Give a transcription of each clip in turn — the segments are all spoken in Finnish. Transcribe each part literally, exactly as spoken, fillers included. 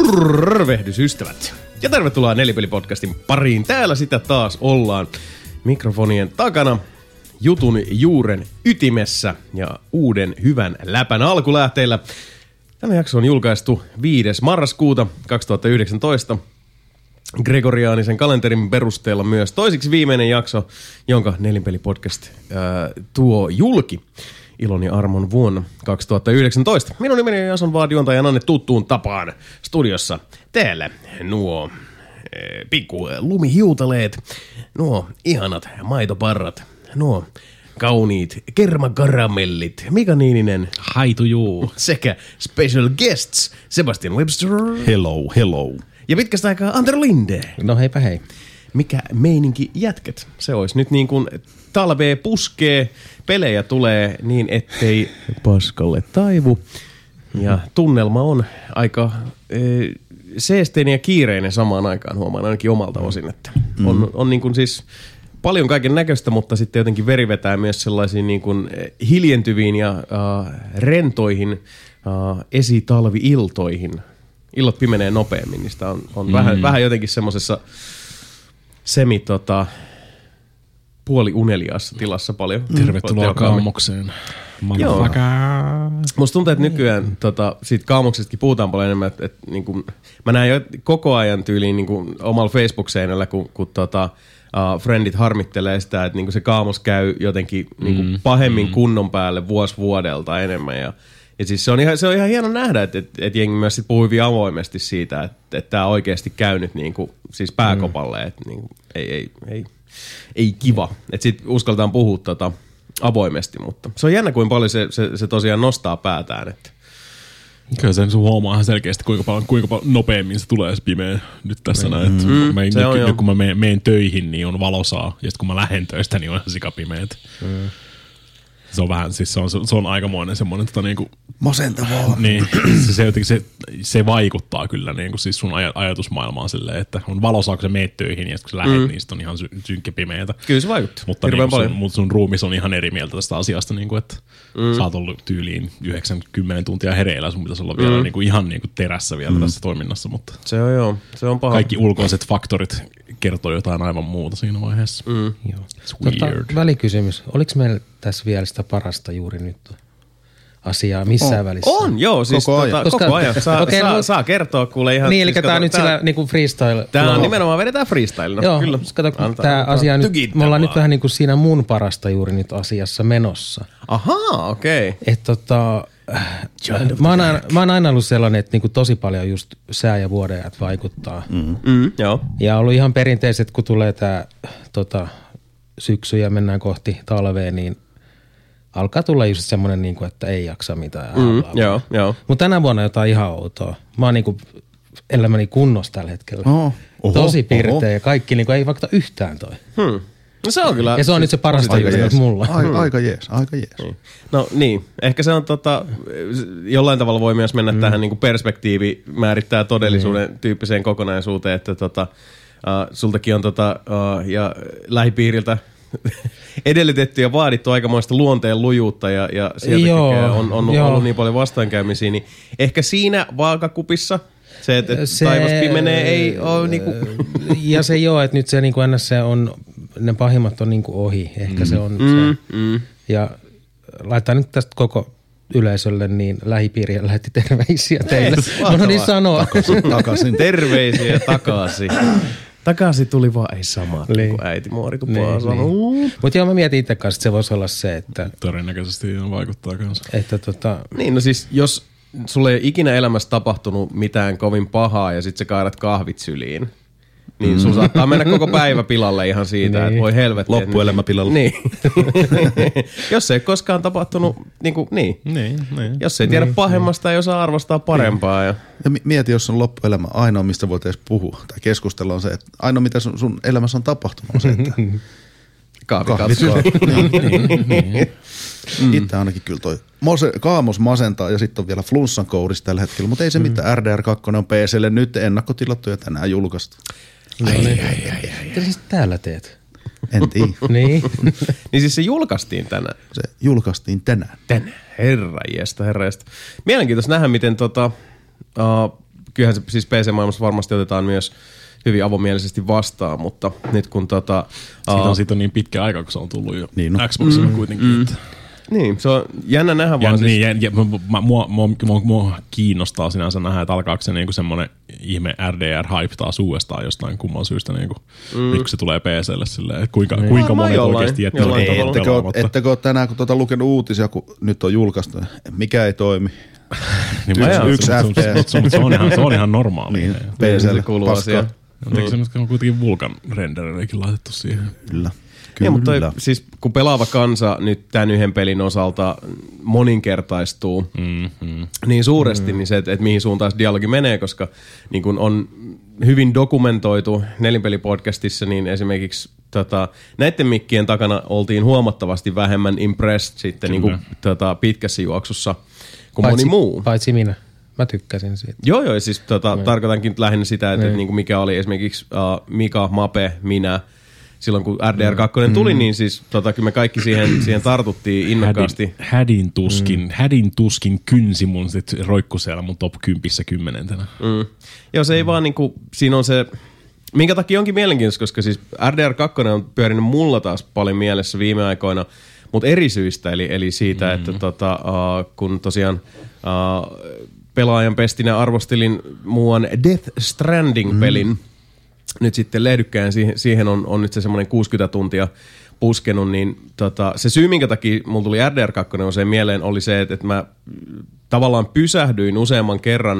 Tervehdys ystävät ja tervetuloa Nelipeli-podcastin pariin. Täällä sitä taas ollaan mikrofonien takana, jutun juuren ytimessä ja uuden hyvän läpän alkulähteillä. Tämä jakso on julkaistu viides marraskuuta kaksituhattayhdeksäntoista. Gregoriaanisen kalenterin perusteella myös toisiksi viimeinen jakso, jonka Nelinpeli-podcast ää, tuo julki ilon ja armon vuonna kaksituhattayhdeksäntoista. Minun nimeni on Jason Vaad, juontajan Anne tuttuun tapaan studiossa. Täällä nuo ee, pikku lumihiutaleet, nuo ihanat maitoparrat, nuo kauniit kermakaramellit, Mika Niininen, Haitujuu, sekä special guests Sebastian Webster. Hello, hello. Ja pitkästä aikaa Antero Linde. No heipä hei. Mikä meininki jätket? Se olisi nyt niin kuin talvee puskee, pelejä tulee niin ettei paskalle taivu. Ja tunnelma on aika e, seesteinen ja kiireinen samaan aikaan, huomaan ainakin omalta osin. Että on, on niin kuin siis paljon kaiken näköistä, mutta sitten jotenkin veri vetää myös sellaisiin niin kuin hiljentyviin ja uh, rentoihin uh, esitalvi-iltoihin. Illat pimenee nopeammin, niin sitä on, on mm. vähän, vähän jotenkin semmosessa semi tota, puoli uneliaassa tilassa paljon. Tervetuloa kaamokseen. Joo. Musta tuntuu, että nykyään tota, siitä kaamoksestakin puhutaan paljon enemmän, että, että niin kuin, mä näen jo koko ajan tyyliin niin kuin omalla Facebook-seinällä, kun, kun tota, uh, friendit harmittelee sitä, että niin kuin se kaamos käy jotenkin niin kuin mm. pahemmin mm. kunnon päälle vuosi vuodelta enemmän ja Ja siis se on ihan, se on ihan hieno nähdä, että, että, että jengi myös sit puhuu hyvin avoimesti siitä, että, että tämä oikeasti käy nyt niin kuin, siis pääkopalle, että niin kuin, ei, ei, ei, ei kiva. Että sitten uskaltaan puhua tota avoimesti, mutta se on jännä, kuin paljon se, se, se tosiaan nostaa päätään. Että. Kyllä sen sun huomaa ihan selkeästi, kuinka paljon, kuinka paljon nopeammin se tulee se pimeä nyt tässä näin. Mm, mm, mä nyt, on, nyt kun mä meen, meen töihin, niin on valosaa, ja sitten kun mä lähden töistä, niin on ihan sikapimeät. Mm. Se on vähän, siis se on, se on aikamoinen semmoinen tota niinku masentavaa. Niin, se, se, se, se vaikuttaa kyllä niinku siis sun aj- ajatusmaailmaan silleen, että on valosaa, kun sä meet töihin ja kun sä lähet, mm. niin sit on ihan sy- synkkä pimeätä. Kyllä se vaikuttaa. Mutta niinku sun, mut sun ruumis on ihan eri mieltä tästä asiasta, niinku, että mm. sä oot ollut tyyliin yhdeksänkymmentä tuntia hereillä, sun pitäisi olla mm. vielä niinku ihan niinku terässä vielä mm. tässä toiminnassa. Mutta se on joo, se on paha. Kaikki ulkoiset faktorit kertoo jotain aivan muuta siinä vaiheessa. Mm. Joo. It's weird. Tota, välikysymys. Oliko meillä tässä vielä sitä parasta juuri nyt asiaa missään on. välissä? On, joo. Siis koko ajan. Tota, koko ajan. Saa, okay, saa, no, saa kertoa kuule ihan. Niin, eli siis tää on nyt tää, sillä niinku freestyle. Tää on nimenomaan vedetään freestylena. Joo, kyllä. Kato, tää asia nyt, me ollaan nyt vähän niinku siinä mun parasta juuri nyt asiassa menossa. Ahaa, okei. Okay. Että tota, mä oon, aina, mä oon aina ollut sellainen, että niinku tosi paljon just sää- ja vuodenajat vaikuttaa. Mm. Mm, joo. Ja ollut ihan perinteiset, kun tulee tää tota, syksy ja mennään kohti talvea, niin alkaa tulla just semmoinen, niin kuin, että ei jaksa mitään. Mm, joo, joo. Mutta tänä vuonna jotain ihan outoa. Mä oon niin kuin elämäni kunnossa tällä hetkellä. Oh, oho, tosi pirteä ja kaikki niin kuin, ei vaikka yhtään toi. Hmm. No se on kyllä. Ja se on nyt se parasta juttu nyt mulla. Aika, hmm. aika jees, aika jees. Niin. No niin, ehkä se on tota, jollain tavalla voi myös mennä mm. tähän niin kuin perspektiivi määrittää todellisuuden mm. tyyppiseen kokonaisuuteen, että tota, uh, sultakin on tota, uh, ja lähipiiriltä edellytetty ja vaadittu aikamoista luonteen lujuutta ja, ja sieltä on, on ollut niin paljon vastaankäymisiä, niin ehkä siinä vaakakupissa se, että se, taivas pimenee, ei ole niinku. Ja se joo, että nyt se niinku ennäs se on, ne pahimmat on niinku ohi, ehkä mm. se on mm, se. Mm. Ja laittaa nyt tästä koko yleisölle, niin lähipiiriä lähetti terveisiä teille. Mä niin sanoa. Takaisin, takaisin. Terveisiä takaisin. Takaisin tuli vaan, ei sama, niin. Kun äiti muori tupaa niin, sanoo. Niin. Mutta joo, mä mietin itse kanssa, että se voisi olla se, että todennäköisesti vaikuttaa kanssa. Että tota. Niin, no siis jos sulle ei ikinä elämässä tapahtunut mitään kovin pahaa ja sit sä kaadat kahvit syliin, niin mm. sun saattaa mennä koko päivä pilalle ihan siitä, niin. Että voi helvetti. Loppuelämä pilalle. Niin. Jos ei koskaan tapahtunut, niin kuin, niin. Niin, niin. Jos ei tiedä niin, pahemmasta, niin. Ei osaa arvostaa parempaa. Niin. Ja, ja mieti, jos on loppuelämä ainoa, mistä voit edes puhua tai keskustella on se, että ainoa mitä sun, sun elämässä on tapahtunut on se, että kahvi katsoa. Mm. Itse ainakin kyllä toi Mose, kaamos masentaa ja sitten on vielä flunssan kourissa tällä hetkellä, mutta ei se mm. mitään. R D R kaksi on P C:lle nyt ennakkotilattu ja tänään julkaistu. No, ai, niin. ai, ai, ai, ai. Mitä siis täällä teet? En tiedä. Niin. Niin siis se julkaistiin tänään. Se julkaistiin tänään. Tänään. Herra jesta, herra jesta. Mielenkiintoista nähdä, miten tota, uh, kyllähän se siis P C-maailmassa varmasti otetaan myös hyvin avomielisesti vastaan, mutta nyt kun tota... Siitä on, uh, siitä on niin pitkä aika, kun se on tullut jo niin, no. Xboxilla mm, kuitenkin. Mm. Niin, se on jännä nähdä ja, vaan. Niin, siis... ja, ja, mua, mua, mua, mua, mua kiinnostaa sinänsä nähdä, että alkaako se niinku semmoinen ihme R D R-hype taas uudestaan jostain kumman syystä, niinku, mm. nyt kun se tulee P C:lle silleen, että kuinka, niin. kuinka monet jollain, oikeasti jättävät pelaamatta. Ettekö ole tänään, kun tuota lukenut uutisia, kun nyt on julkaistu, mikä ei toimi? Niin, yksi yksi F P S. Se on ihan, se on ihan normaali. Niin, P C:lle kuuluu asiaan. Eikö se on kuitenkin Vulkan rendereikin laitettu siihen? Kyllä. Kyllä. Ja, mutta toi, siis kun pelaava kansa nyt tämän yhden pelin osalta moninkertaistuu mm-hmm. niin suuresti, mm. niin se, että, että mihin suuntaan se dialogi menee, koska niin kun on hyvin dokumentoitu Nelinpeli-podcastissa, niin esimerkiksi tota, näiden mikkien takana oltiin huomattavasti vähemmän impressed sitten niin kuin, tota, pitkässä juoksussa kuin paitsi, moni muu. Paitsi minä. Mä tykkäsin siitä. Joo, joo, siis tota, tarkoitankin lähinnä sitä, että, että niin kuin mikä oli esimerkiksi uh, Mika, Mape, minä, silloin kun R D R kaksi mm. tuli, niin siis tota, kyllä me kaikki siihen, siihen tartuttiin innokkaasti. Hädin, hädin tuskin, mm. hädin tuskin kynsi mun sit roikku siellä mun top kympissä kymmenentenä. Mm. Joo, se ei mm. vaan niinku, siinä on se, minkä takia onkin mielenkiintoista, koska siis R D R kaksi on pyörinyt mulla taas paljon mielessä viime aikoina, mutta eri syistä, eli, eli siitä, mm. että tota, uh, kun tosiaan uh, pelaajan pestinä arvostelin muuan Death Stranding-pelin, mm. nyt sitten lehdykkään, siihen, siihen on, on nyt se semmoinen kuusikymmentä tuntia puskenut, niin tota, se syy, minkä takia mulla tuli R D R kaksi on se mieleen, oli se, että, että mä tavallaan pysähdyin useamman kerran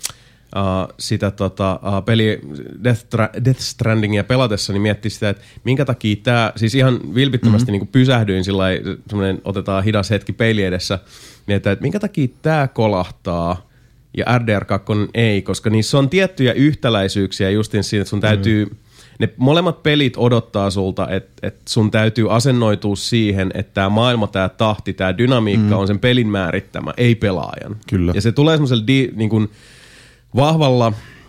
uh, sitä tota, uh, peli Death, Tra- Death Strandingia pelatessa, niin miettii sitä, että minkä takia tämä, siis ihan vilpittömästi mm-hmm. niin kuin pysähdyin sillä semmoinen, otetaan hidas hetki peili edessä, mietitään, että minkä takia tämä kolahtaa, ja R D R kaksi ei, koska niissä on tiettyjä yhtäläisyyksiä justin siinä, että sun täytyy, mm. ne molemmat pelit odottaa sulta, että, että sun täytyy asennoitua siihen, että tämä maailma, tämä tahti, tämä dynamiikka mm. on sen pelin määrittämä, ei pelaajan. Kyllä. Ja se tulee semmoisella di, niin kuin vahvalla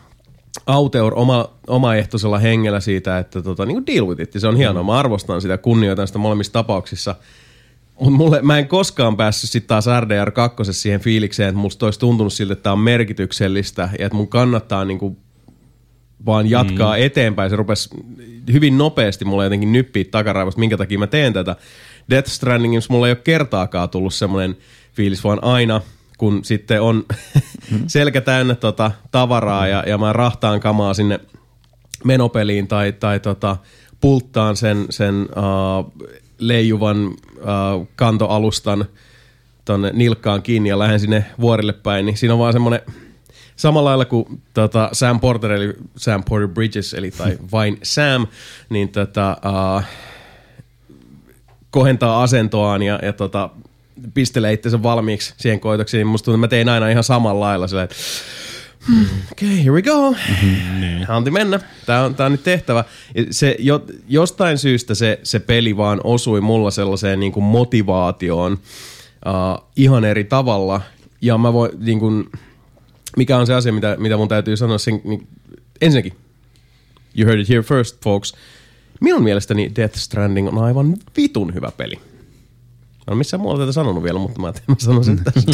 auteur oma, omaehtoisella hengellä siitä, että tota, niin kuin deal with it. Se on hienoa, mä arvostan sitä, kunnioitan sitä molemmissa tapauksissa. Mutta mulle, mä en koskaan päässyt sitten taas R D R kaksi siihen fiilikseen, että musta olisi tuntunut siltä, että tämä on merkityksellistä ja että mun kannattaa niinku vaan jatkaa mm. eteenpäin. Se rupesi hyvin nopeasti mulle jotenkin nyppiä takaraivosta, minkä takia mä teen tätä. Death Strandingissa mulla ei ole kertaakaan tullut semmoinen fiilis, vaan aina kun sitten on selkä täynnä tota tavaraa ja, ja mä rahtaan kamaa sinne menopeliin tai, tai tota, pulttaan sen, sen uh, leijuvan uh, kantoalustan tonne nilkkaan kiinni ja lähden sinne vuorille päin, niin siinä on vaan semmoinen samalla lailla kuin tota Sam Porter, eli Sam Porter Bridges, eli tai vain Sam, niin tota, uh, kohentaa asentoaan ja, ja tota, pistelee itsensä valmiiksi siihen koitoksiin, niin musta tuntuu, että mä tein aina ihan samalla lailla sillä, että hmm, okei, okay, here we go. Mm-hmm. Anti mennä. Tää on, tää on nyt tehtävä. Se, jo, jostain syystä se, se peli vaan osui mulla sellaiseen niin kuin motivaatioon uh, ihan eri tavalla. Ja mä voin, niin kuin, mikä on se asia, mitä, mitä mun täytyy sanoa sen, niin, ensinnäkin, you heard it here first, folks. Minun mielestäni Death Stranding on aivan vitun hyvä peli. Mä en missään muualla tätä sanonut vielä, mutta mä, mä sanon sen tässä.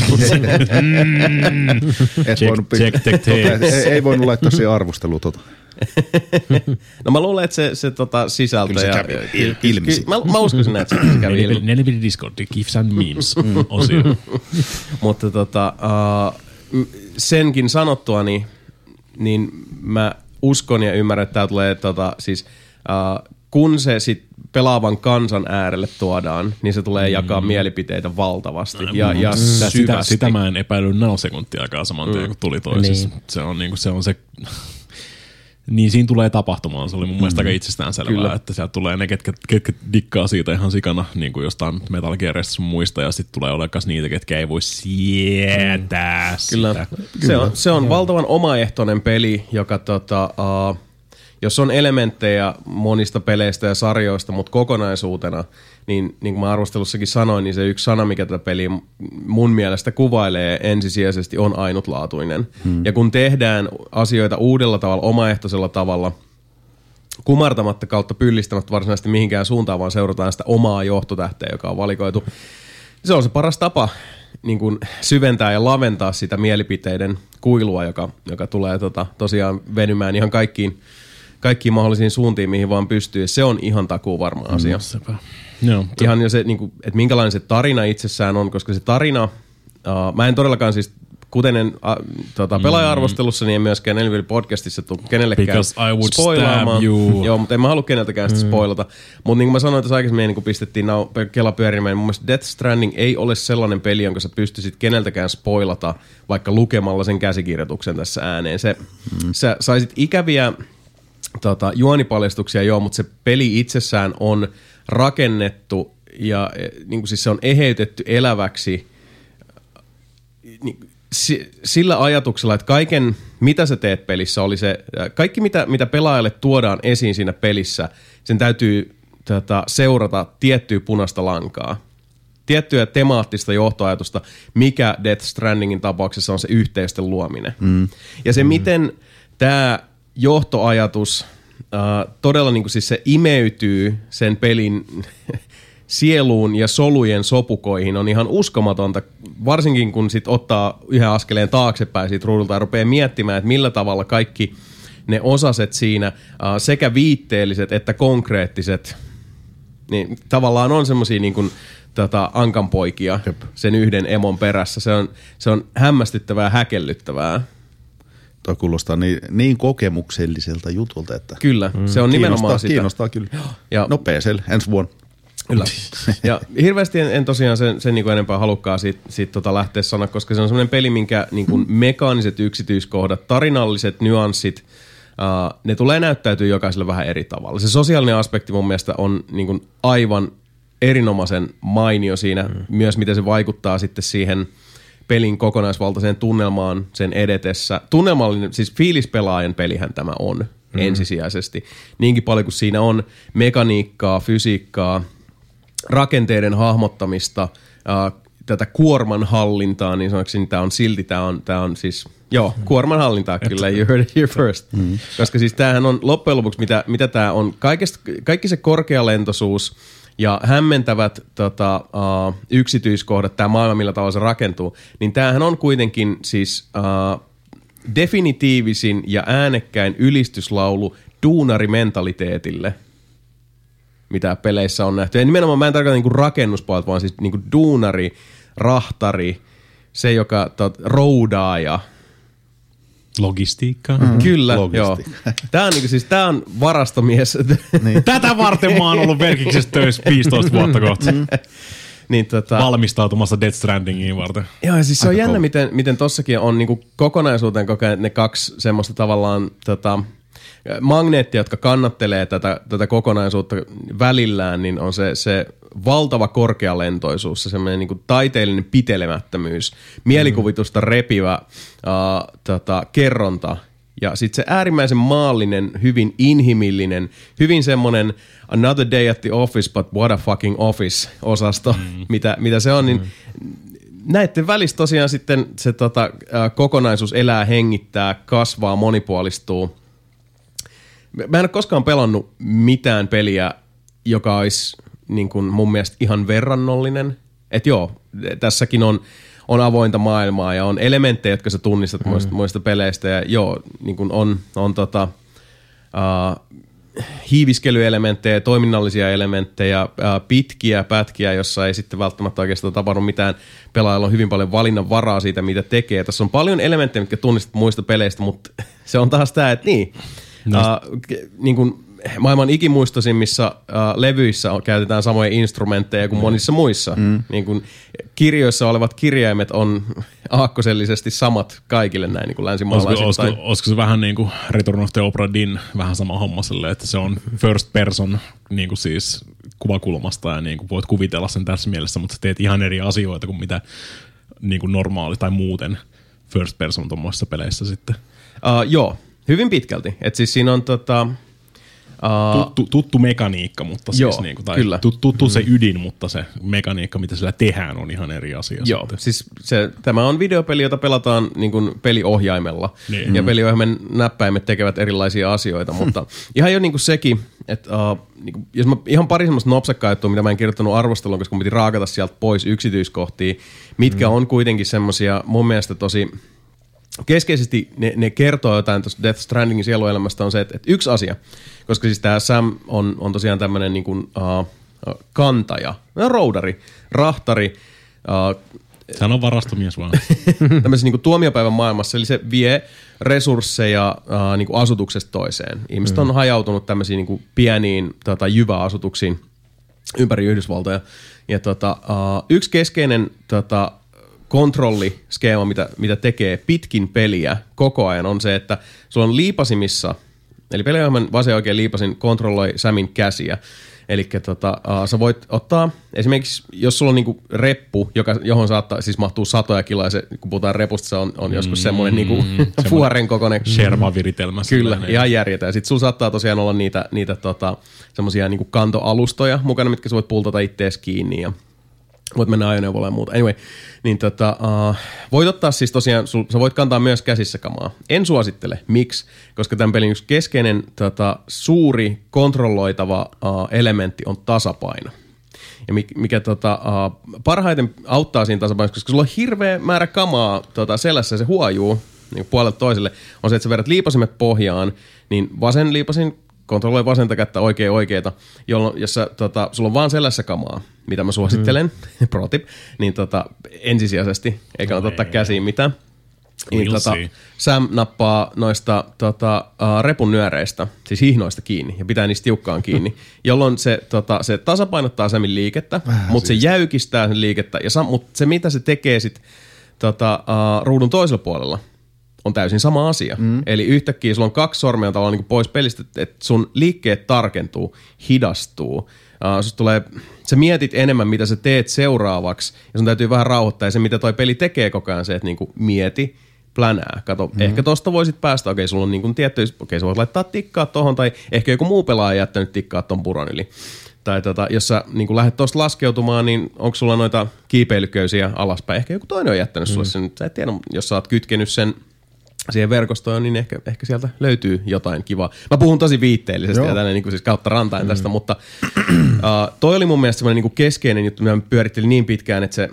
check, check, check, ei, ei voinut laittaa siihen arvosteluun tota. No mä luulen, että se, se tota, sisältö kyllä se kävi ja, il, ilmi. Mä, mä uskoisin, että se kävi ilmi. Nelinpeli Discord, gifs and memes osio. Mutta tota, uh, senkin sanottuani, niin mä uskon ja ymmärrän, että tää tulee tota, siis, uh, kun se sit pelaavan kansan äärelle tuodaan, niin se tulee jakaa mm. mielipiteitä valtavasti ja, ja mm. sitä, sitä mä en epäily nanosekuntiakaan saman tien, mm. kun tuli toisessa. Niin. Se on niinku, se on se... Niin siinä tulee tapahtumaan. Se oli mun mielestä mm. aika itsestäänselvää, Kyllä. että sieltä tulee ne, ketkä, ketkä dikkaa siitä ihan sikana, niin kuin jostain Metal Gearista sun muista, ja sitten tulee olekas niitä, ketkä ei voi sietää sitä. Kyllä. Se on, se on valtavan omaehtoinen peli, joka tota... Uh, jos on elementtejä monista peleistä ja sarjoista, mutta kokonaisuutena, niin niin kuin mä arvostelussakin sanoin, niin se yksi sana, mikä tätä peliä mun mielestä kuvailee ensisijaisesti, on ainutlaatuinen. Hmm. Ja kun tehdään asioita uudella tavalla, omaehtoisella tavalla, kumartamatta kautta pyllistämättä varsinaisesti mihinkään suuntaan, vaan seurataan sitä omaa johtotähteä, joka on valikoitu. Se on se paras tapa niin kuin syventää ja laventaa sitä mielipiteiden kuilua, joka, joka tulee tota, tosiaan venymään ihan kaikkiin, kaikkiin mahdollisiin suuntiin, mihin vaan pystyy. Se on ihan takuu varma asia. Mm, Joo, ihan jo se, niin kuin, että minkälainen se tarina itsessään on, koska se tarina, uh, mä en todellakaan siis, kuten en uh, tota, pelaaja-arvostelussa, niin en myöskään Nelipeli-podcastissa tule kenellekään spoilaamaan. Joo, mutta en mä halua keneltäkään sitä spoilata. Mutta niin kuin mä sanoin tässä aikaisemmin, niin kun pistettiin nau- kela pyörimään, mun mielestä Death Stranding ei ole sellainen peli, jonka sä pystyisit keneltäkään spoilata, vaikka lukemalla sen käsikirjoituksen tässä ääneen. Se, mm. Sä saisit ikäviä tota, juonipaljastuksia, joo, mutta se peli itsessään on rakennettu ja niin kuin siis se on eheytetty eläväksi niin, sillä ajatuksella, että kaiken, mitä sä teet pelissä, oli se, kaikki mitä, mitä pelaajalle tuodaan esiin siinä pelissä, sen täytyy tätä, seurata tiettyä punaista lankaa. Tiettyä temaattista johtoajatusta, mikä Death Strandingin tapauksessa on se yhteysten luominen. Mm. Ja se, mm. miten tämä johtoajatus Uh, todella niin kuin siis se imeytyy sen pelin sieluun ja solujen sopukoihin on ihan uskomatonta, varsinkin kun sit ottaa yhden askeleen taaksepäin siitä ruudulta ja rupeaa miettimään, että millä tavalla kaikki ne osaset siinä, uh, sekä viitteelliset että konkreettiset, niin tavallaan on semmosia niin kuin tota, ankanpoikia Jep. sen yhden emon perässä. Se on, se on hämmästyttävää ja häkellyttävää. Tuo kuulostaa niin, niin kokemukselliselta jutulta, että kyllä, mm. se on nimenomaan sitä. Kiinnostaa kyllä. Ja no P C:lle ensi vuonna. Kyllä. Ja hirveästi en, en tosiaan sen, sen niin kuin enempää halukkaan siitä, siitä tota lähteä sanoa, koska se on semmoinen peli, minkä niin kuin mekaaniset yksityiskohdat, tarinalliset nyanssit, uh, ne tulee näyttäytyy jokaiselle vähän eri tavalla. Se sosiaalinen aspekti mun mielestä on niin kuin aivan erinomaisen mainio siinä, mm. myös miten se vaikuttaa sitten siihen pelin kokonaisvaltaiseen tunnelmaan sen edetessä. Tunnelmallinen, siis fiilispelaajan pelihän tämä on mm. ensisijaisesti. Niinkin paljon kuin siinä on mekaniikkaa, fysiikkaa, rakenteiden hahmottamista, äh, tätä kuorman hallintaa, niin sanoakseni tämä on silti, tämä on, tämä on siis, joo, kuorman hallintaa kyllä, you heard it here first. Mm. Koska siis tämähän on loppujen lopuksi, mitä, mitä tämä on, kaikesta, kaikki se korkealentoisuus, ja hämmentävät tota, uh, yksityiskohdat, tämä maailma, millä tavalla se rakentuu, niin tämähän on kuitenkin siis uh, definitiivisin ja äänekkäin ylistyslaulu duunarimentaliteetille, mitä peleissä on nähty. Ja nimenomaan mä en tarkoita niinku rakennuspuolta, vaan siis niinku duunari, rahtari, se joka tot, roudaaja. Logistiikka. Mm-hmm. Kyllä, Logistiikka. Joo. Tämä on, niinku, siis, tää on varastomies. Niin. Tätä varten mä oon ollut verkiksessä töissä viisitoista vuotta kohta. Mm. Niin, tota... valmistautumassa Death Strandingiin varten. Joo, ja siis se Aika on jännä, kol- miten, miten tossakin on niinku kokonaisuuteen kokea ne kaksi semmoista tavallaan tota, magneettia, jotka kannattelee tätä, tätä kokonaisuutta välillään, niin on se, se valtava korkealentoisuus, se semmoinen niinku taiteellinen pitelemättömyys, mielikuvitusta repivä uh, tota, kerronta, ja sitten se äärimmäisen maallinen, hyvin inhimillinen, hyvin semmoinen another day at the office, but what a fucking office -osasto, mm. mitä, mitä se on, niin mm. näiden välissä tosiaan sitten se tota, uh, kokonaisuus elää, hengittää, kasvaa, monipuolistuu. Mä en ole koskaan pelannut mitään peliä, joka olisi niin kuin mun mielestä ihan verrannollinen. Että joo, tässäkin on, on avointa maailmaa ja on elementtejä, jotka sä tunnistat mm. muista, muista peleistä. Ja joo, niin kuin on, on tota, uh, hiiviskelyelementtejä, toiminnallisia elementtejä, uh, pitkiä pätkiä, jossa ei sitten välttämättä oikeastaan tapahdu mitään. Pelaajalla on hyvin paljon valinnan varaa siitä, mitä tekee. Tässä on paljon elementtejä, mitkä tunnistat muista peleistä, mutta se on taas tämä, että niin. Uh, niin kuin maailman ikimuistosimmissa uh, levyissä käytetään samoja instrumentteja kuin mm. monissa muissa. Mm. Niin kuin kirjoissa olevat kirjaimet on aakkosellisesti samat kaikille näin niin kuin länsimaalaisille. Olisiko, olisiko, olisiko se vähän niin kuin Return of the Obra Dinn, vähän sama homma silleen, että se on first person niin kuin siis kuvakulmasta ja niin kuin voit kuvitella sen tässä mielessä, mutta sä teet ihan eri asioita kuin mitä niin kuin normaali tai muuten first person tuommoisissa peleissä sitten. Uh, joo. Hyvin pitkälti. Et siis siinä on tota, Uh, tuttu, tuttu mekaniikka, mutta joo, siis niinku, tai kyllä. tuttu mm. se ydin, mutta se mekaniikka, mitä sillä tehdään, on ihan eri asia. Joo, sitten. Siis se, tämä on videopeli, jota pelataan niin kuin peliohjaimella, niin. ja peliohjaimen näppäimet tekevät erilaisia asioita, mutta ihan jo niin kuin sekin, että uh, niin kuin, jos mä ihan pari semmoista nopsakkaa juttua, mitä mä en kirjoittanut arvostelua, koska mun piti raakata sieltä pois yksityiskohtia, mitkä mm. on kuitenkin semmoisia mun mielestä tosi keskeisesti ne, ne kertoo jotain tuossa Death Strandingin sieluelämästä on se, että, että yksi asia, koska siis tämä Sam on, on tosiaan tämmöinen niin kuin, uh, kantaja, no, roudari, rahtari. Uh, Sehän on varastomies vaan. tämmöisessä niin kuin tuomiopäivän maailmassa, eli se vie resursseja uh, niin kuin asutuksesta toiseen. Ihmiset mm. on hajautunut tämmöisiin niin kuin pieniin tota, jyväasutuksiin ympäri Yhdysvaltoja. Ja tota, uh, yksi keskeinen tota, kontrolliskeema, mitä, mitä tekee pitkin peliä koko ajan, on se, että sulla on liipasimissa, eli peliohjelman vasen oikein liipasin kontrolloi Samin käsiä. Eli tota, uh, sä voit ottaa, esimerkiksi jos sulla on niinku reppu, joka, johon saattaa, siis mahtuu satoja kiloja, se, kun puhutaan repusta, se on, on joskus semmoinen niinku fuoren kokoinen. Sherma-viritelmä. Kyllä, ihan järjetään. Ja sit sulla saattaa tosiaan olla niitä, niitä tota, semmosia niinku kantoalustoja mukana, mitkä sä voit pultata ittees kiinni ja voit mennä ajoneuvolla ja muuta. Anyway, niin tota, uh, voit ottaa siis tosiaan, sul, sä voit kantaa myös käsissä kamaa. En suosittele. Miksi? Koska tämän pelin yksi keskeinen tota, suuri kontrolloitava uh, elementti on tasapaino. Ja mikä, mikä tota, uh, parhaiten auttaa siinä tasapainossa, koska sulla on hirveä määrä kamaa tota, selässä ja se huojuu niin puolelta toiselle, on se, että sä vedät liipasimet pohjaan, niin vasen liipasin kontrolloi vasenta kättä oikein oikeeta, jolloin, jos sä, tota, sulla on vaan selässä kamaa, mitä mä suosittelen, mm. pro tip, niin tota, ensisijaisesti, ei kannata no ottaa ei, käsiin mitään. Niin, tota, Sam nappaa noista tota, uh, repun nyöreistä, siis hihnoista kiinni, ja pitää niistä tiukkaan kiinni, jolloin se, tota, se tasapainottaa Samin liikettä, mutta se jäykistää sen liikettä, ja sam, mutta se mitä se tekee sit tota, uh, ruudun toisella puolella, on täysin sama asia. Mm. Eli yhtäkkiä sulla on kaksi sormea tavallaan niin pois pelistä, että sun liikkeet tarkentuu, hidastuu. Uh, susta tulee, sä mietit enemmän, mitä sä teet seuraavaksi, ja sun täytyy vähän rauhoittaa. Ja se, mitä toi peli tekee koko ajan, se, että niinku mieti, plänää. Kato, mm. ehkä tosta voisit päästä, okei, sulla on niinku tietty, okei, sä voit laittaa tikkaa tohon, tai ehkä joku muu pelaaja jättänyt tikkaa ton puron yli. Tai tota, jos sä niin lähdet tuosta laskeutumaan, niin onko sulla noita kiipeilyköysiä alaspäin? Ehkä joku toinen on jättänyt mm. sulle sen. Sä et tiedä, jos sä oot kytkenyt sen siihen verkostoon, niin ehkä, ehkä sieltä löytyy jotain kivaa. Mä puhun tosi viitteellisesti ja tänne niin kuin siis kautta rantain mm. tästä, mutta uh, toi oli mun mielestä semmoinen niin kuin keskeinen juttu, mitä mä pyörittelin niin pitkään, että se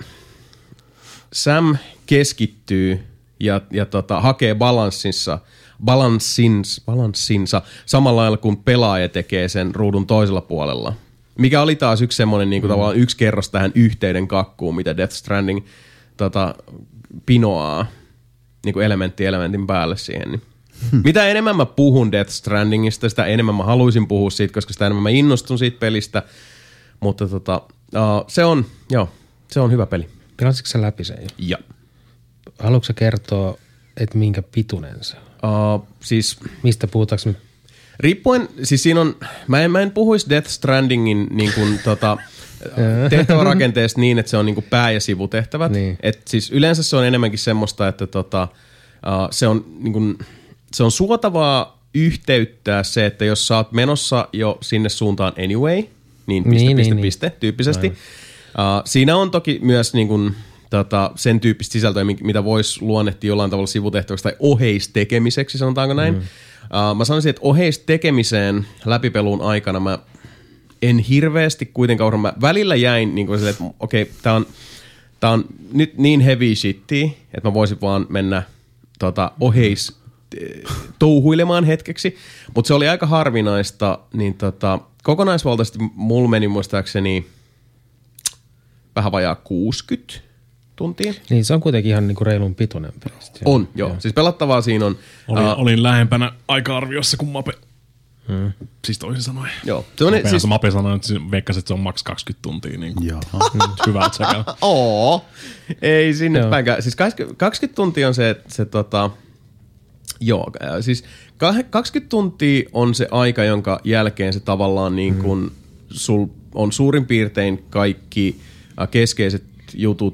Sam keskittyy ja, ja tota, hakee balanssinsa, balanssinsa, balanssinsa samalla lailla kuin pelaaja tekee sen ruudun toisella puolella. Mikä oli taas yksi semmoinen niin kuin mm. tavallaan yksi kerros tähän yhteyden kakkuun, mitä Death Stranding tota, pinoaa niin kuin elementti elementin päälle siihen. Niin. Hmm. Mitä enemmän mä puhun Death Strandingista, sitä enemmän mä haluaisin puhua siitä, koska sitä enemmän mä innostun siitä pelistä. Mutta tota, uh, se on, joo, se on hyvä peli. Pelasitko sä läpi sen jo? Joo. Haluatko sä kertoa, että minkä pituinen se on? Uh, siis... Mistä puhutaanko nyt? Riippuen, siis siinä on, mä en, mä en puhuisi Death Strandingin niin kuin, tota, tehtävärakenteesta niin, että se on niin kuin pää- ja sivutehtävät. Niin. Et siis yleensä se on enemmänkin semmoista, että tota, uh, se, on, niin kuin, se on suotavaa yhteyttää se, että jos sä oot menossa jo sinne suuntaan anyway, niin piste, niin, piste, niin, piste, niin. tyyppisesti. Uh, siinä on toki myös niin kuin, tota, sen tyyppistä sisältöä, mitä voisi luonnehtia jollain tavalla sivutehtäväksi tai oheistekemiseksi, sanotaanko näin. Mm. Uh, mä sanoisin, että oheistekemiseeen läpipeluun aikana mä en hirveästi kuitenkaan, mä välillä jäin niin kuin sille, että okei, okay, tää on, tää on nyt niin heavy shittiä, että mä voisin vaan mennä tota, oheis touhuilemaan hetkeksi, mutta se oli aika harvinaista, niin tota, kokonaisvaltaisesti mulla meni muistaakseni vähän vajaa kuusikymmentä tuntia. Niin se on kuitenkin ihan niinku reilun pituinen peli. On, joo. joo. Siis pelattavaa siinä on. Olin, uh, olin lähempänä aika-arviossa kuin Mape. Hmm. Siis toisin sanoen. Joo. Mape, siis... Mape sanoi, että veikkasit, että se on maks kaksikymmentä tuntia. Niin joo. Hyvä, että sä käy. Oo. Ei sinne päinkään. Siis kaksikymmentä tuntia on se, se tota... Joo, siis kaksikymmentä tuntia on se aika, jonka jälkeen se tavallaan niin kuin hmm. sul on suurin piirtein kaikki keskeiset jutut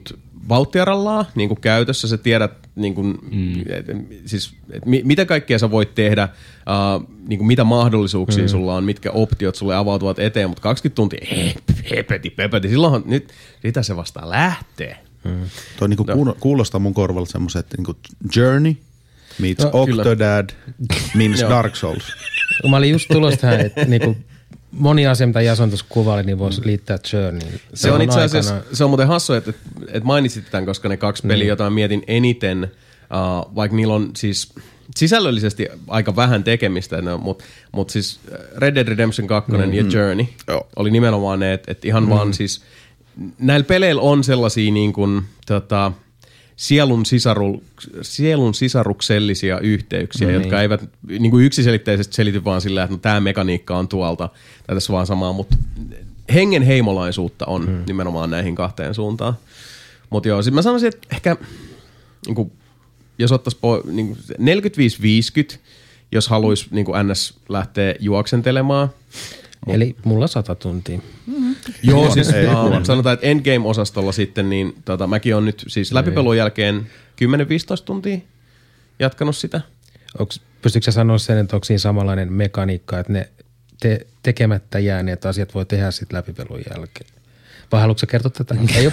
vauhtiarallaa niin kuin käytössä, sä tiedät niin kuin, mm. et, siis, et, mi, mitä kaikkea sä voit tehdä, uh, niin kuin mitä mahdollisuuksia mm. sulla on, mitkä optiot sulle avautuvat eteen, mutta kaksikymmentä tuntia, eh, pepeti, pepeti, silloinhan nyt sitä se vasta lähtee. Mm. Toi niinku no. kuulostaa mun korvalta semmoisen, että niinku Journey meets no, Octodad means Dark Souls. Mä olin just tulossa tähän, että niinku moni asia, mitä Jason tuossa kuvaili, niin voisi liittää Journeyin. Se, se on itse asiassa, aikana... se on muuten hassu, että, että mainitsit tämän, koska ne kaksi peliä, mm. joita mä mietin eniten, uh, vaikka niillä on siis sisällöllisesti aika vähän tekemistä, no, mutta mut siis Red Dead Redemption kaksi mm. ja Journey mm. oli nimenomaan ne, että, että ihan mm. vaan siis näillä peleillä on sellaisia niin kuin, tota, sielun, sisaru, sielun sisaruksellisia yhteyksiä, mm, jotka niin. eivät niin kuin yksiselitteisesti selity vaan sillä, että no, tämä mekaniikka on tuolta, tai tässä vaan samaa, mutta hengen heimolaisuutta on mm. nimenomaan näihin kahteen suuntaan. Mutta joo, sitten mä sanoisin, että ehkä niin kuin, jos ottaisi po, niin kuin neljäkymmentäviisi viisikymmentä, jos haluaisi niin kuin N S lähteä juoksentelemaan. Mut. Eli mulla sata tuntia. Mm-hmm. Joo, siis uh, sanotaan, että Endgame-osastolla sitten, niin tota, mäkin on nyt siis läpipelun jälkeen kymmenen viisitoista tuntia jatkanut sitä. Onks, pystytkö sä sanoa sen, että onko siinä samanlainen mekaniikka, että ne te, tekemättä jääneet asiat voi tehdä sitten läpipelun jälkeen? Vai haluatko sä kertoa tätä? Ei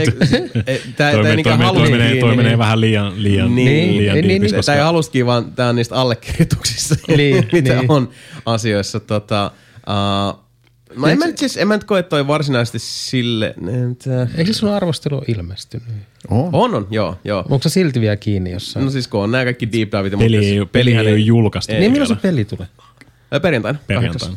Toi menee vähän liian liian niin, liian niin, diipis, niin, koska... Tämä ei halustakin, vaan tämä on niistä allekirjoituksissa, niin, mitä niin. on asioissa. Tota, uh, no en, mä nyt, siis, en mä nyt koe toi varsinaisesti sille... Että... Eikö se sun arvostelu ole ilmestynyt? Oh. On, on, joo, joo. Onko sä silti vielä kiinni jossain? No siis kun on nämä kaikki deep diveit. Peli ei, peli pelihän ei ole julkaistu. Niin milloin se peli tulee? Perjantaina. Perjantaina.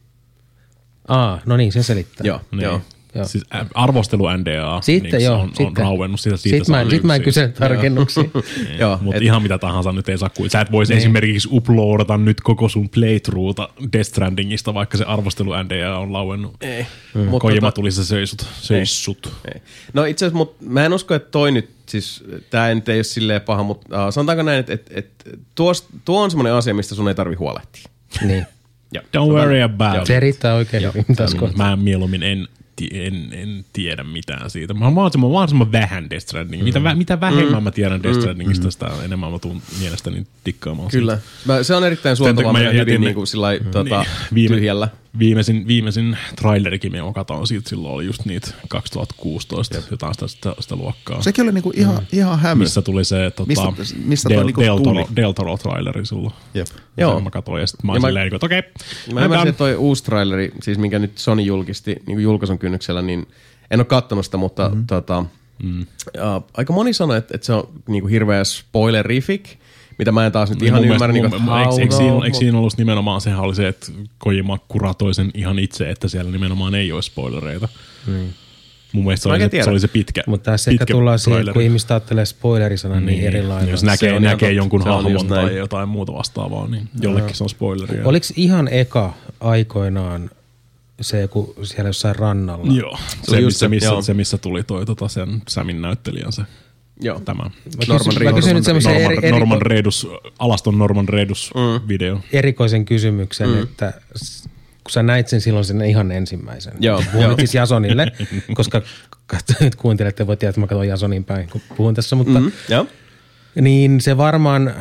Aa, no niin, sen selittää. Joo, niin. joo. Joo. Siis arvostelu N D A sitten, niin joo, on, sitten. on rauennut sitä. Siitä sitten mä, sit mä en kysele tarkennuksia. Mutta ihan mitä tahansa nyt ei saa kuin. Sä et voisi niin. esimerkiksi uploadata nyt koko sun playthroughta Death Strandingista, vaikka se arvostelu N D A on lauennut. Ei. Mm. Kojima tota, tuli se söisut. söissut. Ei. Ei. No itse asiassa, mut mä en usko, että toi nyt, siis tää nyt ei ole silleen paha, mutta uh, sanotaanko näin, että et, et, tuo, tuo on semmoinen asia, mistä sun ei tarvi huolehtia. Niin. Don't worry about it. Se riittää oikein hyvin. Mä mieluummin en En, en tiedä mitään siitä. Mä oon mahdollisimman, mahdollisimman vähän Death Stranding. Mitä, mm. mitä vähemmän mm. mä tiedän Death Strandingista, mm. sitä enemmän mä tuun mielestäni tikkaamaan. Kyllä. Mä, se on erittäin suotavaa mennä hyvin niin kuin sillai, mm. tota, niin. Viime, tyhjällä. Viimeisin, viimeisin trailerikin, me katoin siitä, silloin oli just niitä kaksituhattakuusitoista, Jep. jotain sitä, sitä, sitä luokkaa. Sekin oli niinku ihan, mm. ihan hämö. Missä tuli se tota, mistä, mistä Del, niinku Del, Toro, Del Toro traileri silloin. Jep. Joo. Mä katsoin ja sitten mä olin silleen, että okei. Mä ymmärsin, että toi uusi traileri, siis minkä nyt Sony julkisti niin julkaisun kynnyksellä, niin en ole kattonut sitä, mutta mm-hmm. tota, mm. uh, aika moni sanoi, että, että se on niin kuin hirveä spoilerific, mitä mä en taas nyt ihan ymmärrä. Niin kuin, eikö, eikö, siinä, eikö siinä ollut nimenomaan, sehän oli se, että Kojima kuratoi sen ihan itse, että siellä nimenomaan ei ole spoilereita. Mm. Mun mielestä se oli se, se oli se pitkä Mutta tässä ehkä tullaan siihen, kun ihmistä ajattelee spoilerisana niin, niin erilainen. Jos näkee, näkee jonkun hahmon tai jotain muuta vastaavaa, niin jollekin se on spoileria. Oliko ihan eka aikoinaan se, kun siellä jossain rannalla? Joo, se, se, missä, missä, joo. se missä tuli toi tota, sen Samin näyttelijän se. Joo. Tämä. Mä Norman, kysyn, Norman, nyt Norman, eri, eri, Norman Reedus, alaston Norman Reedus mm. video. Erikoisen kysymyksen, mm. että kun sä näit sen silloin sen ihan ensimmäisen. Joo. Puhun siis Jasonille, koska nyt kuuntelette, voi tiedä, että mä katson Jasonin päin, kun puhun tässä, mutta mm. Joo. Niin se varmaan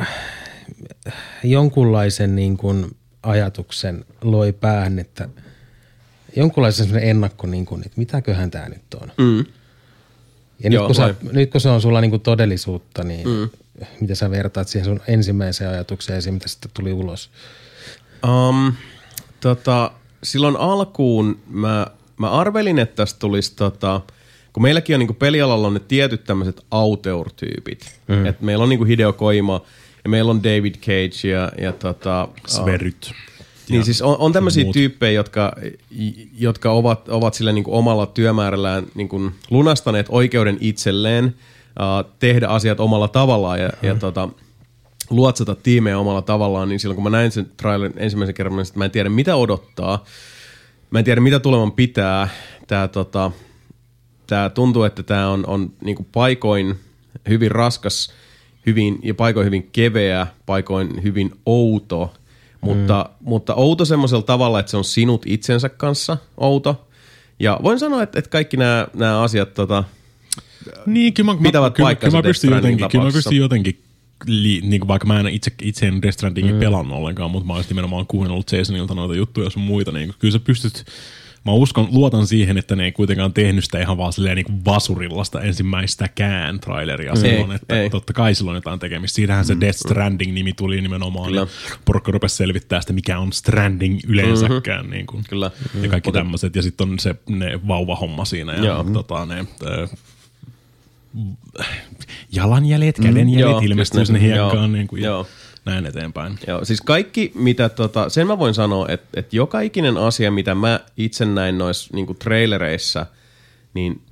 jonkunlaisen niin kuin ajatuksen loi päähän, että jonkunlaisen ennakko, niin kuin, että mitäköhän tämä nyt on. Mm. Ja Joo, nyt, kun sä, nyt kun se on sulla niin kuin todellisuutta, niin mm. mitä sä vertaat siihen sun ensimmäiseen ajatukseen ja siihen, mitä sitten tuli ulos? Um, tota, silloin alkuun mä, mä arvelin, että tästä tulisi, tota, kun meilläkin on niin kuin pelialalla on ne tietyt tämmöiset auteur-tyypit. Mm. Että meillä on niin kuin Hideo Kojima ja meillä on David Cage ja, ja tota, Sveryt. Niin siis on, on tämmöisiä tyyppejä, jotka, jotka ovat, ovat sillä niin kuin omalla työmäärällään niin kuin lunastaneet oikeuden itselleen uh, tehdä asiat omalla tavallaan ja, hmm. ja tota, luotsata tiimejä omalla tavallaan. Niin silloin kun mä näin sen trailerin ensimmäisen kerran, niin mä en tiedä mitä odottaa. Mä en tiedä mitä tulevan pitää. Tää, tota, tää tuntuu, että tää on, on niin kuin paikoin hyvin raskas hyvin, ja paikoin hyvin keveä, paikoin hyvin outo. Mutta, mm. mutta outo semmoisella tavalla, että se on sinut itsensä kanssa outo. Ja voin sanoa, että, että kaikki nämä, nämä asiat tota, niin, kyllä mä, pitävät kyllä, paikkansa kyllä mä pystyn Death jotenkin, kyllä mä tapauksessa. pystyn jotenkin li, niin kuin vaikka mä en itse, itse en Death Strandingin mm. pelannut ollenkaan, mutta mä olisin nimenomaan kuunnellut Jasonilta noita juttuja sun muita. Niin kyllä sä pystyt, mä uskon, luotan siihen, että ne ei kuitenkaan tehnyt sitä ihan vaan silleen niin kuin vasurilla sitä ensimmäistäkään traileria mm. silloin, että ei. Totta kai silloin jotain tekemistä. Siitähän se mm. Death Stranding-nimi tuli nimenomaan. Kyllä. Porukka rupesi selvittää sitä, mikä on Stranding yleensäkään. Mm-hmm. Niin kuin. Kyllä. Ja kaikki mm. tämmöiset. Ja sitten on se ne vauvahomma siinä ja Joo. tota, ne... jalanjäljet, mm, kädenjäljet, joo, ilmestyy sinne hiekkaan niin kuin, ja näin eteenpäin. Joo, siis kaikki, mitä tota, sen mä voin sanoa, että, että joka ikinen asia, mitä mä itse näin noissa niin kuin trailereissa, niin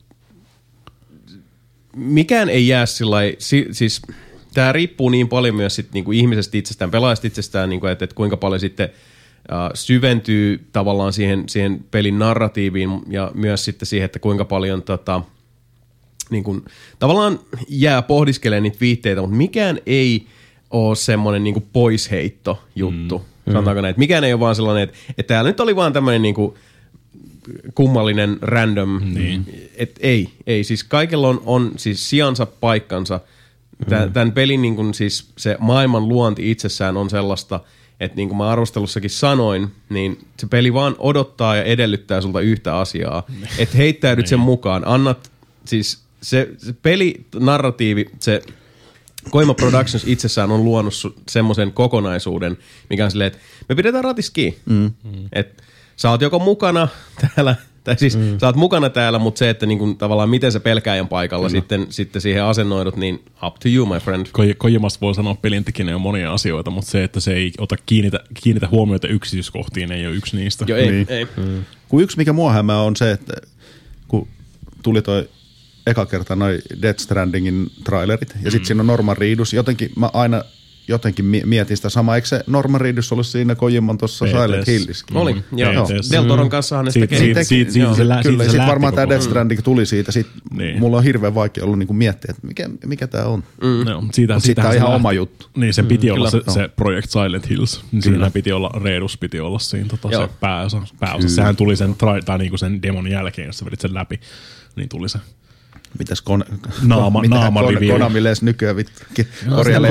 mikään ei jää sillai, si, siis tää riippuu niin paljon myös sit niin kuin ihmisestä itsestään, pelaajasta itsestään, niin kuin, että, että kuinka paljon sitten äh, syventyy tavallaan siihen, siihen pelin narratiiviin ja myös sitten siihen, että kuinka paljon tota, niin kuin, tavallaan jää pohdiskelemaan niitä viitteitä, mutta mikään ei ole semmoinen niin kuin poisheitto juttu. Mm. Sanotaanko näin, että mikään ei ole vaan sellainen, että, että täällä nyt oli vaan tämmöinen niin kuin kummallinen random. Niin. Että ei, ei. Siis kaikilla on, on siis sijansa, paikkansa. Tän, mm. tämän pelin niin kuin siis se maailman luonti itsessään on sellaista, että niin kuin mä arvostelussakin sanoin, niin se peli vaan odottaa ja edellyttää sulta yhtä asiaa. Että heittäydyt sen mukaan. Annat siis... Se, se peli, narratiivi, se Koima Productions itsessään on luonut semmoisen kokonaisuuden, mikä on silleen, että me pidetään ratista kiinni. Mm. Että sä oot joko mukana täällä, tai siis mm. sä oot mukana täällä, mutta se, että niinku, tavallaan miten sä pelkääjän paikalla sitten, sitten siihen asennoidut, niin up to you, my friend. Ko- Kojimasta voi sanoa pelintekijänä jo monia asioita, mutta se, että se ei ota kiinnitä, kiinnitä huomiota yksityiskohtiin, ei ole yksi niistä. Joo, ei. Niin. ei. Mm. Kun yksi, mikä mua hämää, on se, että kun tuli toi eka kerta noi Death Strandingin trailerit, ja sitten mm. siinä on Norman Reedus. Jotenkin mä aina jotenkin mietin sitä samaa. Eikö se Norman Reedus ollut siinä Kojiman tuossa Silent Hilliskin? Oli, mm. joo. joo. Del Toron kanssahan ne sitä kehitti. Siitä, siitä, siitä, siitä, kyllä, siitä sitten varmaan tämä Death Stranding tuli siitä. Sit niin. Mulla on hirveän vaikea ollut niinku miettiä, että mikä, mikä tämä on. Mm. No, siitä, siitä on ihan lähti. Oma juttu. Niin, se piti mm, olla se, se Project Silent Hills. Siinä piti olla, Reedus piti olla siinä tota, se pääosa. pääosa. Sehän tuli sen, tai niinku sen demon jälkeen, jos sä vedit sen läpi, niin tuli se. Mitäs kon, Naama, mitä naamariviiri. Konami lees nykyään korjailee.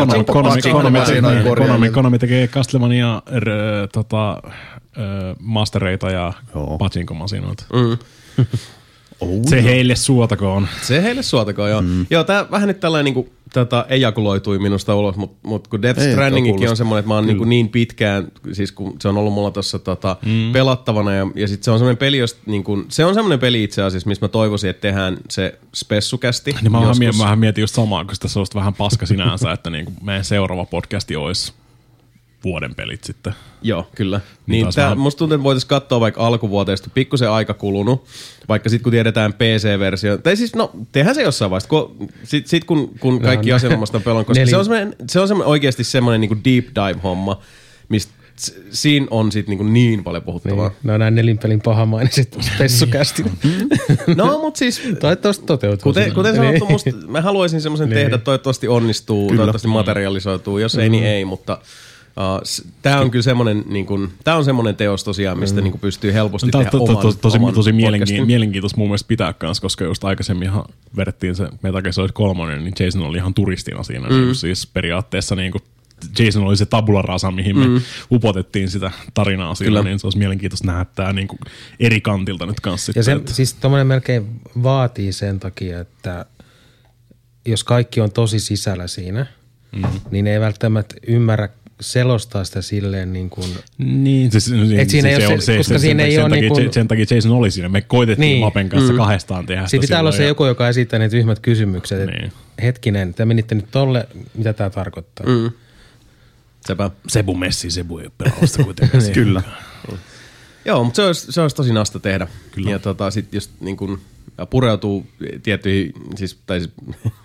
Konami, Konami tekee Castlevania r, tota, mastereita ja pachinko-masinoita. Mm. Oh, se heille suotakoon. Se heille suotakoon, joo. Mm. Joo, tää vähän nyt tällainen niinku, tota, ejakuloitui minusta ulos, mutta mut, kun Death Strandingikin on semmoinen, että mä oon niinku niin pitkään, siis kun se on ollut mulla tuossa tota, mm. pelattavana, ja, ja sit se on semmoinen peli, josta niinku, se on semmoinen peli itse asiassa, missä mä toivoisin, että tehdään se spessukästi. Niin mä joskus. vähän mietin just samaa, kun sitä se olisi vähän paska sinänsä, että niinku meidän seuraava podcasti olisi vuoden pelit sitten. Joo, kyllä. Niin, niin tää, vähän... Musta tuntuu, että voitaisiin katsoa vaikka alkuvuoteesta pikkusen aika kulunut, vaikka sitten kun tiedetään P C-versio. Tai siis, no, tehdään se jossain vaiheessa. Kun, sitten sit kun, kun kaikki asianomaista on pelon, koska se on semmoinen, se on semmoinen oikeasti semmoinen niin kuin deep dive-homma, mistä siinä on sitten niin, niin paljon puhuttavaa. Niin, no näin nelinpelin pahamainiset spessukästi. No, mutta siis... Toivottavasti toteutuu. Kuten, kuten sanottu, musta, mä haluaisin semmoisen tehdä, toivottavasti onnistuu, kyllä. Toivottavasti materialisoituu. Jos mm. ei, niin ei, mutta... Uh, Tämä on kyllä semmoinen, niin kuin, tämä on semmoinen teos tosiaan, mistä mm. niin kuin pystyy helposti tehdä to, to, oman, to, tosi, oman tosi mielenkiintoista mun mielestä pitää kanssa, koska just aikaisemminhan vedettiin se Metal Gear Solid kolmonen, niin Jason oli ihan turistina siinä. Mm. Niin siis periaatteessa niin kuin Jason oli se tabula rasa, mihin me mm. upotettiin sitä tarinaa siinä, niin se olisi mielenkiintoista nähdä tämä niin kuin eri kantilta nyt kanssa. Ja se, siis tommoinen melkein vaatii sen takia, että jos kaikki on tosi sisällä siinä, mm. niin ei välttämättä ymmärrä selostaa sitä silleen niin kuin... Niin, siis, et siinä se, ei ole se, koska sen, siinä sen, ei sen, ole takia, niin kuin... sen takia Jason oli siinä. Me koitettiin niin. Mapen kanssa mm. kahdestaan tehdä sitä. Pitää olla se ja... joku, joka esittää ne tyhmät kysymykset. Niin. Hetkinen, te menitte nyt tolle, mitä tämä tarkoittaa? Mm. Sepä. Sebu messi, Sebu ei ole pelausta kuitenkaan. niin. Kyllä. Mm. Joo, mutta se olisi, se olisi tosi nasta tehdä. Kyllä. Ja tota, sitten jos niin kun pureutuu tiettyihin, siis, tai siis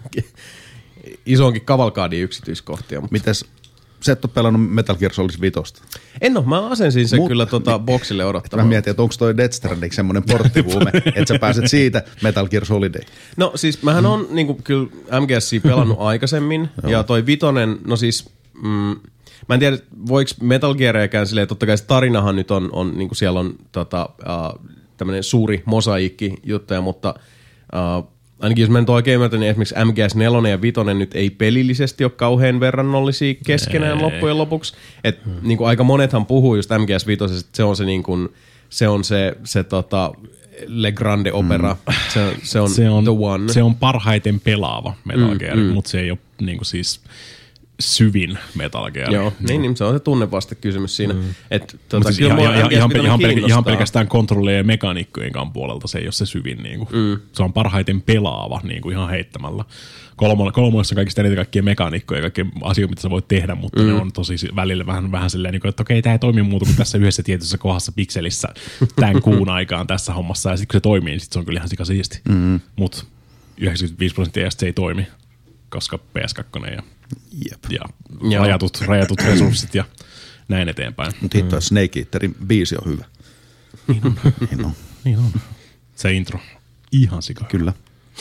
isoonkin kavalkaadiin yksityiskohtia. Mutta... Mites... Sä et ole pelannut Metal Gear Solid viitosta. En ole, mä asensin sen Mut, kyllä tota boksille odottamaan. Mä mietin, että onko toi Death Stranding semmoinen porttivuume, että sä pääset siitä Metal Gear Solideen. No siis mähän on mm. niinku, kyllä M G S:ää pelannut aikaisemmin, ja toi vitonen, no siis, mm, mä en tiedä, voiko Metal Geariäkään silleen, totta kai se tarinahan nyt on, on niinku siellä on tota, uh, tämmönen suuri mosaikki juttuja, mutta uh, ainakin jos mä nyt oikein ymmärtän, niin esimerkiksi M G S neljä ja viisi nyt ei pelillisesti ole kauhean verrannollisia keskenään ei. loppujen lopuksi. Et hmm. niin kuin aika monethan puhuu just M G S viisi, että se on se, niin kuin, se, on se, se tota, Le Grande Opera. Hmm. Se, se, on se on the one. Se on parhaiten pelaava Metal Gear, mm, mm. mutta se ei ole niin kuin siis syvin Metal Gear. Joo, niin, niin se on se tunnevastekysymys siinä. Mm. Et, tota, siis ihan, ihan, ihan, ihan, pelkä, ihan pelkästään kontrolleja ja mekaniikkojenkaan puolelta se ei ole se syvin. Niin kuin. Mm. Se on parhaiten pelaava niin kuin ihan heittämällä. Kolmoissa on kaikista eniten kaikkia mekaniikkoja ja kaikkia asioita, mitä sä voit tehdä, mutta mm. ne on tosi välillä vähän, vähän silleen, että okei, tämä ei toimi muuta kuin tässä yhdessä tietyssä kohdassa pikselissä tämän kuun aikaan tässä hommassa. Ja sitten kun se toimii, niin sit se on kyllä ihan sikasiisti. Mm. Mutta yhdeksänkymmentäviisi prosenttia se ei toimi, koska P S kaksi ja Jep. ja rajatut, rajatut resurssit ja näin eteenpäin. Mutta hittoa, mm. Snake Eaterin biisi on hyvä. Niin on. niin on. Niin on. Se intro. Ihan sika. Kyllä.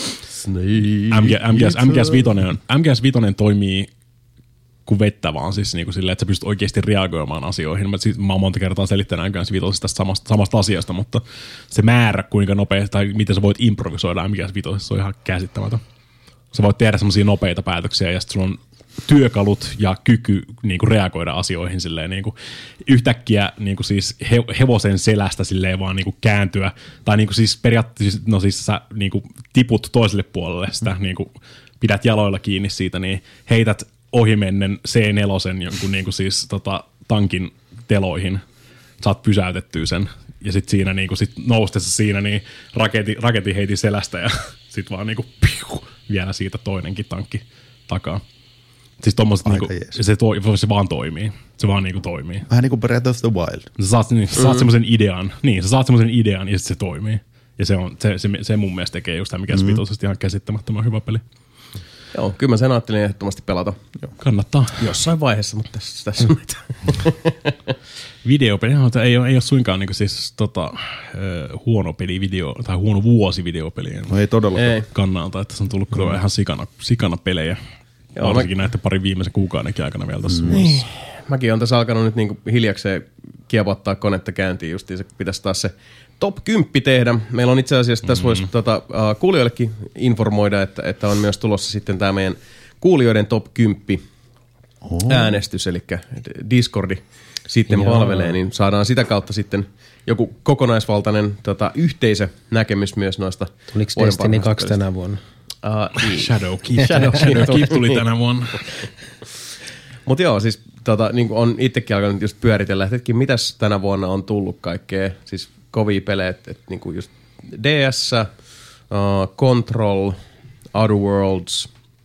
M G S viisi M G S viisi toimii kuin vettä vaan siis niin kuin silleen, että sä pystyt oikeasti reagoimaan asioihin. Mä, siis, mä oon monta kertaa selittänyt M G S viisi tästä samasta, samasta asiasta, mutta se määrä, kuinka nopeasti tai miten sä voit improvisoida M G S viisi, se on ihan käsittämätön. Sä voit tehdä semmosia nopeita päätöksiä ja sitten sulla on työkalut ja kyky niinku reagoida asioihin silleen niinku yhtäkkiä niinku siis he, hevosen selästä silleen vaan niinku kääntyä tai niinku siis periaatteessa no siis sä niinku tiput toiselle puolelle sitä niinku pidät jaloilla kiinni siitä niin heität ohimennen C neljä jonkun niinku siis tota tankin teloihin, saat pysäytettyä sen ja sit siinä niinku sit noustessa siinä niin raketi raketi heiti selästä ja sit vaan niinku piu, vielä siitä toinenkin tankki takaa. Siis tommoset niinku, se, toi, se vaan toimii. Se vaan niinku toimii. Vähän niinku Breath of the Wild. Sä saat, niin, sä saat mm. semmoisen idean. Niin, sä saat semmoisen idean ja sit se toimii. Ja se, on, se, se, se mun mielestä tekee just tämä, mikä mm. vitosesti ihan käsittämättömän hyvä peli. Joo, kyllä mä sen ajattelin ehdottomasti pelata. Joo. Kannattaa. Jossain vaiheessa, mutta tässä, tässä on mitään. Videopeli, ei ole, ei ole suinkaan niinku siis, tota, huono peli video, tai huono vuosi videopelien no ei todellakaan kannalta, että se on tullut kyllä mm. ihan sikana, sikana pelejä. Joo, varsinkin mä... näiden parin viimeisen kuukaudenkin aikana vielä tässä mm. vuodessa. Mäkin on tässä alkanut nyt niinku hiljakseen kiepottaa konetta käyntiin justiin, se pitäisi taas se top kymmenen tehdä. Meillä on itse asiassa, tässä mm. voisi tota, uh, kuulijoillekin informoida, että, että on myös tulossa sitten tämä meidän kuulijoiden top kymmenen oh. äänestys, eli Discordi sitten Jaa. palvelee, niin saadaan sitä kautta sitten joku kokonaisvaltainen tota, yhteisönäkemys myös noista. Tuliko Destiny kaksi tänä vuonna? Uh, niin. Shadowkeep. Shadowkeep tuli tänä vuonna. Mutta joo, siis tota, niin on itsekin alkanut just pyöritellä, että hetki, mitäs tänä vuonna on tullut kaikkea, siis kovia pelejä, että niin kuin just D S, uh, Control, Outer Worlds.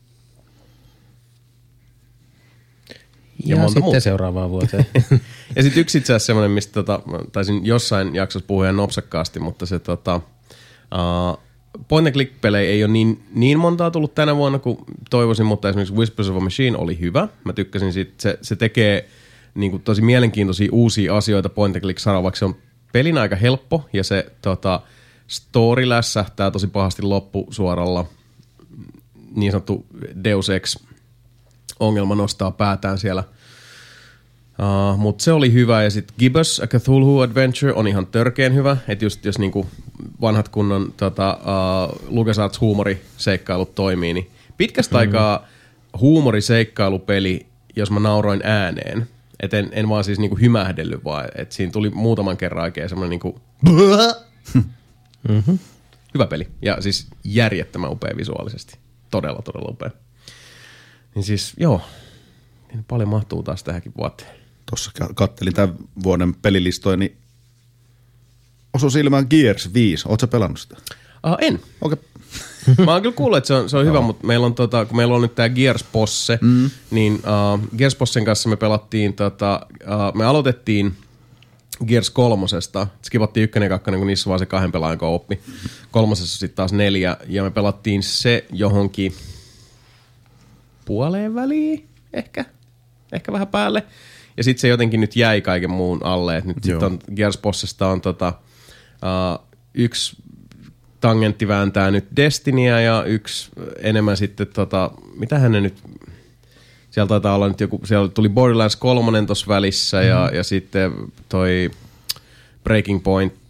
Ja, ja sitten muuta. Seuraavaan vuoteen. Ja sitten yksi itse asiassa semmoinen, mistä tota, taisin jossain jaksossa puhua ihan nopsakkaasti, mutta se tota, uh, point and click-pelejä ei ole niin, niin montaa tullut tänä vuonna kuin toivoisin, mutta esimerkiksi Whispers of a Machine oli hyvä. Mä tykkäsin siitä, se, se tekee niin kuin tosi mielenkiintoisia uusia asioita point and click-saralla, vaikka se on pelin aika helppo ja se tota, story lässähtää tosi pahasti loppusuoralla. Niin sanottu Deus Ex-ongelma nostaa päätään siellä. Uh, mutta se oli hyvä ja sitten Gibbous A Cthulhu Adventure on ihan törkeen hyvä, että just jos niinku vanhat kunnon tota, uh, LucasArts huumoriseikkailut toimii, niin pitkästä mm-hmm. aikaa huumoriseikkailupeli, jos mä nauroin ääneen, et en, en vaan siis niinku hymähdellyt, vaan että siinä tuli muutaman kerran oikein semmoinen niinku mm-hmm. hyvä peli ja siis järjettömän upea visuaalisesti, todella todella upea. Niin siis joo, niin paljon mahtuu taas tähänkin vuoteen. Tuossa kattelin tämän vuoden pelilistoja, niin osui silmään Gears viisi. Ootko sä pelannut sitä? Uh, en. Okei. Okay. Mä oon kyllä kuullut, että se on, se on hyvä, mutta meillä on, tota, kun meillä on nyt tää Gears Posse, mm. niin uh, Gears Possen kanssa me pelattiin, tota, uh, me aloitettiin Gears kolmosesta. Skipattiin ykkönen ja kakkonen, kun niissä vaan se kahden pelaajan kooppi. Kolmosessa sitten taas neljä, ja me pelattiin se johonkin puoleen väliin, ehkä. Ehkä vähän päälle. Ja sitten se jotenkin nyt jäi kaiken muun alle. Et nyt sit on, Gears Possesta on tota, uh, yksi tangentti vääntää nyt Destinyä ja yksi enemmän sitten, tota, mitähän ne nyt, siellä taitaa olla nyt joku, siellä tuli Borderlands kolmonen tossa välissä mm-hmm. ja, ja sitten toi Breaking Point,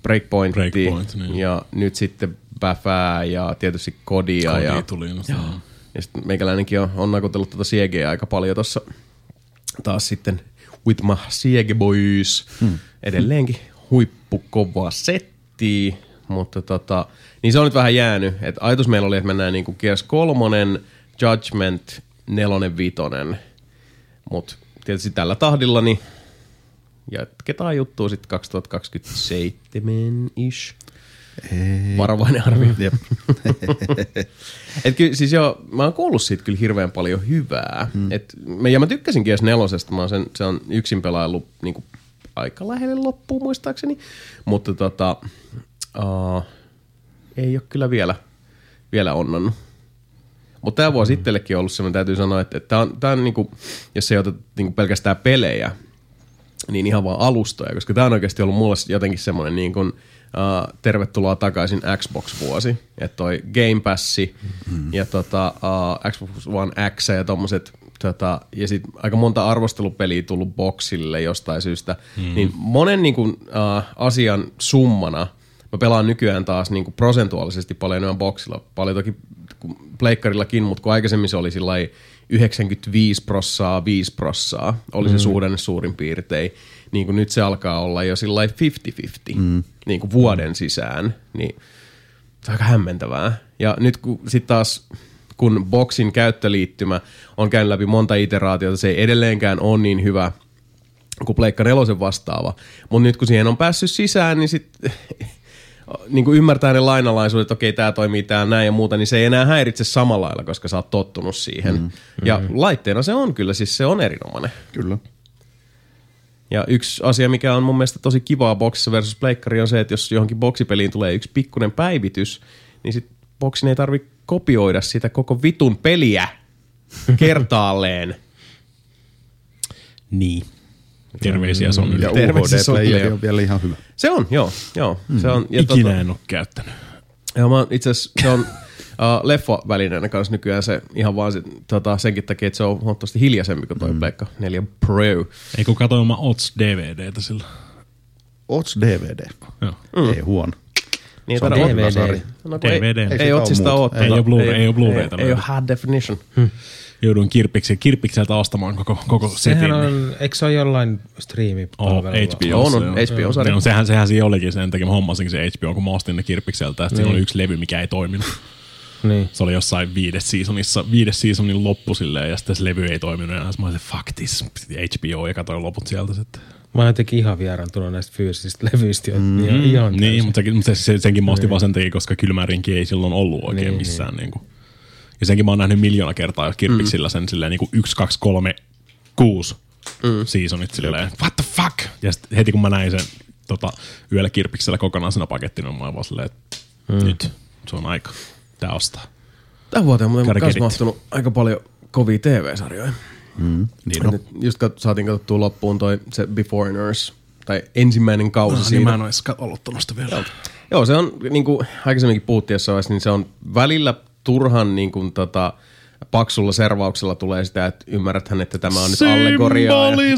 Breakpointia Breakpoint, niin. ja nyt sitten Bäfää ja tietysti Kodia. Kodi ja, tuli. No, ja sitten meikäläinenkin on, on nakutellut tuota Siegeä aika paljon tuossa taas sitten with my Siege boys. Hmm. Edelleenkin huippukovaa settiä, mutta tota, niin se on nyt vähän jäänyt. Et ajatus meillä oli, että mennään niinku Gears kolmonen, Judgment, nelonen, vitonen, mutta tietysti tällä tahdilla niin jatketaan juttua sitten kaksituhattakaksikymmentäseitsemän-ish. Ei. Varovainen arvio. Jep. Et kyllä, siis joo, mä oon kuullut siitä kyllä hirveän paljon hyvää. Hmm. Et, ja mä tykkäsin Gears nelosesta, mä oon sen, se on yksin pelaillut niinku aika lähelle loppuun muistaakseni, mutta tota, uh, ei ole kyllä vielä, vielä onnannut. Mutta tämä vuosi hmm. itsellekin on ollut semmoinen, täytyy sanoa, että tämä on, tää on niinku, jos ei ota niinku pelkästään pelejä, niin ihan vaan alustoja, koska tämä on oikeasti ollut mulle jotenkin semmoinen niin kuin, uh, tervetuloa takaisin Xbox-vuosi. Että toi Game Passi mm-hmm. ja tota, uh, Xbox One X ja tommoset, tota, ja sit aika monta arvostelupeliä tullut boxille jostain syystä. Mm-hmm. Niin monen niin kuin, uh, asian summana mä pelaan nykyään taas niin kuin prosentuaalisesti paljon enemmän boxilla. Paljon toki pleikkarillakin, mutta kun aikaisemmin se oli sillai yhdeksänkymmentäviisi prossaa, viisi prossaa oli se mm. suhdanne suurin piirtein. Niin kuin nyt se alkaa olla jo sillai viisikymmentä viisikymmentä mm. niin kuin vuoden sisään. Niin se on aika hämmentävää. Ja nyt kun sit taas, kun boxin käyttöliittymä on käynyt läpi monta iteraatiota, se ei edelleenkään ole niin hyvä kuin Pleikka nelosen vastaava. Mutta nyt kun siihen on päässyt sisään, niin sitten niin kuin ymmärtää ne lainalaisuudet, että okei, tämä toimii tää näin ja muuta, niin se ei enää häiritse samalla lailla, koska sä oot tottunut siihen. Mm, ja mm. laitteena se on kyllä, siis se on erinomainen. Kyllä. Ja yksi asia, mikä on mun mielestä tosi kivaa boksissa versus pleikkari, on se, että jos johonkin boksipeliin tulee yksi pikkuinen päivitys, niin sit boksin ei tarvitse kopioida sitä koko vitun peliä kertaalleen. Niin. Terveisiä Sony. Ja U H D-playeri on vielä ihan hyvä. Se on, joo. joo. Mm. Se on, ja ikinä tota, en ole käyttänyt. Joo, mä itse asiassa se on uh, leffa-välineenä kanssa nykyään se ihan vaan se, tota, senkin takia, että se on huomattavasti hiljaisempi kuin toi mm. Pleikka neljä Pro. Ei kun katsoin mä O T S D V D:tä sillä. O T S D V D? Joo. Mm. Ei huono. Niin, se on D V D. No, D V D. Ei, ei O T Sista ole. Ei ole Blu-ray. Ei, ei ole Blu-rayta. Ei, ei ole high definition. Hmm. Joudun kirppiksi, kirppikseltä ostamaan koko, koko setin. Sehän on, eikö se ole jollain striimipalvelulla? Oh, H B O. On, on H B O-sarja. No, sehän, sehän siinä olikin sen takia, mä hommasinkin se H B O, kun mä ostin ne kirppikseltä, ja niin. Siinä oli yksi levy, mikä ei toiminut. Niin. Se oli jossain viides seasonissa, viides seasonin loppu silleen, ja sitten se levy ei toiminut enää. Mä olin se, fuck this, H B O, ja katsoin loput sieltä sitten. Mä oon jotenkin ihan vierantunut näistä fyysisistä levyistä. Mm, ihan, ihan niin, mutta sen, senkin mä ostin niin. vaan sen takia, koska kylmärinki ei silloin ollut oikein niin, missään. Niin. Niin kuin. Ja senkin mä oon nähnyt miljoona kertaa kirppiksillä sen silleen niin kuin yksi, kaksi, kolme, kuusi mm. seasonit silleen, what the fuck? Ja sitten heti kun mä näin sen tota, yöllä kirppiksellä kokonaisena pakettina, mä oon vaan silleen, että mm. nyt se on aika. Tää ostaa. Tämän vuoteen on muuten myös mahtunut aika paljon kovia T V-sarjoja. Mm. Niin no. Just kat, saatiin katsottua loppuun toi se Beforeigners, tai ensimmäinen kausi no, siitä. Niin mä en ois aloittanut sitä vielä. Joo, Joo se on, niin kuin aikaisemminkin puhuttiin jossain vaiheessa, niin se on välillä turhan niin kuin, tota, paksulla servauksella tulee sitä, että ymmärräthän, että tämä on nyt allegoriaa. Ja,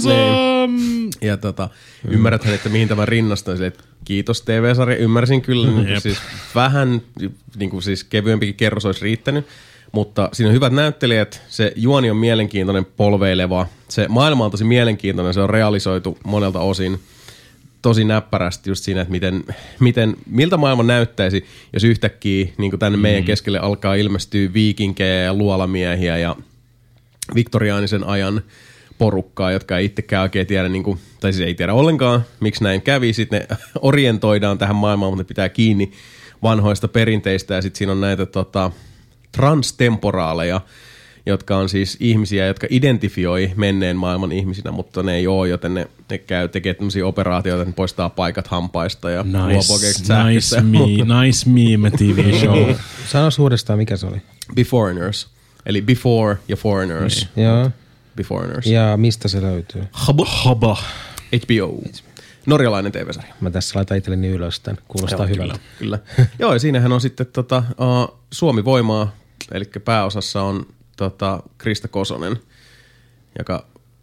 niin, ja tota, mm. ymmärräthän, että mihin tämä rinnastaa. Sille, että kiitos T V-sarja, ymmärsin kyllä. Mm, niin siis vähän niin kuin siis kevyempikin kerros olisi riittänyt. Mutta siinä on hyvät näyttelijät, se juoni on mielenkiintoinen, polveileva. Se maailma on tosi mielenkiintoinen, se on realisoitu monelta osin tosi näppärästi just siinä, että miten, miten, miltä maailma näyttäisi, jos yhtäkkiä niin kuin tänne mm. meidän keskelle alkaa ilmestyä viikinkejä ja luolamiehiä ja viktoriaanisen ajan porukkaa, jotka ei itsekään oikein tiedä, niin kuin, tai siis ei tiedä ollenkaan, miksi näin kävi. Sitten ne orientoidaan tähän maailmaan, mutta ne pitää kiinni vanhoista perinteistä ja sitten siinä on näitä tota, transtemporaaleja, jotka on siis ihmisiä, jotka identifioi menneen maailman ihmisinä, mutta ne ei ole, joten ne, ne käy tekemään tämmöisiä operaatioita, että ne poistaa paikat hampaista ja nice, luo pokeiksi sähkössä. Nice, me, nice meme T V show. Sano uudestaan, mikä se oli? Beforeigners, eli Before ja Foreigners. Mm. Joo. Beforeigners. Ja mistä se löytyy? Haba. Haba. H B O. Norjalainen T V-sarja. Mä tässä laitan itselleni ylös tämän. Kuulostaa Joo, hyvältä. Kyllä. kyllä. Joo, ja siinähän on sitten tota, uh, Suomi voimaa, eli pääosassa on tota, Krista Kosonen, joka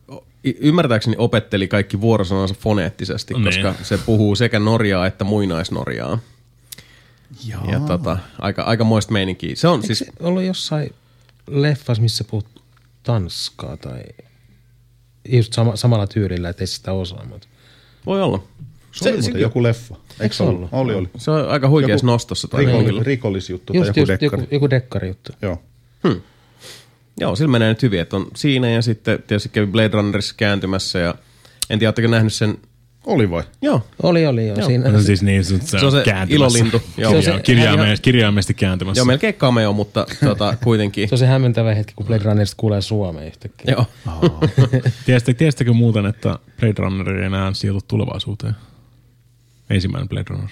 ymmärtääkseni opetteli kaikki vuorosanansa foneettisesti, niin. koska se puhuu sekä norjaa että muinaisnorjaa. Jaa. Ja tota, aika, aika moista meininkiä. Se on Eikö siis... se ollut jossain leffassa, missä puhut tanskaa tai just sama, samalla tyylillä, ettei sitä osaa, mutta... Voi olla. Se, se oli se, joku leffa. Eikö se ollut? Oli, oli. Se on aika huikeassa nostossa. Tai rikollis, rikollisjuttu just, tai joku just, dekkari. Joku, joku dekkarijuttu. Joo. Hmm. Joo, sillä menee nyt hyvin, että on siinä ja sitten tietysti kävi Blade Runnerissa kääntymässä ja en tiedä, oletteko nähnyt sen... Oli vai? Joo. Oli, oli joo. Joo. Siinä, No siis niin, se, se, se on se ilolintu. Joo. Se on se- Kirja, kirjaimellisesti, kirjaimellisesti kääntymässä. Joo, melkein cameo, mutta tota, kuitenkin. se on se hämmentävä hetki, kun Blade Runnerista kuulee Suomeen yhtäkkiä. Joo. Tiedättekö, tiedättekö muuten, että Blade Runner ei enää sijoitu tulevaisuuteen? Ensimmäinen Blade Runner.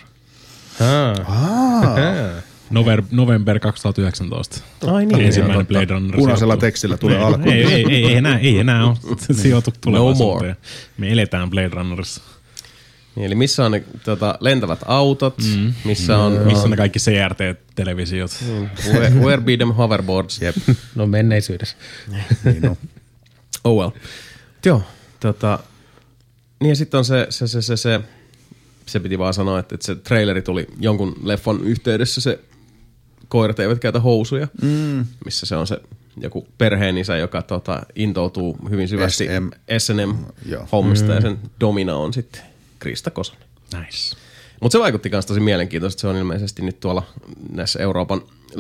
Ah. Nover, November kaksituhattayhdeksäntoista. Ai niin. Ensimmäinen Blade Runner. Punaisella sijoittuu. tekstillä tulee Ei, alkuun. Ei, ei, ei, ei, enää, ei enää ole sijoitu tulevaisuuteen. more. Me eletään Blade Runnerissa. Niin, eli missä on ne tota, lentävät autot, mm. missä on... Missä on ne kaikki C R T-televisiot? Where, where be them hoverboards? Jep. No menneisyydessä. Niin on. Oh well. Joo, tota... Niin ja sitten on se, se, se, se, se, se piti vaan sanoa, että, että se traileri tuli jonkun leffon yhteydessä, se koirat eivät käytä housuja, mm. missä se on se joku perheenisä, joka tota, intoutuu hyvin syvästi S M. S and Joo. M-hommista mm. ja sen domina on sitten Krista Kosonen. Nice. Mutta se vaikutti myös tosi mielenkiintoista. Se on ilmeisesti nyt tuolla näissä Euroopan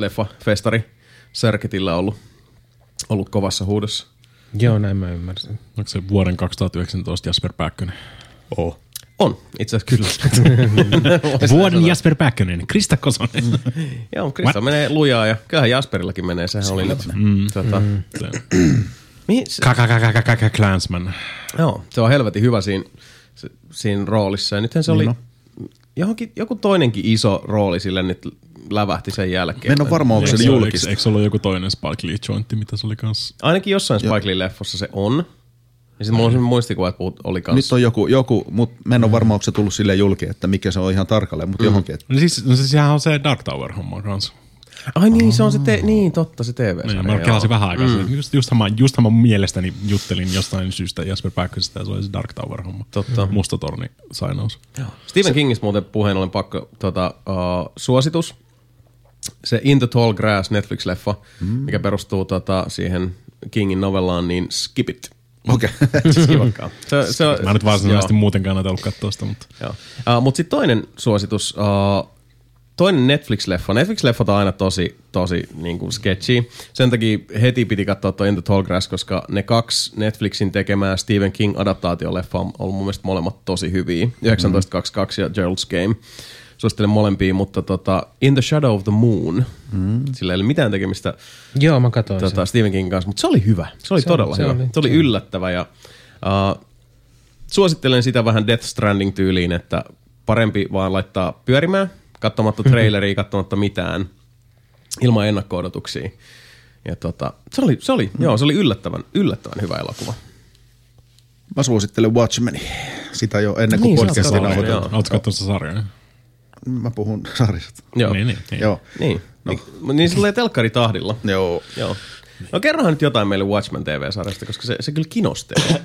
leffa-festari-särkitillä ollut, ollut kovassa huudossa. Joo, näin mä ymmärsin. Onko se vuoden kaksituhattayhdeksäntoista Jasper Pääkkönen? Oh. On, itse asiassa kyllä. Vuoden Jasper Pääkkönen, Krista Kosonen. Joo, Krista menee lujaa ja kyllähän Jasperillakin menee. Sehän oli nyt. Mm. Tota, Mm. mihin se, Clansman. joo, se on helvetin hyvä siinä, se, siinä roolissa. Ja nythän se oli No. johonkin, joku toinenkin iso rooli sille nyt lävähti sen jälkeen. Mä en ole varma, onko se Eikö, julkista. eikö se ollut joku toinen Spike Lee jointti, mitä se oli kanssa? Ainakin jossain Spike Lee leffossa se on. Ja sitten mulla on sellainen muistikuva, että puhut, oli kanssa. Nyt on joku, joku mutta mä en ole varma, onko se tullut silleen julki, että mikä se on ihan tarkalleen, mutta mm. johonkin. Että... No siis, no siis sehän on se Dark Tower-homma kanssa. Ai niin, se on se, te- niin totta, se T V-sarja. Niin, mä kelasin vähän aikaa. Mm. Just, justhan, mä, justhan mä mielestäni juttelin jostain syystä Jasper Pääkkösestä ja se oli se Dark Tower-homma. Totta. Mustatorni sainaus. Stephen Kingistä muuten puheen ollen pakko tota, uh, suositus. Se In the Tall Grass Netflix-leffa, mm. mikä perustuu tota, siihen Kingin novellaan, niin skip it. Okei. Okay. Skipakkaa. Se, se, Mä nyt varsinaisesti muutenkaan ajatellut katsoa sitä, mutta... Uh, mutta sitten toinen suositus, uh, toinen Netflix-leffa. Netflix-leffat on aina tosi, tosi niin kuin sketchy. Sen takia heti piti katsoa tuo In the Tall Grass, koska ne kaksi Netflixin tekemää Stephen King-adaptaatioleffa on ollut mun mielestä molemmat tosi hyviä. yhdeksäntoista kaksikymmentäkaksi ja Gerald's Game. Suosittelen molempia, mutta tota, In the Shadow of the Moon, mm. sillä ei ole mitään tekemistä Joo, mä katsoin tota, sen. Stephen Kingin kanssa, mutta se oli hyvä. Se oli Se todella oli- se hyvä. oli- se oli se oli. yllättävä ja uh, suosittelen sitä vähän Death Stranding-tyyliin, että parempi vaan laittaa pyörimään, katsomatta traileria, katsomatta mitään, ilman ennakko-odotuksia. Ja tota, se oli, se oli, mm. joo, se oli yllättävän, yllättävän hyvä elokuva. Mä suosittelen Watchmeni. Sitä jo ennen kuin Niin, sä podcastin oot katsonut, nauhoiteltu. joo. Ootko katsonut sitä sarjaa? Mä puhun sarjasta. Joo, Niin, niin. niin. Joo. niin. No. Niin, niin silleen telkkaritahdilla. Joo. Joo. No kerrohan nyt jotain meille Watchmen T V-sarjasta, koska se, se kyllä kiinnostaa.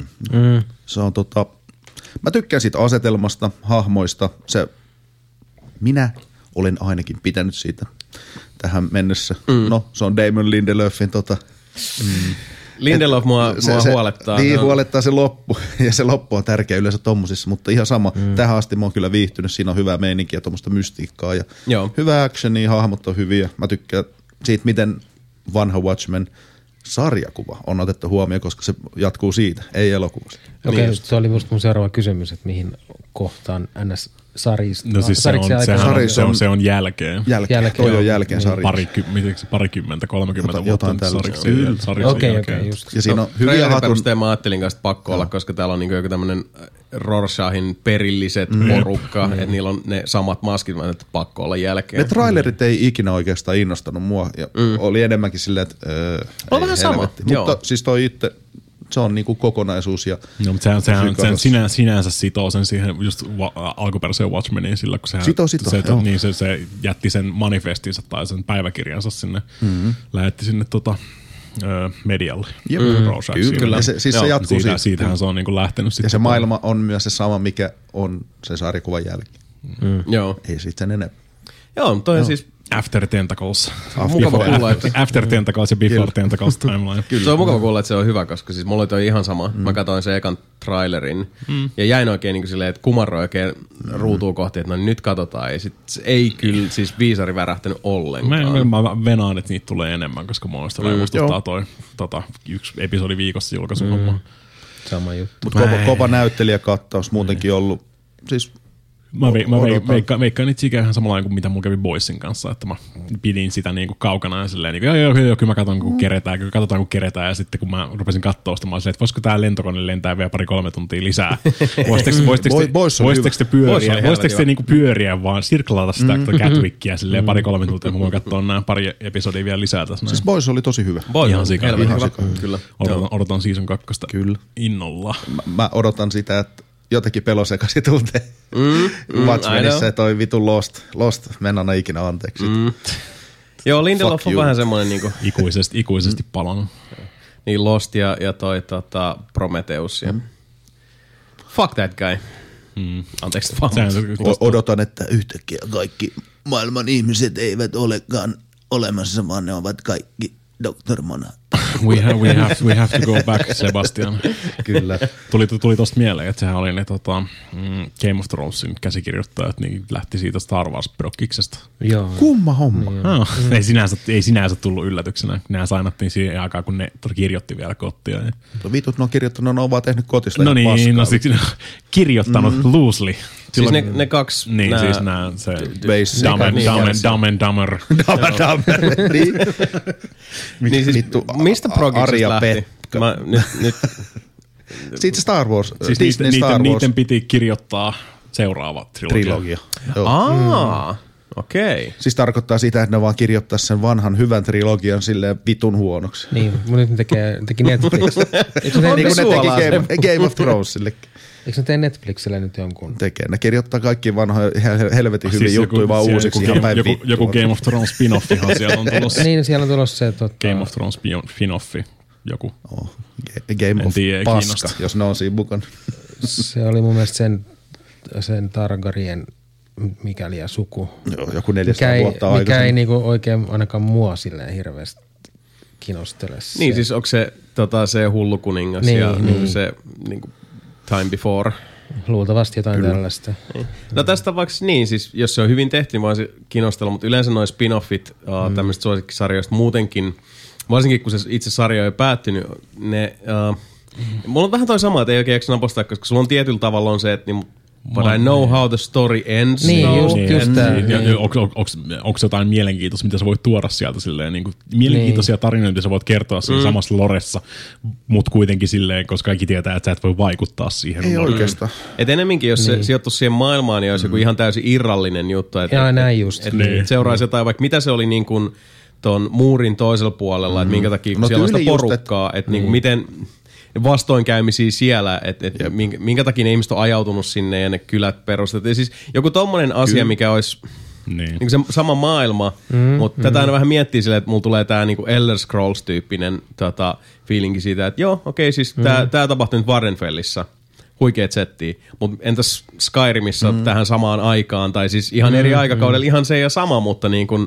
Se on tota, mä tykkään siitä asetelmasta, hahmoista. Se, minä olen ainakin pitänyt siitä tähän mennessä. Mm. No, se on Damon Lindelöfin tota, Lindelof mua, se, mua se, huolettaa. Niin, No. huolettaa se loppu. Ja se loppu on tärkeä yleensä tommosissa, mutta ihan sama. Mm. Tähän asti mä oon kyllä viihtynyt. Siinä on hyvää meininkiä ja tommoista mystiikkaa. Ja Joo. hyvää actionia, hahmot on hyviä. Mä tykkään siitä, miten vanha Watchmen sarjakuva on otettu huomioon, koska se jatkuu siitä, ei elokuvasta. Okei, Niin se oli just mun seuraava kysymys, että mihin kohtaan N S-sarjista. No siis se on, sehän on, se on, se on jälkeen. Jälkeen, Jälkeen, toi on joo. jälkeen Niin. sarja. Pari, mitenkä se, parikymmentä, kolmekymmentä Jotain- vuotta jotain nyt tällaista. sarjaksi- Kyllä. sarjaksi Okei, jälkeen. okei, just. Ja siinä on hyviä Trailerin hatun. perusteella mä ajattelin kanssa, että pakko olla, koska täällä on niinku joku tämmönen Rorschahin perilliset mm. porukka, mm. että niillä on ne samat maskit, vaan että pakko olla jälkeen. Ne trailerit ei ikinä oikeastaan innostanut mua. Ja mm. oli enemmänkin silleen, että öö, On ei vähän sama, helvetti. joo. Mutta siis toi itse, se on niinku kokonaisuus. Ja No, mutta sehän, sehän, Tosi sen karas. sinä, sinänsä sitoo sen siihen just va- alkuperäiseen Watchmeniin sillä, kun sehän, Sitoo, sitoo, se, joo. niin, se, se jätti sen manifestinsa tai sen päiväkirjansa sinne, mm-hmm. lähetti sinne tota, öö, medialle. Jep. Mm. Kyllä, ja se, siis se jatkuu siitä. siitä. Siitähän se on niinku lähtenyt. Ja se maailma on myös se sama, mikä on se sarjakuvan jälkeen. Mm. Joo. Ei sitten enemmän. Joo, toi on siis... After Tentacles. Mukava kuulla, että... After Tentacles ja Before Tentacles timeline. Kyllä. Se on mukava kuulla, että se on hyvä, koska siis mulla oli toi ihan sama. Mm. Mä katsoin sen ekan trailerin mm. ja jäin oikein niin kuin silleen, että kumarroin oikein mm. ruutuun kohti, että no nyt katsotaan. Ja sit ei kyllä siis viisari värähtänyt ollenkaan. Mä, mä venaan, että niitä tulee enemmän, koska mua sitä mm. toi tota, yksi episodi viikossa julkaisuhomma. Mm. Sama juttu. Mutta kova, kova näyttelijäkattaus muutenkin ollut. Siis Mä, ve, mä veikkaan veikka niitä sikähän samalla kuin mitä mulla kävi Boysin kanssa, että mä pidin sitä niinku kaukana ja silleen, niin joo, joo, joo, kyllä mä katson kun keretään, kyllä katsotaan kun keretään ja sitten kun mä rupesin katsoa sitä, mä olin silleen, että voisiko tää lentokone lentää vielä pari-kolme tuntia lisää. Voisitteko te pyöriä, voisitteko te niinku pyöriä vaan, sirklata sitä mm-hmm. Catwickia silleen pari-kolme tuntia, mä voin katsoa nämä pari episodia vielä lisää tässä. Siis Boys oli tosi hyvä. Boys ihan sika. Ihan sika. Kyllä. Odotan, odotan season kakkosta kyllä. Innolla. Mä, mä odotan sitä, että jotenkin pelosekaisin tuntee mm, mm, Watchmenissa toi vitu Lost, Lost mennään ikinä anteeksi. Mm. Joo, Lindelof on vähän semmoinen niinku... Ikuisesti, ikuisesti palannut. Niin Lost ja, ja toi tota, Prometheus ja... Mm. Fuck that guy. Mm. Anteeksi vaan. Odotan, että yhtäkkiä kaikki maailman ihmiset eivät olekaan olemassa, vaan ne ovat kaikki doktor Mona. We have, we have, we have to go back, Sebastian. Kyllä. Tuli, tuli tosta mieleen, että sehän oli ne tota, Game of Thronesin käsikirjoittajat, niin lähti siitä Star Wars-prokkiksesta. Joo. Kumma homma. Niin, no, mm. ei, sinänsä, ei sinänsä tullut yllätyksenä. Nämä sainattiin siihen aikaan, kun ne kirjoitti vielä kottia. Niin. Vitut, ne on kirjoittanut, ne on vaan tehnyt kotista. No niin, no siksi kirjoittanut mm. loosely. Siis ne, ne kaksi... Niin, nää, siis nää se... Base. Dumb and Dumb and Dumber. Dumb and Dumber, niin. Niin siis, mistä prokiksesta lähti? Mä, nyt, nyt. Sitten Star Wars. Siis Disney niiden, Star Wars. niiden piti kirjoittaa seuraava trilogia. trilogia. Aa, mm. okei. Okay. Siis tarkoittaa sitä, että ne vaan kirjoittaa sen vanhan hyvän trilogian silleen vitun huonoksi. Niin, mun nyt ne tekee, teki Netflix. Eikö ne, niin kuin ne teki Game, Game of Thronesillekin. Eikö ne tee Netflixille nyt jonkun? Tekee. Ne kirjoittaa kaikki vanhoja helvetin hyviä siis juttuja vaan uusiksi joku, ihan päin joku, joku Game of Thrones spin-offihan siellä on tulossa. Niin, siellä on tulossa se... Tota... Game of Thrones spin-offi. Joku. Oh, Game of tiedä, paska, kiinnosta. Jos ne on siinä mukana. Se oli mun mielestä sen, sen Targaryen mikäli ja suku. Joo, joku neljäsataa vuotta aikaisemmin. Mikä ei niinku oikein ainakaan mua silleen hirveästi kinostele. Niin, siis onko se, tota, se hullu kuningas niin, ja niin. se niinku, Time Before? Luultavasti jotain Kyllä. tällaista. Niin. No tästä vaikka niin, siis jos se on hyvin tehty, niin voi se kinostella, mutta yleensä noi spin-offit uh, mm. tämmöisistä suosikkisarjoista muutenkin, varsinkin kun se itse sarja on jo päättynyt, ne... Uh, mm. Mulla on vähän toi sama, että ei oikein jaksa napostaa, koska sulla on tietyllä tavalla on se, että niin, but I know how the story ends. Niin, no. just, just tää. Niin. Onko jotain mielenkiintoista, mitä sä voit tuoda sieltä silleen, niin kuin, mielenkiintoisia niin. tarinoita, mitä sä voit kertoa siinä mm. samassa loressa, mutta kuitenkin silleen, koska kaikki tietää, että sä et voi vaikuttaa siihen. Ei oikeastaan. Et enemminkin, jos niin. se sijoittuisi siihen maailmaan, niin olisi mm. joku ihan täysin irrallinen juttu. Et, Jaa, et, näin just. Et, niin. Seuraisi jotain, vaikka mitä se oli niin kuin ton muurin toisella puolella, mm. että minkä takia, kun no, siellä on sitä porukkaa, että et, mm. niin miten... vastoinkäymisiä siellä, että et minkä, minkä takia ne ihmiset on ajautunut sinne ja ne kylät perustettu. Siis joku tommonen asia, Kyllä. mikä olisi niin. Niin se sama maailma, mm, mutta mm. tätä aina vähän miettii silleen, että mulla tulee tää niinku Elder Scrolls-tyyppinen tota, feelingi siitä, että joo, okei, okay, siis mm. tää, tää tapahtui nyt Vardenfellissä, huikeet settiä, mutta entäs Skyrimissa mm. tähän samaan aikaan, tai siis ihan eri mm, aikakaudella, mm. ihan se ja sama, mutta niin kuin,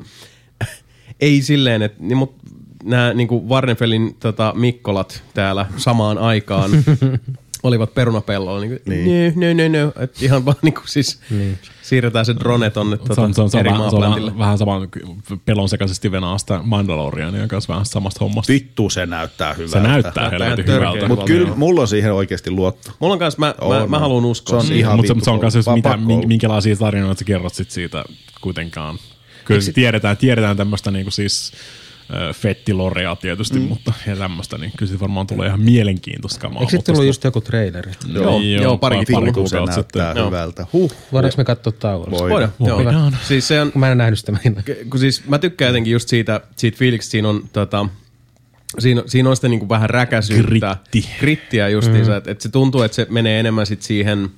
ei silleen, että niin, mut, nämä niin Vardenfellin tota, Mikkolat täällä samaan aikaan olivat perunapellolla. Niin, niin. nö, nö, nö, nö. Et ihan vaan niin kuin, siis niin. siirretään se drone tonne tota, se on, se on, eri vähän, maaplantille. Se on vähän sama pelon sekaisesti venaa sitä Mandaloriania kanssa vähän samasta hommasta. Vittu, se näyttää hyvältä. Se näyttää helvetin hyvältä. Mutta kyllä mulla on siihen oikeasti luotto. Mulla on kanssa, mä, on, mä, mä haluan uskoa. Se on ihan Mutta se on kanssa, mitä, minkälaisia tarinoita sä kerrot sit siitä kuitenkaan. Kyllä Eikö tiedetään, tiedetään tämmöistä niinku siis... fettilorea tietysti, mm. mutta ja tämmöistä, niin kyllä se varmaan tulee ihan mielenkiintoista kamaa. Eikö sitten tullut just joku traileri? Joo, niin, joo, parikin pari kuukautta sitten. Näyttää hyvältä. Huh. Voidaanko me katsoa taulusta? Voidaan. Voidaan. Siis se on, mä en nähnyt sitä mennä. Kun siis mä tykkään jotenkin just siitä, siitä fiiliksestä, siinä on tota, siinä, siinä on sitä niinku vähän räkäisyyttä. Gritti. Grittiä justiinsa, mm. että et se tuntuu, että se menee enemmän sit siihen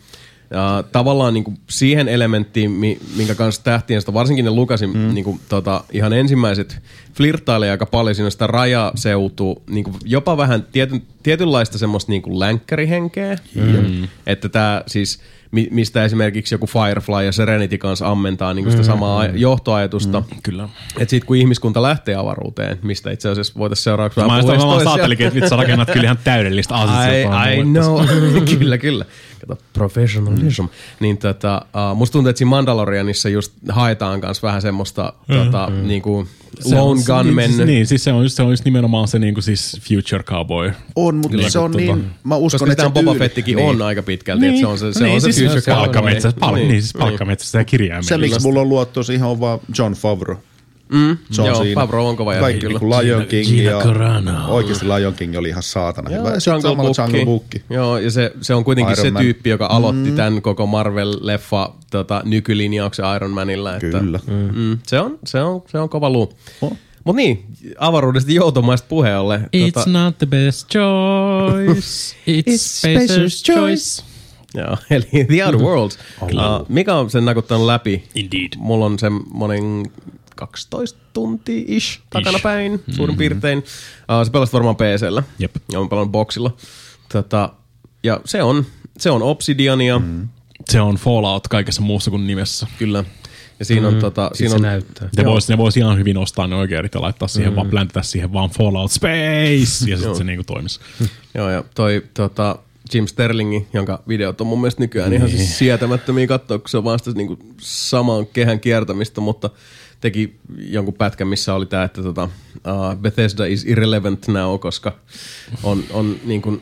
Uh, tavallaan niinku siihen elementtiin, minkä kanssa tähtien sitä, varsinkin ne lukasin mm. niinku, tota, ihan ensimmäiset flirttailee aika paljon siinä sitä rajaseutua, niinku, jopa vähän tiety, tietynlaista semmoista niinku länkkärihenkeä, mm. että tää siis mistä esimerkiksi joku Firefly ja Serenity kanssa ammentaa niin sitä samaa mm. johtoajatusta. Mm, kyllä. Että sitten kun ihmiskunta lähtee avaruuteen, mistä itse asiassa voitaisiin seuraavaksi vähän puhua. Mä vaan saattelinkin, että nyt sä rakennat kyllä ihan täydellistä asiaa. I, I know. kyllä, kyllä. Kato, professionalism. Mm. Niin tota, uh, musta tuntuu, että siinä Mandalorianissa just haetaan kanssa vähän semmoista mm. tota, mm. niinku lone gunman. Niin, siis, niin, siis se on just, se on just nimenomaan se niinku siis future cowboy. On, mutta kyllä, se on tota, niin, mä uskon, koska että se Boba Fettikin niin. on aika pitkälti, niin. että se on se, se, niin, on se siis future cowboy. Palkkametsässä, pal- niin. niin siis palkkametsässä ja kirjaimellisesti. Se, miksi mulla on luotto siihen, on vaan Jon Favreau. Mm, se on joo, siinä. Favreau on kova jätki. Kaikki niin kuin Lion King Gina ja Carano. Oikeasti Lion King oli ihan saatana joo, hyvä. Ja Jungle Book. Jungle Book. Joo, ja se, se on kuitenkin Iron se Man. Tyyppi, joka aloitti mm. tämän koko Marvel-leffa tota, nykylinjauksen Iron Manilla. Että, Kyllä. Mm. Mm, se, on, se, on, se on kova luu. Oh. Mut niin, avaruudesta joutomaista puheen ollen. It's tota, not the best choice, it's Spacer's choice. Joo, eli The Outer Worlds. Oh. Uh, mikä on sen nakuttanut läpi? Indeed. Mulla on semmonen kaksitoista tuntia-ish takana päin, mm-hmm. suurin piirtein. Uh, se pelasi varmaan P C:llä. Jep. Ja mä pelaan boxilla. Tota, ja se on, se on Obsidiania. Mm. Se on Fallout kaikessa muussa kuin nimessä. Kyllä. Ja siinä on mm, tota... Siinä se on, näyttää. Ne vois, ne vois ihan hyvin ostaa ne oikeudet ja laittaa siihen mm. vaan, pläntätä siihen vaan Fallout Space, ja sitten se niinku toimisi. Joo, ja toi tota, Jim Sterlingin, jonka videot on mun mielestä nykyään niin. ihan siis sietämättömiä katsoa, kun se on vaan sitä niinku saman kehän kiertämistä, mutta teki jonkun pätkän, missä oli tää, että tota, uh, Bethesda is irrelevant now, koska on, on niin kuin,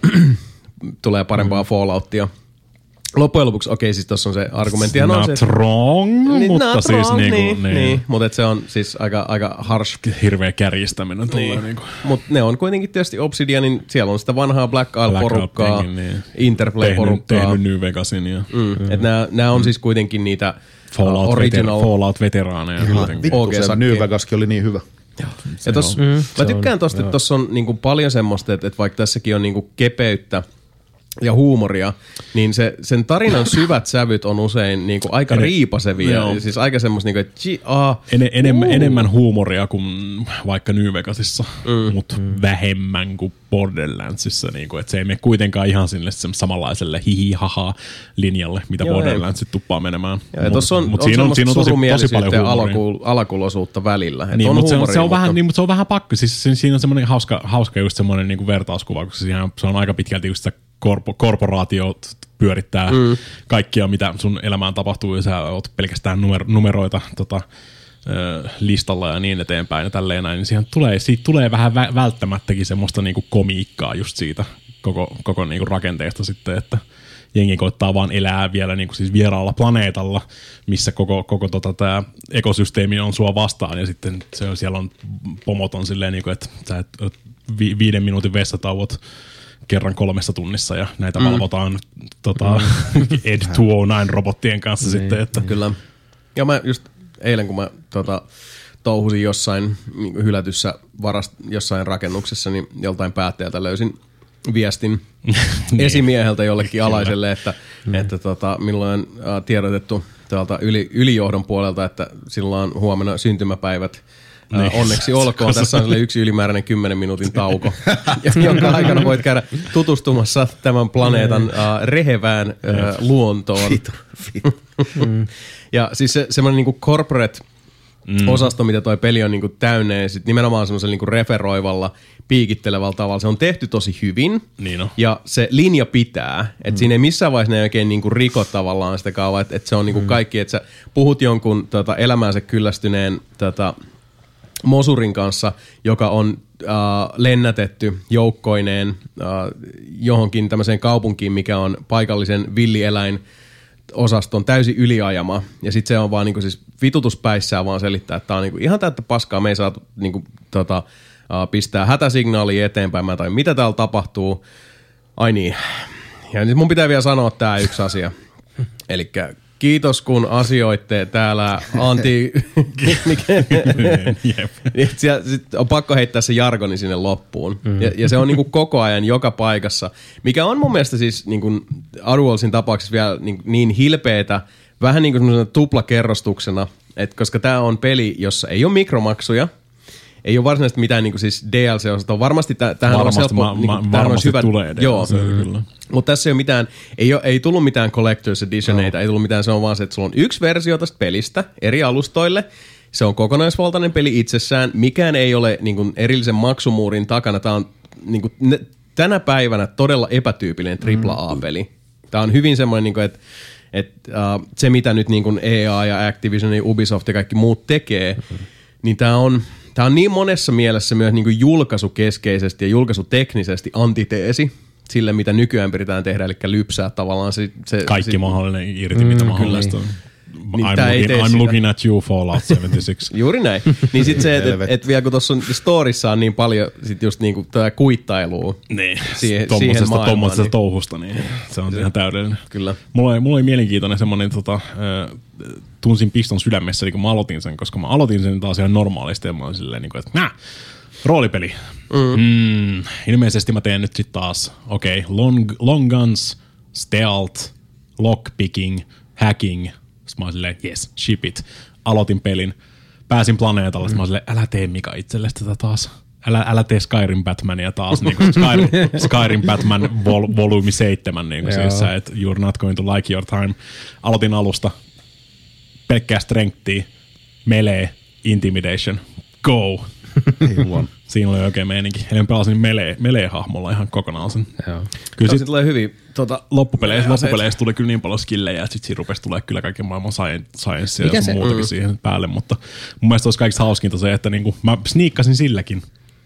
tulee parempaa mm. Falloutia. Loppujen lopuksi, okei, okay, siis tossa on se argumentti. Not on se, wrong, niin, mutta not siis wrong, niinku, niin, niin. niin. Mutta se on siis aika, aika harsh. Hirveä kärjistäminen tulee niin. niinku. Mutta ne on kuitenkin tietysti Obsidianin, siellä on sitä vanhaa Black Isle-porukkaa, niin. Interplay-porukkaa. Tehnyt New Vegasin. Ja. Mm. Mm. Että nämä, nämä on siis kuitenkin niitä Fallout, uh, original veter- Fallout-veteraaneja. Vittu se New Vegaskin oli niin hyvä. Ja tos, mm, mä tykkään tosta, että tossa on niinku paljon semmoista, että, että vaikka tässäkin on niinku kepeyttä ja huumoria, niin se, sen tarinan syvät sävyt on usein niinku aika Ene, riipasevia. No. Siis aika semmoista, niinku, että gi, ah, en, enemmän, uh. enemmän huumoria kuin vaikka New Vegasissa, mm. mutta mm. vähemmän kuin Borderlandsissa. Niinku, että se ei mene kuitenkaan ihan sinne samanlaiselle hihi-haha linjalle, mitä Joo, Borderlandsit tuppaa menemään. Ja tuossa on, mut on semmoista surumielisyyttä ja alakuul, alakulosuutta välillä. Niin, on mutta se, se, on mutta... vähän, niin, mutta se on vähän pakko. Siis siinä on semmoinen hauska, hauska just semmoinen niinku vertauskuva, koska siinä se on aika pitkälti just sitä korpo, korporaatiot pyörittää mm. kaikkia, mitä sun elämään tapahtuu, ja sä oot pelkästään numer, numeroita tota, ö, listalla ja niin eteenpäin ja tälleen näin, niin siihen tulee, siitä tulee vähän vä- välttämättäkin semmoista niinku komiikkaa just siitä koko, koko niinku rakenteesta sitten, että jengi koittaa vaan elää vielä niinku siis vieraalla planeetalla, missä koko, koko tota tää ekosysteemi on sua vastaan, ja sitten se on, siellä on pomot on silleen, niinku, että sä et, vi, viiden minuutin vessatauot kerran kolmessa tunnissa, ja näitä mm. valvotaan tota, mm. Ed kaksisataayhdeksäntoista-robottien kanssa niin, sitten. Että. Kyllä. Ja mä just eilen, kun mä tota, touhusin jossain niin hylätyssä varast, jossain rakennuksessa, niin joltain päättäjältä löysin viestin niin. esimieheltä jollekin alaiselle, että, mm. että tota, minulla on äh, tiedotettu täältä yli, ylijohdon puolelta, että sillä on huomenna syntymäpäivät. Niin. Uh, onneksi olkoon. Tässä on yksi ylimääräinen kymmenen minuutin tauko, jonka aikana voit käydä tutustumassa tämän planeetan uh, rehevään uh, luontoon. mm. Ja siis se, semmoinen niinku corporate-osasto, mm. mitä toi peli on niinku täynnä, ja sit nimenomaan semmoisella niinku referoivalla, piikittelevalla tavalla. Se on tehty tosi hyvin, niin on. Ja se linja pitää. Että mm. siinä ei missään vaiheessa ne oikein niinku riko tavallaan sitä kaavaa, että et se on niinku mm. kaikki, että sä puhut jonkun tota, elämäänsä kyllästyneen tota, mosurin kanssa, joka on äh, lennätetty joukkoineen äh, johonkin tämmöiseen kaupunkiin, mikä on paikallisen villieläin osaston täysin yliajama. Ja sitten se on vaan niinku siis vitutuspäissään vaan selittää, että tää on niinku ihan täyttä paskaa. Me ei saatu niinku, tota, äh, pistää hätäsignaalia eteenpäin. Mä tai mitä täällä tapahtuu. Ai niin. Ja nyt mun pitää vielä sanoa tää yksi asia. Elikkä kiitos kun asioitte täällä anti... Sitten on pakko heittää se jargoni sinne loppuun. Mm. Ja, ja se on niinku koko ajan joka paikassa, mikä on mun mielestä siis niinku Oddworldsin tapauksessa vielä niin, niin hilpeetä, vähän niin kuin semmoisena tuplakerrostuksena, että koska tää on peli, jossa ei ole mikromaksuja, ei ole varsinaisesti mitään niin kuin siis D L C-osastoa. Varmasti täh- tähän varmasti, on helppo. Ma, niin ma, varmasti hyvä, tulee D L C, joo. kyllä. Mutta tässä ei ole mitään, ei, ole, ei tullut mitään Collector's Editioneita, no. ei tullut mitään, se on vaan se, että sulla on yksi versio tästä pelistä eri alustoille. Se on kokonaisvaltainen peli itsessään. Mikään ei ole niin kuin erillisen maksumuurin takana. Tämä on niin kuin, ne, tänä päivänä todella epätyypillinen tripla A-peli. Tämä on hyvin semmoinen, niin kuin, että että uh, se mitä nyt niin kuin E A ja Activision ja Ubisoft ja kaikki muut tekee, mm-hmm. niin tämä on, tää on niin monessa mielessä myös niin kuin julkaisukeskeisesti ja julkaisuteknisesti antiteesi sille, mitä nykyään pyritään tehdä, eli lypsää tavallaan se... se kaikki se, mahdollinen irti, mm, mitä mahdollista on. Niin I'm, looking, I'm looking at you, Fallout seitsemänkymmentäkuusi. Juuri näin. Niin sit se, että et, et vielä kun tuossa storissa on niin paljon sit just niinku tätä kuittailua niin. siihen, siihen maailmaan. Tuommoisesta niin, touhusta, niin se on ihan täydellinen. Kyllä. Mulla oli, mulla oli mielenkiintoinen semmoinen, tota, äh, tunsin piston sydämessä, eli kun mä aloitin sen, koska mä aloitin sen taas ihan normaalisti, ja mä olin silleen, että nää, roolipeli. Mm. Mm, ilmeisesti mä teen nyt sit taas, okei, okay, long, long guns, stealth, lockpicking, hacking. Sitten mä oon silleen, yes, ship it. Aloitin pelin. Pääsin planeetalle. Sitten mä oon silleen, älä tee Mika itsellesi tätä taas. Älä, älä tee Skyrim Batmania taas. Niin kuin Skyrim, Skyrim Batman vol, volyymi seitsemän. Niin kuin siis, että you're not going to like your time. Aloitin alusta. Pelkkää strengthia. Melee. Intimidation. Go. Siinä oli oikein meininki. Eli mä pelasin melee, melee-hahmolla ihan kokonaan sen. Joo. Kyllä sit tulee hyvin. Tota, loppupeleissä, loppupeleissä tuli kyllä niin paljon skillejä, että sit siinä rupesi tulee kyllä kaiken maailman sciencea ja sun muutakin mm. siihen päälle, mutta mun mielestä olisi kaikista hauskinta se, että niinku, mä sniikkasin silläkin.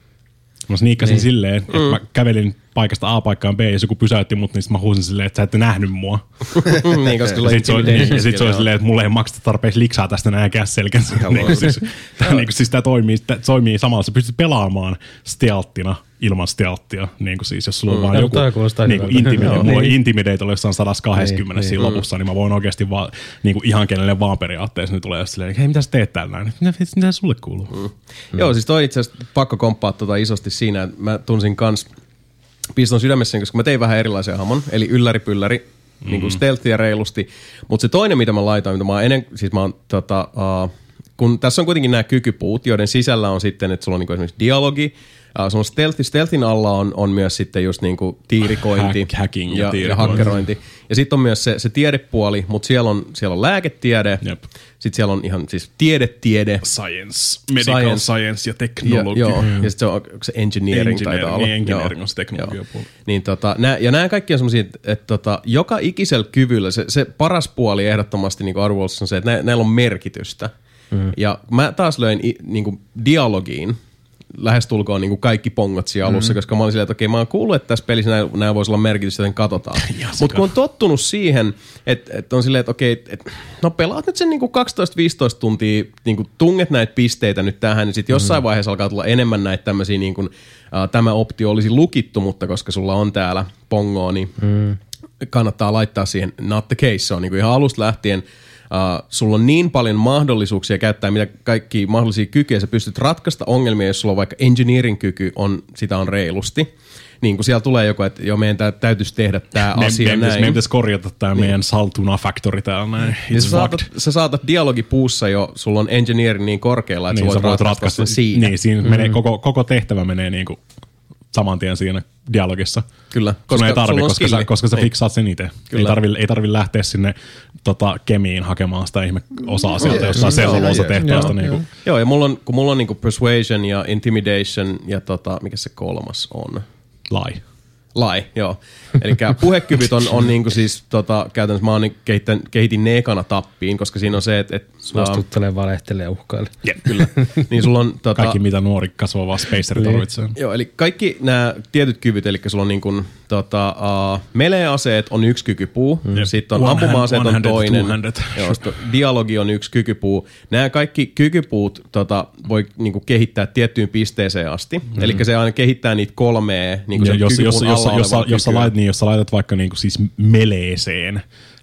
Mä sniikkasin niin. silleen, että mm. mä kävelin paikasta A paikkaan B, ja joku pysäytti mut, niin sit mä huusin silleen, että sä ette nähnyt mua. niin, koska ja sit se, niin, ja sit se oli silleen, että mulle ei makseta tarpeeksi liksaa tästä nääkää selkänsä. niin, siis, tää, niin, siis tää toimii, tää toimii samalla, sä pystyt pelaamaan stealthina ilman stealthia, niin kuin siis jos sulla on mm. vaan joku niin kuin intimidate, mulla on intimidate oli jossain sata kaksikymmentä niin, siinä niin. lopussa, niin mä voin oikeasti vaan niin kuin ihan kenelle vaan periaatteessa, niin tulee silleen, hei mitä sä teet täällä näin, mitä, mitä sulle kuuluu? Mm. Mm. Joo, siis toi itse asiassa pakko komppaa tota isosti siinä, että mä tunsin kans piston sydämessä, koska mä tein vähän erilaisia hamon, eli ylläri pylläri, mm. niin kuin stealthia reilusti, mutta se toinen mitä mä laitoin, mitä mä oon ennen, siis mä oon tota, uh, kun tässä on kuitenkin nämä kykypuut, joiden sisällä on sitten, että sulla on niin kuin esimerkiksi dialogi, Uh, se on stealth, stealthin alla on, on myös sitten just niinku tiirikointi Hack, hacking ja, ja, ja hakkerointi. Ja sitten on myös se, se tiedepuoli, mutta siellä on, siellä on lääketiede, sitten siellä on ihan siis tiedetiede. Science, medical science, science ja teknologia. Ja, joo, mm. ja sitten se on se engineering, engineering taitaa olla. Niin, engineering on se teknologiapuoli. Niin, tota, nää, ja nämä kaikki on semmosia, että, että tota, joka ikisellä kyvyllä, se, se paras puoli ehdottomasti niin kuin Oddworlds on se, että nä, näillä on merkitystä. Mm. Ja mä taas löin niin kuin dialogiin, lähestulkoon niin kuin kaikki pongot siellä alussa, mm-hmm. koska mä olin silleen, että okei, mä oon kuullut, että tässä pelissä nämä, nämä voisi olla merkitystä, joten katsotaan. Mutta kun on tottunut siihen, että, että on silleen, että okei, että, no pelaat nyt sen niin kuin kaksitoista viisitoista tuntia, niin kuin tunget näitä pisteitä nyt tähän, niin sitten jossain mm-hmm. vaiheessa alkaa tulla enemmän näitä tämmöisiä, niin kuin, uh, tämä optio olisi lukittu, mutta koska sulla on täällä pongoa, niin mm. kannattaa laittaa siihen not the case. Se on niin kuin ihan alusta lähtien. Uh, sulla on niin paljon mahdollisuuksia käyttää mitä kaikki mahdollisia kykyjä, sä pystyt ratkaista ongelmia, jos sulla on vaikka engineering-kyky, on, sitä on reilusti. Niin kun siellä tulee joku, että joo, meidän täytyisi tehdä tämä me, asia me, näin. Meidän pitäisi korjata tämä niin. meidän Saltuna-factory täällä näin. Niin sä, saatat, sä saatat dialogipuussa jo, sulla on engineering niin korkealla, että niin, sä voit, voit ratkaista sen siinä. Niin, siinä mm. menee, koko, koko tehtävä menee niin kuin saman tien siinä dialogissa. Kyllä. Koska ei tarvi, koska sä, koska sä fiksaat sen itse. Ei tarvi, ei tarvi lähteä sinne tota, kemiin hakemaan sitä ihme osaa sieltä jossain selluloosa tehtaasta. Joo, niinku. joo, ja mulla on, kun mulla on niinku persuasion ja intimidation ja tota, mikä se kolmas on? Lie. Lai, joo. Eli puhekyvyt on, on niinku siis tota, käytännössä mä oon kehitin, kehitin ne ekana tappiin, koska siinä on se, että... Et, suostuttelee, valehtelee, uhkaille. Yeah, kyllä. Niin sulla on, tota, kaikki mitä nuori kasvava spaceri tarvitsee. Joo, eli kaikki nämä tietyt kyvyt, eli sulla on niin kuin, tota, uh, melee-aseet on yksi kykypuu, mm. sitten on ampuma-aseet on toinen, joo, dialogi on yksi kykypuu. Nämä kaikki kykypuut tota, voi niin kuin kehittää tiettyyn pisteeseen asti, mm. eli se aina kehittää niitä kolmea niin kuin sen jos, kykypuun jos, alla jos, jos, jos, jos, sä laitat, niin, jos sä laitat vaikka niin kuin siis meleeseen,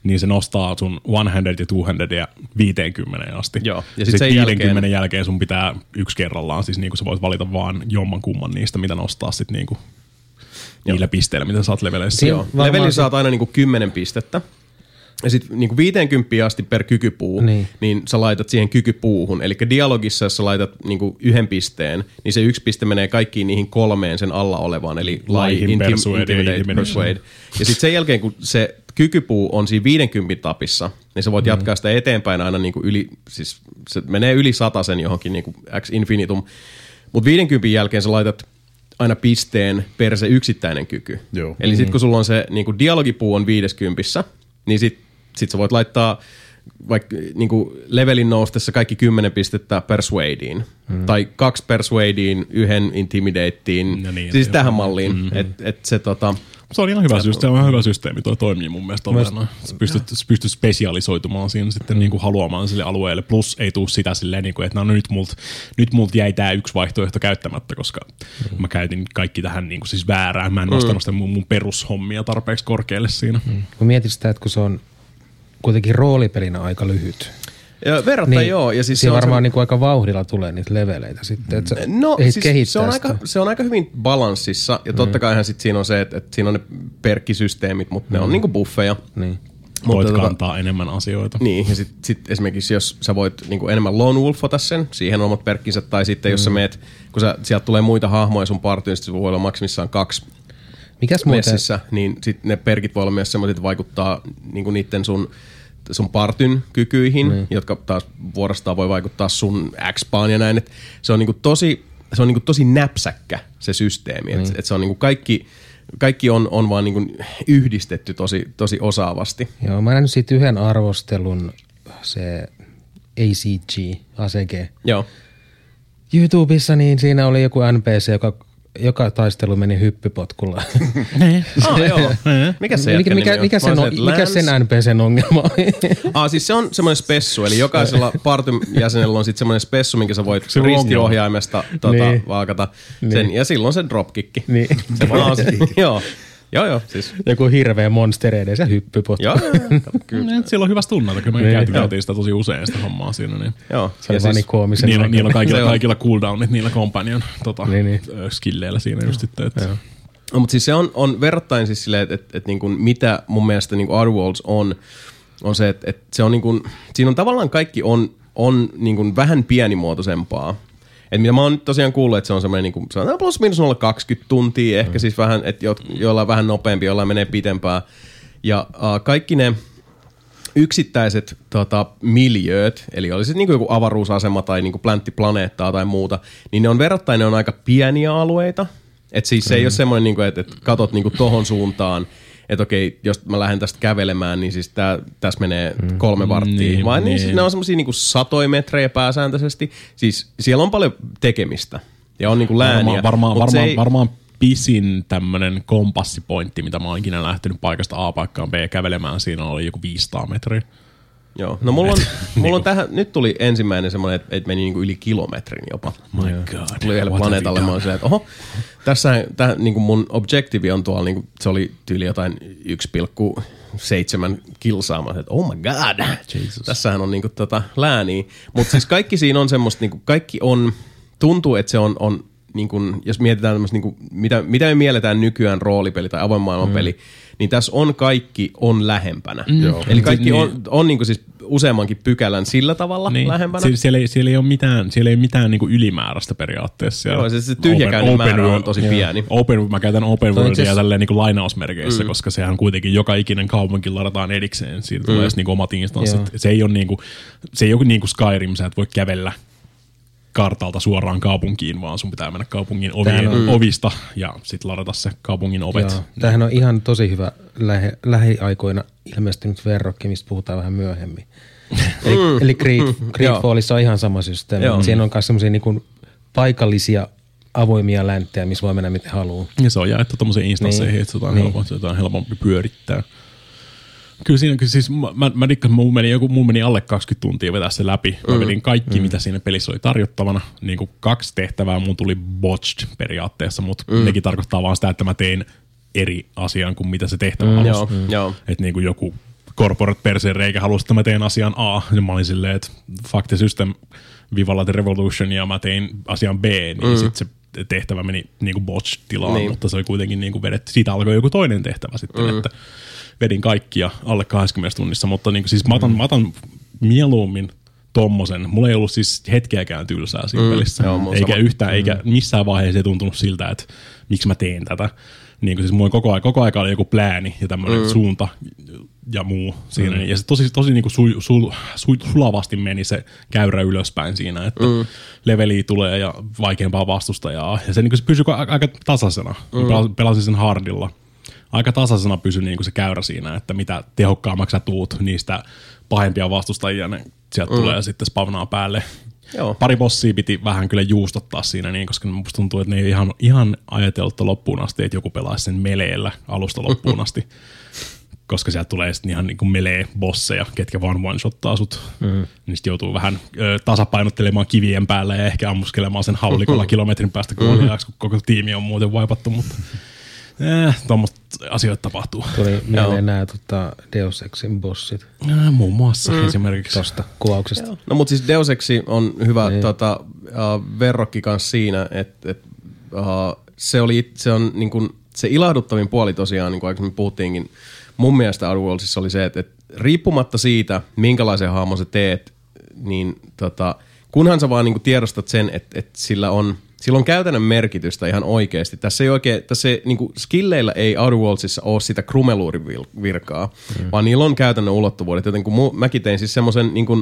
niin se nostaa sun one-handed ja two-handed ja viisikymmentä asti. Joo. Ja sitten sit viidenkymmenen jälkeen... jälkeen sun pitää yksi kerrallaan, siis niinku sä voit valita vaan jomman kumman niistä, mitä nostaa sit niinku niillä pisteillä, mitä sä oot leveleissä. Joo. Levelin se... saat aina niinku kymmenen pistettä. Ja sitten niinku viisikymmentä asti per kykypuu, niin. niin sä laitat siihen kykypuuhun. Eli dialogissa, jos sä laitat niinku yhden pisteen, niin se yksi piste menee kaikkiin niihin kolmeen sen alla olevaan. Eli lie, intim- persuade, intimidate, persuade. Ja sitten sen jälkeen, kun se kykypuu on siinä viisikymmentä tapissa, niin sä voit mm. jatkaa sitä eteenpäin aina niinku yli, siis se menee yli satasen johonkin niinku X infinitum. Mutta viidenkymmenen jälkeen sä laitat aina pisteen per se yksittäinen kyky. Joo. Eli sitten kun sulla on se niinku dialogipuu on viideskymppissä, niin sit, sit sä voit laittaa vaikka niinku levelin noustessa kaikki kymmenen pistettä persuadeen. Mm. Tai kaksi persuadeen, yhden intimidateen. No niin, siis tähän malliin. Mm-hmm. Että et se tota... Se on ihan hyvä systeemi, ihan hyvä systeemi, toi toimii mun mielestä. Sä pystyt, pystyt spesialisoitumaan siinä sitten niinku haluamaan sille alueelle. Plus ei tuu sitä silleen, niinku, että no nyt multa nyt mult jäi tää yksi vaihtoehto käyttämättä, koska mm. mä käytin kaikki tähän niinku siis väärään. Mä en nostanut sitä mun, mun perushommia tarpeeksi korkealle siinä. Mm. Kun mietit sitä, että kun se on kuitenkin roolipelinä aika lyhyt. Ja verrattain niin, joo. Ja siis siinä varmaan se... niin kuin aika vauhdilla tulee niitä leveleitä sitten, että sä no, siis se, on aika, se on aika hyvin balanssissa, ja totta kaihan sitten siinä on se, että, että siinä on ne perkkisysteemit, mutta mm. ne on niin kuin buffeja. Niin. Voit tota, kantaa enemmän asioita. Niin, ja sitten sit esimerkiksi jos sä voit niin kuin enemmän lone wolfata sen, siihen on omat perkkinsä, tai sitten mm. jos sä meet, kun sä, sieltä tulee muita hahmoja sun partyyn, sitten voi olla maksimissaan kaksi Mikäs messissä, muuten? Niin sitten ne perkit voi olla myös semmoiset, että vaikuttaa niin kuin niiden sun sun partyn kykyihin, mm. jotka taas vuorostaan voi vaikuttaa sun X-paan ja näin. Et se on niinku tosi, se on niinku tosi näpsäkkä se systeemi. Mm. Et, et se on niinku kaikki, kaikki on, on vaan niinku yhdistetty tosi, tosi osaavasti. Joo, mä näin siitä yhden arvostelun, se A C G, A C G. Joo. YouTubessa, niin siinä oli joku N P C, joka joka taistelu meni hyppypotkulla. ah, joo. Mikä se mikä, mikä, mikä, sen, on, mikä sen N P C:n ongelma oli? ah, siis se on semmoinen spessu, eli jokaisella partyn jäsenellä on sitten semmoinen spessu, minkä sä voit ristiohjaimesta tota, niin. vaakata. Sen, niin. Ja silloin se dropkikki. Niin. Se vaan, joo. Joo, joo. Siis. Joku hirveä monster edes ja hyppypotku. Joo, kyllä. Siellä on hyvä tunnata, kun me niin, käytiin sitä tosi usein sitä hommaa siinä. Niin. Joo. Se on vaan niin koomisen. Niillä, niillä on kaikilla, kaikilla cooldownit, niillä companion tota, niin, niin. skilleillä siinä just sitten. No, mutta siis se on, on verrattain siis silleen, että et, et, niin kuin mitä mun mielestä niin kuin Outer Worlds on, on se, että et se on niin kuin, siinä on tavallaan kaikki on, on niin kuin vähän pienimuotoisempaa. Et mitä mä oon nyt tosiaan kuullut, että se on semmoinen niinku, se on plus minus nolla kaksikymmentä tuntia, ehkä mm. siis vähän, että jo, jollain vähän nopeampi, jollain menee pitempään. Ja uh, kaikki ne yksittäiset tota, miljööt, eli oli se niinku joku avaruusasema tai niinku planttiplaneettaa tai muuta, niin ne on verrattain, ne on aika pieniä alueita. Että siis se mm. ei ole semmoinen, niinku, että et katot niinku tohon suuntaan, että okei, jos mä lähden tästä kävelemään, niin siis tää, tässä menee kolme varttia. Niin, Vai niin, niin siis ne on semmosia niinku satoja metrejä pääsääntöisesti. Siis siellä on paljon tekemistä ja on niinku lääniä. Varmaan, varmaan, ei... varmaan pisin tämmönen kompassipointti, mitä mä oon ikinä lähtenyt paikasta A paikkaan B kävelemään, siinä oli joku viisisataa metriä. Joo, no mulla on, mulla on tähän, nyt tuli ensimmäinen semmoinen, että et meni niinku yli kilometrin jopa. My god. Tuli yhdelle planeetalle, mä olin silleen, että oho, tässä niinku mun objektiivi on tuolla, niinku, se oli tyyli jotain yksi pilkku seitsemän kilsaa, mä olin, että oh my god, Jesus. Tässähän on niinku tota lääniä. Mutta siis kaikki siinä on semmoista, niinku, kaikki on, tuntuu, että se on, on niinku, jos mietitään tämmöistä, niinku, mitä, mitä me mielletään nykyään roolipeli tai avoin maailman mm. peli, niin tässä on kaikki on lähempänä. Mm. Eli kaikki niin. on, on niinku siis useammankin pykälän sillä tavalla niin. lähempänä. Sie- siellä, ei, siellä ei ole mitään, siellä ei ole mitään niinku ylimääräistä periaatteessa. Joo, se, se tyhjäkäinen määrä open, on tosi joo. pieni. Open, mä käytän open worldia just... tälleen niinku lainausmerkeissä, mm. koska sehän kuitenkin joka ikinen kaupunki ladataan erikseen. Siitä mm. tulee niinku omat instanssit. Se ei ole niinku, se ei ole niinku Skyrim, sä et voi kävellä kartalta suoraan kaupunkiin, vaan sun pitää mennä kaupungin ovien, on, ovista ja sitten ladata se kaupungin ovet. Joo, tämähän on ihan tosi hyvä lähe, lähiaikoina ilmestynyt verrokki, mistä puhutaan vähän myöhemmin. eli eli Greedfallissa on ihan sama systeemi. Siinä on myös semmoisia niinku paikallisia avoimia länttejä, missä voi mennä miten haluaa. Ja se on jaettu tommoseen instansseihin, niin. että se on, niin. helpompi, se on helpompi pyörittää. Kyllä siinä, siis mä, mä dikkasin, mun meni, joku, mun meni alle kaksikymmentä tuntia vetää se läpi. Mä vedin kaikki, mm. mitä siinä pelissä oli tarjottavana. Niin kuin kaksi tehtävää mun tuli botched periaatteessa, mutta mm. nekin tarkoittaa vaan sitä, että mä tein eri asian kuin mitä se tehtävä mm. alussa. Mm. Että niin kuin joku corporate perseen reikä halusi, että mä teen asian A. Ja mä olin silleen, että fuck the system, Viva the revolution, ja mä tein asian B, niin mm. sitten se tehtävä meni niinku botch-tilaan, niin. Mutta se oli kuitenkin niinku vedetty. Siitä alkoi joku toinen tehtävä sitten, mm. että vedin kaikkia alle kaksikymmentä tunnissa, mutta niinku siis mä otan, mm. mä otan mieluummin tommosen. Mulla ei ollut siis hetkeäkään tylsää siinä mm. pelissä. Joo, eikä sama. yhtään, mm. eikä missään vaiheessa ei tuntunut siltä, että miksi mä teen tätä. Niin siis mulla koko ajan, koko ajan oli joku plääni ja tämmöinen mm. suunta ja muu siinä. Mm. Ja se tosi, tosi niinku su, su, su, sulavasti meni se käyrä ylöspäin siinä, että mm. leveliä tulee ja vaikeampaa vastustajaa. Ja se, niinku, se pysyi aika tasaisena. Mm. Pelasin sen hardilla. Aika tasaisena pysyi niinku se käyrä siinä, että mitä tehokkaammaksi sä tuut, niistä pahempia vastustajia ne sieltä mm. tulee ja sitten spavnaa päälle. Joo. Pari bossia piti vähän kyllä juustottaa siinä, niin, koska musta tuntuu, että ne ei ihan, ihan ajateltu loppuun asti, että joku pelaisi sen meleellä alusta loppuun asti. Koska sieltä tulee sitten ihan niin kuin melee-bosseja, ketkä vaan one-shottaa sut. Mm. Niin sitten joutuu vähän ö, tasapainottelemaan kivien päällä ja ehkä ammuskelemaan sen haulikolla kilometrin päästä kuoliaaksi, kun koko tiimi on muuten vaipattu, mutta Eh, tuommoista asioita tapahtuu. Tuli mieleen nämä tota, Deus Exin bossit. Ja, muun muassa mm. esimerkiksi. Tuosta kuvauksesta. Joo. No mutta siis Deus Ex on hyvä niin. tota, uh, verrokki kanssa siinä, että et, uh, se, oli, se on niin kun, se ilahduttavin puoli tosiaan, niin kuin aikaisemmin puhuttiinkin, mun mielestä Outer Worldsissa oli se, että et, riippumatta siitä, minkälaisen hahmon sä teet, niin tota, kunhan sä vaan niin kun tiedostat sen, että et sillä on Sillä on käytännön merkitystä ihan oikeasti. Tässä ei oikein, tässä ei, niin kuin skilleillä ei Outer Worldsissa ole sitä krumeluurivirkaa, mm. vaan niillä on käytännön ulottuvuudet. Joten kun mu, mäkin tein siis semmoisen niin kuin,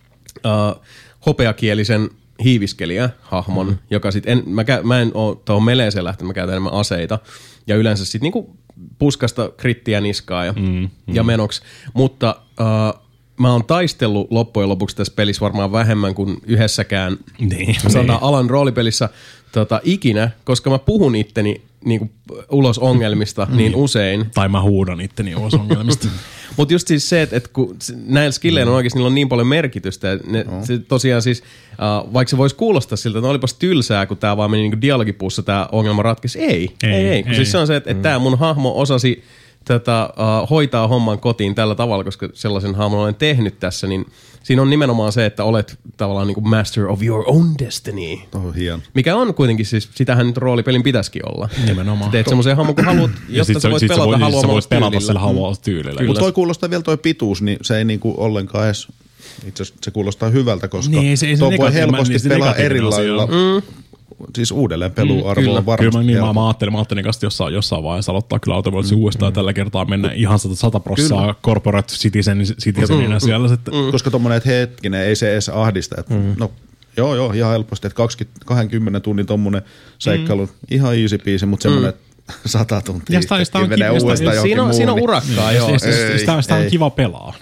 uh, hopeakielisen hiiviskelijä-hahmon, mm. joka sitten, mä, mä en ole tuohon meleeseen lähtenyt, mä käytän enemmän aseita. Ja yleensä sitten niin kuin puskasta krittiä niskaa ja, mm. Mm. ja menoksi. Mutta Uh, mä oon taistellut loppujen lopuksi tässä pelissä varmaan vähemmän kuin yhdessäkään niin, sanotaan niin. alan roolipelissä tota, ikinä, koska mä puhun itteni niin kuin, ulos ongelmista mm. niin usein. Tai mä huudan itteni ulos ongelmista. Mutta just siis se, että et kun näillä skilleillä on oikeasti, niillä on niin paljon merkitystä. Ne, no. se, tosiaan siis, uh, vaikka se voisi kuulostaa siltä, että no olipas tylsää, kun tää vaan meni niin dialogipuussa tää ongelma ratkesi. Ei, ei, ei. ei. ei. Siis se on se, että et tää mun hahmo osasi tätä uh, hoitaa homman kotiin tällä tavalla, koska sellaisen hahmon olen tehnyt tässä, niin siinä on nimenomaan se, että olet tavallaan niin kuin master of your own destiny. Oh, hieno. Mikä on kuitenkin siis, sitähän nyt roolipelin pitäisikin olla. Nimenomaan. Teet semmoisen hahmon, kun haluat, jotta sä voit pelata haluamalla tyylillä. pelata sillä haluamalla tyylillä. Mutta toi kuulostaa vielä toi pituus, niin se ei niinku ollenkaan edes, itse asiassa se kuulostaa hyvältä, koska niin, se, tuo voi helposti niin, pelaa eri lailla. Mm. Siis uudelleen peluarvo on varmasti. Kyllä, niin, mä, mä ajattelin, mä ajattelin kanssa jossain, jossain vaiheessa aloittaa kyllä Outer Worldsin mm, uudestaan mm. tällä kertaa mennä ihan sata prossaa corporate citizen, citizenina mm, siellä. Mm. Koska tommonen, että hetkinen, ei se edes ahdista. Että mm. No joo, joo, ihan helposti, että kaksikymmentä tunnin tommonen seikkailu, mm. ihan easy peasy, mutta semmonen, mm. sata tuntia yhtäkkiä menee uudestaan johonkin muuhun. Siinä on urakkaa, joo. Sitä on kiva pelaa.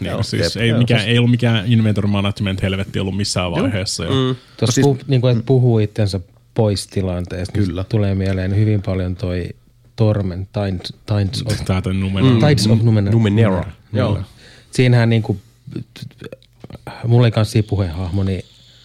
Ei ollut mikään inventory management helvetti ollut missään vaiheessa. Tuossa puhuu itsensä pois tilanteesta. Kyllä. Tulee mieleen hyvin paljon toi Torment, Tides, Tides of, mm. Tides of Numenera. Numenera. Joo. Siinähän niinku, mulla ei kanssa puheenhahmo, niin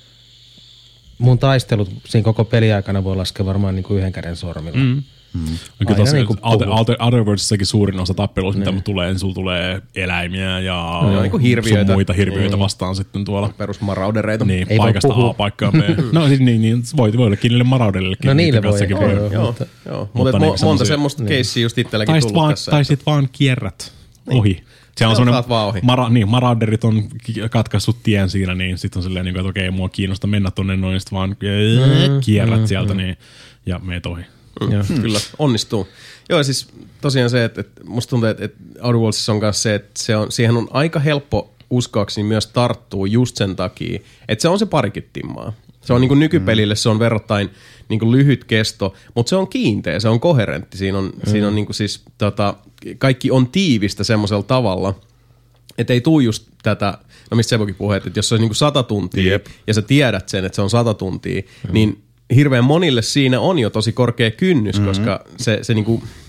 mun taistelut siinä koko peliaikana voi laskea varmaan niinku yhden käden sormilla. Mm. Mm. Aina niinku Otherworldsissakin suurin osa tappeluista, mitä tulee, niin sulla tulee eläimiä ja no, niin hirviöitä. muita hirviöitä vastaan sitten tuolla. Perusmaraudereita. Niin, ei paikasta A paikkaan B. No siis niin, niin voi, voi ollakin niille marauderillekin. No niille voi. Joo, joo, joo, joo. Mutta, mutta niin, monta semmoista niin. keissiä just itselläkin tullut vaan, tässä. Tai sit vaan kierrät niin. ohi. Se on semmoinen, mara, niin, marauderit on katkaissut tien siinä, niin sitten on silleen, että okei, mua kiinnosta mennä tonne noin, sit vaan kierrät mm, sieltä mm. niin, ja meet ohi. Mm. Kyllä, onnistuu. Joo, siis tosiaan se, että, että musta tuntuu, että, että Outer Worldsissa on myös se, että se on, siihen on aika helppo uskoakseni myös tarttua just sen takia, että se on se parikymmentä timmaa. Se on niin kuin nykypelille, se on verrattain niin kuin lyhyt kesto, mutta se on kiinteä, se on koherentti. Siinä on, mm. siinä on niin kuin siis, tota, kaikki on tiivistä semmoisella tavalla, että ei tuu just tätä, no mistä Sebokin puhui, että jos se on niin kuin sata tuntia Jep. ja sä tiedät sen, että se on sata tuntia, mm. niin hirveän monille siinä on jo tosi korkea kynnys, mm-hmm. koska se, se niinku,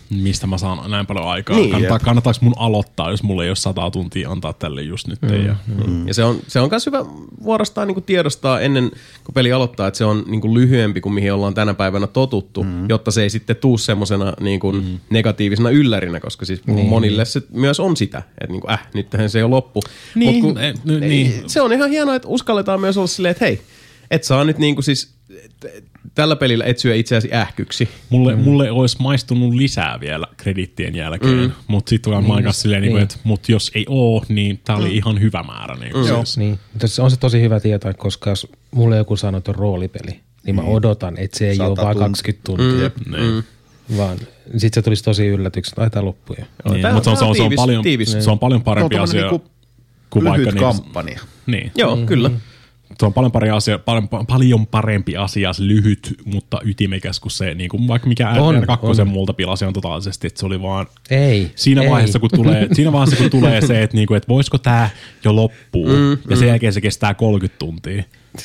mistä mä saan näin paljon aikaa. Niin, Kannattaa, kannattaako mun aloittaa, jos mulla ei ole sata tuntia antaa tälle just nyt. Mm, ja mm. ja se on, se on myös hyvä vuorostaan niin tiedostaa ennen kuin peli aloittaa, että se on niin lyhyempi kuin mihin ollaan tänä päivänä totuttu, mm. jotta se ei sitten tuu semmoisena niin mm. negatiivisena yllärinä, koska siis niin. monille se myös on sitä, että niin kuin, äh, nythän se ei ole loppu. Niin, Mut kun, e, n- niin. Se on ihan hienoa, että uskalletaan myös olla silleen, että hei, et saa nyt niin kuin siis tällä pelillä et syö itseäsi ähkyksi. Mulle, mm. mulle olisi maistunut lisää vielä kredittien jälkeen, mm. mutta sitten on niin, myös silleen, niin. että mut jos ei oo, niin tää oli mm. ihan hyvä määrä. Niin mm. siis. Niin. On se tosi hyvä tietää, koska jos mulle joku sanoo, että on roolipeli, niin mä odotan, että se ei ole vaan kaksikymmentä tuntia. Mm. Mm. Vaan sit se tulisi tosi yllätyksen, että ai tää loppui jo. Niin, mutta se, se, se, on paljon, se on paljon parempi asia niinku kuin vaikka lyhyt kampanja. Niin. Joo, mm-hmm. kyllä. Se on paljon, pari asia, paljon, paljon parempi asia, se lyhyt, mutta ytimekäs kuin se, niin kuin vaikka mikä R kaksi multa pilasi on totaalisesti, että se oli vaan ei, siinä, ei. Vaiheessa, kun tulee, siinä vaiheessa, kun tulee se, että, niin kuin, että voisiko tämä jo loppua, mm, ja sen mm. jälkeen se kestää kolmekymmentä tuntia.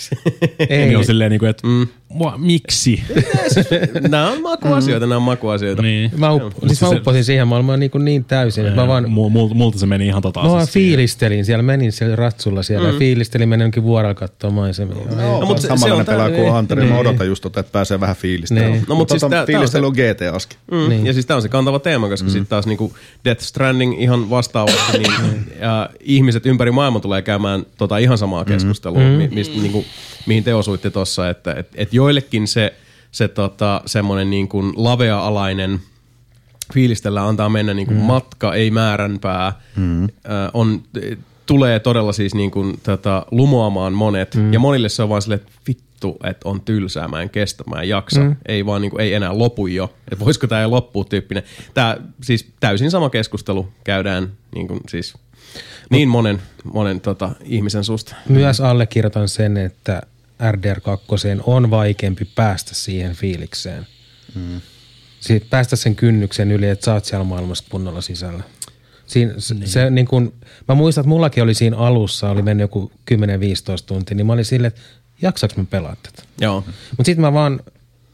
Ei. Niin on silleen, että mm. miksi? Nämä on makuasioita, mm. nämä on makuasioita. Niin. Mä, up, siis mä upposin siihen maailmaan niin, niin täysin. Että mä vaan, multa, multa se meni ihan totaalisesti. Mä vaan fiilistelin siellä, menin siellä ratsulla siellä mm. ja fiilistelin, menin jonkin vuorella katsomaan maisemia. No, no, mutta se, se on pelaa kuin Anteri. Mä odotan just tota, että pääsee vähän fiilistelemään. Niin. No, mutta siis fiilistely on G T A-skin. Mm. Niin. Ja siis tää on se kantava teema, koska mm. sitten taas niinku Death Stranding ihan vastaavasti, niin ja ihmiset ympäri maailman tulee käymään tota ihan samaa keskustelua, mm. mistä niinku mihin te osuitte tuossa, että et, et joillekin se, se tota, semmoinen niin kuin lavea-alainen fiilistellä antaa mennä niin kuin mm. matka, ei määränpää, mm. äh, on, tulee todella siis niin kuin, tota, lumoamaan monet, mm. ja monille se on vaan silleen, että vittu, että on tylsää, mä en kestä, mä en jaksa, mm. ei vaan niin kuin, ei enää lopu jo, että voisiko tää ei loppua tyyppinen. Tää siis täysin sama keskustelu käydään niin kuin siis niin monen, monen tota, ihmisen susta. Myös allekirjoitan sen, että R D R kaksi on vaikeampi päästä siihen fiilikseen. Mm. Siitä päästä sen kynnyksen yli, että sä oot siellä maailmassa kunnolla sisällä. Siinä, niin. se, niin kun, mä muistan, että mullakin oli siinä alussa, oli mennyt joku kymmenen viisitoista tuntia, niin mä olin silleen, että jaksaks mä pelaa tätä. Joo. Mut sit mä vaan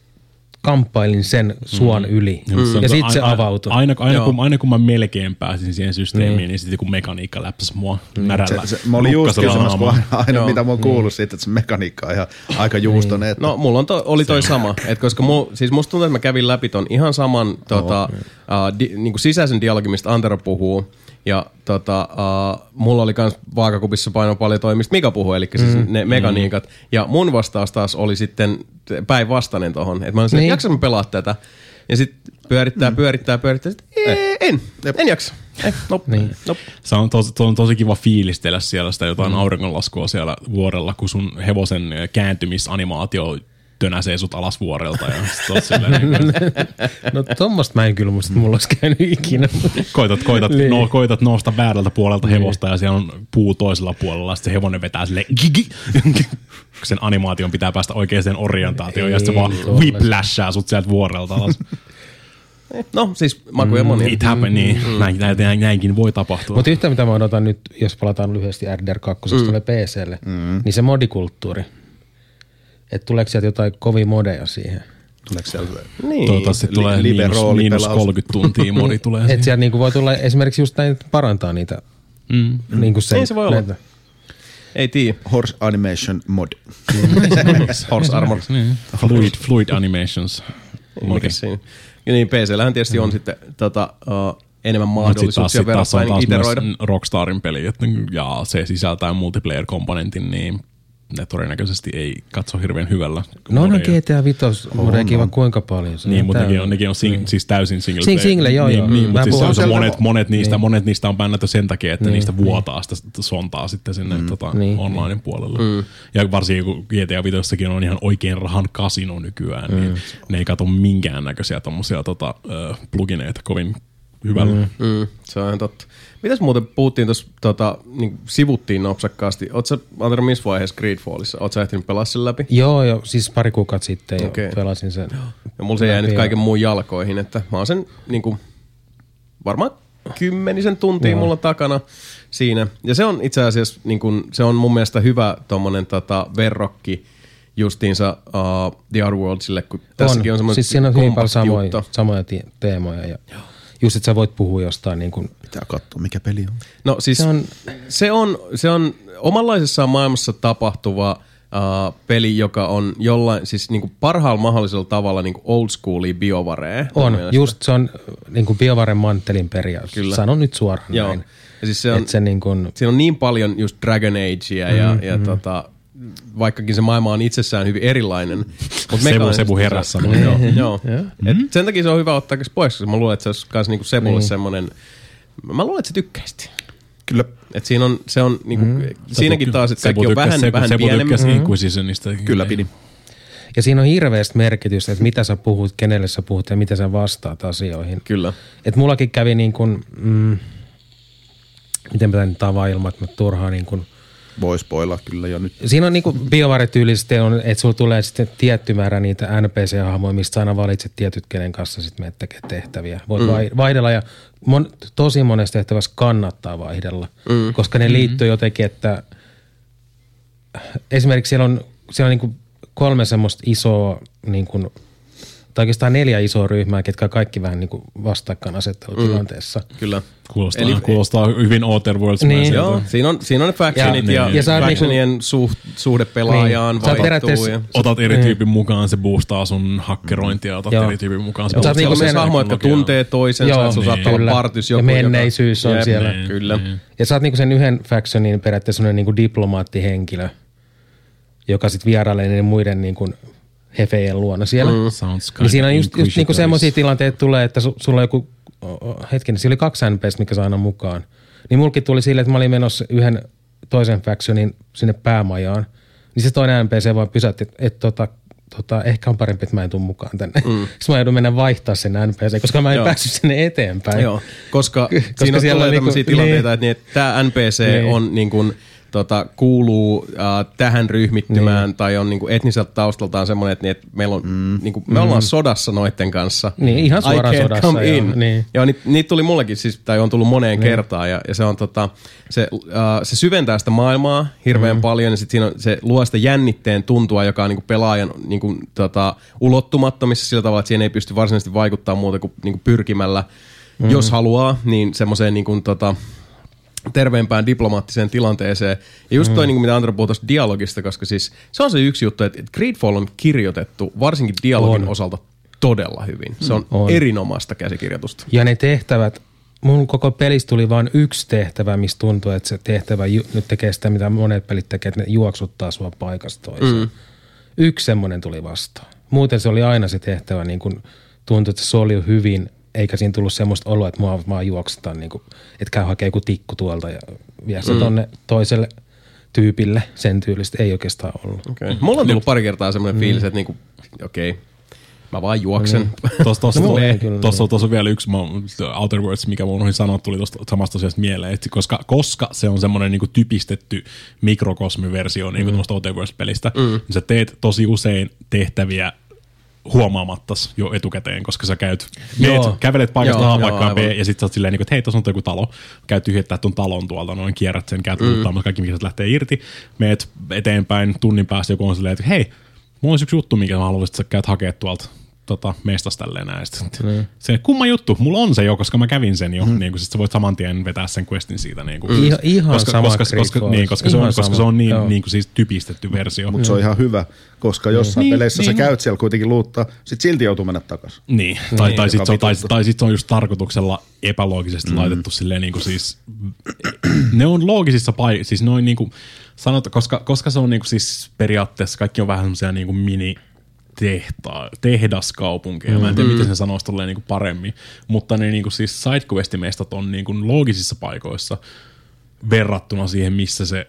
kamppailin sen suon mm. yli. Mm. Ja sitten se avautui. Aina, aina, kun, aina kun mä melkein pääsin siihen systeemiin, niin, niin sitten joku mekaniikka läpsäsi mua mm. märällä. Se, se, mä olin just kysymässä, kun aina, aina mitä mä oon kuullut niin. siitä, että se mekaniikka on ihan aika juustoinen. Niin. No mulla on to, oli toi se. sama, että koska mu, siis musta tuntuu, että mä kävin läpi ton ihan saman oh, tota, niin. uh, di, niinku sisäisen dialogin, mistä Antero puhuu. Ja tota, uh, mulla oli kans vaakakupissa paino paljon toi, mistä Mika puhui, eli siis mm. ne mekaniikat. Mm. Ja mun vastaus taas oli sitten päinvastainen tohon. Että mä olin niin. jaksa mä pelaa tätä? Ja sit pyörittää, mm. pyörittää, pyörittää. Sit, eh. En, en jaksa. Eh, nope. Niin. Nope. Se on tosi, to, tosi kiva fiilistellä siellä sitä jotain mm. auringonlaskua siellä vuorella, kun sun hevosen kääntymisanimaatio tönäsee sut alas vuorelta. Ja no tommoista mä en kyllä muista, että mulla olisi käynyt ikinä. koitat, koitat, no, koitat nousta väärältä puolelta hevosta ja siellä on puu toisella puolella. Sitten se hevonen vetää silleen gigi. Sen animaation pitää päästä oikeaan orientaatioon ja sitten se vaan whiplashaa sut sieltä vuorelta alas. No siis makuja monia. It happen, niin. Mm. Näin, näin, näinkin voi tapahtua. Mutta yhtä mitä mä odotan nyt, jos palataan lyhyesti R D R kaksi mm. tulee P C:lle, mm. niin se modikulttuuri. Että tuleeko sieltä jotain kovia modeja siihen? Tuleeko sieltä? Niin. Toivottavasti Li- tulee miinus, miinus kolmekymmentä tuntia modi tulee siihen. Että sieltä niinku voi tulla esimerkiksi just näin parantaa niitä. Mm. Niinku sen, ei se voi olla. Näitä. Ei tiedä. Horse Animation Mod. Horse Armor. Fluid, fluid Animations. Mikä siinä? Ja niin P C:llähän tietysti mm. on sitten tota, uh, enemmän mahdollisuuksia verrattain iteroida. Rockstarin peli, että, ja se sisältää multiplayer-komponentin, niin ne todennäköisesti ei katso hirveän hyvällä. No on G T A viisi modekin vaan kuinka paljon. Niin, mutta nekin on, nekin on sing, siis täysin single player. Single, joo, niin, joo. Niin, mutta siis se on monet, monet, niistä, niin. monet niistä on bännätty sen takia, että niin. niistä vuotaa sitä sontaa sitten sinne mm. tota, niin. online puolelle. Mm. Ja varsinkin kun G T A viisi on ihan oikein rahan kasino nykyään, mm. niin ne ei katso minkäännäköisiä tommosia tota, uh, plugineita kovin hyvällä. Mm. Mm. Se on ihan totta. Mitäs muuten puhuttiin tuossa, tota, niin sivuttiin nopsakkaasti. Ootko sä, Antero, missä vaiheessa Greedfallissa? Ootko sä ehtinyt pelaa sen läpi? Joo, jo, siis pari kuukautta sitten okay. jo pelasin sen. Ja mulla se jäi nyt kaiken muun jalkoihin, että mä oon sen niin kuin, varmaan kymmenisen tuntia mulla takana siinä. Ja se on itse asiassa, niin kuin, se on mun mielestä hyvä tommonen tota, verrokki, justiinsa uh, The Outer Worldsille, kun tässäkin on, on semmoinen siis siinä on hyvin paljon samoja, samoja teemoja ja just, että sä voit puhua jostain niin kuin... Pitää katsoa, mikä peli on. No siis se on, se on, se on omanlaisessaan maailmassa tapahtuva uh, peli, joka on jollain, siis niin kuin parhaalla mahdollisella tavalla niin kuin old schoolia BioWarea. On, just se on niin kuin BioWaren manttelin periaatteessa. Kyllä. Sanon nyt suoraan Joo. näin. Ja siis se on, se niin kuin... Siinä on niin paljon just Dragon Agea ja, mm, ja mm. tota... vaikkakin se maailma on itsessään hyvin erilainen. Mut Sebu, Sebu herrassa. Joo, joo. Et sen takia se on hyvä ottaa pois, koska mä luulen, että se olisi myös niinku Sebulle niin. semmoinen, mä luulen, että se tykkäisi. Kyllä. Et siinä on, se on niinku, mm. siinäkin taas, että kaikki on vähän, Sebu, vähän Sebu pienemmän. Sebu Inquisitionista. Kyllä pidi. Ja siinä on hirveästi merkitystä, että mitä sä puhut, kenelle sä puhut ja mitä sä vastaat asioihin. Kyllä. Et mullakin kävi niin kuin, mm, miten mä tämän tavan ilman, että mä turhaan niin kuin voi spoilaa kyllä jo nyt. Siinä on niinku BioWare-tyylisesti, että sulla tulee sitten tietty määrä niitä N P C-hahmoja, mistä sä aina valitset tietyt, kenen kanssa sitten menet tekee tehtäviä. Voit mm. vaihdella ja mon, tosi monessa tehtävässä kannattaa vaihdella, mm. koska ne liittyy mm-hmm. jotenkin, että esimerkiksi siellä on, siellä on niinku kolme semmoista isoa, niinku, tai oikeastaan neljä isoa ryhmää, ketkä kaikki vähän niinku vastakkainasettelutilanteessa. Mm. Kyllä. Kuulostaa, Eli, kuulostaa hyvin Outer Worlds. Niin. Joo, siinä on, siinä on ne factionit ja, ja, ja factionien niinku, suht, suhde pelaajaan niin. vaihtuu. Ja... Otat eri tyypin mukaan, se boostaa sun hakkerointia, otat joo. eri tyypin mukaan. Se boostaa. Siellä on myös hahmoja, jotka tuntee toisensa, joo, että sun niin. saattaa olla partys joku. Ja menneisyys joka... on Jep, siellä. Niin. Kyllä. Niin. Ja sä oot niinku sen yhden factionin periaatteessa sellainen niinku diplomaattihenkilö, joka sit vierailee niiden muiden niinku hefejen luona siellä. Mm. Niin siinä on just, just niinku semmosia tilanteita tulee, että su, sulla on joku, oh, hetken, siinä oli kaksi N P C:tä, mikä saa aina mukaan. Niin mulkin tuli silleen, että mä olin menossa yhden toisen factionin sinne päämajaan. Niin se toinen N P C vaan pysäytti, että et, tota, tota, ehkä on parempi, että mä en tule mukaan tänne. Mm. Sitten mä joudun mennä vaihtaa sen N P C, koska mä en Joo. päässyt sinne eteenpäin. Joo, koska, koska siinä tulee niinku, tämmöisiä tilanteita, niin. että tämä N P C niin. on niin kuin Tota, kuuluu äh, tähän ryhmittymään niin. tai on niinku etniseltä taustaltaan semmoinen, että, niin, että meillä on, mm. niinku, me mm. ollaan sodassa noitten kanssa. Niin, ihan suoraan sodassa. Come in. Joo, niin. Joo niitä niit tuli mullekin, siis, tai on tullut moneen niin. kertaan, ja, ja se, on, tota, se, äh, se syventää sitä maailmaa hirveän mm. paljon, ja sit siinä on, se luo sitä jännitteen tuntua, joka on niinku pelaajan niinku, tota, ulottumattomissa sillä tavalla, että siihen ei pysty varsinaisesti vaikuttaa muuta kuin niinku pyrkimällä, mm. jos haluaa, niin semmoiseen niinku, tota, terveempään diplomaattiseen tilanteeseen. Ja just toi, mm. niin mitä Antero puhui tuosta dialogista, koska siis se on se yksi juttu, että Greedfall on kirjoitettu varsinkin dialogin on. osalta todella hyvin. Se on, on erinomaista käsikirjoitusta. Ja ne tehtävät, mun koko pelistä tuli vain yksi tehtävä, missä tuntuu, että se tehtävä ju, nyt tekee sitä, mitä monet pelit tekee, että ne juoksuttaa sua paikasta toiseen. Mm. Yksi semmoinen tuli vastaan. Muuten se oli aina se tehtävä, niin kun tuntui, että se oli hyvin, eikä siinä tullut semmoista oloa, että mua vaan juoksetaan, niin kuin, että käy hakee joku tikku tuolta ja vie se mm. tonne toiselle tyypille. Sen tyylistä ei oikeastaan ollut. Okay. Mulla on tullut pari kertaa semmoinen mm. fiilis, että niinku, okei, okay, mä vaan juoksen. Mm. Tuossa no, on vielä yksi Outer Worlds, mikä mun ohi sanoa, tuli tuosta samasta asiasta mieleen. Et koska, koska se on semmoinen niinku typistetty mikrokosmiversio niinku mm. Outer Worlds-pelistä, mm. niin sä teet tosi usein tehtäviä huomaamattas jo etukäteen, koska sä käyt, meet, kävelet paikasta A paikkaan B, ja sit sä oot silleen, että hei, tuossa on joku talo, käyt tyhjättää ton talon tuolta, noin kierrät sen, käyt muuttaa, mm. kaikki mikä lähtee irti, meet eteenpäin, tunnin päästä joku on silleen, että hei, mulla olisi yksi juttu, mikä mä haluaisin, että sä käyt hakea tuolta tota, mestas tälleen näin. Mm. Se kumma juttu, mulla on se jo, koska mä kävin sen jo, mm. niin kuin, sit sä voit saman tien vetää sen questin siitä. Niin kuin, ihan, ihan koska, sama koska, koska, niin, koska, se on, koska se on niin, niin kuin, siis typistetty versio. Mutta se on ihan hyvä, koska jossain niin, peleissä niin, sä käyt siellä kuitenkin luuttaa, sit silti joutuu mennä takaisin. Niin, tai, niin. tai sitten se, tai, tai sit se on just tarkoituksella epäloogisesti mm. laitettu silleen niin kuin siis, ne on loogisissa paikoissa, siis noin niin kuin, sanota, koska, koska se on niin kuin siis periaatteessa, kaikki on vähän semmoisia niin kuin mini, tehta, tehdaskaupunkeja. Mm-hmm. Mä en tiedä, miten sen sanoisi tolleen niinku paremmin. Mutta ne niinku siis sidequestimestat on niinku loogisissa paikoissa verrattuna siihen, missä se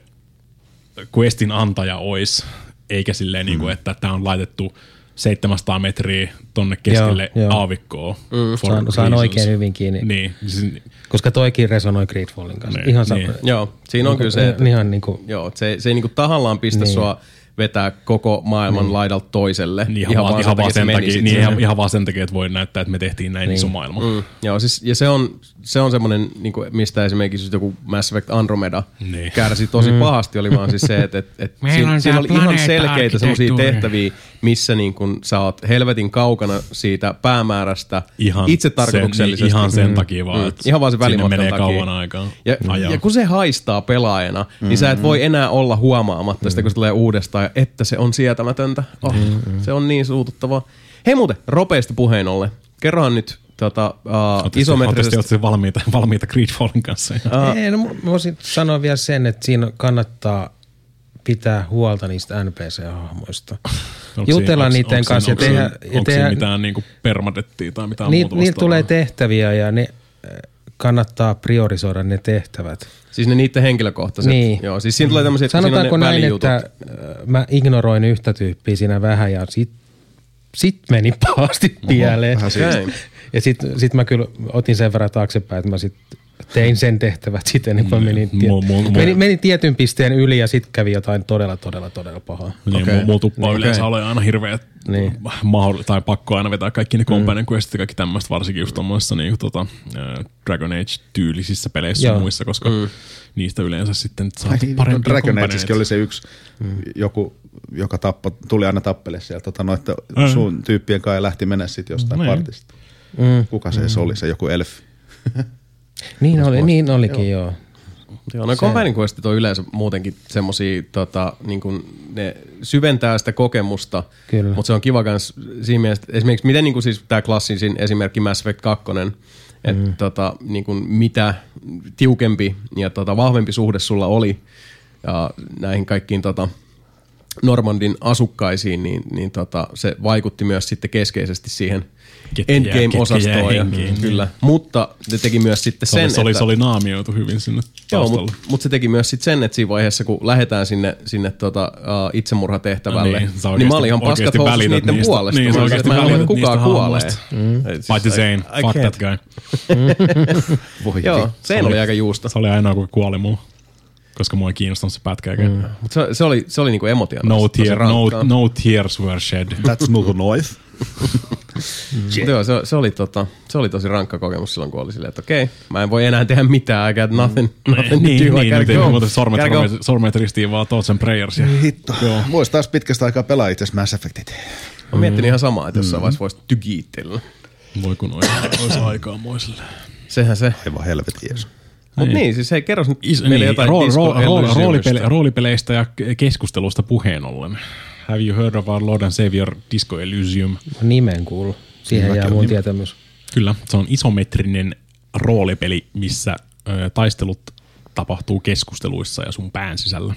questin antaja olisi. Eikä silleen, mm-hmm. niinku, että tämä on laitettu seitsemänsataa metriä tonne keskelle joo, joo. aavikkoa. Mm. Saan, saan oikein hyvin kiinni. Niin. Koska toikin resonoi Greedfallin kanssa. Niin. Ihan sama. Niin. Joo, siinä on niin, kyllä se, että ihan niinku, joo, se, se ei niinku tahallaan pistä niin. sua vetää koko maailman mm. laidalta toiselle. Niin, ihan, ihan, vaan, ihan, vaan sen takia, niin, ihan, ihan vaan sen takia, että voi näyttää, että me tehtiin näin niin. iso maailma. Mm. Joo, siis, ja se on, se on semmoinen, niin kuin, mistä esimerkiksi joku Mass Effect Andromeda niin. kärsi tosi mm. pahasti, oli vaan siis se, että et, et siinä, siinä oli ihan selkeitä semmoisia tehtäviä, missä niin kun sä oot helvetin kaukana siitä päämäärästä ihan itse tarkoituksellisesti. Sen, ihan sen takia vaan, mm. ihan vaan se välimatkan menee takia. kauan aikaa. Ja, ja kun se haistaa pelaajana, mm. niin sä et voi enää olla huomaamatta mm. sitä, kun se tulee uudestaan, että se on sietämätöntä. Oh, mm. Se on niin suututtavaa. Hei muuten, ropeista puheen ollen. Kerrohan nyt tota, uh, isometrisestä... Oletko valmiita, valmiita Greedfallin kanssa? Uh, Ei, no mä voisin sanoa vielä sen, että siinä kannattaa pitää huolta niistä N P C-hahmoista. Jutella niiden kanssa. Onko siinä, onko siinä mitään niinku permadettia tai mitään ni, muuta vastaavaa? Niillä tulee tehtäviä ja ne kannattaa priorisoida ne tehtävät. Siis ne niiden henkilökohtaiset. Niin. Joo, siis siinä tulee tämmöisiä, että sanotaanko siinä on ne näin, että mä ignoroin yhtä tyyppiä siinä vähän ja sit, sit meni pahasti pieleen. Okay. Ja sit, sit mä kyllä otin sen verran taaksepäin, että mä sit tein sen tehtävät sitten, niin kun menin, tie- mu, mu, mu. menin, menin tietyn pisteen yli ja sitten kävi jotain todella, todella, todella pahaa. Niin, okay. Mulla tuppaa okay. yleensä ole aina hirveä niin. mahdoll- tai pakko aina vetää kaikki ne companion mm. questit ja kaikki tämmöistä, varsinkin just tommoissa niin, tota, äh, Dragon Age-tyylisissä peleissä ja muissa, koska mm. niistä yleensä sitten saat parempia Dragon Ageissakin oli se yksi mm. joku, joka tappo, tuli aina tappele sieltä tota, noitten mm. sun tyyppien kanssa ja lähti mennä sitten jostain mm. partista. Mm. Kuka se mm. oli, se joku elfi? Niin, oli, niin olikin, joo. joo. Joo, no companion questit on yleensä muutenkin semmosia, tota, niin kuin ne syventää sitä kokemusta, mutta se on kiva kans siinä mielessä, esimerkiksi miten niin kuin siis tää klassisin esimerkki Mass Effect kaksi, että mm. tota, niin kuin mitä tiukempi ja tota, vahvempi suhde sulla oli ja näihin kaikkiin tota, Normandin asukkaisiin, niin, niin tota, se vaikutti myös sitten keskeisesti siihen Endgame-osastoon. Ja, kyllä. Mutta se teki myös sitten se oli, sen, se oli, että... Se oli naamioitu hyvin sinne taustalle. Joo, mutta mut se teki myös sitten sen, että siinä vaiheessa, kun lähdetään sinne, sinne tota, uh, itsemurhatehtävälle, niin, niin mä olin ihan paskat housussa niiden niistä, puolesta. Niin, mä oikeasti mä haluan, että kukaan kuolee. Mm. Paitsi Zane, fuck that guy. Joo, Zane oli aika juusta. Se oli ainoa, kun kuoli mua. Koska mua ei kiinnostanut se pätkääkään. Mm. Mutta se, se oli, se oli niinku emotionaalista. No, tear, no, no tears were shed. That's not a noise. mm. Joo, se, se, oli tota, se oli tosi rankka kokemus silloin, kun oli silleen, että okei, okay, mä en voi enää tehdä mitään, I got nothing, mm. nothing niin, to do, niin, I gotta go. Mutta sormet, sormet ristiin vaan thoughts and prayers. Hitto. Voisi taas pitkästä aikaa pelaa itse asiassa Mass Effectit. Mä mm. miettin ihan samaa, että jossain mm. vaiheessa voisi tykiittellä. Voi kun olisi aikaa moiselle. Sehän se. Aivan helvetin jees. Mutta niin, siis hei, kerros nyt Is, meille niin, jotain rool, disco rool, roolipele, roolipeleistä ja keskustelusta puheen ollen. Have you heard of our Lord and Savior Disco Elysium? Nimen kuulu. Siihen jää mun tietämys. Kyllä, se on isometrinen roolipeli, missä ö, taistelut tapahtuu keskusteluissa ja sun pään sisällä.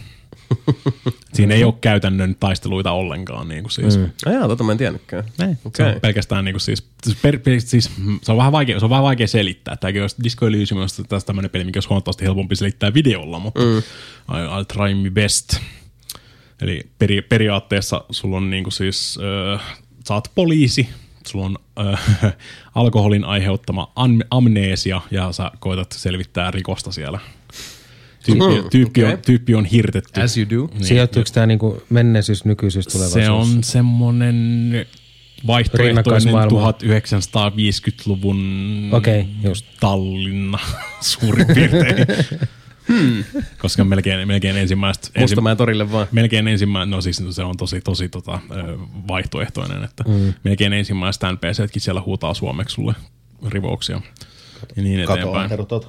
Siinä ei ole käytännön taisteluita ollenkaan. Niin kuin siis. Mm. Ajaa, tota mä en tiennytkään. Okay. Se on pelkästään niin kuin siis, per, per, siis se, on vähän vaikea, se on vähän vaikea selittää. Tämäkin olisi Disco Elysium, olisi tässä tämmöinen peli, mikä olisi huomattavasti helpompi selittää videolla, mutta mm. I'll try my best. Eli peri, periaatteessa sulla on niin kuin siis, äh, sä oot poliisi, sulla on äh, alkoholin aiheuttama am, amneesia ja sä koetat selvittää rikosta siellä. Tyyppi, mm, tyyppi, okay. on, tyyppi on hirtetty. As you do. Niin. Sijoittuuko tämä niinku menneisyys, nykyisyys, tulevaisuus? Se on semmoinen vaihtoehtoinen tuhatyhdeksänsataaviisikymmentäluvun okay, just. Tallinna suurin piirtein. hmm. Koska melkein, melkein ensimmäistä... Mustamäen torille vaan. Melkein ensimmäinen, no siis se on tosi, tosi tota, vaihtoehtoinen, että mm. melkein ensimmäistä N P C:tkin siellä huutaa suomeksi sulle rivouksia ja niin eteenpäin. Katoa,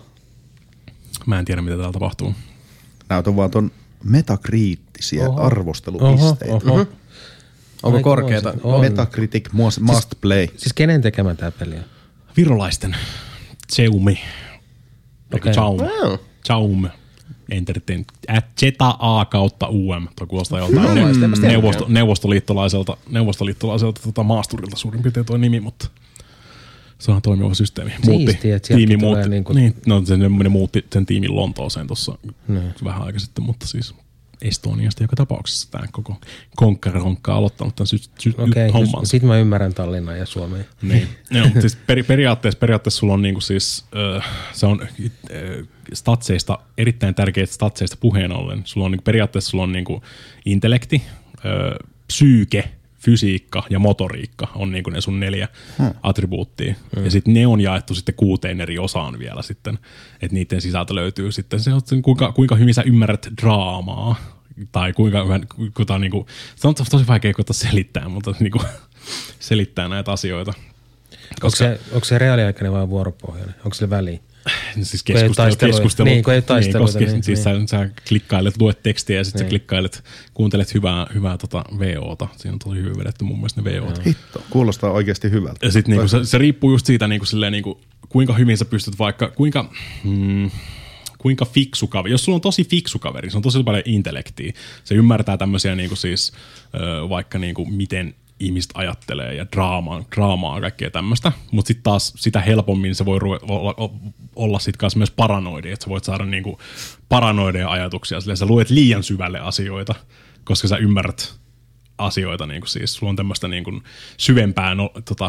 Mä en tiedä, mitä täällä tapahtuu. Näytän vaan ton metakriittisiä oho. arvostelupisteitä. Oho, oho. Onko korkeata? On. Metacritic must siis, play. Siis kenen tekemä tää peli on? Virolaisten. Xiaomi. Okay. Xiaomi. Wow. Xiaomi. Entertainment. Zeta A kautta U M. Tuo kuulostaa joltain mm. neuvosto, neuvostoliittolaiselta, neuvostoliittolaiselta tota maasturilta suurin piirtein tuo nimi, mutta... Se on toimiva systeemi. Muutti, Siistiä, että tiimi muutti, niin kuin... niin, no, se, ne muutti sen tiimin Lontooseen tuossa vähän aika sitten, mutta siis Estoniasta joka tapauksessa tämä koko konkkaronkka on aloittanut tämän sy- sy- okay, homman. Sitten mä ymmärrän Tallinnan ja Suomea. Niin. Joo, siis peri- periaatteessa, periaatteessa sulla on niinku siis, äh, se on äh, statseista, erittäin tärkeitä statseista puheen ollen. Sulla on niinku, periaatteessa sulla on niinku intellekti, äh, psyyke, fysiikka ja motoriikka on niinku ne sun neljä hmm. attribuuttia. Hmm. Ja sitten ne on jaettu sitten kuuteen eri osaan vielä sitten, että niiden sisältö löytyy sitten se, kuinka, kuinka hyvin sä ymmärrät draamaa. Tai kuinka, kuinka niinku, se on tosi vaikea koittaa selittää, mutta niinku, selittää näitä asioita. Koska, onko, se, onko se reaaliaikainen vai vuoropohjainen? Onko se väliin? Siis keskustelu, keskustelu, niin, kun ei taisteluita. Niin, niin, siis niin. Sä, sä klikkailet, luet tekstiä ja sitten niin. sä klikkailet, kuuntelet hyvää, hyvää tota V O:ta. Siinä on tosi hyvin vedetty mun mielestä ne V O:t. Hitto, kuulostaa oikeasti hyvältä. Ja sitten niinku, se, se riippuu just siitä, niinku, silleen, niinku, kuinka hyvin sä pystyt vaikka, kuinka... Hmm, kuinka fiksu kaveri. Jos sulla on tosi fiksu kaveri, se on tosi paljon intellektiä. Se ymmärtää tämmöisiä niinku siis, ö, vaikka niinku miten ihmiset ajattelee ja draamaa, draamaa ja kaikkea tämmöistä. Mutta sitten taas sitä helpommin se voi ruve- olla, olla sitten kanssa myös paranoidi, että sä voit saada niinku paranoideja ajatuksia. Silleen sä luet liian syvälle asioita, koska sä ymmärrät asioita. Niinku siis. Sulla on tämmöistä niinku syvempää no, tota,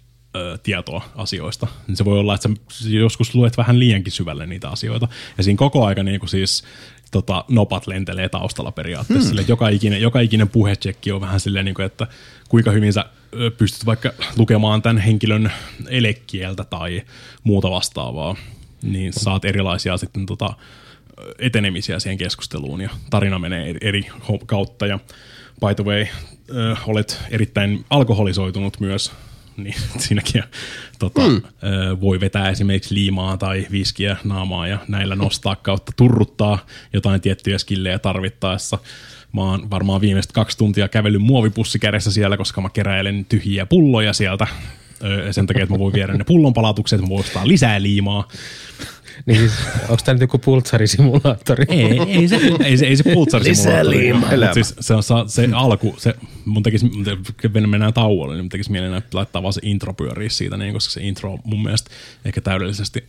ö, tietoa asioista. Niin se voi olla, että sä joskus luet vähän liiankin syvälle niitä asioita. Ja siinä koko aika niinku siis tota, nopat lentelee taustalla periaatteessa. Hmm. Sille, joka, ikinen, joka ikinen puhetsekki on vähän silleen, niinku, että kuinka hyvin sä pystyt vaikka lukemaan tämän henkilön elekieltä tai muuta vastaavaa. Niin saat erilaisia sitten tota, etenemisiä siihen keskusteluun ja tarina menee eri kautta. Ja by the way, ö, olet erittäin alkoholisoitunut myös. Niin siinäkin tota, mm. ö, voi vetää esimerkiksi liimaa tai viskiä naamaa ja näillä nostaa kautta turruttaa jotain tiettyjä skillejä tarvittaessa. Mä oon varmaan viimeiset kaksi tuntia kävellyt muovipussi kädessä siellä, koska mä keräilen tyhjiä pulloja sieltä. Ö, sen takia, että mä voin viedä ne pullon palautukseen, että mä voin ostaa lisää liimaa. Niin siis, onko tämä nyt joku pultsarisimulaattori? Ei, ei se, ei se, ei se pultsarisimulaattori. Siis se on se alku, se, mun tekisi, mennään tauolle, niin mun tekisi mieleen laittaa vaan se intro pyöriä siitä, niin, koska se intro mun mielestä ehkä täydellisesti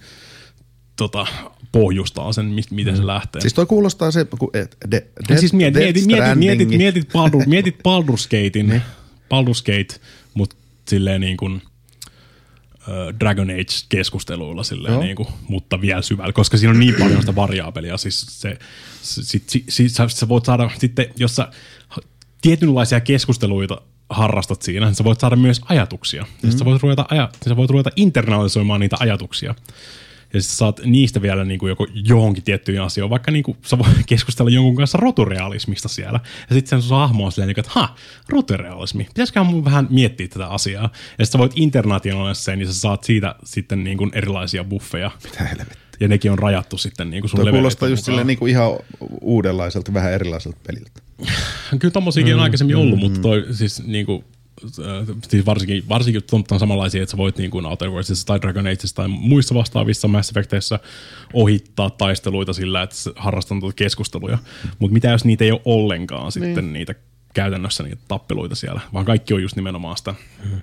tota, pohjustaa sen, miten se lähtee. Siis toi kuulostaa se, kun et, de, de, siis mietit, mietit, mietit, mietit, mietit, Baldur, mietit Baldur's Gatein, Baldur's Gate, mutta silleen niin kuin Dragon Age-keskusteluilla silleen, niin kuin, mutta vielä syvällä, koska siinä on niin paljon sitä variaapelia. Siis se, sit, sit, sit, sä, sä voit saada sitten, jos sä tietynlaisia keskusteluita harrastat siinä, niin sä voit saada myös ajatuksia. Mm-hmm. Ja sä voit ruveta, aja, sä voit ruveta internalisoimaan niitä ajatuksia. Ja sitten saat niistä vielä niin kuin joko johonkin tiettyihin asioihin, vaikka niin kuin sä voit keskustella jonkun kanssa roturealismista siellä. Ja sitten sen sun hahmo on silleen, että ha, roturealismi, pitäisiköhän mun vähän miettiä tätä asiaa. Ja sitten sä voit internationaalisesti sen, niin sä saat siitä sitten niin kuin erilaisia buffeja. Mitä helvettiä. Ja nekin on rajattu sitten niin kuin sun leveleiden kuulostaa just silleen niin kuin ihan uudenlaiselta, vähän erilaiselta peliltä. Kyllä tommosiakin mm, on aikaisemmin ollut, mm, mutta toi siis niin kuin siis varsinkin, varsinkin on samanlaisia, että sä voit niin kuin Outer Worldsissa tai Dragon Ageissa tai muissa vastaavissa Mass Effecteissä ohittaa taisteluita sillä, että harrastan tuota keskusteluja. Mutta mitä jos niitä ei ole ollenkaan sitten niin. niitä käytännössä niitä tappeluita siellä, vaan kaikki on just nimenomaan sitä, mm.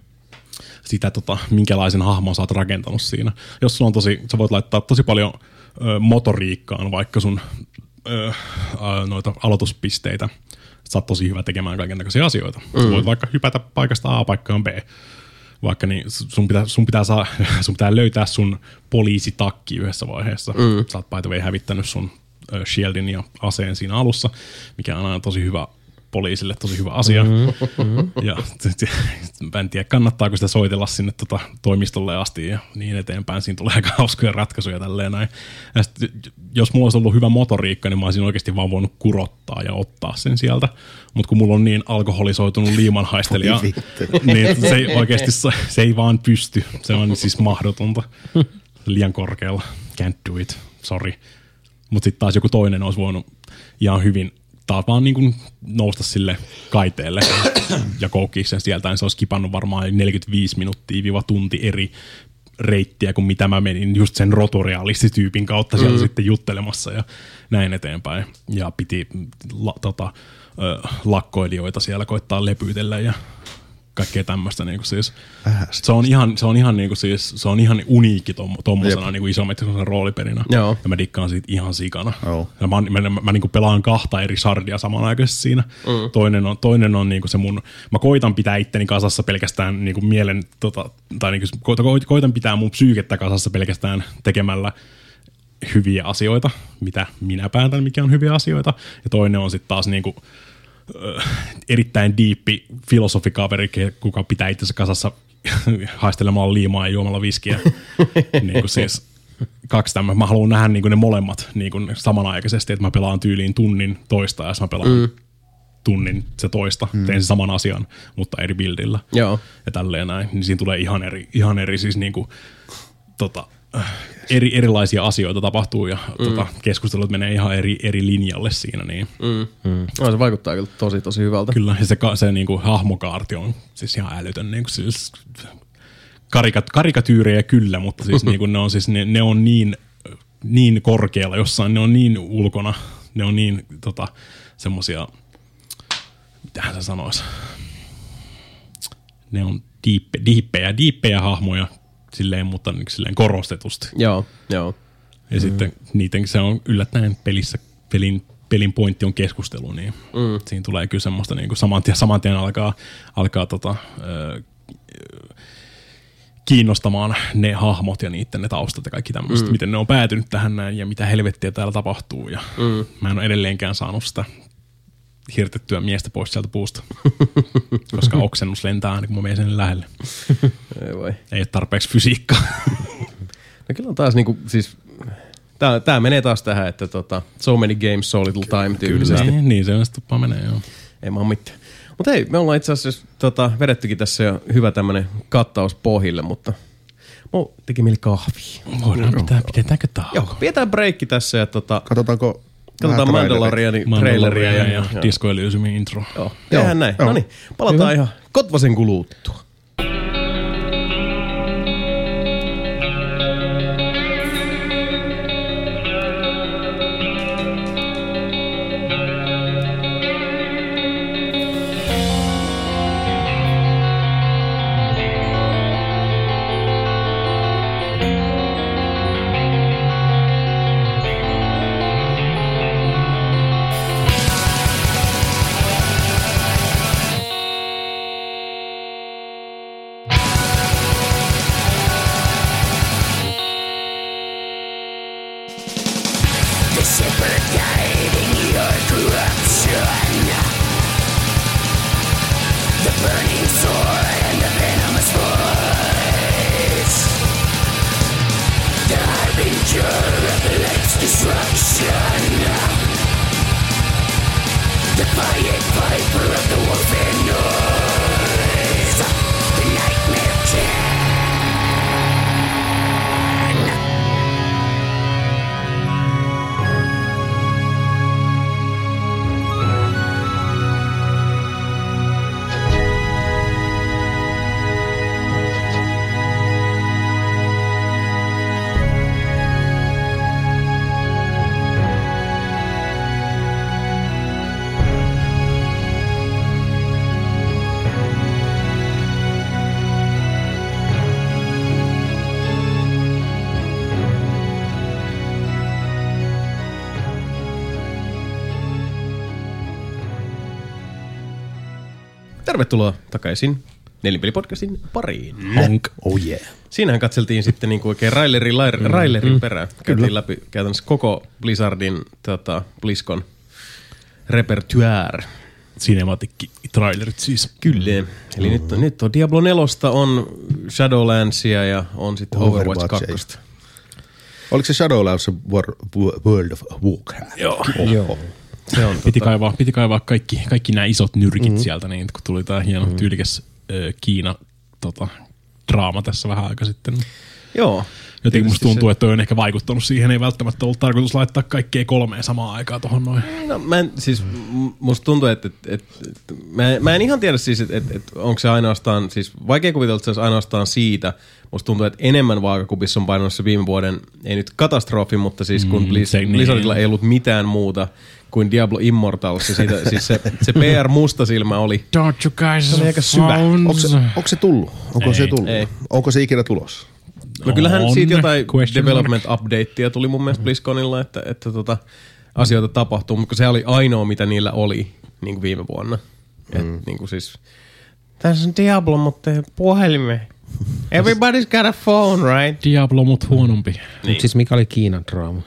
sitä tota, minkälaisen hahmon sä oot rakentanut siinä. Jos sulla on tosi, sä voit laittaa tosi paljon ö, motoriikkaan vaikka sun ö, ö, noita aloituspisteitä. Sä oot tosi hyvä tekemään kaikennäköisiä asioita. Mm. Sä voit vaikka hypätä paikasta A paikkaan B. Vaikka niin sun pitää, sun pitää, saa, sun pitää löytää sun poliisitakki yhdessä vaiheessa. Mm. Sä oot by the way hävittänyt sun uh, shieldin ja aseen siinä alussa, mikä on aina tosi hyvä poliisille, tosi hyvä asia. Mm-hmm. Ja mä en tiedä, kannattaako sitä soitella sinne tota toimistolle asti ja niin eteenpäin. Siinä tulee aika hauskoja ratkaisuja tälleen näin. Ja sit, jos mulla olisi ollut hyvä motoriikka, niin mä olisin oikeasti vaan voinut kurottaa ja ottaa sen sieltä. Mutta kun mulla on niin alkoholisoitunut liimanhaistelija, niin se ei oikeasti se ei vaan pysty. Se on siis mahdotonta. Liian korkealla. Can't do it. Sorry. Mutta sitten taas joku toinen olisi voinut ihan hyvin taas vaan niin kuin nousta sille kaiteelle ja koukkia sen sieltä, niin se olisi kipannut varmaan neljäkymmentäviisi minuuttia tunti eri reittiä kuin mitä mä menin just sen roturealistityypin kautta siellä mm. sitten juttelemassa ja näin eteenpäin. Ja piti la, tota, ö, lakkoilijoita siellä koittaa lepyytellä ja kaikkea tämmöistä niinku siis. Se on ihan se on ihan niinku siis se on ihan uniikki tom, tommosena niinku isometrisena roolipelinä. Joo. Ja mä dikkaan siitä ihan sikana. Ja mä, mä, mä, mä niinku pelaan kahta eri sardia samanaikaisesti siinä. Mm. Toinen on toinen on niinku se mun mä koitan pitää itteni kasassa pelkästään niinku mielen tota tai niinku koitan, koitan pitää mun psyykettä kasassa pelkästään tekemällä hyviä asioita, mitä minä päätän, mikä on hyviä asioita. Ja toinen on sitten taas niinku erittäin diippi filosofikaveri, kuka pitää itsensä kasassa haistelemalla liimaa ja juomalla viskiä. niin kuin siis kaksi tämmöistä. Mä haluan nähdä niin kuin ne molemmat niin kuin samanaikaisesti, että mä pelaan tyyliin tunnin toista ja mä pelaan mm. tunnin se toista. Mm. Teen sen saman asian, mutta eri buildillä. Joo. Ja tälleen näin. Niin siinä tulee ihan eri, ihan eri siis niin kuin, tota, eri, erilaisia asioita tapahtuu ja mm. tota, keskustelut menee ihan eri, eri linjalle siinä. Niin. Mm. Mm. No, se vaikuttaa kyllä tosi tosi hyvältä. Kyllä, ja se, se niin kuin, hahmokaarti on siis ihan älytön. Niin kuin, siis, karikat, karikatyyrejä kyllä, mutta siis, niin kuin, ne on, siis, ne, ne on niin, niin korkealla jossain, ne on niin ulkona, ne on niin tota, semmosia, mitähän se sanoisi, ne on diippe, diippejä, diippejä hahmoja, silleen, mutta niin, silleen korostetusti. Joo, joo. Ja mm. sitten niiden se on yllättäen pelissä, pelin, pelin pointti on keskustelu, niin mm. siinä tulee kyllä semmoista niin kuin saman tien, saman tien alkaa, alkaa tota, ö, kiinnostamaan ne hahmot ja niiden ne taustat ja kaikki tämmöiset, mm. miten ne on päätynyt tähän näin ja mitä helvettiä täällä tapahtuu. Ja mm. mä en ole edelleenkään saanut sitä hirtettyä miestä pois sieltä puusta, koska oksennus lentää aina, kun mä menen sen lähelle. Ei voi. Ei ole tarpeeksi fysiikkaa. No kyllä on taas niinku, siis, tää, tää menee taas tähän, että tota, so many games, so little time tyylisesti. Niin, niin se on sitten tuppaa menee, joo. Ei mä mitään. Mutta hei, me ollaan itse asiassa tota, vedettykin tässä jo hyvä tämmönen kattaus pohjille, mutta mulla teki mieli kahvia. Voidaan pitää, pidetäänkö tauko? Joo, pidetään breikki tässä ja tota... Katsotaanko Katsotaan Mandalorianin traileria ja, ja, ja Disco Elysiumin intro. Joo, tehdään näin. No niin, palataan hyvä. Ihan kotvasen kuluttua. Tervetuloa takaisin Nelinpeli-podcastin pariin. Honk. Oh yeah. Siinähän katseltiin sitten niinku oikein railerin, lair, railerin mm. perään. Käytiin läpi käytännössä koko Blizzardin tota, BlizzCon repertoire. Cinematic-trailerit siis. Kyllä. Eli mm. nyt, on, nyt on Diablo nelosta, on Shadowlandsia ja on sitten Overwatch, Overwatch kaksi. Oliko se Shadowlands World of Warcraft? Joo. Oh. Joo. Se on, piti, tota... kaivaa, piti kaivaa kaikki, kaikki nämä isot nyrkit mm. sieltä, niin kun tuli tämä hieno mm. tyylikäs äh, Kiina tota, draama tässä vähän aika sitten. Joo. Jotenkin musta tuntuu, se... että toi on ehkä vaikuttanut siihen, ei välttämättä ollut tarkoitus laittaa kaikkea kolmea samaan aikaan tohon noin. No mä en, siis musta tuntuu, että, että, että, että mä, mä en ihan tiedä siis, että, että, että onko se ainoastaan, siis vaikea kuvitella, että se olisi ainoastaan siitä. Musta tuntuu, että enemmän vaakakupissa on painanut se viime vuoden, ei nyt katastrofi, mutta siis kun mm, Blizzardilla ei ollut mitään muuta kuin Diablo Immortals. Ja siitä, siis se, se P R mustasilmä oli, Don't you guys oli aika syvä. Onko se, onko se tullut? Onko ei, se tullut? Ei. Onko se ikinä tulos? No kyllähän on siitä jotain development updatea tuli mun mielestä BlizzConilla, että, että tota, asioita tapahtuu, mutta se oli ainoa, mitä niillä oli niin kuin viime vuonna. Mm. Et, niin kuin siis, tässä on Diablo, mutta ei puhelimeen. Everybody's got a phone, right? Diablo, mut huonompi. Niin. Mutta siis mikä oli Kiinan draama?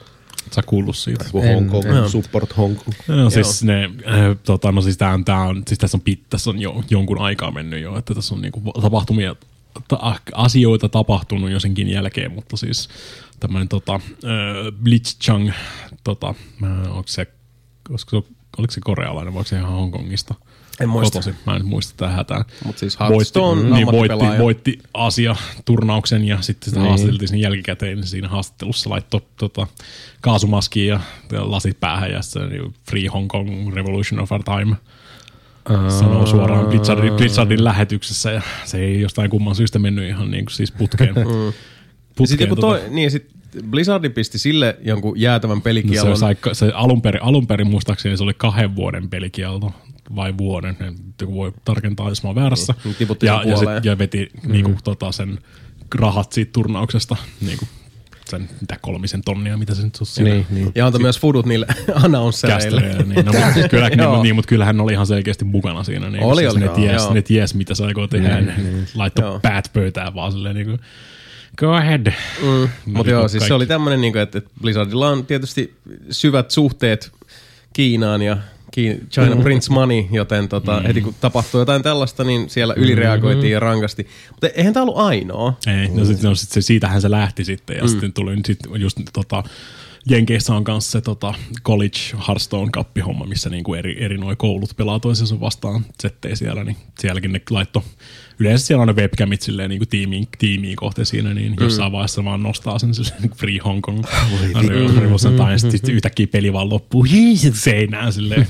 Sä kuullut siitä? Hong Kong, support Hong Kong. No siis ne, äh, tota, no siis tää on, tää on, siis tässä on, pit, tässä on jo jonkun aikaa mennyt jo, että tässä on niinku tapahtumia, ta, asioita tapahtunut jo senkin jälkeen, mutta siis tämmönen tota, äh, Blitzchung, tota, äh, onko se, olisiko se, oliko se korealainen, vai onko se ihan Hongkongista? En muista. Kotosi. Mä en muista tätä hätää. Mutta siis Hearthstone voitti, niin voitti, voitti Asia-turnauksen ja sitten sitä niin. haastateltiin sen jälkikäteen. Niin siinä haastattelussa laittoi tota, kaasumaskiin ja lasit päähän ja se Free Hong Kong Revolution of Our Time sanoo suoraan Blizzardin, Blizzardin lähetyksessä ja se ei jostain kumman syystä mennyt ihan niin kuin siis putkeen. putkeen sitten joku toi, tota. Niin sit Blizzard pisti sille jonkun jäätävän pelikielon. No se, sai, se alun, perin, alun perin muistaakseni se oli kahden vuoden pelikielto. Vai vuoden, joku voi tarkentaa, jos mä oon väärässä. Niin, ja, ja, sit, ja veti mm. niinku, tota, sen rahat siitä turnauksesta, niinku, sen mitä kolmisen tonnia, mitä se nyt on siinä. Niin, niin. Ja antoi myös fudut niille announcereille. Niin, no, kyllä, niin, niin, mutta kyllä hän oli ihan selkeästi mukana siinä. Niin, oli, siis oli. Ne ties, ne ties, mitä se aikoo tehdä. Niin, niin. Laittoi päät pöytään vaan silleen niin kuin, go ahead. Mm. Mutta joo, siis se oli tämmönen, niin kuin, että Blizzardilla on tietysti syvät suhteet Kiinaan ja China mm-hmm. Prince Money, joten tota, mm-hmm. heti kun tapahtui jotain tällaista, niin siellä ylireagoitiin mm-hmm. ja rankasti. Mutta eihän tämä ollut ainoa. Ei, no, sit, no sit se, siitähän se lähti sitten ja mm. sitten tuli sit just tota, Jenkeissä on kanssa se tota, College Hearthstone Cup-homma, missä niinku eri, eri noi koulut pelaa toisensa vastaan settejä siellä, niin sielläkin ne laitto. Yleensä siellä on ne webcamit silleen niinku tiimiin, tiimiin kohti siinä, niin mm. jossain vaiheessa vaan nostaa sen silleen Free Hong Kong. Revolution tai sitten yhtäkkiä peli vaan loppuu seinään silleen.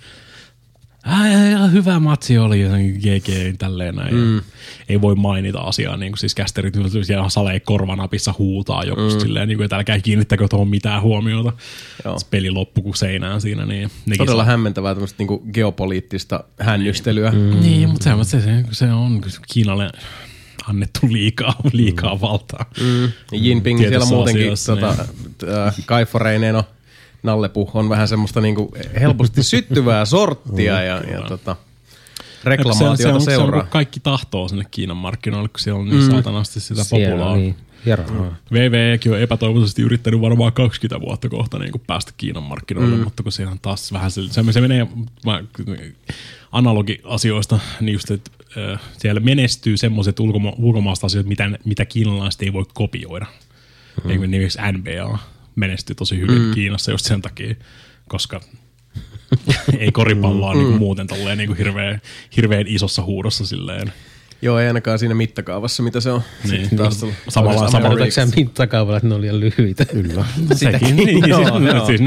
Ai, hyvä matsi oli, G G, tälleen näin. Mm. Ei voi mainita asiaa, niin kuin siis kästerit siellä salee korvanapissa huutaa joku mm. silleen, niin kuin, että älkää kiinnittäkö tuohon mitään huomiota. Peli loppu kuin seinään siinä. Niin todella saa hämmentävää tämmöistä niin kuin geopoliittista hännystelyä. Mm. Niin, mutta se, se, se on Kiinalle annettu liikaa, liikaa mm. valtaa. Mm. Jinping siellä muutenkin tota, äh, kaiforeineen Nallepuh on vähän semmoista niinku helposti syttyvää sorttia ja, ja tota, reklamaatiota se, se on, seuraa. Se on, kaikki tahtoo sinne Kiinan markkinoille, kun siellä on niin mm. saatanasti sitä populaa. Niin. V V Ekin on epätoivoisesti yrittänyt varmaan kaksikymmentä vuotta kohta niin kuin päästä Kiinan markkinoille, mm. mutta kun siellä on taas vähän se, se menee mä, analogiasioista, niin just, että äh, siellä menestyy semmoiset ulkoma, ulkomaasta asioita, mitä, mitä kiinalaiset ei voi kopioida. Mm. Esimerkiksi N B A menestyy tosi hyvin mm. Kiinassa just sen takia, koska ei koripalloa mm. niin muuten tolleen niin hirveän, hirveän isossa huudossa silleen. Joo, ei ainakaan siinä mittakaavassa, mitä se on. Niin. Samalla samalla sen mittakaavalla, että ne oli liian lyhyitä. Kyllä. Sitäkin. Niin, joo, joo. Siis,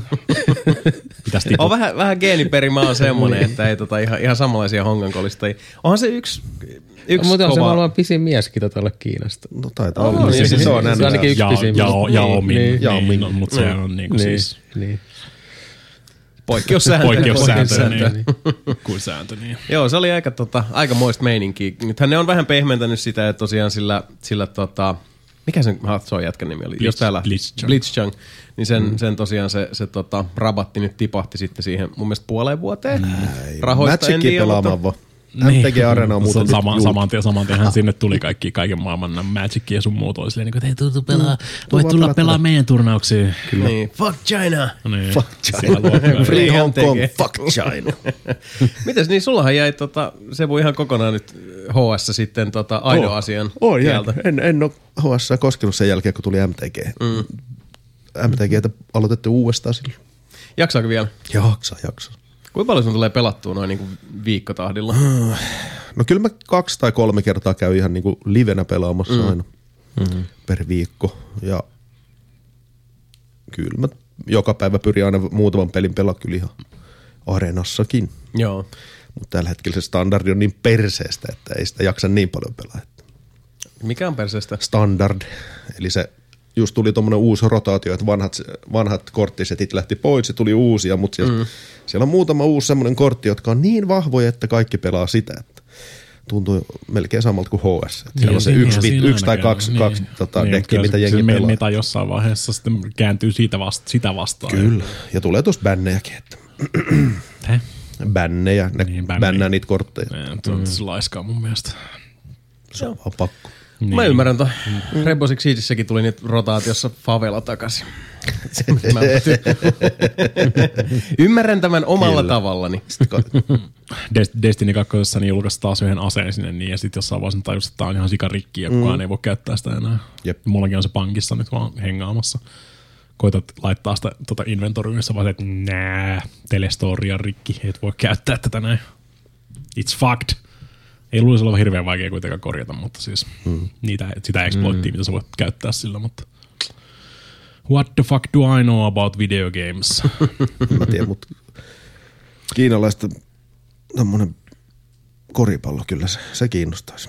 on vähän, vähän geeniperimä on semmoinen, että ei tota ihan, ihan samanlaisia hongankolistajia. Onhan se yksi... Yksi mutta on se maailman pisin mieskin tota olla Kiinasta. No taitaa olla. No, siis se on se ainakin yksi pisin. Jao Ming, mutta se on niinku siis... Poikkeussääntö. Poikkeussääntö, niin. Kuin sääntö, niin. Joo, se oli aika, tota, aika moista meininkiä. Nythän ne on vähän pehmentänyt sitä, että tosiaan sillä, sillä tota, mikä sen Hearthstone jätkän nimi oli? Blitz, Jos täällä Blitzchung. Blitzchung. Niin sen, mm. sen tosiaan se, se tota, rabatti nyt tipahti sitten siihen mun mielestä puoleen vuoteen. Näin. Rahoista en tiedä, pelaamaan vaan. M T G Arena on muuten sama, saman tien, saman tienhän sinne tuli kaikki, kaiken maailman Magic ja sun muut oli silleen, että hei, tuu pelaa, voit tulla pelaa meidän turnauksiin. Kyllä. Niin, fuck China. Niin. Fuck China. Free Hong Kong, fuck China. Mites, niin sullahan jäi tota, se voi ihan kokonaan nyt H S sitten tota, Aido-asian oh, oh, en, en ole H S koskenut sen jälkeen, kun tuli M T G. Mm. M T G:tä aloitettu uudestaan silloin. Jaksaako vielä? Jaksaa, jaksaa. Kuinka paljon sun tulee pelattua noin niinku viikkotahdilla? No kyllä mä kaksi tai kolme kertaa käyn ihan niinku livenä pelaamassa mm. aina mm-hmm. per viikko. Ja kyllä mä joka päivä pyrin aina muutaman pelin pelaa kyllä ihan areenassakin. Joo. Mutta tällä hetkellä se standardi on niin perseestä, että ei sitä jaksa niin paljon pelaa. Mikä on perseestä? Standard. Eli se just tuli tommonen uusi rotaatio, että vanhat, vanhat korttisetit lähti pois, se tuli uusia, mutta siellä, mm. siellä on muutama uusi semmoinen kortti, jotka on niin vahvoja, että kaikki pelaa sitä, että tuntuu melkein samalta kuin H S. Siellä niin, on se niin, yksi, vi, yksi tai kaksi, niin, kaksi tota, niin, dekkiä, mitä jengi pelaa. Se meta jossain vaiheessa sitten kääntyy siitä vasta, sitä vastaan. Kyllä, ja tulee tuossa bännejäkin. Että Heh? Bännejä, ne niin, bännää niitä kortteja. Se on mm. laiskaa mun mielestä. Se on vaan pakko. Niin. Mä ymmärrän, että mm. Rainbow Six Siegessäkin tuli niitä rotaatiossa favela takaisin. Ymmärrän tämän omalla Kyllä. tavallani. Destiny kaksi niin julkaisi taas yhden aseen sinne niin, ja sitten jossain vaiheessa tajusi, että tämä on ihan sikarikki ja kukaan mm. ei voi käyttää sitä enää. Jep. Mullakin on se pankissa nyt vaan hengaamassa. Koitat laittaa sitä tuota inventoriin, jossa vaan, että nää, telestoria on rikki, et voi käyttää tätä näin. It's fucked. Ei luulisi olla hirveän vaikea kuitenkaan korjata, mutta siis mm. niitä, sitä exploittia, mm. mitä sä voit käyttää sillä, mutta what the fuck do I know about video games? Mä tiedän, mutta kiinalaista tommonen koripallo kyllä se, se kiinnostaisi.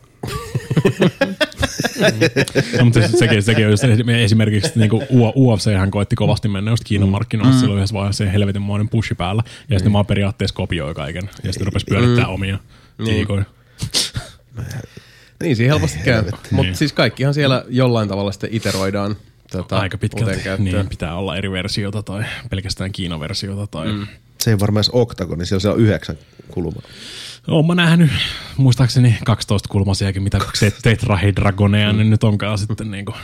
No, mutta sekin, sekin on esimerkiksi niin kuin U F C-hän koetti kovasti mennä just Kiinan markkinoilla, mm. silloin yhdessä vaiheessa se helvetinmoinen pushi päällä, ja sitten mm. vaan periaatteessa kopioi kaiken, ja sitten rupesi pyörittää mm. omia tiikoja. Niin, siinä helposti käy. Mutta niin. Siis kaikkihan siellä jollain tavalla sitten iteroidaan. Tota, aika pitkälti, niin pitää olla eri versiota tai pelkästään Kiina-versiota. Tai mm. Se ei varmaan edes Octagon, niin siellä se on yhdeksän kulmaa. Oon mä nähnyt, muistaakseni kaksitoista kulmasiakin, mitä tetrahedragoneja niin nyt onkaan sitten niinku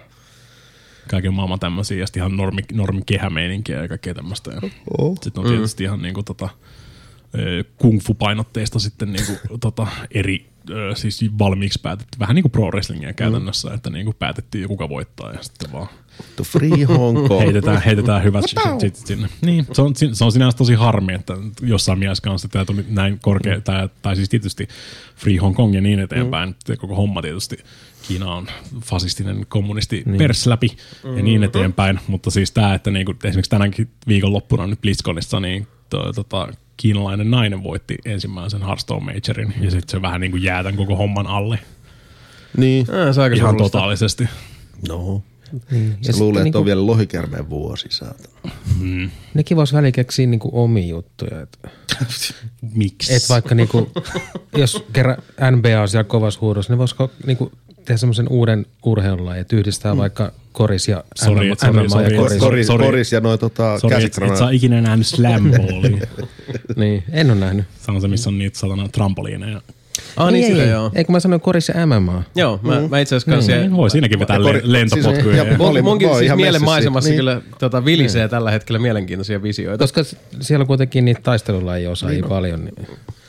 kaiken maailman tämmöisiä ja sitten ihan normi, normi kehämeininkiä ja kaikkea tämmöistä. Oh. Sitten on tietysti mm. ihan niinku tota kung-fu-painotteista sitten niinku tota eri siis valmiiksi päätetty, vähän niin kuin pro wrestlingia käytännössä, mm. että niin kuin päätettiin kuka voittaa ja sitten vaan to free Hong Kong. heitetään, heitetään hyvät shit sinne. Niin, se on, se on sinänsä tosi harmi, että jossain mielessä kanssa tämä tuli näin korkea, mm. tai, tai siis tietysti free Hong Kong ja niin eteenpäin, mm. koko homma tietysti. Kiina on fasistinen kommunisti niin. pers läpi mm. ja niin eteenpäin, mutta siis tämä, että niin kuin, esimerkiksi tänäänkin viikonloppuna nyt BlizzConissa, niin to, tota, kiinalainen nainen voitti ensimmäisen Hearthstone Majorin mm. ja sitten se vähän niin kuin jää tämän koko homman alle. Niin. Äh, se ihan totaalisesti. No. Niin. Se luulee, että niinku on vielä lohikärmeen vuosi saatana. Mm. Nekin vois väliin keksiä niinku omia juttuja. Et, miksi? Et vaikka niinku, jos kerran N B A on siellä kovassa huudossa, ne voisiko niinku tehdä semmoisen uuden urheilulajin, että yhdistää mm. vaikka koris ja sorry, M M A sorry, ja sorry, koris. Koris, sorry. koris ja noin tota käsikranoja. Et sä ikinä nähnyt slam-ballia. Niin, en ole nähnyt. Se on se, missä on niitä satana trampoliineja. Ah niin, sitä joo. Eikö mä sanoin koris ja M M A? Joo, mä, mm. mä itse asiassa kanssa. Niin, voi siinäkin vetää kor- lentopotkuja. Siis, mun, munkin siis mielen maisemassa niin. kyllä tota, vilisee niin. tällä hetkellä mielenkiintoisia visioita. Koska siellä on kuitenkin niitä taistelulajia osaajia niin paljon. Niin.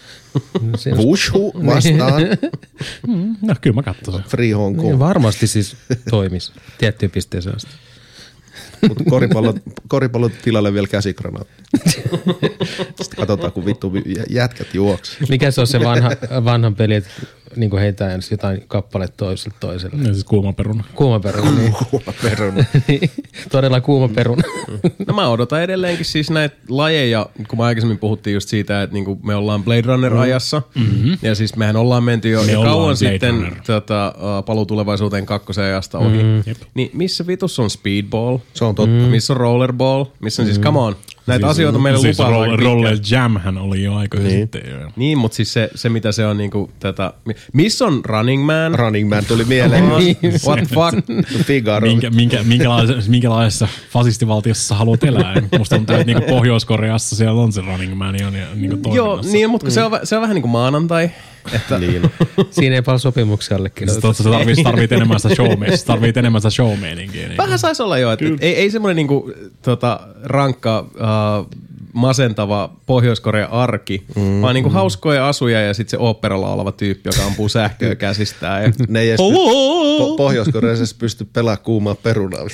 Wushu vastaan. No kyllä mä katsoin. Free Hong Kong. Niin, varmasti siis toimisi tiettyyn pisteeseen asti. Mutta koripallon, koripallon tilalle vielä käsikranaatti. Sitten katsotaan, kun vittu jätkät juoksi. Mikä se on se vanha, vanhan peli, että niin heitään ensin jotain kappaletta toiselle toiselle. No siis kuuma peruna. Kuuma peruna, niin. Kuuma peruna. Todella kuuma peruna. No mä odotan edelleenkin siis näitä lajeja, kun me aikaisemmin puhuttiin just siitä, että niinku me ollaan Blade Runner-ajassa. Mm-hmm. Ja siis mehän ollaan menty jo me kauan sitten tota, uh, Paluu tulevaisuuteen kakkosen ajasta ohi. Mm-hmm. Niin missä vitus on Speedball? Se on totta. Mm. Missä on Rollerball? Missä on siis, come on. Näitä siis, asioita meille siis lupaa roll, Roller Jamhän oli jo aika niin. sitten. Jo. Niin, mutta siis se, se mitä se on niinku tätä... Missä on Running Man? Running Man tuli mieleen. What the fuck? Figaro. Minkä, minkä, minkälaisessa, minkälaisessa fasistivaltiossa sä haluat elää? Musta tuntuu, että niinku Pohjois-Koreassa siellä on se Running Man on niinku Joo, niin, mutta mm. se, on, se on vähän niin kuin maanantai. Että niin. Siinä ei paljon sopimuksia allekirjoittaa. Sä tarvitset tarvit enemmän sitä showmeininkiä. Tarvit enemmän sitä showmeininkiä. Niin vähän saisi olla jo, että et, ei, ei semmoinen niinku, tota, rankka, uh, masentava Pohjois-Korean arki, mm, vaan niinku mm. hauskoja asuja ja sitten se oopperalla oleva tyyppi, joka ampuu sähköä käsistään. Ja... Ne ei edes po- Pohjois-Koreassa pysty pelaamaan kuumaa perunaa.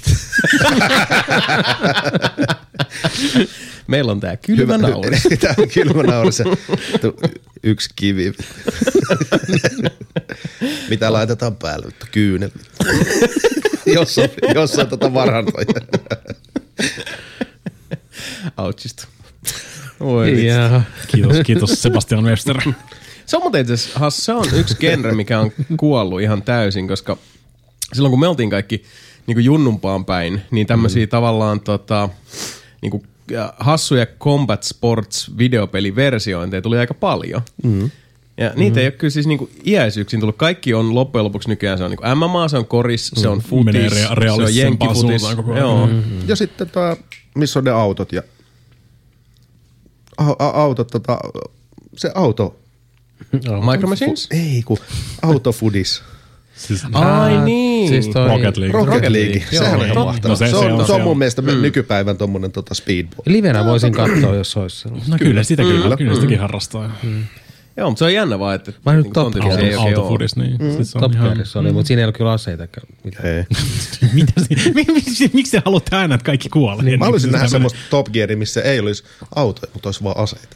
Meillä on tää kylmä nauris. Tää on kylmä nauris. Yksi kivi. Mitä laitetaan päälle? Kyynel. jos on, jos on tota varantoja. Ouchista. Kiitos, kiitos Sebastian Webster. Se on muuten itse asiassa, se on yksi genre, mikä on kuollut ihan täysin, koska silloin kun me oltiin kaikki niin kuin junnumpaan päin, niin tämmöisiä mm. tavallaan tota, niin kuin hassuja Combat Sports videopeliversiointeja tuli aika paljon. Mm. Ja niitä mm. ei ole kyllä siis niinku iäisyyksiin tullut. Kaikki on loppujen lopuksi nykyään, se on niinku M M A, se on koris, mm. se on futis, rea- se on jenkkifutis. Joo. Mm-hmm. Ja sitten tää, missä on ne autot ja a- a- autot, tota, se auto. Micro Machines? Fu- ei, kun autofudis. Siis, Ai niin. Siis toi Rocket League. Rocket League, sehän on ihan mahtava. No se, se, se on, on, se on se mun on. mielestä mm. nykypäivän tommonen tota speedball. Livenä voisin katsoa, jos olisi sellaista. No kyllä, sitä kyllä, Kyllä. kyllä sitäkin harrastaa. Mm. Joo, mutta se on jännä vaan, että Mä en nyt niin Top tontilla se ei Gear. oikein Autofoodis, niin. Mm. Siis se on Top ihan- Gearissa oli, mutta siinä ei ole kyllä aseita. Mitä? Ei. Mitä se- mi- miksi, miksi te haluatte aina, että kaikki kuolee? Niin, Mä haluaisin se nähdä menee- semmoista Top Gearia, missä ei olisi autoja, mutta olisi vaan aseita.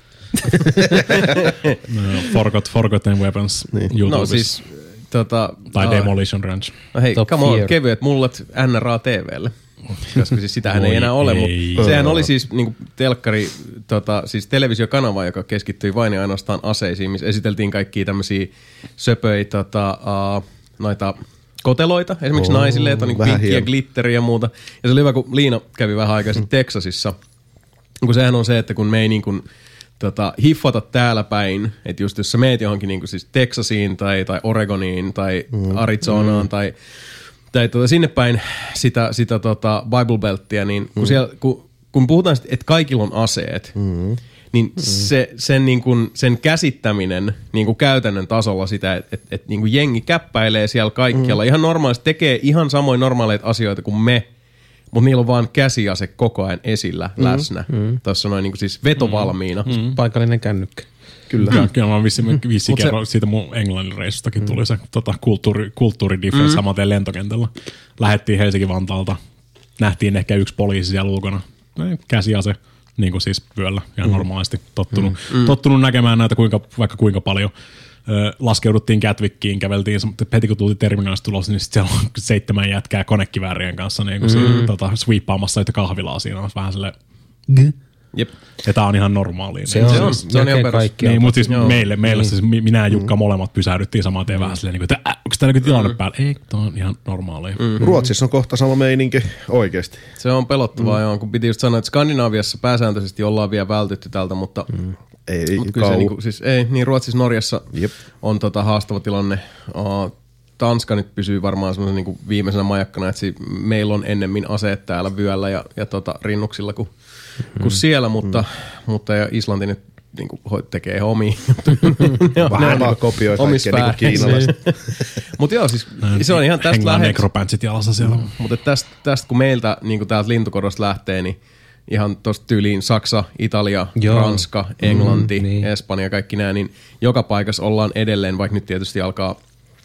No, forgot, Forgotten Weapons YouTubessa. No siis, tota... Tai aa, Demolition Ranch. No hei, Top come on, Gear. kevyet mullat N R A T V:lle. Koska siis sitähän ei Voi enää ole, ei. mutta sehän oli siis niinku telkkari, tota, siis televisiokanava, joka keskittyi vain ja ainoastaan aseisiin, missä esiteltiin kaikkia tämmöisiä söpöitä, tota, uh, noita koteloita, esimerkiksi Oo, naisille, että on niinku vähän pinkkiä, hieno. glitteriä ja muuta. Ja se oli hyvä, kun Liina kävi vähän aikaa sitten Texasissa. Kun sehän on se, että kun me ei niin kuin, tota, hiffata täällä päin, että just jos sä meet johonkin niin kuin siis Texasiin tai, tai Oregoniin tai mm. Arizonaan mm. tai, tai tota, sinne päin sitä, sitä tota Bible Belttiä, niin kun, mm. siellä, kun, kun puhutaan, että kaikilla on aseet, mm. niin mm. Se, sen, niin kuin, sen käsittäminen niin kuin käytännön tasolla sitä, että et, et, niin kuin jengi käppäilee siellä kaikkialla, mm. ihan normaalisti tekee ihan samoin normaaleita asioita kuin me, mutta niillä on vaan käsiase koko ajan esillä, mm, läsnä. Mm. Tuossa noin niin kuin siis vetovalmiina. Mm. Paikallinen kännykkä. Kyllä. Kyllä, kyllä mä vissiin vissi Mut se- kerran siitä mun Englannin reissustakin tuli se tota, kulttuuri, kulttuuridifference mm. samaten lentokentällä. Lähettiin Helsinki-Vantaalta, nähtiin ehkä yksi poliisi siellä ulkona, Eh, käsiase, niin kuin siis vyöllä ihan mm. normaalisti tottunut, mm. tottunut näkemään näitä kuinka, vaikka kuinka paljon. Ö, laskeuduttiin Gatwickiin, käveltiin, mutta heti kun tultiin terminaalista tulos, niin sitten siellä on seitsemän jätkää konekiväärien kanssa niin kuin mm. siinä, tota, sweepaamassa yhtä kahvilaa siinä on vähän silleen, Jep. ja tää on ihan normaalia. Se niin. on, Se on- se on ihan perus. kaikki. Niin, mutta siis Joo. meille, meille siis mi- minä ja Jukka molemmat pysähdyttiin saman tien vähän silleen, niin kuin, että äh, onko täällä joku tilanne päällä? Ei, tää on ihan normaalia. Mm. Ruotsissa on kohta sama meininki oikeesti. Se on pelottavaa, mm. joo, kun piti just sanoa, että Skandinaaviassa pääsääntöisesti ollaan vielä vältytty tältä, mutta, mm. Ei mutta kyllä se kau. niinku, siis ei, niin Ruotsissa, Norjassa Jep. on tota haastava tilanne. Uh, Tanska nyt pysyy varmaan semmoisen niinku viimeisenä majakkana, että si- meillä on ennemmin aseet täällä vyöllä ja, ja tota, rinnuksilla kuin, mm. kuin siellä, mutta, mm. mutta ja Islanti nyt niinku ho- tekee ihan omia juttuja. Vähän vaan kopioi kaikkea niinku kiinalaista. Mutta joo, siis se on ihan tästä Henglaan lähes. nekropantsit jalassa siellä. Mm. Mutta tästä, tästä kun meiltä niin täältä lintukorosta lähtee, niin ihan tuosta tyyliin Saksa, Italia, Joo. Ranska, Englanti, Mm, niin. Espanja, kaikki nämä, niin joka paikassa ollaan edelleen, vaikka nyt tietysti alkaa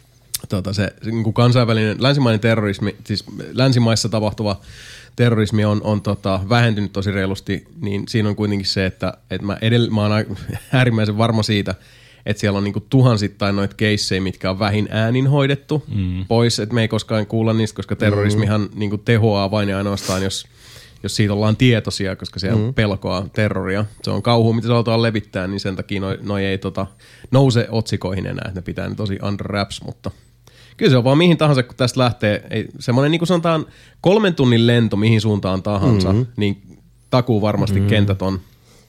tota, se, se niin kuin kansainvälinen länsimainen terrorismi, siis länsimaissa tapahtuva terrorismi on, on tota, vähentynyt tosi reilusti, niin siinä on kuitenkin se, että, että mä, edell- mä oon a- äärimmäisen varma siitä, että siellä on niinku tuhansittain noita keissejä, mitkä on vähin äänin hoidettu mm. pois, että me ei koskaan kuulla niistä, koska terrorismihan mm. niinku tehoaa vain ja ainoastaan, jos, jos siitä ollaan tietoisia, koska siellä mm. pelkoa terroria. Se on kauhu, mitä se halutaan levittää, niin sen takia noi, noi ei tota, nouse otsikoihin enää, että ne pitää ne tosi under wraps, mutta kyllä se on vaan mihin tahansa, kun tästä lähtee, ei, semmoinen niin kuin sanotaan kolmen tunnin lento mihin suuntaan tahansa, mm-hmm. niin takuu varmasti mm-hmm. kentät on,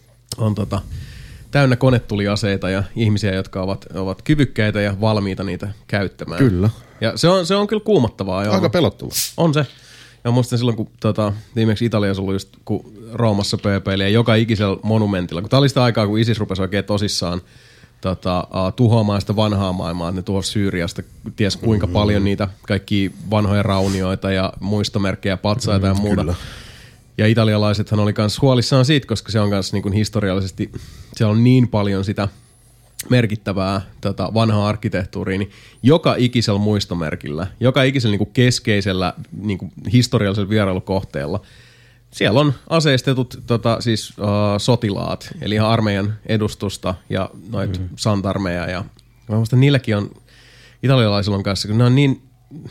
on tota, täynnä konetuliaseita ja ihmisiä, jotka ovat, ovat kyvykkäitä ja valmiita niitä käyttämään. Kyllä. Ja se on, se on kyllä kuumottavaa. Joo. Aika pelottavaa. On se. Ja muistan silloin, kun tota, viimeksi Italiassa ollut just, kun Roomassa pööpeilee joka ikisellä monumentilla, kun tämä oli sitä aikaa, kun ISIS rupesi oikein tosissaan tota, uh, tuhoamaan sitä vanhaa maailmaa, että ne tuhosi Syyriasta, ties kuinka mm. paljon niitä kaikkia vanhoja raunioita ja muistomerkkejä, patsaita mm, ja muuta. Kyllä. Ja italialaisethan oli myös huolissaan siitä, koska se on myös niin kuin historiallisesti, siellä on niin paljon sitä merkittävää tota, vanhaa arkkitehtuuria, niin joka ikisellä muistomerkillä, joka ikisellä niin kuin keskeisellä niin kuin historiallisella vierailukohteella, siellä on aseistetut tota, siis, uh, sotilaat, eli ihan armeijan edustusta ja noit mm-hmm. santarmeja. Ja mä muistan, niilläkin on, italialaisilla on kanssa, kun ne on niin,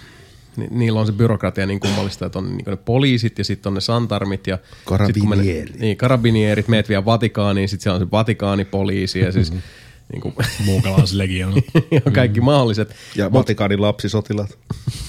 ni, niillä on se byrokratia niin kummallista, että on niin ne poliisit ja sitten on ne santarmit. Ja Karabinierit. Niin, karabinierit, meet vielä Vatikaaniin, sitten siellä on se Vatikaanipoliisi ja siis niin kuin, muukalaislegiona. ja kaikki mahdolliset. Ja Vatikaanin lapsisotilaat.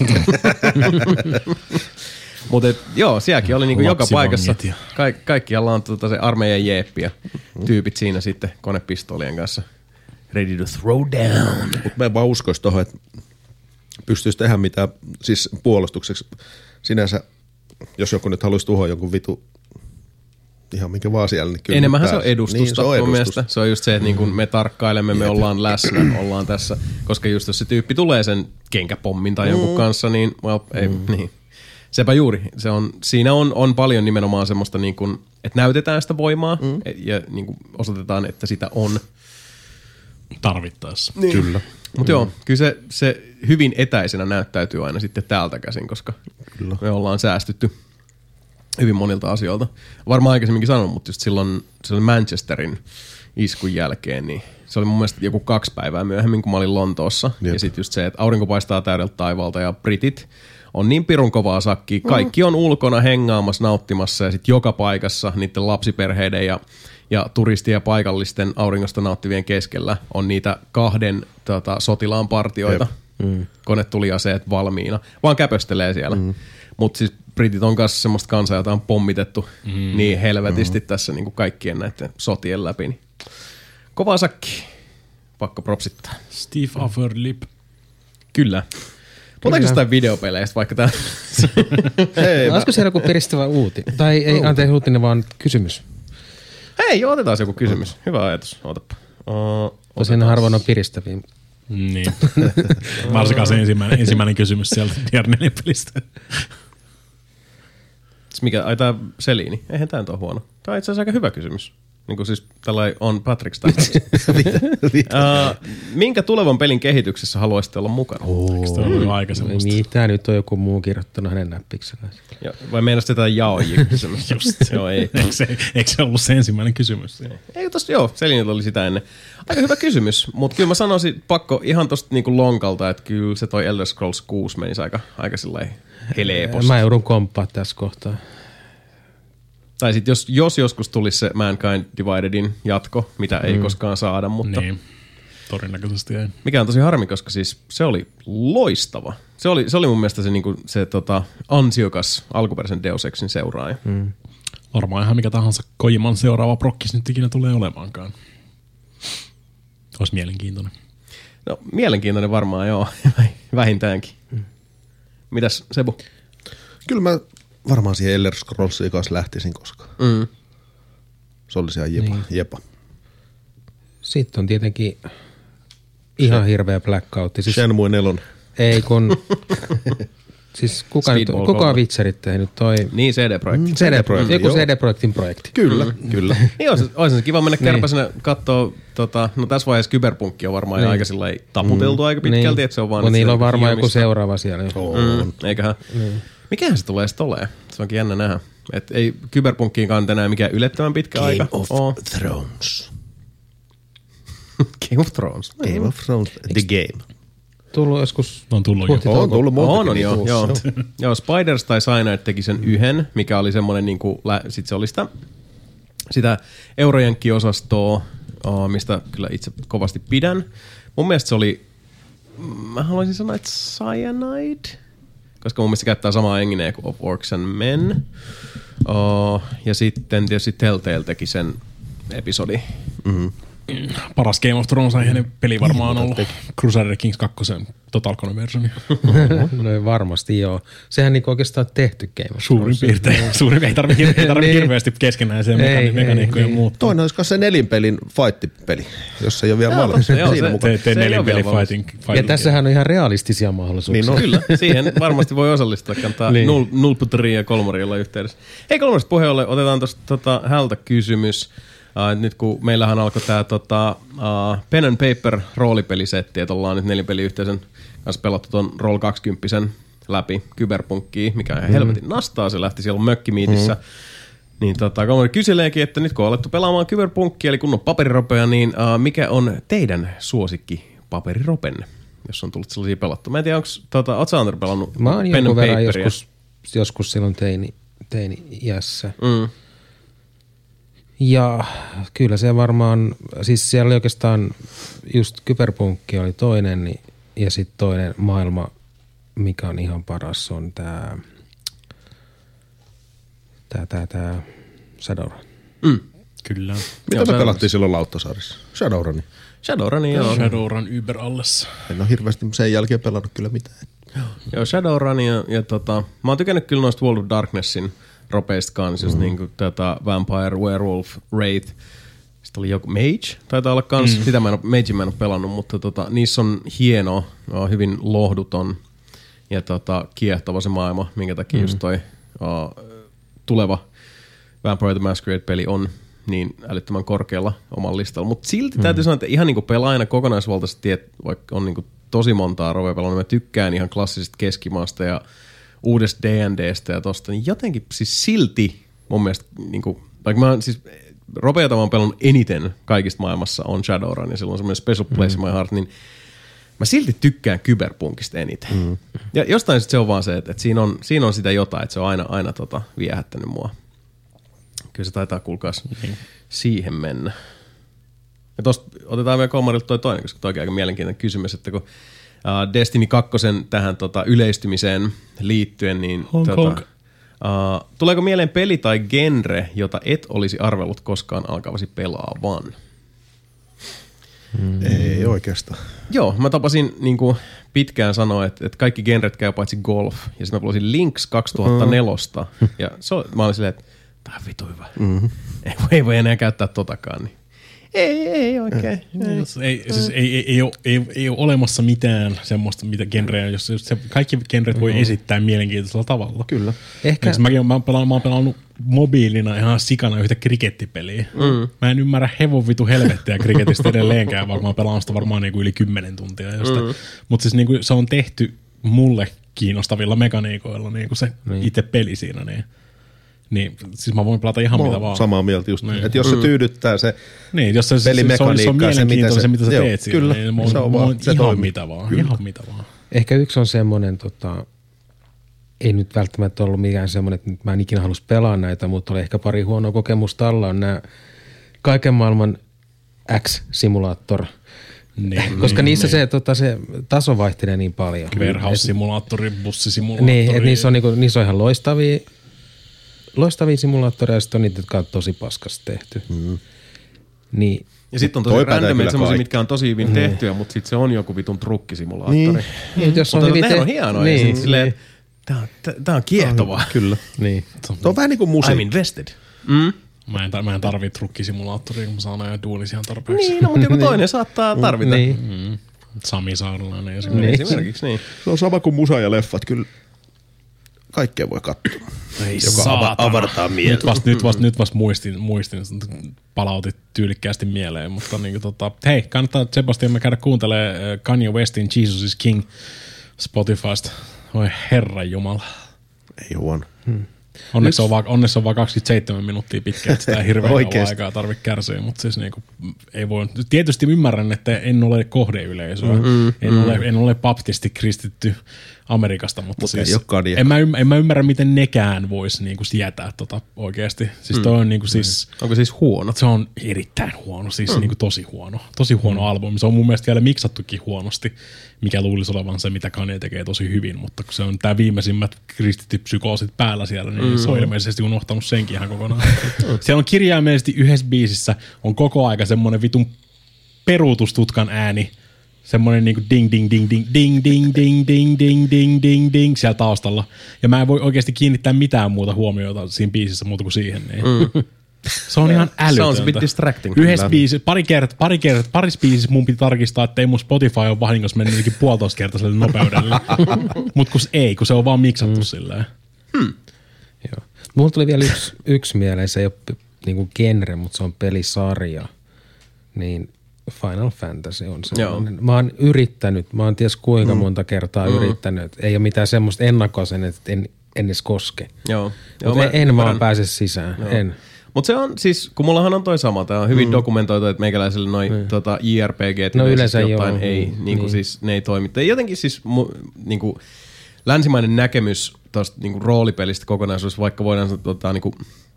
Mutta joo, sielläkin oli niinku joka paikassa. Ja... Kaik, kaikkialla on tota se armeijan jeeppi ja tyypit siinä sitten konepistoolien kanssa ready to throw down. Mutta mä en vaan uskoisi tohon, että pystyisi tehdä mitään, siis puolustukseksi sinänsä, jos joku nyt haluaisi tuhoa jonkun vitu ihan mikä vaan siellä. Niin enemmänhän se on edustusta niin, se on edustus. Mielestä. Se on just se, että niin kun me tarkkailemme, me Jep. ollaan läsnä, ollaan tässä. Koska just jos se tyyppi tulee sen kenkäpommin tai mm. jonkun kanssa, niin, well, ei, mm. niin. Sepä juuri. Se on, siinä on, on paljon nimenomaan semmoista, niin kun, että näytetään sitä voimaa mm. ja niin kun osoitetaan, että sitä on. Tarvittaessa. Niin. Kyllä. Mutta mm. joo, kyllä se, se hyvin etäisenä näyttäytyy aina sitten täältä käsin, koska kyllä. me ollaan säästytty hyvin monilta asioilta. Varmaan aikaisemminkin sanonut, mutta just silloin, silloin Manchesterin iskun jälkeen, niin se oli mun mielestä joku kaksi päivää myöhemmin, kun mä olin Lontoossa. Jep. Ja sitten just se, että aurinko paistaa täydeltä taivaalta ja britit on niin pirun kovaa sakkia. Kaikki on ulkona hengaamassa, nauttimassa ja sitten joka paikassa niiden lapsiperheiden ja, ja turistien ja paikallisten auringosta nauttivien keskellä on niitä kahden tota, sotilaan partioita. Mm. Konetuliaseet valmiina. Vaan käpöstelee siellä. Mm. Mutta siis britit on kanssa semmoista kansaa, jota on pommitettu mm. niin helvetisti mm. tässä niin kuin kaikkien näiden sotien läpi. Niin. Kovaa sakki. Pakko propsittaa. Steve Averlip. Kyllä. Puhutaanko jostain videopeleistä vaikka tää? Hei, olisiko siellä joku piristävä uutinen? Tai ei, anteeksi uutinen, vaan kysymys. Hei, otetaan joku kysymys. Hyvä ajatus. Otapa. Uh, Tosin harvoin on piristäviä. Niin. Varsinkaan se ensimmäinen, ensimmäinen kysymys sieltä Tier neljä pelistä. Mikä, ai tää Seliini? Eihän tää nyt ole huono. Tää on itse asiassa aika hyvä kysymys. Niin kuin siis tällainen on Patrick Stafford. uh, minkä tulevan pelin kehityksessä haluaisitte olla mukana? Oh, mm. aika semmoista. Mitä nyt on joku muu kirjoittanut hänen näppikselleen? Vai meinasit jotain jaojia kysymys? Just. Joo, ei. Eikö se, eikö se ollut se ensimmäinen kysymys? Ei, ei tosta, joo, Selinilta oli sitä ennen. Aika hyvä kysymys, mutta kyllä mä sanoisin pakko ihan tosta niinku lonkalta, että kyllä se toi Elder Scrolls kuusi menisi aika, aika sellainen heleeposti. Mä joudun komppaa tässä kohtaa. Tai sitten jos, jos joskus tulisi se Mankind Dividedin jatko, mitä ei mm. koskaan saada, mutta... Niin, todennäköisesti ei. Mikä on tosi harmi, koska siis se oli loistava. Se oli, se oli mun mielestä se, niinku, se tota, ansiokas alkuperäisen Deus Exin seuraaja. Mm. Varmaan ihan mikä tahansa Kojiman seuraava prokkis nyt ikinä tulee olemaankaan. Olisi mielenkiintoinen. No mielenkiintoinen varmaan joo, vähintäänkin. Mm. Mitäs Sebu? Kyllä mä... Varmaan siihen Elder Scrollsiin kanssa lähtisin koskaan. Mm. Se olisi ihan jepa. Niin. jepa. Sitten on tietenkin ihan hirveä blackout. Siis Shenmue nelonen. Ei kun... siis kuka, nyt, kuka on Witcherit tehnyt? Toi... Niin, C D-projekti. C D-projekti. Joku C D-projektin projekti. Kyllä, mm. kyllä. Niin olisi, olisi se kiva mennä kärpäisenä niin. Katsoa, tota, no tässä vaiheessa Kyberpunkki on varmaan niin. aika sillai taputeltu mm. aika pitkälti, niin. Että se on vaan... No niillä on varmaan joku seuraava siellä. Mm. Eiköhän. Niin. Mikähän se tulee sitten olemaan? Se onkin jännä nähdä. Et ei Kyberpunkkiinkaan tänään mikään yllättävän pitkä Game aika. Of oh. Thrones. Game of Thrones. Game of Thrones. The Game. Tullut joskus... On tullut jo. On tullut monta. On, on joo. joo. joo, Spiders tai Cyanide teki sen yhden, mikä oli semmoinen niinku... Sit se oli sitä, sitä Eurojenkki-osastoa, mistä kyllä itse kovasti pidän. Mun mielestä se oli... Mä haluaisin sanoa, että Cyanide... Koska mun mielestä se käyttää samaa engineen kuin Of Orcs and Men. Oh, ja sitten tietysti Telltale teki sen episodi. Mm-hmm. Paras Game of Thrones aiheinen peli varmaan on ollut Crusader Kings kaksi Total Conversioni. No varmasti joo. Sehän niinku oikeastaan tehty Game of Suurin piirtein. Suurin ei tarvitse ei tarvi niin. hirveästi keskenään se mekani- mekaniikkoja muuttua. Toinen olisi se nelinpelin fight-peli, jos ei ole vielä valmis. Tee nelinpelin fighting. Ja tässähän on ihan realistisia mahdollisuuksia. Niin kyllä, siihen varmasti voi osallistua. Kantaa niin. Nulputria ja Kolmorilla yhteydessä. Hei kolmorista puheolle, otetaan tuosta tota, hältä kysymys. Uh, nyt kun meillähän alkoi tämä tota, uh, pen and paper roolipelisetti, että ollaan nyt nelipeliyhteisön kanssa pelattu ton Roll kaksikymmentä läpi Kyberpunkkiin, mikä on ihan helvetin nastaa, se lähti siellä mökkimiitissä. Mm. Niin tota, Kolmori kyseleekin, että nyt kun on alettu pelaamaan Kyberpunkkia, eli kunnon paperiropeja, niin uh, mikä on teidän suosikki paperiropenne, jos on tullut sellaisia pelattu? Mä en tiedä, onko, tota, ootko sä Ander pelannut Mä oon jonkun verran joskus, joskus silloin teini, teini-iässä. Mm. Ja kyllä se varmaan, siis siellä oli oikeastaan just Kyberpunkki oli toinen niin, ja sitten toinen maailma, mikä on ihan paras, on tämä tää, tää, tää Shadowrun. Mm. Kyllä. Mitä me pelattiin silloin Lauttasaarissa? Shadowruni. Shadowruni, joo. Shadowrun Uber alles. En ole hirveästi sen jälkeen pelannut kyllä mitään. Joo, Shadowrun ja, ja tota, mä oon tykännyt kyllä noista World of Darknessin ropeista kans, just mm. niinku tätä Vampire, Werewolf, Wraith. Sitten oli joku Mage, taitaa olla kans, mm. sitä mä en ole, Mage mä en ole pelannut, mutta tota, niissä on hieno, hyvin lohduton ja tota, kiehtova se maailma, minkä takia mm. just toi uh, tuleva Vampire the Masquerade-peli on niin älyttömän korkealla omalla listalla. Mutta silti mm. täytyy sanoa, että ihan niinku pelaajana kokonaisvaltaisesti, että vaikka on niinku tosi montaa rovea pelannut, mä tykkään ihan klassisesta keskimaasta ja uudesta D and D:stä ja tosta, niin jotenkin siis silti mun mielestä, niinku, vaikka mä siis ropeata mä oon pelannut eniten kaikista maailmassa on Shadowrun ja sillä on semmoinen special place mm. in my heart, niin mä silti tykkään Cyberpunkista eniten. Mm. Ja jostain sit se on vaan se, että, että siinä, on, siinä on sitä jotain, että se on aina, aina tota viehättänyt mua. Kyllä se taitaa kuulkaas mm. siihen mennä. Ja tosta otetaan vielä Kolmarilta toi toinen, koska toikin aika mielenkiintoinen kysymys, että kun uh, Destiny kaksi tähän tota, yleistymiseen liittyen, niin Hong tota, Kong. Uh, tuleeko mieleen peli tai genre, jota et olisi arvellut koskaan alkavasi pelaavan? Mm. Ei oikeastaan. Joo, mä tapasin niin kuin pitkään sanoa, että, että kaikki genret käy paitsi golf. Ja sitten mä pelasin Lynx kaksituhattaneljä. Mm. Ja se on, mä olin silleen, että tää on vitu hyvä. Mm-hmm. Ei, ei voi enää käyttää totakaan. Niin. Ei, ei oikein. Ei, ei, siis ei, ei, ei, ole, ei, ei ole olemassa mitään semmoista mitä genreä, jos se, kaikki genret voi mm-hmm. esittää mielenkiintoisella tavalla. Kyllä. Ehkä. Mäkin mä oon pelannut, mä oon pelannut mobiilina ihan sikana yhtä krikettipeliä. Mm. Mä en ymmärrä hevon vitu helvettiä kriketistä edelleenkään, vaikka mä oon pelannut sitä varmaan niinku yli kymmenen tuntia. Mm. Mutta siis niinku se on tehty mulle kiinnostavilla mekaniikoilla niinku se niin. itse peli siinä. Niin. Niin, siis mä voin pelata ihan mä mitä vaan. Samaa mieltä just. Niin. Että jos se tyydyttää se niin, jos se, pelimekaniikka, se, se on mielenkiintoinen se, mitä sä joo, teet siinä. Kyllä, niin, mä se on mä vaan, se ihan toimii. mitä vaan, kyllä. ihan mitä vaan. Ehkä yksi on semmoinen, tota, ei nyt välttämättä ollut mikään semmoinen, että mä en ikinä halus pelaa näitä, mutta oli ehkä pari huonoa kokemusta alla, on nämä kaiken maailman X-simulaattor. Niin, koska niin, niissä niin. Se, tota, se taso vaihtelee niin paljon. Warehouse-simulaattori, bussisimulaattori. Niin, että niissä on, niinku, niissä on ihan loistavia, loistavia simulaattoreja, ja sitten on niitä, jotka on tosi paskasti tehty. Mm. Niin. Ja sitten on tosi randomia semmoisia, mitkä on tosi hyvin mm. tehtyjä, mutta sitten se on joku vitun trukkisimulaattori. Niin. Niin, jos on hyvin tehty. Ne on hienoja. Niin, niin. Silleen, tää on, tää on kiehtovaa. Kyllä. Niin. Tuo on vähän niin kuin musiikki. I'm invested. Mm. Mä en, mä en tarvii trukkisimulaattoria, kun mä saan ajan duunissa ihan tarpeeksi. Niin, no, mutta joku toinen saattaa tarvita. Niin. Mm. Sami Saarelainen esimerkiksi. Niin. esimerkiksi niin. Se on sama kuin musa ja leffat, kyllä kaikkea voi katsoa. Ei joka saatana. Avartaa mieltä. Nyt vasta, nyt vasta, nyt vasta muistin, muistin, palautit tyylikkäästi mieleen, mutta niin, tota, hei, kannattaa Sebastian me käydä kuuntelemaan Kanye Westin Jesus is King Spotifysta. Oi herranjumala. Ei huono. Hmm. Onneksi on, vaan, onneksi on vaan kaksikymmentäseitsemän minuuttia pitkä, että sitä ei hirveän kauan aikaa tarvitse kärsiä, mutta siis niinku, ei voi. Tietysti ymmärrän, että en ole kohdeyleisöä, mm, en, mm. Ole, en ole baptisti kristitty Amerikasta, mutta, mutta siis en mä, en mä ymmärrä, miten nekään vois niinku sietää tota oikeasti. Siis toi mm. on niinku siis... Onko siis huono? Se on erittäin huono, siis mm. niinku tosi huono. Tosi huono mm. albumi. Se on mun mielestä vielä miksattukin huonosti, mikä luulisi olevan se, mitä Kanye tekee tosi hyvin, mutta kun se on tää viimeisimmät kristityt psykoosit päällä siellä, niin mm. se on ilmeisesti unohtanut senkin ihan kokonaan. Siellä on kirjaimellisesti yhdessä biisissä on koko aika semmonen vitun peruutustutkan ääni, semmoinen niinku ding ding ding ding ding ding ding ding ding ding ding ding siellä taustalla. Ja mä en voi oikeasti kiinnittää mitään muuta huomiota siinä biisissä muuta kuin siihen. Niin. Mm. Se on ihan älytöntä. Se on se bit distracting. Yhdessä biisissä, pari kertaa, pari kertaa, parissa biisissä mun piti tarkistaa, että ei mun Spotify ole vahingossa mennyt jotenkin puolitoista kertaiselle nopeudelle. Mut kun ei, kun se on vaan miksattu mm. silleen. Hmm. Joo. Mulla tuli vielä yksi, yksi mieleen, se ei ole niinku genre, mutta se on pelisarja. Niin Final Fantasy on sellainen. Joo. Mä oon yrittänyt, mä oon ties kuinka mm. monta kertaa mm. yrittänyt. Ei ole mitään semmoista ennakkoasennetta, että en, en edes koske. Joo. Joo mä, en vaan mä... pääse sisään. Joo. En. Mutta se on siis, kun mullahan on toi sama, tää on hyvin mm. dokumentoitu, että meikäläiselle noi mm. tota, J R P G no yleensä jotain joo. ei, mm. niinku, niin. siis, ne ei toimi. Jotenkin siis mu, niinku, länsimainen näkemys tosta niinku, roolipelistä kokonaisuudessa, vaikka voidaan sanoa tota, niinku,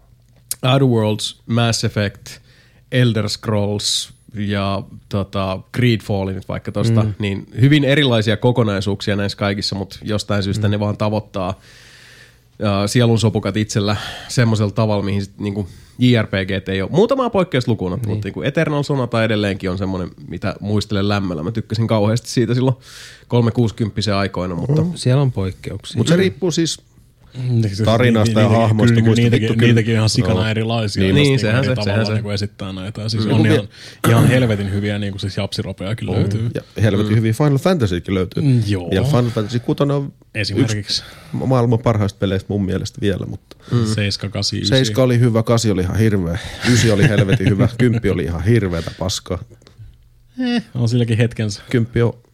Outer Worlds, Mass Effect, Elder Scrolls ja tota, Greedfall nyt vaikka tosta, mm. niin hyvin erilaisia kokonaisuuksia näissä kaikissa, mutta jostain syystä mm. ne vaan tavoittaa uh, sielun sopukat itsellä semmoisella tavalla, mihin sit, niinku, J R P G ei ole. Muutamaa poikkeuslukuun, niin. mutta niinku Eternal Sonata edelleenkin on semmoinen, mitä muistelen lämmöllä. Mä tykkäsin kauheasti siitä silloin kolmesataakuusikymmentä aikoina. Mutta... Siellä on poikkeuksia. Mutta se riippuu siis tarinasta ja hahmoista. Niitäkin, niitäkin ihan sikana erilaisia. Niin, niin sehän se. Tavallaan se. Niin esittää näitä. Siis on ihan, ihan helvetin hyviä, niin kuin siis japsiropeakin mm. löytyy. Ja helvetin mm. hyviä Final Fantasykin löytyy. Mm, joo. Ja Final Fantasy kuusi on esimerkiksi maailman parhaista peleistä mun mielestä vielä. Mutta mm. seitsemän, kahdeksan, yhdeksän. seitsemän oli hyvä, kahdeksan oli ihan hirveä, yhdeksän oli helvetin hyvä, kymmenen oli ihan hirveätä paskaa. Eh, on silläkin hetkensä. kymmenen on.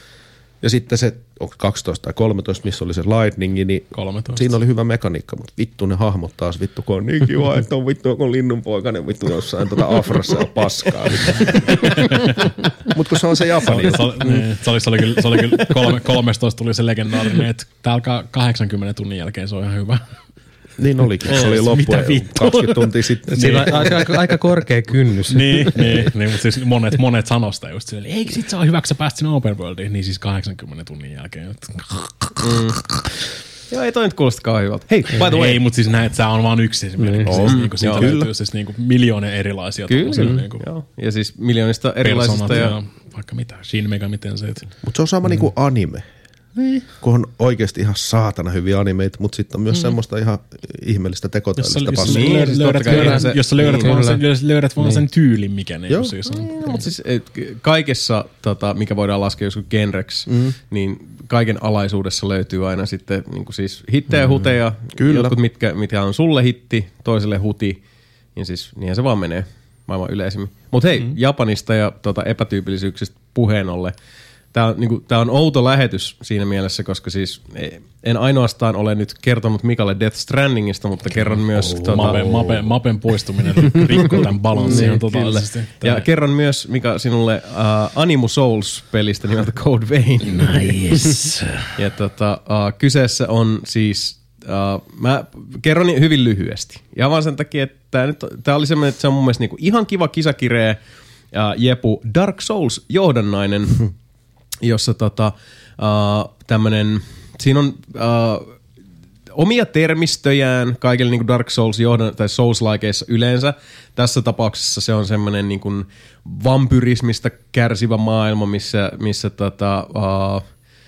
Ja sitten se, onko kaksitoista tai kolmetoista, missä oli se Lightning, niin kolmetoista. Siinä oli hyvä mekaniikka, mutta vittu ne hahmot taas, vittu kun on niin kiva, että on vittu kun linnunpoikainen vittu jossain tuota Afrassa ja paskaa. Mutta kun se on se Japani. Se oli, niin, se oli, se oli kyllä, se oli kyllä kolme, kolmetoista tuli se legendaarinen, että tää alkaa kahdeksankymmenen tunnin jälkeen, se on ihan hyvä. Niin olikin, se oli loppu kaksikymmentä tuntia sitten. Siinä on aika, aika, aika korkea kynnys. niin, niin, niin, mutta siis monet, monet sanosta just silleen, eikö sit saa hyväksi, sä pääst sinne open worldiin, niin siis kahdeksankymmenen tunnin jälkeen. Mm. Joo, ei toi nyt kuulostakaan hyvältä. Hei, by the way. Ei, mutta siis näet, sä on vaan yksi esimerkiksi. Niin, siis, niinku, siitä joo, löytyy siis niinku miljoonia erilaisia. Kyllä, kyllä. Niinku, joo. Ja siis miljoonista erilaisista. Ja... ja vaikka mitä, Shin Megami Tensei. Mutta se on sama mm. niinku anime. Niin. Kun on oikeasti ihan saatana hyviä animeita, mutta sitten on myös mm. semmoista ihan ihmeellistä tekotäyllistä paskaa. Niin, siis löydät, löydät, se, jos sä löydät niin, vaan, sen, löydät vaan niin. sen tyylin, mikä ne Joo. siis on. Niin, mutta siis et, kaikessa, tota, mikä voidaan laskea joskus genreksi, mm. niin kaiken alaisuudessa löytyy aina sitten niin kuin siis hittejä, mm. huteja, Kyllä. jotkut mitkä, mitkä on sulle hitti, toiselle huti, niin siis niinhän se vaan menee maailman yleisemmin. Mutta hei, mm. Japanista ja tota, epätyypillisyyksistä puheen ollen, Tämä on, niin kuin, tämä on outo lähetys siinä mielessä, koska siis en ainoastaan ole nyt kertonut Mikalle Death Strandingista, mutta kerron myös... Oh, tuota, Mapen, Mapen, Mapen poistuminen rikkoi tämän balanssin ihan totaalisesti. Ja kerron myös, Mika, sinulle uh, Animu Souls-pelistä nimeltä Code Vein. Nice. Ja tota, uh, kyseessä on siis... Uh, mä kerron hyvin lyhyesti. Ja vaan sen takia, että tämä, nyt, tämä oli semmoinen, että se on mun mielestä niinku ihan kiva kisakiree ja jepu Dark Souls-johdannainen, jossa tota, uh, tämmönen, siinä on uh, omia termistöjään kaikille niin kuin Dark Souls johdan, tai Souls-likeissa yleensä. Tässä tapauksessa se on semmoinen niin kuin vampyrismistä kärsivä maailma, missä, missä tota, uh,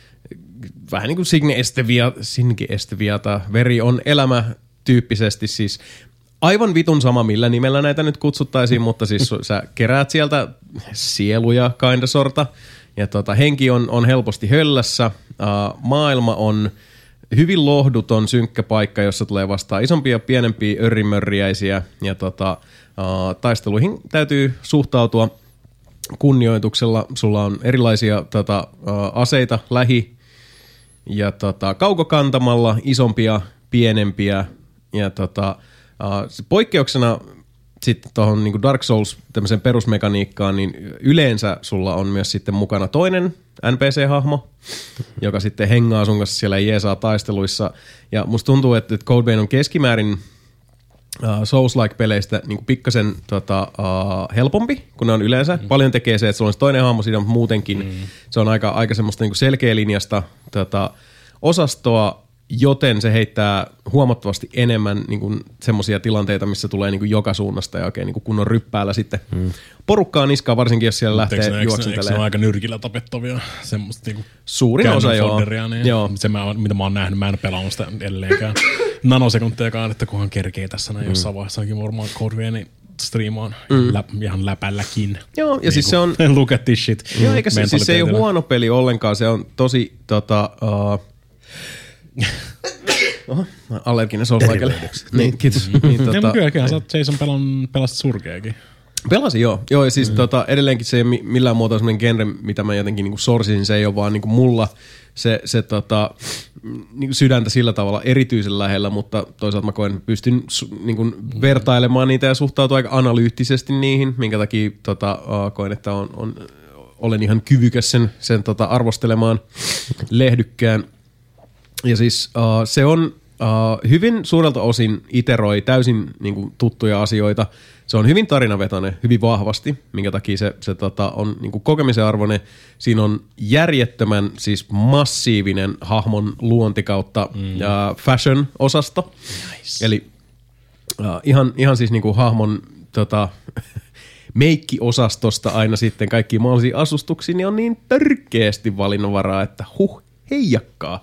vähän niin kuin Signe Estevia, Signe Esteviata, veri on elämä tyyppisesti siis. Aivan vitun sama, millä nimellä näitä nyt kutsuttaisiin, mutta siis sä keräät sieltä sieluja kinda sorta. Ja tota, henki on, on helposti höllässä, uh, maailma on hyvin lohduton, synkkä paikka, jossa tulee vastaan isompia ja pienempiä örrimörriäisiä, ja tota, uh, taisteluihin täytyy suhtautua kunnioituksella. Sulla on erilaisia tota, uh, aseita lähi- ja tota, kaukokantamalla, isompia, pienempiä, ja tota, uh, poikkeuksena sitten tuohon niin Dark Souls tämmöiseen perusmekaniikkaan, niin yleensä sulla on myös sitten mukana toinen N P C-hahmo, joka sitten hengaa sun kanssa siellä jeesaa taisteluissa. Ja musta tuntuu, että Code Vein on keskimäärin uh, Souls-like-peleistä niin pikkasen tota, uh, helpompi, kun ne on yleensä. Mm. Paljon tekee se, että sulla on se toinen hahmo siinä, mutta muutenkin mm. se on aika, aika semmoista niin selkeä linjasta tota, osastoa, joten se heittää huomattavasti enemmän niin kuin semmoisia tilanteita, missä tulee niin kuin joka suunnasta ja oikein niin kuin kunnon ryppäällä sitten hmm. porukkaa niskaa, varsinkin jos siellä lähtee eikö, juoksentelemaan. Eikö se ole aika nyrkillä tapettavia semmoista niin kuin suurin osa joo. Niin joo. Se, mä, mitä mä oon nähnyt, mä en pelannut sitä edelleenkään nanosekuntejakaan, että kunhan kerkee tässä näin hmm. jossain vaiheessa onkin varmaan Code Vein striimaan mm. lä, ihan läpälläkin. Joo, ja niin siis se on... Look at this shit. Joo, eikä se, siis se ei ole huono peli ollenkaan, se on tosi tota... Uh, Oho, mä oon allerginen Souls-likelle. Niin, kiitos. Mm-hmm. Niin, tota, ja kyllähän sä oot Jason pelan, pelasit surkeakin. Pelasin, joo. Joo, ja siis mm. tota, edelleenkin se ei ole millään muotoa semmoinen genre, mitä mä jotenkin niinku sorsin, se ei ole vaan niinku mulla se, se tota, niinku sydäntä sillä tavalla erityisen lähellä, mutta toisaalta mä koen, pystyn niinku mm. vertailemaan niitä ja suhtautua aika analyyttisesti niihin, minkä takia tota, uh, koen, että on, on, olen ihan kyvykäs sen, sen tota, arvostelemaan lehdykkään. Ja siis uh, se on uh, hyvin suurelta osin iteroi täysin niin kuin, tuttuja asioita. Se on hyvin tarinavetoinen, hyvin vahvasti, minkä takia se, se tota, on niin kuin, kokemisen arvoinen. Siinä on järjettömän, siis massiivinen hahmon luonti kautta mm. uh, fashion-osasto. Nice. Eli uh, ihan, ihan siis niin kuin, hahmon tota, meikki-osastosta aina sitten kaikkiin mahdollisiin asustuksiin, niin on niin törkeästi valinnanvaraa, että huh, heijakkaa.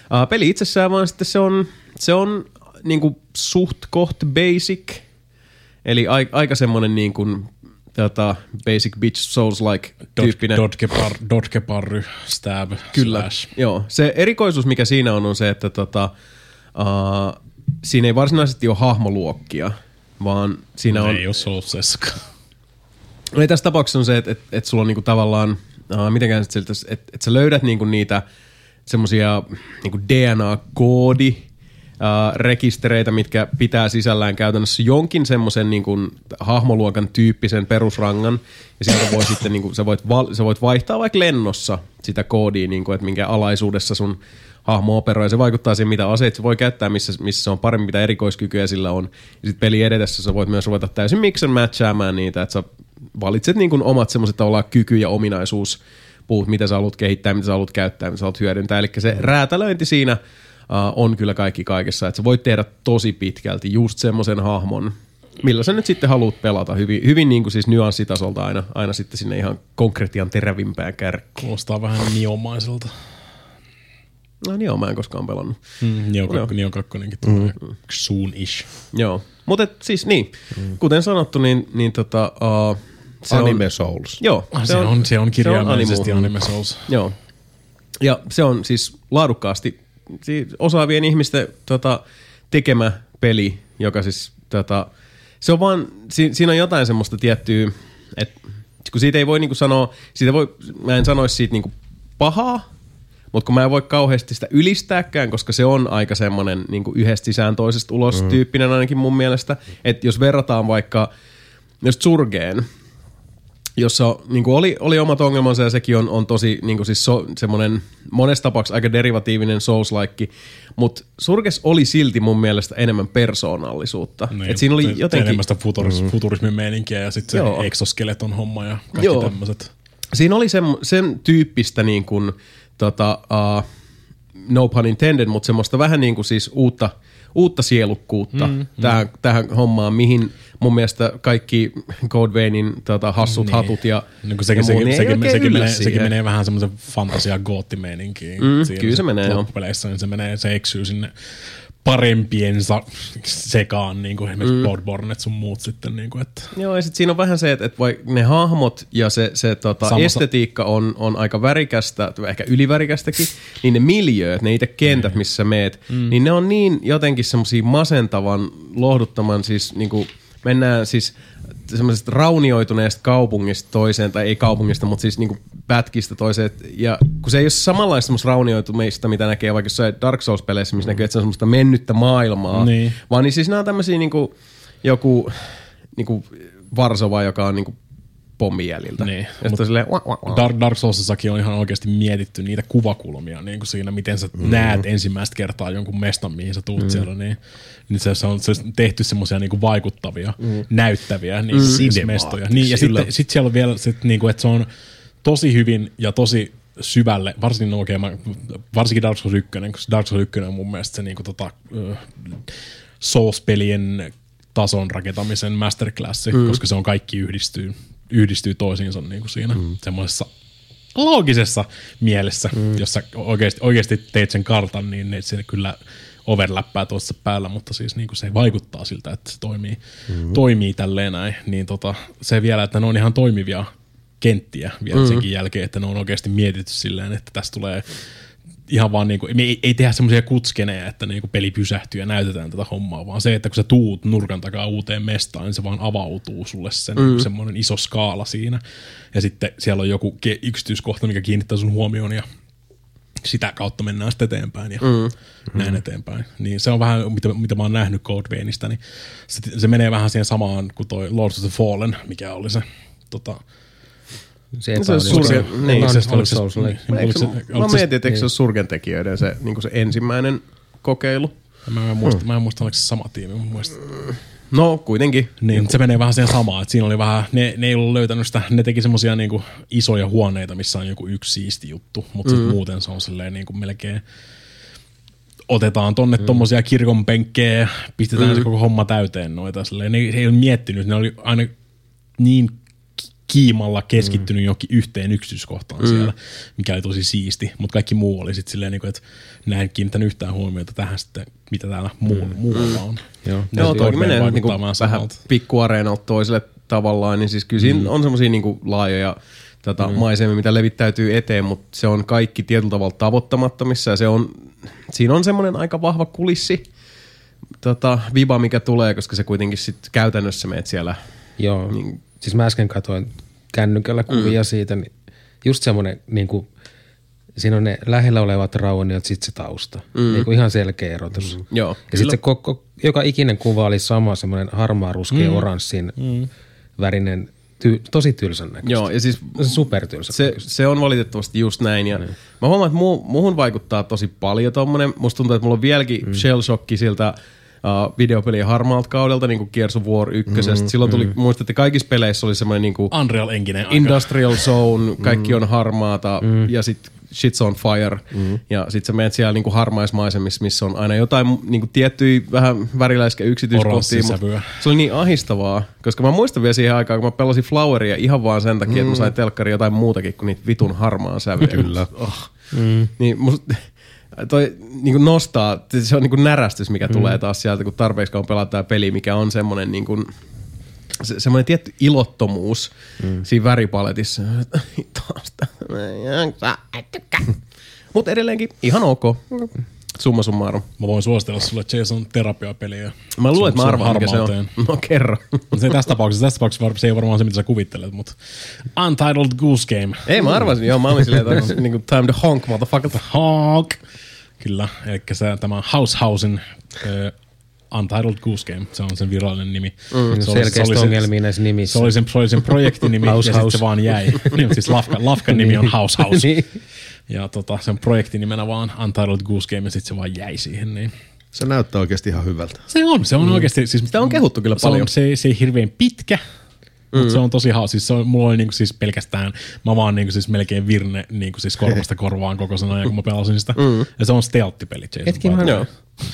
Uh, peli itsessään vaan sitten se on, se on niinku suht koht basic, eli a, aika semmonen niinku tota, basic bitch souls-like tyyppinen. Dodge-parry, stab, Kyllä, slash. Joo. Se erikoisuus, mikä siinä on, on se, että tota, uh, siinä ei varsinaisesti ole hahmoluokkia, vaan siinä no on... Ei ole Soulsessakaan. No tässä tapauksessa on se, että, että, että sulla on niinku tavallaan, uh, mitenkään sitten siltä, että, että sä löydät niinku niitä semmosia niinku D N A-koodi, Uh, rekistereitä, mitkä pitää sisällään käytännössä jonkin semmoisen niin kuin hahmoluokan tyyppisen perusrangan, ja sieltä voi sitten, niin kuin, sä, voit val- sä voit vaihtaa vaikka lennossa sitä koodia, niin kuin, että minkä alaisuudessa sun hahmo operoi, se vaikuttaa siihen, mitä aseet se voi käyttää, missä, missä se on paremmin, mitä erikoiskykyjä sillä on, ja sitten peli edetessä sä voit myös ruveta täysin mix and matchaamaan niitä, että sä valitset niin kuin omat semmoiset tavallaan kyky- ja ominaisuuspuut, mitä sä haluat kehittää, mitä sä haluat käyttää, mitä sä haluat hyödyntää, eli se räätälöinti siinä Uh, on kyllä kaikki kaikessa, että sä voit tehdä tosi pitkälti just semmoisen hahmon, millä sä nyt sitten haluat pelata hyvin, hyvin niin kuin siis nyanssitasolta aina, aina sitten sinne ihan konkretian terävimpään kärkkiin. Kuulostaa vähän niomaiselta. No Nio mä en koskaan pelannut. Mm, Nio, kakko, Nio kakkonenkin tulee mm. soon-ish. Joo, mutta siis niin, mm. kuten sanottu, niin, niin tota... Uh, se Anime on, Souls. Joo. Ah, se, on, se on kirjaimellisesti Anime Souls. Joo. Ja se on siis laadukkaasti osaavien ihmisten tota, tekemä peli, joka siis tota, se on vaan, si, siinä on jotain semmoista tiettyä, että kun siitä ei voi niinku sanoa, siitä voi, mä en sanoisi siitä niinku pahaa, mutta kun mä en voi kauheasti sitä ylistääkään, koska se on aika semmoinen niinku yhdestä sisään toisesta ulos mm. tyyppinen ainakin mun mielestä, että jos verrataan vaikka just Surgeen, jossa niin kuin oli, oli omat ongelmansa ja sekin on, on tosi niin kuin siis so, semmoinen monessa tapauksessa aika derivatiivinen Souls-like, mutta Surges oli silti mun mielestä enemmän persoonallisuutta. Niin, et siinä oli jotenkin... enemmän sitä futuris, mm. futurismin meininkiä ja sitten se exoskeleton homma ja kaikki Joo. tämmöiset. Siinä oli sen, sen tyyppistä niin kuin, tota, uh, no pun intended, mutta semmoista vähän niin kuin siis uutta, uutta sielukkuutta mm, tähän, mm. tähän hommaan, mihin mun mielestä kaikki Code Veinin tota, hassut niin. hatut ja, no, sekin, ja muu, sekin, niin sekin, sekin, menee, sekin menee vähän semmoisen fantasia-gootti-meininkiin. Mm, kyllä se menee, joo. Loppupeleissä, niin se menee, se eksyy sinne parempiensa sekaan, niin kuin esimerkiksi mm. Bloodborne sun muut sitten. Niin kuin, että. Joo, ja sitten siinä on vähän se, että, että vaikka ne hahmot ja se, se tota, estetiikka on, on aika värikästä, ehkä ylivärikästäkin, niin ne miljööt, ne itse kentät, mm. missä meet, mm. niin ne on niin jotenkin semmosia masentavan, lohduttaman, siis niin kuin mennään siis semmoisesta raunioituneesta kaupungista toiseen, tai ei kaupungista, mutta siis niinku pätkistä toiseen. Ja kun se ei ole samanlaista semmoista raunioitumista, mitä näkee vaikka jossain Dark Souls-peleissä, missä mm. näkyy, että se on semmoista mennyttä maailmaa. Niin. Vaan niin siis nämä on tämmöisiä niinku joku niinku Varsova, joka on niinku pommijäljiltä. Niin. Silleen, wah, wah, wah. Dark, Dark Soulsissakin on ihan oikeasti mietitty niitä kuvakulmia niin kuin siinä, miten sä mm. näet ensimmäistä kertaa jonkun mestan, mihin sä tuut mm. siellä. Niin, niin se, se, on, se on tehty semmoisia niin kuin vaikuttavia, mm. näyttäviä niin mm. mestoja. Niin, ja sitten sit siellä on vielä, sit, niin kuin, että se on tosi hyvin ja tosi syvälle, varsinkin, oikein, varsinkin Dark Souls yksi, koska Dark Souls yksi on mun mielestä se niin kuin, tota, Souls-pelien tason rakentamisen masterclassi, mm. koska se on kaikki yhdistyy. yhdistyy toisiinsa niin kuin siinä mm. semmoisessa loogisessa mielessä, mm. jossa oikeasti, oikeasti teit sen kartan, niin se kyllä overlappää tuossa päällä, mutta siis niin kuin se vaikuttaa siltä, että se toimii, mm. toimii tälleen näin. Niin tota, se vielä, että ne on ihan toimivia kenttiä vielä mm. senkin jälkeen, että ne on oikeasti mietitty silleen, että tässä tulee ihan vaan niinku, me ei, ei tehdä semmoisia kutskeneja, että niinku peli pysähtyy ja näytetään tätä hommaa, vaan se, että kun sä tuut nurkan takaa uuteen mestaan, niin se vaan avautuu sulle sen mm. semmoinen iso skaala siinä. Ja sitten siellä on joku yksityiskohta, mikä kiinnittää sun huomioon ja sitä kautta mennään sitten eteenpäin ja mm. näin mm. eteenpäin. Niin se on vähän, mitä, mitä mä oon nähnyt Code Veinistä, niin se, se menee vähän siihen samaan kuin toi Lords of the Fallen, mikä oli se tota, Se epäoli. Niin, se oli Souls. Mä mietin, että eikö se ole Surgen tekijöiden se, niin se ensimmäinen kokeilu. Mä en muista, hmm. mä en muista, oliko se sama tiimi. Muista. No, kuitenkin. Niin, joku. Se menee vähän siihen samaan, että siinä oli vähän, ne, ne ei ollut löytänyt sitä, ne teki semmosia niinku isoja huoneita, missä on joku yksi siisti juttu, mutta mm. sit muuten se on silleen niinku melkein otetaan tonne mm. tommosia kirkonpenkkejä ja pistetään mm. se koko homma täyteen noita silleen. Ne ei ole miettinyt, ne oli aina niin kiimalla keskittynyt mm. johonkin yhteen yksityiskohtaan mm. siellä, mikä oli tosi siisti, mutta kaikki muu oli sitten silleen, että mä en kiinnittänyt yhtään huomiota tähän sitten, mitä täällä muu, mm. muualla on. Joo, Joo toki menee niinku vähän pikkuareenalta toiselle tavallaan, niin siis kyllä siinä mm. on semmosia niinku laajoja tota, mm. maisemia, mitä levittäytyy eteen, mutta se on kaikki tietyllä tavalla tavoittamattomissa ja se on, siinä on semmoinen aika vahva kulissi, tota, viba, mikä tulee, koska se kuitenkin sitten käytännössä meet siellä. Joo, niin, siis mä äsken katsoin kännykällä kuvia mm. siitä, niin just semmoinen, niin kuin, siinä on ne lähellä olevat rauhaniot, sitten se tausta. Mm. Niin kuin ihan selkeä erotus. Mm. Joo, ja sitten se koko, joka ikinen kuva oli sama, semmoinen harmaa, ruskea, mm. oranssin mm. värinen, ty, tosi tylsän näköistä. Joo, ja siis super tylsän se, se on valitettavasti just näin. Ja mm. mä huomaan, että mu, muhun vaikuttaa tosi paljon tommonen. Musta tuntuu, että mulla on vieläkin mm. shell shocki siltä Uh, videopelien harmaalta kaudelta, niin kuin Gears of War ykkösestä. Mm, Silloin tuli, mm. muistatte, kaikissa peleissä oli semmoinen niin kuin Unreal Engine Industrial Zone, kaikki mm. on harmaata, mm. ja sit shit's on fire. Mm. Ja sit sä menet siellä niin kuin harmaismaisemissa, missä on aina jotain niin kuin tiettyjä vähän väriläiskä yksityiskohtia. Se oli niin ahistavaa, koska mä muistan vielä siihen aikaan, kun mä pelasin Floweria ihan vaan sen takia, mm. että mä sain telkkari jotain muutakin kuin niitä vitun harmaan sävyjä. Kyllä. Oh. Mm. Niin musta toi niinku nostaa, se on niinku närästys, mikä mm. tulee taas sieltä, kun tarpeeksi kauan pelataan peli, mikä on semmoinen niinku, se, semmoinen tietty ilottomuus mm. siinä väripaletissa. Mutta edelleenkin ihan ok. Summa summarum. Mä voin suositella sulle Jason terapiapeliä. Mä luulen, että mä arvaan, mikä se on. No kerro. Se tässä tapauksessa, tässä tapauksessa se ei varmaan se, mitä sä kuvittelet, mutta Untitled Goose Game. Ei, mä arvasin. Joo, mä olin silleen, että on niinku time to honk, motherfucker. Honk. Kyllä, eli se tämä House Housein uh, Untitled Goose Game, se on sen virallinen nimi. Mm, se selkeästi ongelmia näissä nimissä. Se oli sen, se oli sen projektinimi ja sitten se vaan jäi. Niin, siis Lafka, Lafkan nimi on House House. Niin. Ja tota, sen projektinimenä vaan Untitled Goose Game ja sitten se vaan jäi siihen. Niin. Se näyttää oikeasti ihan hyvältä. Se on, se on mm. oikeasti. Siis, sitä on kehuttu kyllä paljon. On, se, se ei hirveän pitkä. Mm. Mutta se on tosi hauska. Siis se on, mulla oli niinku siis pelkästään, mä vaan niinku siis melkein virne niinku siis korvasta korvaan koko sen ajan, kun mä pelasin sitä. Mm. Ja se on stealth-peli. Hetki mä joo.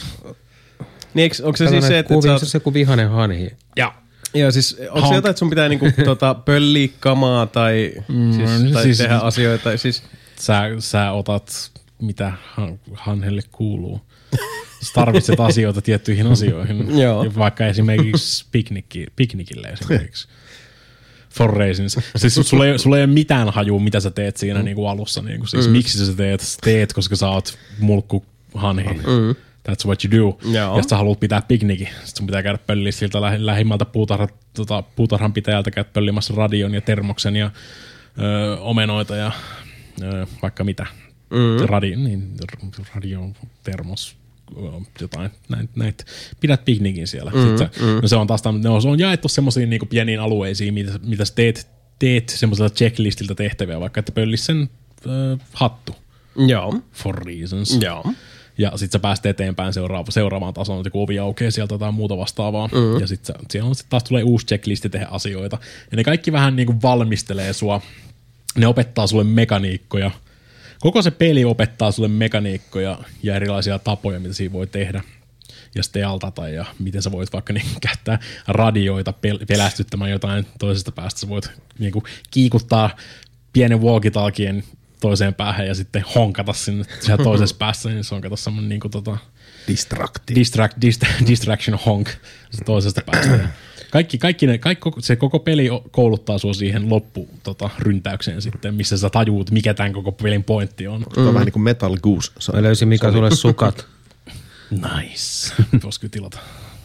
Niin eikö, onko se siis se, että kuvia, se joku vihainen hanhi? Joo. Joo, siis onko Honk. Se jotain, että sun pitää niinku tota, pölliä kamaa tai, mm, siis, tai siis, tehdä asioita? Siis sä, sä otat, mitä han, hanhelle kuuluu. Sä tarvitset asioita tiettyihin asioihin. Joo. Vaikka esimerkiksi piknikki, piknikille esimerkiksi. For reasons. Siis sulla ei, sulla ei ole mitään hajua, mitä sä teet siinä mm. niinku alussa. Niinku. Siis mm. miksi sä teet? Sä teet, koska sä oot mulkku hanhi. Mm. That's what you do. Joo. Ja sä haluat pitää piknikin. Sitten sun pitää käydä pölliä siltä lähi, lähimmältä puutarha, tota, puutarhan pitäjältä, käyt pöllimässä radion ja termoksen ja ö, omenoita ja ö, vaikka mitä. Mm. Radio, niin, radio, termos, jotain näitä. Näit. Pidät piknikin siellä. Mm. Sä, mm. no se on taas ne on, se on jaettu semmoisiin niinku pieniin alueisiin, mitä, mitä sä teet, teet semmoisella checklistiltä tehtäviä, vaikka että pöllis sen ö, hattu. Joo. For reasons. Joo. Ja sit sä pääst eteenpäin seuraava, seuraavaan tasoon, että kun ovi aukeaa sieltä tai muuta vastaavaa. Mm. Ja sit, sä, siellä on, sit taas tulee uusi checklisti tehdä asioita. Ja ne kaikki vähän niinku valmistelee sua. Ne opettaa sulle mekaniikkoja. Koko se peli opettaa sulle mekaniikkoja ja erilaisia tapoja, mitä siinä voi tehdä. Ja stealtata ja miten sä voit vaikka niin käyttää radioita pel- pelästyttämään jotain toisesta päästä. Sä voit niinku kiikuttaa pienen walkie-talkien toiseen päähän ja sitten honkata sinne siellä toisessa päässä, niin se on kato semmoinen niinku tota Distracti. Distract, dist, distraction honk toisesta päästä. Kaikki, kaikki ne, kaikki, se koko peli kouluttaa sua siihen loppuryntäykseen tota, sitten, missä sä tajuut, mikä tämän koko pelin pointti on. Mm. On vähän niin kuin Metal Goose. Mä löysin Mika sulle sukat. Nice. Voisiko tilata?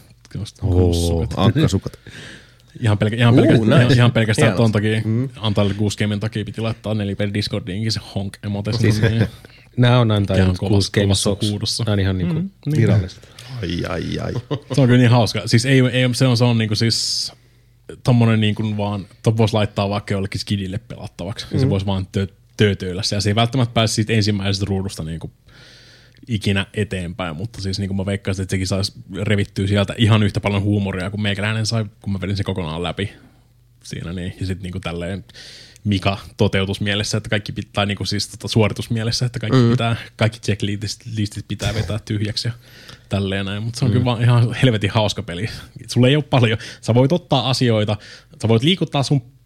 Oh, ankkasukat. Ihan, pelkä, ihan, pelkä, uh, nice. ihan, ihan pelkästään ton takia, mm. Untitled Goose Gamen takia piti laittaa nelipeli Discordiinkin se honk-emote. Siis, nämä on Untitled Goose Game Socks. Nämä on ihan niinku mm, virallista. Ai, ai, ai. Se on kyllä niin hauska. Siis ei, ei, se on, se on niinku siis tommonen niinku vaan, ton vois laittaa vaikka jollekin skidille pelattavaksi. Mm. Se vois vaan tö, töötöillä se. Ja se ei välttämättä pääse siitä ensimmäisestä ruudusta niinku ikinä eteenpäin, mutta siis niin kuin mä veikkaisin, että sekin saisi revittyä sieltä ihan yhtä paljon huumoria kuin meikäläinen sai, kun mä vedin se kokonaan läpi siinä. Niin. Ja sitten niin tälleen Mika toteutusmielessä, että kaikki pitää, niin kuin siis tota suoritusmielessä, että kaikki, mm. pitää, kaikki checklistit pitää vetää tyhjäksi ja tälleen näin. Mutta se on mm. kyllä vaan ihan helvetin hauska peli. Sulla ei ole paljon. Sä voit ottaa asioita, sä voit liikuttaa sun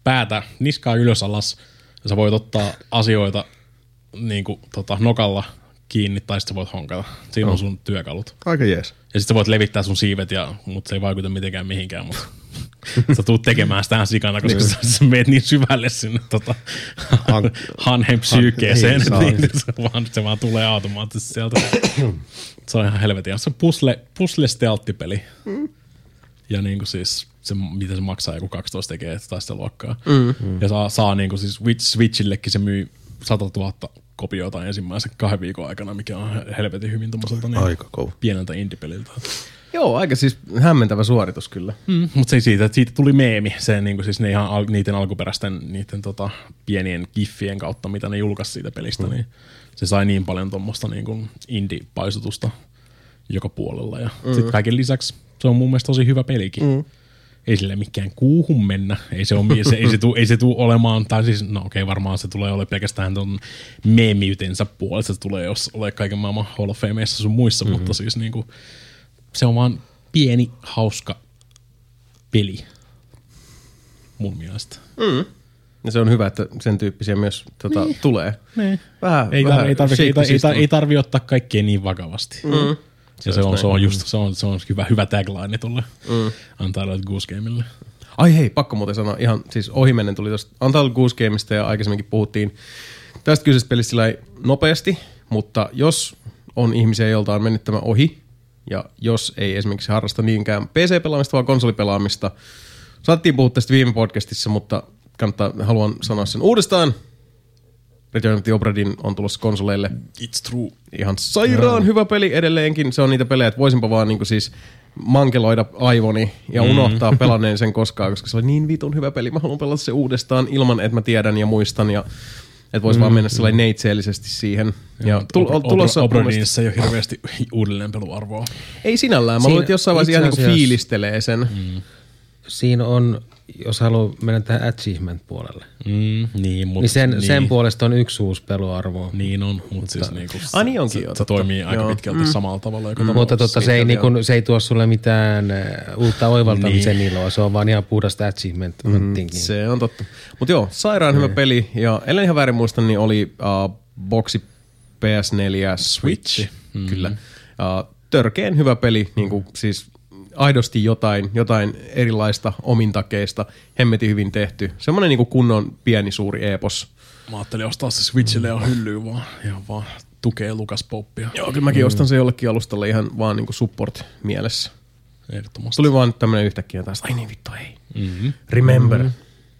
päätä niskaa ylös alas ja sä voit ottaa asioita niin kuin, tota, nokalla kiinni tai sitten sä voit honkata. Siinä oh. on sun työkalut. Aika jees. Ja sitten sä voit levittää sun siivet, ja, mutta se ei vaikuta mitenkään mihinkään. Mutta sä tuut tekemään sitä sikana, koska sä, sä meet niin syvälle sinne tota, Han, hanhen psyykeeseen, että niin, se, vaan, se vaan tulee automaattisesti sieltä. Se on ihan helvetin. Se on pusle, pusle stealth-peli. Mm. Ja niin kuin siis, se, mitä se maksaa, joku kaksitoista tekee tai sitä luokkaa. Mm. Ja saa, saa niin kuin siis Switchillekin se myy sata tuhatta kopioita ensimmäisen kahden viikon aikana, mikä on helvetin hyvin tommoselta niin pieneltä indie-peliltä. Joo, aika siis hämmentävä suoritus kyllä. Mm, mutta se siitä, että siitä tuli meemi, se niinku siis ne ihan al, niiden alkuperäisten niiden tota, pienien giffien kautta, mitä ne julkaisi siitä pelistä, mm. niin se sai niin paljon tommoista niinku indie-paisutusta joka puolella. Ja mm. sitten kaiken lisäksi se on mun mielestä tosi hyvä pelikin. Mm. Ei sille mikään kuuhun mennä. Ei se, ole, se, ei se tule ei tuu olemaan, tai siis, no okei, okay, varmaan se tulee olemaan pelkästään ton meemiytensä puolesta. Se tulee jos ole kaiken maailman Hall of Fameissa sun muissa, mm-hmm. mutta siis niinku, se on vaan pieni, hauska peli mun mielestä. Mm. Ja se on hyvä, että sen tyyppisiä myös tota, niin. tulee. Niin. Vähän, ei, vähän ei, tarvi, ei, ei, ei tarvi ottaa kaikkea niin vakavasti. Mm. Ja se, se, on, se, on just, se, on, se on hyvä, hyvä tagline tuolle mm. Untitled Goose Gameille. Ai hei, pakko muuten sanoa, ihan siis ohimennen tuli tuosta Untitled Goose Gameista ja aikaisemminkin puhuttiin tästä kyseisestä pelistä sillä nopeasti, mutta jos on ihmisiä, jolta on mennyt tämä ohi, ja jos ei esimerkiksi harrasta niinkään P C-pelaamista, vaan konsolipelaamista, saattiin puhua tästä viime podcastissa, mutta kannattaa, haluan sanoa sen uudestaan. Return of the Obra Dinn on tulossa konsoleille. It's true. Ihan sairaan no. hyvä peli edelleenkin. Se on niitä pelejä, että voisinpa vaan niinku siis mankeloida aivoni ja unohtaa mm. pelanneen sen koskaan, koska se oli niin vitun hyvä peli. Mä haluan pelata se uudestaan ilman, että mä tiedän ja muistan ja että vois mm. vaan mennä sellainen neitseellisesti siihen. Ja, ja tul- Obra, tulossa... Obra Dinnissa ei ole hirveästi uudelleenpeluarvoa. Ei sinällään. Mä luulen, että jossain vaiheessa ihan niinku fiilistelee sen. Mm. Siinä on, jos haluaa mennä tähän achievement-puolelle, mm, niin, mut, niin, sen, niin sen puolesta on yksi uusi peluarvo. Niin on, mutta siis niinku se, ah, niin onkin, se, jo, se toimii aika joo. pitkälti mm. samalla tavalla. Joka mm. Mutta totta, se ei, niinku, se ei tuo sulle mitään uutta oivaltamisen niin. iloa, se on vaan ihan puhdasta achievement. Mm, se on totta. Mutta joo, sairaan mm. hyvä peli, ja ellen ihan väärin muista, niin oli uh, boksi P S neljä Switch, mm. kyllä. Uh, törkeen hyvä peli, niinku siis aidosti jotain, jotain erilaista omintakeista, hemmetin hyvin tehty. Semmoinen niinku kunnon pieni suuri epos. Mä ajattelin ostaa se Switchille ja hyllyyn vaan, ihan vaan tukee Lukas Poppia. Joo, kyllä mäkin mm. ostan se jollekin alustalle ihan vaan niinku support mielessä. Ehdottomasti. Tuli vaan tämmönen yhtäkkiä taas, ai niin vittu, hei. Mm-hmm. Remember. Mm-hmm.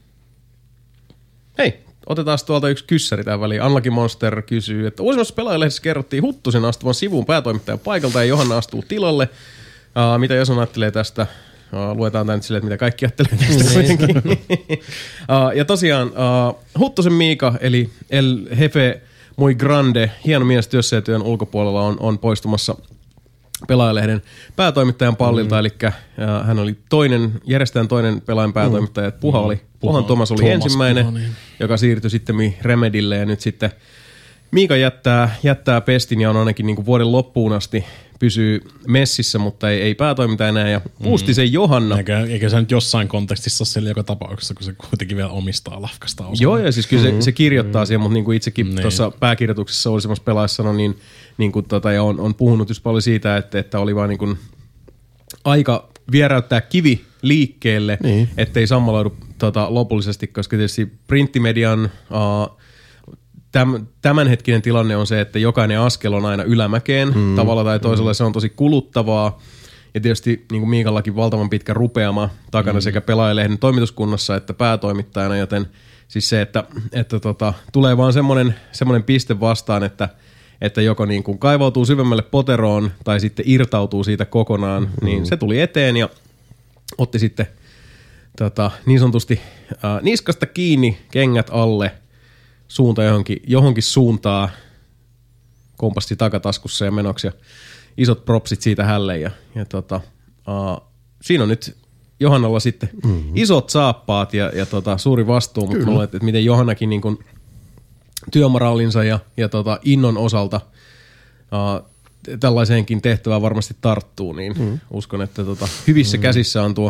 Hei, otetaan tuolta yksi kyssäri tähän väliin. Unlucky Monster kysyy, että uusimmassa Pelaajalehdessä kerrottiin Huttusen astuvan sivuun päätoimittajan paikalta ja Johanna astuu tilalle. Uh, mitä Jason ajattelee tästä? Uh, luetaan tämä nyt silleen, että mitä kaikki ajattelee tästä kuitenkin. uh, ja tosiaan uh, Huttusen Miika, eli El Jefe Muy Grande, hieno mies työssä ja työn ulkopuolella on, on poistumassa Pelaajalehden päätoimittajan pallilta, mm. eli uh, hän oli toinen, järjestäjän toinen pelaajan päätoimittaja, mm. Puha oli, Puhan Thomas oli Thomas ensimmäinen, Puha, niin. joka siirtyi sitten Remedille ja nyt sitten Miika jättää, jättää pestin ja on ainakin niin kuin vuoden loppuun asti pysyy messissä, mutta ei, ei päätoimita enää. Ja Puustisen mm. Johanna. Eikä, eikä se nyt jossain kontekstissa ole siellä joka tapauksessa, kun se kuitenkin vielä omistaa Lafkasta osaa. Joo, ja siis kyllä mm-hmm. se, se kirjoittaa mm-hmm. siihen, mutta niin kuin itsekin niin. tuossa pääkirjoituksessa oli semmoista pelaajassa sanoi, niin, niin kuin tota, ja on, on puhunut just paljon siitä, että, että oli vaan niin kuin aika vieräyttää kivi liikkeelle, niin. ettei sammaloidu tota, lopullisesti, koska tietysti printtimedian uh, Täm, tämänhetkinen tilanne on se, että jokainen askel on aina ylämäkeen. Mm, tavalla tai toisella mm. se on tosi kuluttavaa. Ja tietysti niin kuin Miikallakin valtavan pitkä rupeama takana mm. sekä Pelaajalehden toimituskunnassa että päätoimittajana, joten siis se, että, että tota, tulee vaan semmoinen, semmoinen piste vastaan, että, että joko niin kuin kaivautuu syvemmälle poteroon tai sitten irtautuu siitä kokonaan, mm. niin se tuli eteen ja otti sitten tota, niin sanotusti äh, niskasta kiinni, kengät alle, suunta johonkin, johonkin suuntaan, kompassi takataskussa ja menoksi ja isot propsit siitä hälle. Ja, ja tota, uh, siinä on nyt Johannalla sitten mm-hmm. isot saappaat ja, ja tota, suuri vastuu, mutta luulen, että miten Johannakin niin kuin työmoraalinsa ja, ja tota, innon osalta uh, tällaiseenkin tehtävään varmasti tarttuu, niin mm-hmm. uskon, että tota, hyvissä mm-hmm. käsissä on tuo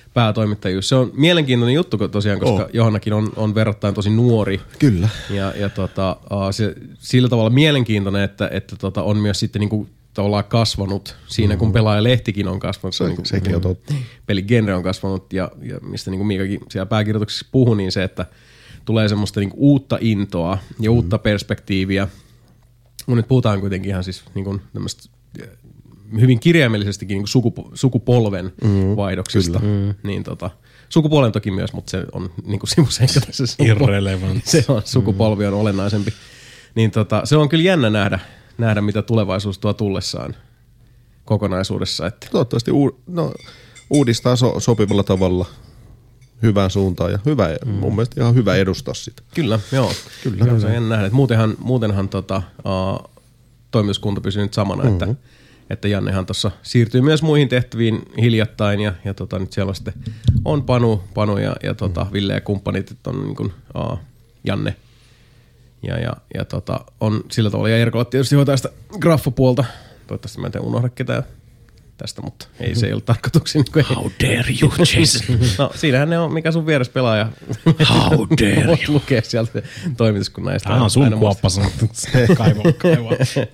päätoimittajuus. Se on mielenkiintoinen juttu tosiaan, koska oh. Johannakin on, on verrattain tosi nuori. Kyllä. Ja, ja tota, se, sillä tavalla mielenkiintoinen, että, että tota, on myös sitten niinku tavallaan kasvanut siinä, kun Pelaajalehtikin on kasvanut. Se, se, sekin on totta. Peligenre on kasvanut ja, ja mistä niinku Miikakin siellä pääkirjoituksessa puhui, niin se, että tulee semmoista niinku uutta intoa ja uutta mm. perspektiiviä. Mun nyt puhutaan kuitenkin ihan siis niinku tämmöistä hyvin kirjaimellisestikin niin sukup- sukupolven mm, vaihdoksista. Mm. Niin tota, sukupuolen toki myös, mutta se on niin kuin sivuseikka tässä. Irrelevant. Se on, sukupolvi on olennaisempi. Niin tota, se on kyllä jännä nähdä, nähdä, mitä tulevaisuus tuo tullessaan kokonaisuudessa. Että. Toivottavasti u- no, uudistaa so- sopivalla tavalla hyvään suuntaan ja hyvä, mm. mun mielestä ihan hyvä edustaa sitä. Kyllä, joo. Kyllä, kyllä se on jännä nähdä. Että muutenhan, muutenhan tota, uh, toimituskunta pysyy nyt samana, mm-hmm. että Että Jannehan tuossa siirtyy myös muihin tehtäviin hiljattain ja, ja tota, nyt siellä on sitten on Panu, Panu ja, ja tota, Ville ja kumppanit, että on niin kuin, uh, Janne ja, ja, ja tota, on sillä tavalla. Ja Erkolla tietysti hoitaa sitä graffopuolta. Toivottavasti mä en unohda ketään tästä, mutta ei se ei ollut tarkoituksena. Niin How dare you, Jason? No siinähän ne on, mikä sun vieressä pelaaja. How dare you? Lukee sieltä toimituskunnan näistä. Tämä on sun kuoppa sanottu. Kaiva, kaiva.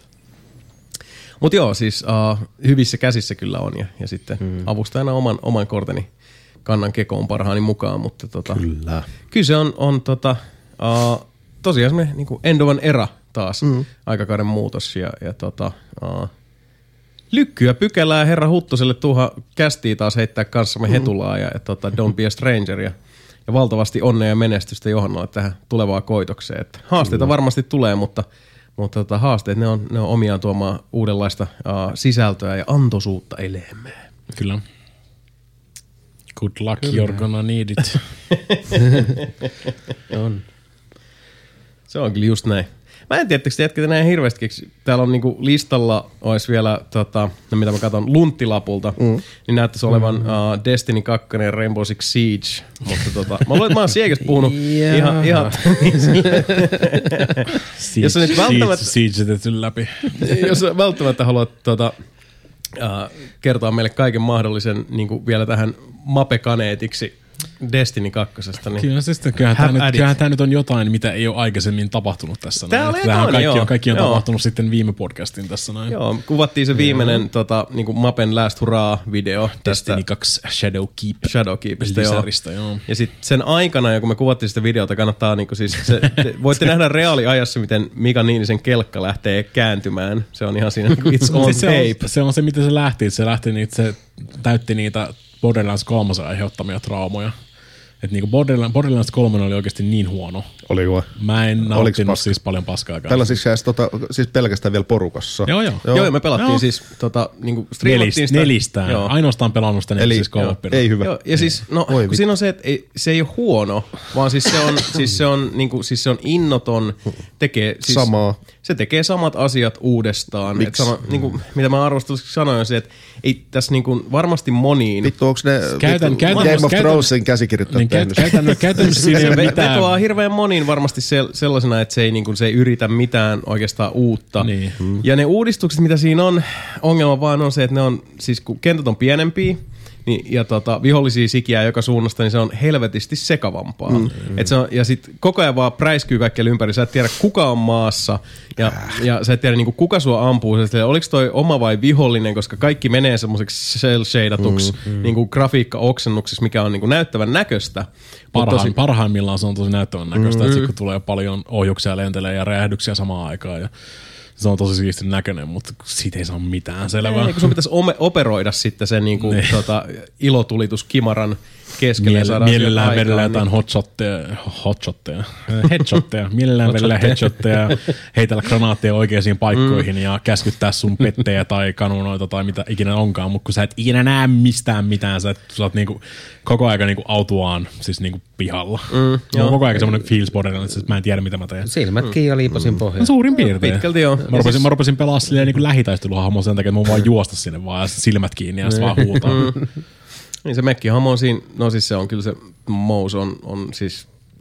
Mutta joo, siis uh, hyvissä käsissä kyllä on ja, ja sitten hmm. avustajana oman, oman korteni kannan kekoon parhaani mukaan, mutta tota, kyllä. kyllä se on, on tota, uh, tosiaan semmoinen niin kuin end of an era taas, hmm. aikakauden muutos ja, ja tota, uh, lykkyä pykälää herra Huttoselle tuuha kästiin taas heittää kanssamme hmm. hetulaa ja, ja tota, Don't be a stranger ja, ja valtavasti onnea ja menestystä Johannalle tähän tulevaan koitokseen. Että haasteita hmm. varmasti tulee, mutta Mutta tota, haasteet, ne on, ne on omiaan tuomaan uudenlaista uh, sisältöä ja antoisuutta elämään. Kyllä. Good luck, Kyllä. You're gonna need it. on. Se on kyllä just näin. Mä en tiedä, että jätkät enää hirveästi. Täällä on niinku listalla, olisi vielä, tota, no mitä mä katson, lunttilapulta, mm. niin näyttäisi olevan mm. uh, Destiny kaksi ja Rainbow Six Siege. Mutta tota, mä luulen, että mä oon Siegestä puhunut ihan... ihan Siege, jos nyt välttämättä... Siege läpi. Jos välttämättä haluat tota, uh, kertoa meille kaiken mahdollisen niin kuin vielä tähän mapekaneetiksi Destiny kakkosesta. Niin kyllä, siis, kyllähän, tämä nyt, kyllähän tämä nyt on jotain, mitä ei ole aikaisemmin tapahtunut tässä. Tämä oli Tämähän kaikki, on, kaikki on joo. tapahtunut sitten viime podcastin tässä näin. Joo, kuvattiin se viimeinen mm. tota, niin kuin Mapen Last Hurrah-video. Destiny kaksi Shadowkeep. Shadowkeepista, Lisäristä, joo. joo. Ja sitten sen aikana, ja kun me kuvattiin sitä videota, kannattaa niin kuin siis, se, te, voitte nähdä reaaliajassa, miten Mika Niinisen kelkka lähtee kääntymään. Se on ihan siinä niin kuin it's on se tape. On, se on se, miten se lähti. Se lähti niitä, se täytti niitä Borderlands kolme aiheuttamia traumoja. Että niinku Borderlands, Borderlands kolme oli oikeasti niin huono. Oliko? Mä en nauttinut siis paljon paskaa. Pelasitko siis, tota, siis pelkästään vielä porukassa? Joo, joo. Joo, joo me pelattiin joo. siis tota, niinku striimattiin sitä. Nelistään. Joo. Ainoastaan pelannut sitä eli siis co-opina. Ei hyvä. Joo, ja siis, no, kun siinä on se, että ei, se ei ole huono, vaan siis se on, siis se on, niinku, siis se on innoton, tekee siis, samaa. Se tekee samat asiat uudestaan. Et sama, niinku, mitä mä arvosteluksi sanoin on se, että ei tässä niinku, varmasti moniin. Vittu, onko ne käytän, vittu, käytän, Game of käytän, Thronesin käsikirjoittajat niin, tehnyt? Käytännössä käytän, siinä ei ole mitään. Se vetoaa hirveän moniin varmasti sellaisena, että se ei, niinku, se ei yritä mitään oikeastaan uutta. Niin. Mm. Ja ne uudistukset, mitä siinä on, ongelma vaan on se, että ne on, siis kun kentät on pienempiä, niin, ja tota, vihollisia sikiää joka suunnasta, niin se on helvetisti sekavampaa. Mm. Et se on, ja sit koko ajan vaan präiskyy kaikkea ympäri. Sä et tiedä, kuka on maassa, ja, äh. ja sä et tiedä, niinku, kuka sua ampuu. Sä tiedä, oliko toi oma vai vihollinen, koska kaikki menee semmoiseksi cel-shadatuksi mm, mm. niinku, grafiikka-oksennuksiksi, mikä on niinku, näyttävän näköistä. Parhaan, tosi... Parhaimmillaan se on tosi näyttävän näköistä, mm, että sit, kun tulee paljon ohjuksia lentelee ja räjähdyksiä samaan aikaan. Ja se on tosi siisti näköinen, mutta siitä ei saa mitään selvää. Ei, kun sun pitäisi operoida sitten sen niinku, niin. tota, ilotulituskimaran keskelle. Miel, mielellään vedellä jotain hotshotteja, hotshotteja, headshotteja, mielellään vedellä headshotteja, heitellä granaatteja oikeisiin paikkoihin mm. ja käskyttää sun pettejä tai kanunoita tai mitä ikinä onkaan, mutta kun sä et ikinä näe mistään mitään, sä, et, sä oot niinku, koko ajan niinku autuaan siis niinku pihalla. Mm, on koko ajan semmoinen feels Borderlands, että mä en tiedä mitä mä teen. Silmät kiinni ja liipasin mm. pohjaan. No, suurin piirtein. Pitkälti joo. Mä rupesin, mä rupesin pelaa silleen niin lähitaisteluhahmoa sen takia, että mä vaan juosta sinne vaan ja silmät kiinni ja sitten vaan huutaa. Niin se mekkihahmo on siinä, no siis se on kyllä se Mous on, on siis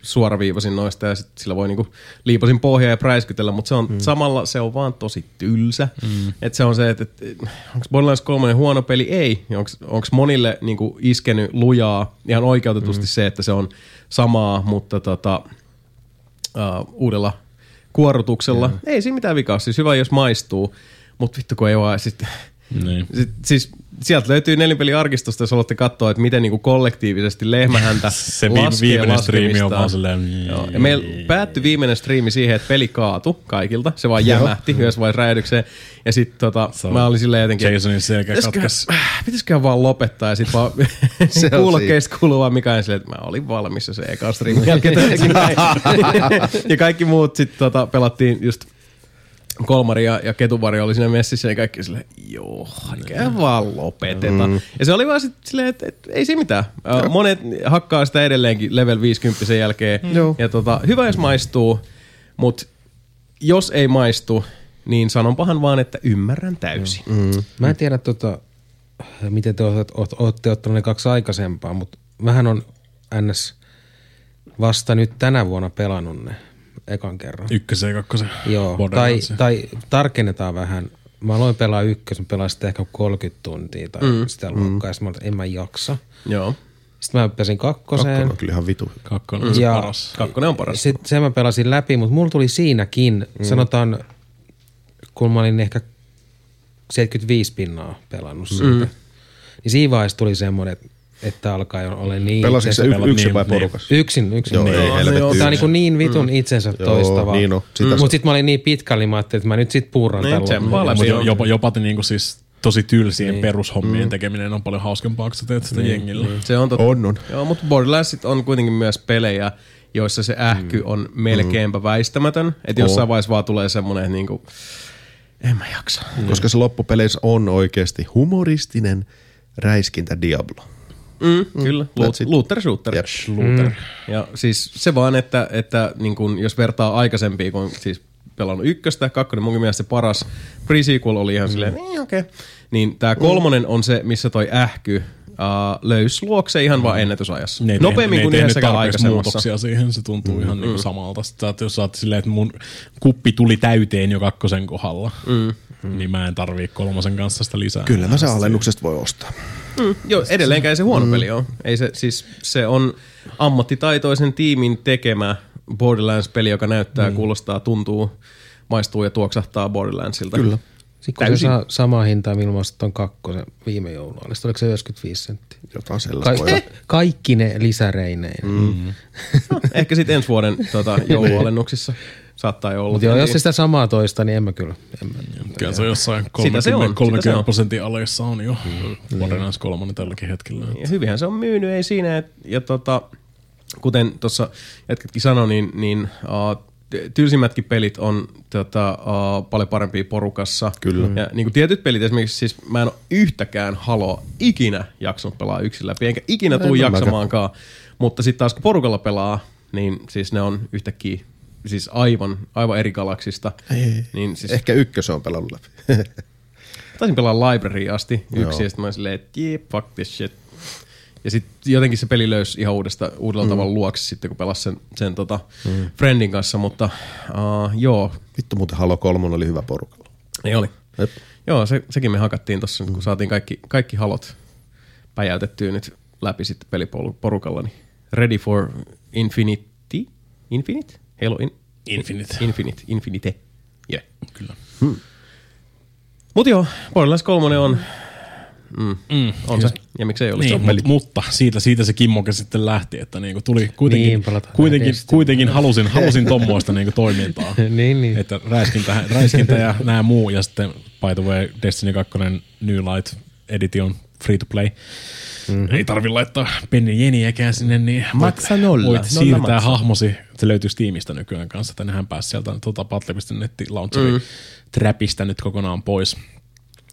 suoraviivasin noista ja sit sillä voi niinku liipasin pohjaa ja präiskytellä, mutta se on mm. samalla se on vaan tosi tylsä. Mm. Että se on se, että et, onko Borderlands kolme huono peli? Ei. Onko monille niinku iskenyt lujaa ihan oikeutetusti mm. se, että se on samaa, mutta tota, uh, uudella kuorutuksella. Mm. Ei siinä mitään vikaa. Siis hyvä, jos maistuu, mutta vittu kun ei vaan sitten... Niin. Siis sieltä löytyy nelinpeliarkistosta, jos haluatte katsoa, että miten niinku kollektiivisesti lehmähäntä se laskee viimeinen striimi on vaan silleen... Joo. Ja meillä päättyi viimeiinen striimi siihen, että peli kaatui kaikilta. Se vaan jämähti yhdessä vaiheessa räjähdykseen. Ja sit tota, mä olin silleen jotenkin... Jasonin selkä katkes. Pitäisikö vaan lopettaa? Ja sit vaan kuulokkeista kuuluu vaan Mikael silleen, että mä olin valmis jo se eka striimin jälkeen. Ja kaikki muut sit tota, pelattiin just... Kolmari ja, ja Ketuvari oli siinä messissä ja kaikki silleen, joo, eikä vaan lopeteta. Mm. Ja se oli vaan sit silleen, että et, ei siinä mitään. Uh, monet hakkaa sitä edelleenkin level viisikymmentä sen jälkeen. Mm. Ja tota, hyvä jos maistuu, mutta jos ei maistu, niin sanonpahan vaan, että ymmärrän täysin. Mm. Mä en tiedä, tota, miten te olette, olette ottaneet ne kaksi aikaisempaa, mutta mähän on ns. Vasta nyt tänä vuonna pelannut ne. Ekan kerran. Ykkösen ja kakkosen. Joo, tai, tai tarkennetaan vähän. Mä aloin pelaa ykkösen, pelasin sitten ehkä kolmekymmentä tuntia tai mm. sitä luokkaa, mm. ja mä en mä jaksa. Joo. Sitten mä pesin kakkoseen. Kakkonen on kyllä ihan vitu. Kakkonen on ja paras. Kakkonen on paras. Sitten sen mä pelasin läpi, mutta mulla tuli siinäkin, mm. sanotaan, kun mä olin ehkä seitsemänkymmentäviisi pinnaa pelannut siitä, mm. niin siinä vaiheessa tuli semmoinen, että alkaa jo olla niin... Pelasitko se y- yksin niin, vai porukassa? Yksin, yksin. Joo, niin. ei helvetti. Tämä on niin, niin vitun mm. itsensä toistavaa. Niin on. Mm. Mutta sitten mä olin niin pitkällä, niin mä ajattelin, että mä nyt sit puurran niin, tällä. Mutta jopa, jopa niinku siis tosi tylsien niin. perushommien mm. tekeminen on paljon hauskempaa, kun sä teet sitä niin. jengillä. Niin. Se on totta. On, on. Joo, mutta Borderlandsit on kuitenkin myös pelejä, joissa se ähky mm. on melkeinpä mm. väistämätön. Että jossain vaiheessa vaan tulee semmoinen, että niinku, en mä jaksa. Mm. Koska se loppupeleissä on oikeasti humoristinen räiskintä Diablo. Mm, mm, kyllä, looter shooter. Yep. Looter. Mm. Ja siis se vaan, että, että niin kun, jos vertaa aikaisempiin, kun siis pelannut ykköstä, kakkonen munkin mielestä se paras, pre-sequel oli ihan mm. silleen, niin okei. Okay. Niin tää kolmonen on se, missä toi ähky uh, löysi luokse ihan mm. vaan ennätysajassa. Ne nopeammin kuin yhdessäkään aikaisemmassa. Muutoksia siihen, se tuntuu mm. ihan mm. niin kuin samalta. Sitten, jos sä oot silleen, että mun kuppi tuli täyteen jo kakkosen kohdalla, mm. Mm. niin mä en tarvii kolmosen kanssa sitä lisää. Kyllä mä se alennuksesta voi ostaa. Mm, joo, edelleenkään ei se huono mm. peli ole. Ei se, siis se on ammattitaitoisen tiimin tekemä Borderlands-peli, joka näyttää, mm. kuulostaa, tuntuu, maistuu ja tuoksahtaa Borderlandsilta. Kyllä. Sitten kun se saa samaa hintaa, milloin mä ostin kakkosen viime joulua, niin oliko se yhdeksänkymmentäviisi senttiä? Jotain sellaista. Ka- ka- kaikki ne lisäreineen. Mm. No, ehkä sitten ensi vuoden tota, joulualennuksissa. Saattaa jo olla. Joo, jos se sitä samaa toista, niin en mä kyllä. En mä, kyllä se jossain kolmekymmentä prosentin alessa on jo. Mm. Borderlands kolme tälläkin hetkellä. Ja hyvinhän se on myynyt, ei siinä. Et, ja tota, kuten tuossa jätkätkin sanoi, niin, niin uh, tylsimmätkin pelit on tota, uh, paljon parempia porukassa. Kyllä. Ja niin kuin tietyt pelit esimerkiksi, siis mä en ole yhtäkään Haloa ikinä jaksanut pelaa yksin läpi, enkä ikinä tule jaksamaankaan. Mutta sitten taas kun porukalla pelaa, niin siis ne on yhtäkkiä siis aivan, aivan eri galaksista. Ei, niin siis, ehkä ykkösen on pelannut läpi. Taisin pelaa Libraryin asti yksi, ja sitten mä olin silleen, että yeah, fuck this shit. Ja sitten jotenkin se peli löysi ihan uudesta, uudella mm. tavalla luoksi sitten, kun pelasi sen, sen tota mm. friendin kanssa, mutta uh, joo. Vittu muuten Halo kolme oli hyvä porukalla. Ei oli. Jep. Joo, se, sekin me hakattiin tossa, mm. kun saatiin kaikki, kaikki halot päjäytettyä nyt läpi sitten peliporukalla. Niin Ready for Infinity? Infinite? Halo in, Infinite. Infinite. Infinite. Yeah. Kyllä. Hmm. Mut joo, Borderlands kolme on, mm, mm, on se. Ja miksei ole niin, se peli. Mutta siitä, siitä se kimmoke sitten lähti, että niinku tuli kuitenkin, niin, kuitenkin, kuitenkin halusin, halusin tommoista niinku toimintaa. niin, niin. Että räiskintä, räiskintä ja nää muu ja sitten by the way Destiny kaksi New Light Edition free to play. Mm-hmm. Ei tarvi laittaa pennin jeniäkään sinne, niin maksa nolla. Voit siirtää nolla hahmosi. Se löytyy Steamista nykyään kanssa, että nehän pääsi sieltä tuota Battle piste net launcheri mm. trapista nyt kokonaan pois.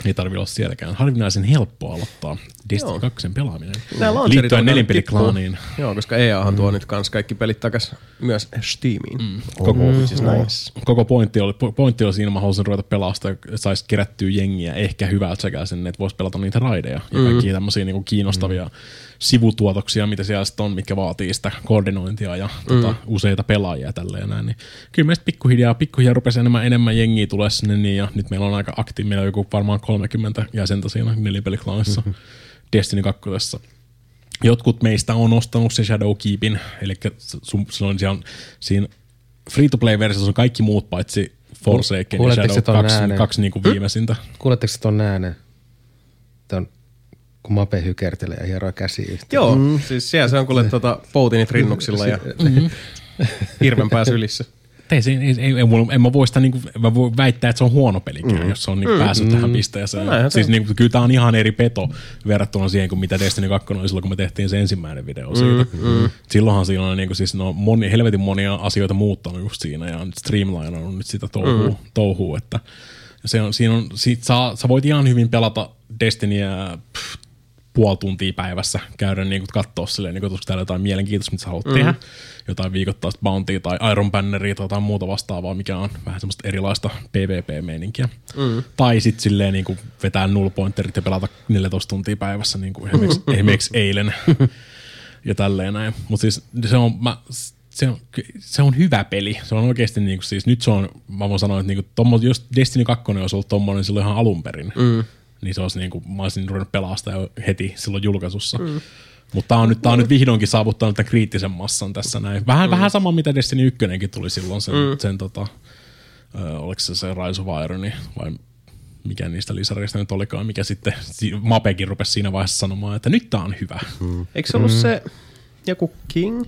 Ei tarvitse olla sielläkään. Harvinaisen helppoa aloittaa Destiny kaksi pelaaminen. Liittyen Liittyen nelinpeliklaaniin. Joo, koska E Ahan mm. tuo nyt kans kaikki pelit takas myös Steamiin. Mm. Koko, mm. siis nice. koko pointti oli, pointti oli siinä, mä halusin ruveta pelastaa, että saisi kerättyä jengiä ehkä hyvältä sekä sen, että voisi pelata niitä raideja ja mm. kaikkia tämmöisiä niinku kiinnostavia mm. sivutuotoksia, mitä siellä sitten on, mitkä vaatii sitä koordinointia ja mm. tota, useita pelaajia tälleen näin. Niin kyllä meistä pikkuhiljaa, pikkuhiljaa rupesi enemmän, enemmän jengiä tulee sinne niin, ja nyt meillä on aika aktiivinen, meillä on joku varmaan kolmekymmentä jäsentä siinä nelipeliklaanissa mm-hmm. Destiny kaksi. Jotkut meistä on ostanut se Shadowkeepin, eli se on siellä, siinä free-to-play-versiossa on kaikki muut paitsi Forsaken ja Shadow kaksi, kaksi niin kuin viimeisintä. Kuuletteko ton äänen? Ton, kun Mape hykertelee ja hieroo käsiä yhteen. Joo, mm. siis siellä se on kuule tuota, poutinit rinnuksilla ja mm-hmm. hirvenpää sylissä. Ei, ei, ei, ei, en mä voi sitä niinku, mä voi väittää, että se on huono pelikään, mm. jos se on niinku mm. päässyt mm. tähän pisteeseen. No, siis niinku, kyllä tää on ihan eri peto verrattuna siihen, kuin mitä Destiny kaksi oli silloin, kun me tehtiin se ensimmäinen video siitä. Mm. Mm. Silloinhan siinä on niinku, siis, no, moni, helvetin monia asioita muuttanut just siinä ja nyt Streamline on nyt sitä touhua, mm. touhua että se on, siinä on, siitä saa, sä voit ihan hyvin pelata Destinyä pff, puoli tuntia päivässä käydä niin katsoa silleen, niin koska täällä jotain mielenkiintoista, mitä sä haluat mm. tehdä. Jotain viikoittaista bountia tai Iron Banneria tai jotain muuta vastaavaa, mikä on vähän semmoista erilaista PvP-meininkiä. Mm. Tai sitten silleen niin vetää nullpointerit ja pelata neljätoista tuntia päivässä, niin kuin esimerkiksi, esimerkiksi eilen ja tälleen näin. Mutta siis se on, mä, se, on, se on hyvä peli. Se on oikeasti niin kuin, siis nyt se on, mä voin sanoa, että niin kuin, tommo, jos Destiny kaksi olisi ollut tommoinen silloin ihan alun perin, mm. niin se olisi niin kuin, mä olisin ruvennut pelastaa jo heti silloin julkaisussa. Mm. Mutta tää on, nyt, tää on nyt vihdoinkin saavuttanut tämän kriittisen massan tässä näin. Vähän, mm. vähän sama, mitä Destiny ykkönen tuli silloin sen, mm. sen tota, ö, oliko se se Rise of Iron vai mikä niistä lisäreistä nyt olikaan, mikä sitten Mapekin rupesi siinä vaiheessa sanomaan, että nyt tää on hyvä. Mm. Eikö se ollut mm. se joku King?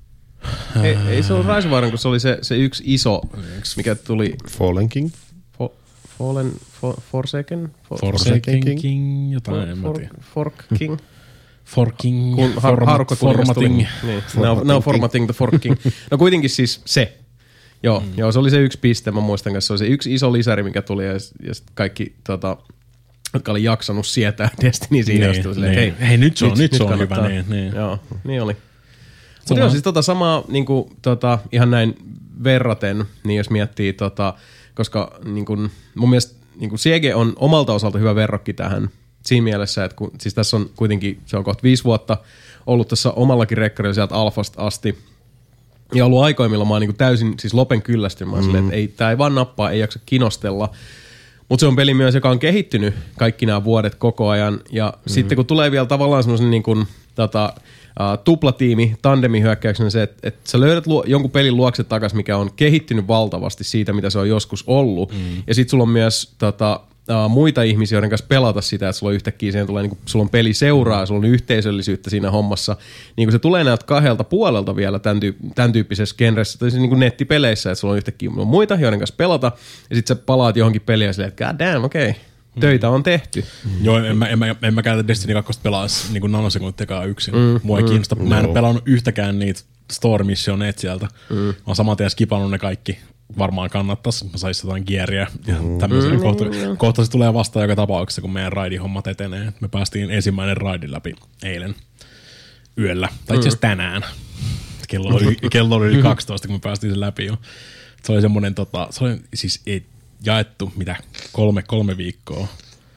ei, ei se ollut Rise of Iron, kun se oli se, se yksi iso, mikä tuli... Fallen King? Fo, Fallen, for, Forsaken? For, Forsaken King, King, jotain, en mä tiedä. Fork King? Forking, kun format, Harukka formatting. Niin. Now, now formatting the forking. No kuitenkin siis se. Joo, mm. joo, se oli se yksi piste, mä muistan kanssa. Se oli se yksi iso lisäri, mikä tuli ja, ja kaikki, tota, jotka oli jaksanut sietää Destiny siinä. Niin, niin. Silleen, hei, hei, nyt se on, nyt, nyt se on hyvä. Niin, niin. Joo, niin oli. Mutta joo, siis tota samaa niin kuin, tota, ihan näin verraten, niin jos miettii, tota, koska niin kuin, mun mielestä niin kuin Siege on omalta osalta hyvä verrokki tähän. Siinä mielessä, että kun, siis tässä on kuitenkin, se on kohta viisi vuotta ollut tässä omallakin rekkarilla sieltä alfasta asti. Ja ollut aikoimmilla mä oon niin täysin siis lopen kyllästymään mm. silleen, että ei, tää ei vaan nappaa, ei jaksa kinostella. Mutta se on peli myös, joka on kehittynyt kaikki nämä vuodet koko ajan. Ja mm. sitten kun tulee vielä tavallaan semmoisen niin kuin, tota, uh, tuplatiimi, tandemihyökkäyksenä se, että et sä löydät luo, jonkun pelin luokse takaisin, mikä on kehittynyt valtavasti siitä, mitä se on joskus ollut. Mm. Ja sitten sulla on myös... Tota, Uh, muita ihmisiä, joiden kanssa pelata sitä, että sulla on yhtäkkiä siihen tulee, niin kuin, sulla on peli seuraa ja sulla on yhteisöllisyyttä siinä hommassa. Niin kuin se tulee näiltä kahdelta puolelta vielä tämän, tyyp- tämän tyyppisessä genressä, tai siis niin kuin nettipeleissä, että sulla on yhtäkkiä on muita, joiden kanssa pelata, ja sitten sä palaat johonkin peliin ja silleen, että god damn, okei, okay, töitä on tehty. Mm. Joo, en mä, en mä, en mä käytä Destiny kaksi pelaisi niin nanosekuntiakaan yksin. Mm. Mua ei mm. kiinnosta, mä en pelannut yhtäkään niitä Store Missioneet sieltä. Mm. Mä oon saman tien skipannut ne kaikki. Varmaan kannattaisi, mä sais jotain geariä ja tämmöisiä. Mm, kohta, mm, kohta se tulee vastaan joka tapauksessa, kun meidän raidihommat etenee. Me päästiin ensimmäinen raidi läpi eilen yöllä, tai itse asiassa tänään. Kello oli, kello oli yli kaksitoista, kun me päästiin sen läpi jo. Se oli semmoinen, tota, se oli siis ei, jaettu, mitä, kolme, kolme viikkoa.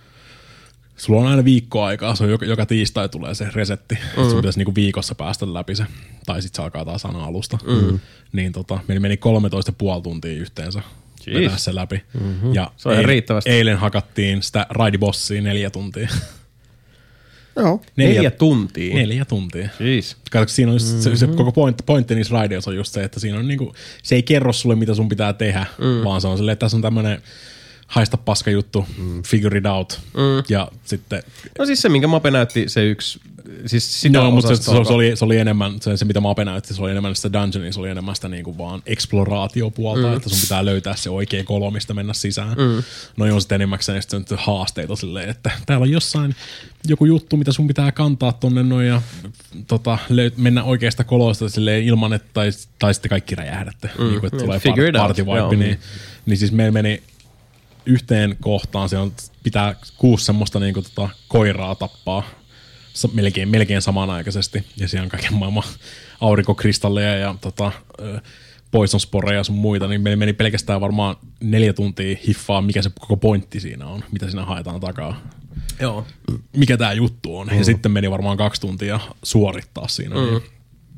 Sulla on aina viikko aikaa, se on joka, joka tiistai tulee se resetti, mm. että sun pitäisi niinku viikossa päästä läpi se, tai sit se alkaa taas aina alusta. Mm. Niin tota, meillä meni kolmetoista pilkku viisi tuntia yhteensä Jeez. vetää se läpi. Mm-hmm. Ja se on eilen, riittävästi. Eilen hakattiin sitä raidibossia neljä tuntia. Joo. Neljä, neljä tuntia? Neljä tuntia. Jeez. Katsotko, siinä on mm-hmm. se, se koko pointti, pointti niissä raideissa on just se, että siinä on niinku, se ei kerro sulle, mitä sun pitää tehdä, mm. vaan se on silleen, että tässä on tämmönen haista paska juttu, mm. figure it out. Mm. Ja sitten... No siis se, minkä Mape näytti, se yksi... Siis sitä no, mutta se, se, se, oli, se oli enemmän, se, se mitä Mape näytti, se oli enemmän sitä dungeonia, se oli enemmän sitä niinku vaan exploraatiopuolta, mm. että sun pitää löytää se oikea kolo, mistä mennä sisään. Mm. No on sitten enemmäkseen sitten haasteita silleen, että täällä on jossain joku juttu, mitä sun pitää kantaa tonne noin ja tota, löy- mennä oikeasta koloista silleen ilman, että tai, tai sitten kaikki räjähdätte, mm. niin kuin, että tulee party wipe, niin, niin siis meillä meni yhteen kohtaan siellä on, pitää kuusi semmoista niinku tota koiraa tappaa melkein, melkein samanaikaisesti. Ja siellä on kaiken maailman aurinkokristalleja ja tota, poisonsporeja ja sun muita, niin meillä meni pelkästään varmaan neljä tuntia hiffaa, mikä se koko pointti siinä on, mitä siinä haetaan takaa. Joo. Mikä tää juttu on. Mm. Ja sitten meni varmaan kaksi tuntia suorittaa siinä. Mm. Niin,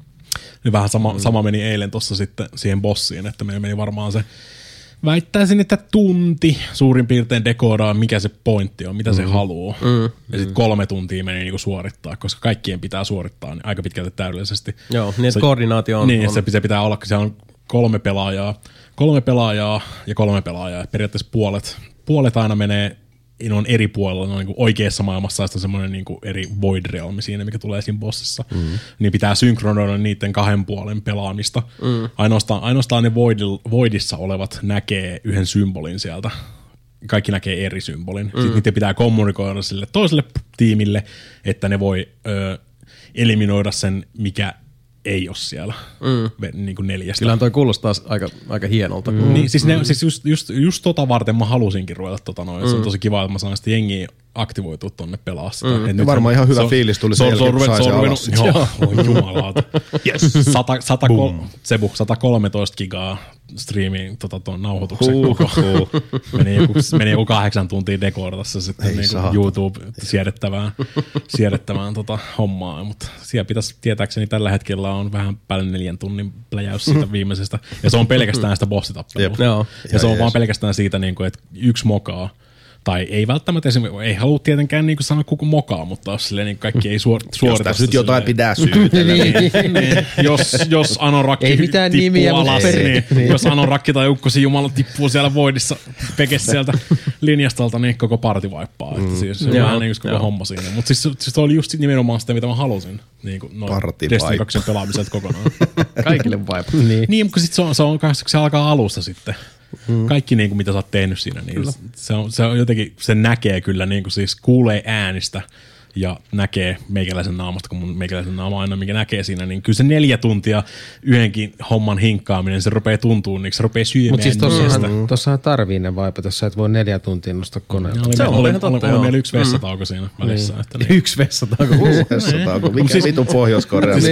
niin vähän sama, mm. sama meni eilen tossa sitten siihen bossiin, että meillä meni varmaan se, väittäisin, että tunti suurin piirtein dekoodaa, mikä se pointti on, mitä mm. se haluaa. Mm. Ja sitten kolme tuntia meni niinku suorittaa, koska kaikkien pitää suorittaa niin aika pitkälti täydellisesti. Joo, niin se, koordinaatio on. Niin, on. Se, se pitää olla, se on kolme pelaajaa, kolme pelaajaa ja kolme pelaajaa. Periaatteessa puolet, puolet aina menee on eri puolella, no, niin oikeassa maailmassa, ja on semmoinen niin eri void realmi siinä, mikä tulee siinä bossissa. Mm. Niin pitää synkronoida niiden kahden puolen pelaamista. Mm. Ainoastaan, ainoastaan ne voidil, voidissa olevat näkee yhden symbolin sieltä. Kaikki näkee eri symbolin. Mm. Sitten niiden pitää kommunikoida sille toiselle tiimille, että ne voi ö, eliminoida sen, mikä ei ole siellä mm. niin kuin neljästä. Kyllähän toi kuulostaa aika, aika hienolta. Mm. Niin, siis, ne, mm. siis just, just, just tota varten mä halusinkin ruveta tota noin. Mm. Se on tosi kiva, että mä saan sitä jengiä aktivoitua tonne pelaa sitä. Mm. Ja varmaan ihan hyvä se, fiilis tuli sen jälkeen, kun sai se alas. Joo, oh, jumalauta. Yes. sata, sata, Sebu, sata kolmetoista gigaa striimiin tota, tuon nauhoituksen uh, koko. Uh. Meni, joku, meni joku kahdeksan tuntia dekoodassa sitten niin YouTube-siedettävään siedettävään tota, hommaa. Mutta siellä pitäisi tietääkseni tällä hetkellä on vähän päälle neljän tunnin pläjäys siitä viimeisestä. Ja se on pelkästään sitä bossitappelua. Ja, ja se on yes. vaan pelkästään siitä, niin kuin, että yksi mokaa. Tai ei välttämättä esimerkiksi, ei halua tietenkään niin kuin sanoa kuku mokaa, mutta jos silleen, niin kaikki ei suor, suorita. Jos nyt jotain pitää syytellä. niin, niin, jos, jos Anorakki tippuu alas, niin, niin. jos Anorakki tai Ukkosi Jumala tippuu siellä voidissa pekes sieltä linjastalta, niin koko parti vaippaa. Mm. Että siis, se on joo, vähän niin kuin koko homma siinä. Mutta siis, siis se oli just nimenomaan sitä, mitä mä halusin. Niin kuin noin Destiny kaksi pelaamiselta kokonaan. Kaikille vaippaa. niin. niin, mutta sitten se, on, se, on, se alkaa alusta sitten. Hmm. Kaikki niin kuin, mitä sä oot tehnyt siinä, niin se on, se on jotenkin, se näkee kyllä, niin kuin siis kuulee äänistä ja näkee meikäläisen naamasta, kun mun meikäläisen naama aina, mikä näkee siinä, niin kyllä se neljä tuntia yhdenkin homman hinkkaaminen, se rupeaa tuntuu, niin se rupeaa syömään. Mutta siis tossahan, mm. tossahan tarvii ne vaipat, jos sä et voi neljä tuntia nostaa koneelta. Oli, se on oli, ihan totta, oli, oli meillä yksi vessatauko mm. siinä välissä. Niin. Että niin. Yksi vessatauko. vessatauko. Mikä siis, vitun Pohjois-Koreassa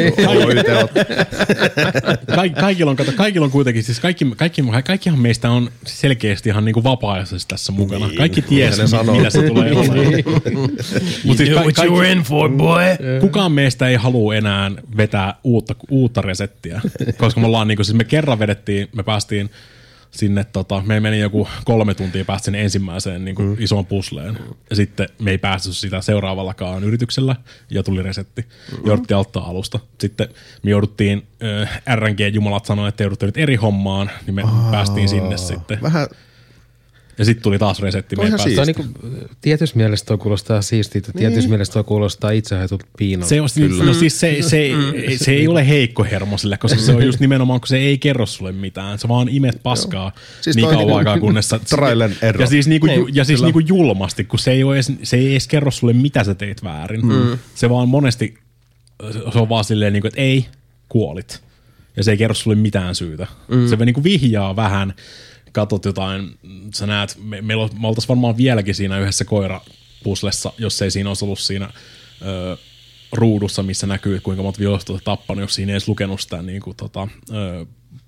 Kaik, kaikilla, on, kaikilla on kuitenkin, siis kaikki, kaikki, kaikkihan meistä on selkeästi ihan niinku vapaa-ajaisesti tässä mukana. Niin. Kaikki ties, mitä se tulee olemaan. Mutta siis What you in for, boy? Kukaan meistä ei halua enää vetää uutta, uutta resettiä, koska me ollaan niinku, siis me kerran vedettiin, me päästiin sinne, tota, me meni joku kolme tuntia päästä sinne ensimmäiseen niinku mm. isoon pusleen, ja sitten me ei päästy sitä seuraavallakaan yrityksellä, ja tuli resetti. Mm. Jouduttiin auttaa alusta. Sitten me jouduttiin, äh, R N G-jumalat sanoi, että jouduttiin nyt eri hommaan, niin me Aa, päästiin sinne sitten. Vähän. Ja sitten tuli taas resetti. Niinku, tietysti mielestä toi kuulostaa siistiltä, niin. Tietysti mielestä toi kuulostaa itsehaitut piinalta. Se, no siis se, se, se, se ei ole heikko hermo sille, koska se on just nimenomaan, kun se ei kerro sulle mitään. Se vaan imet paskaa siis niin kauan niinku, aikaa, kunnes sä... ero. Ja siis, niinku, ja siis niinku julmasti, kun se ei, ole edes, se ei edes kerro sulle, mitä sä teit väärin. Mm. Se vaan monesti, se on vaan silleen, niinku, että ei, kuolit. Ja se ei kerro sulle mitään syytä. Mm. Se niinku vihjaa vähän. Katot jotain, sä näet, me, me, me oltais varmaan vieläkin siinä yhdessä koirapuslessa, jos ei siinä olisi ollut siinä ö, ruudussa, missä näkyy, kuinka monta vihollista olet tappanut, jos siinä ei edes lukenut sitä niin kuin, tota, ö,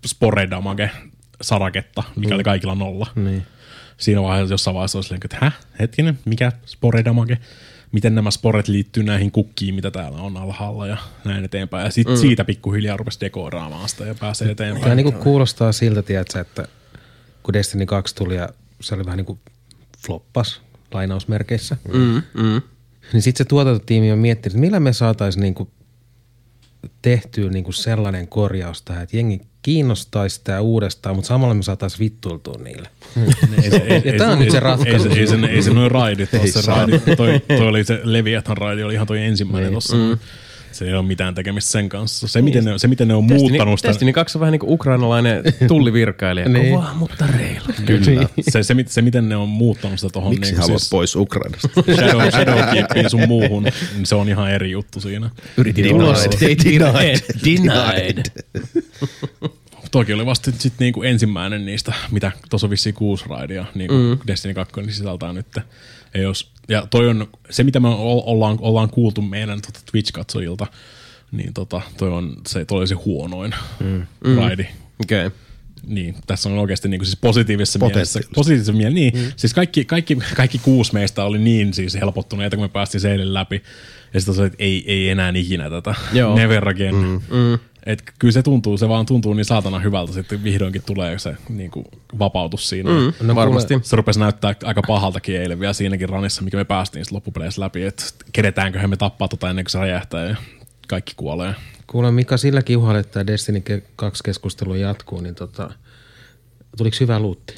sporedamage-saraketta, mikä mm. oli kaikilla nolla. Niin. Siinä vaiheessa jossain vaiheessa olisi että hä, hetkinen, mikä sporedamage? Miten nämä sporet liittyy näihin kukkiin, mitä täällä on alhaalla ja näin eteenpäin. Ja sit mm. siitä pikkuhiljaa rupesi dekooraamaan sitä ja pääsee eteenpäin. Tämä niin kuulostaa siltä, tiedätkö, että kun Destiny kaksi tuli ja se oli vähän niin kuin floppas lainausmerkeissä, mm, mm. niin sitten se tuotantotiimi on miettinyt, että millä me saataisiin niin kuin tehtyä niin kuin sellainen korjaus tähän, että jengi kiinnostaisi sitä uudestaan, mutta samalla me saataisiin vittuiltua niille. Ja tämä on nyt se ratkaisu. Ei se, ei se noin raidit ole se raidi. Toi, toi oli se Leviathan raidi, oli ihan toi ensimmäinen tossa. Mm. Se ei ole mitään tekemistä sen kanssa. Se, miten ne, se miten ne on Destiny, muuttanut sitä. Destiny kaksi on vähän niin kuin ukrainalainen tullivirkailija. niin. Kovaa, mutta reilu. Kyllä. se, se, se, miten ne on muuttanut sitä tohon. Miksi niin, haluat siis pois Ukrainasta? Shadow, Shadowkeepiin sun muuhun. Se on ihan eri juttu siinä. Yritin ulos. Denied. Denied. toki oli vasta sitten niinku ensimmäinen niistä, mitä tuossa on vissiin kuusi raidia, niin kuin mm. Destiny kaksi niin sisältää nyt. Ei jos, ja toi on se, mitä me ollaan, ollaan kuultu meidän tota Twitch-katsojilta, niin tota, toi on se, toi oli se huonoin mm. raidi. Okei. Okay. Niin, tässä on oikeasti niin kuin siis positiivisessa mielessä. Positiivisessa mielessä, niin. Mm. Siis kaikki, kaikki, kaikki kuusi meistä oli niin siis helpottuneita, kun me päästiin se eilen läpi. Ja sitten että ei, ei enää ikinä tätä. Joo. Never again. Mm. Mm. Et kyllä se tuntuu, se vaan tuntuu niin saatana hyvältä, sitten vihdoinkin tulee se niin kuin vapautus siinä. Mm. No varmasti. Se rupesi näyttää aika pahaltakin eilen vielä siinäkin ranissa, mikä me päästiin loppupeleissä läpi, että keretäänköhän me tappaa tota ennen kuin se räjähtää ja kaikki kuolee. Kuule Mika, sillä kiuhalle, että Destiny kaksi keskustelu jatkuu, niin tota, tuliko hyvä luutti?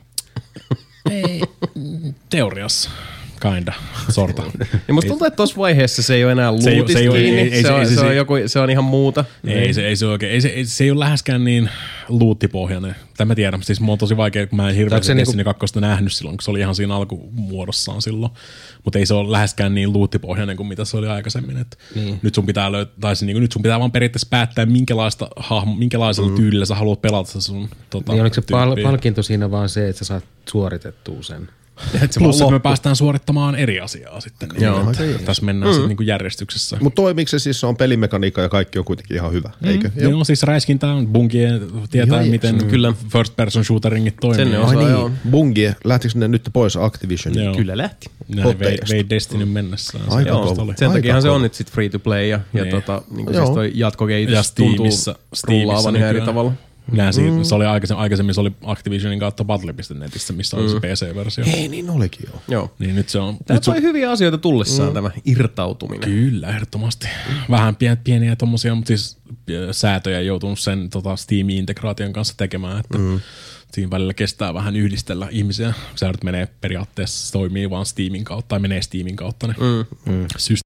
Ei, teoriassa. Kinda, sorta. Ja musta tuntuu, että tuossa vaiheessa se ei ole enää luutista kiinni, se, on, se, se, on joku, se on ihan muuta. Ei se, ei se oikein, ei se, ei, se ei ole läheskään niin luuttipohjainen. Tämä tiedän, siis mulla on tosi vaikea, kun mä en hirveästi Destiny niinku kakkosta nähnyt silloin, kun se oli ihan siinä alkumuodossaan silloin. Mutta ei se ole läheskään niin luuttipohjainen kuin mitä se oli aikaisemmin. Et niin. Nyt sun pitää löytää, tai siis niinku, nyt sun pitää vaan periaatteessa päättää, minkälaista hahmo, minkälaisella mm. tyylillä sä haluat pelata sun tota, niin oliko se pal- palkinto siinä vaan se, että sä saat suoritettua sen? Plus, että me päästään suorittamaan eri asiaa sitten. Niin joo, että tässä mennään mm. sitten niin järjestyksessä. Mutta toimiiko se siis, se on pelimekaniikka ja kaikki on kuitenkin ihan hyvä, mm. eikö? Joo, joo siis räiskintä on Bungie, tietää joo, miten kyllä first person shooteringit toimii. Sen osaa, niin. Joo. Bungie, lähtikö ne nyt pois Activision? Joo. Kyllä lähti. Ne vei, vei Destiny mennessään. Aika kova. Sen takiahan se on nyt sitten free to play ja, ja niin. tota, niin kuin siis toi jatkokehitys tuntuu rullaavan ihan eri tavalla. Mm. Se oli aikaisemmin, aikaisemmin se oli Activisionin kautta Battle piste netissä, missä oli mm. se P C-versio. Hei, niin olikin jo. Joo. Niin nyt se on. Tämä toi on hyviä asioita tullessaan, mm. tämä irtautuminen. Kyllä, ehdottomasti. Vähän pieniä tommosia, mutta siis säätöjä joutunut sen tota, Steam-integraation kanssa tekemään, että mm. siinä välillä kestää vähän yhdistellä ihmisiä. Säädöt menee periaatteessa, toimii vaan Steamin kautta, tai menee Steamin kautta ne mm. Mm. systeemit.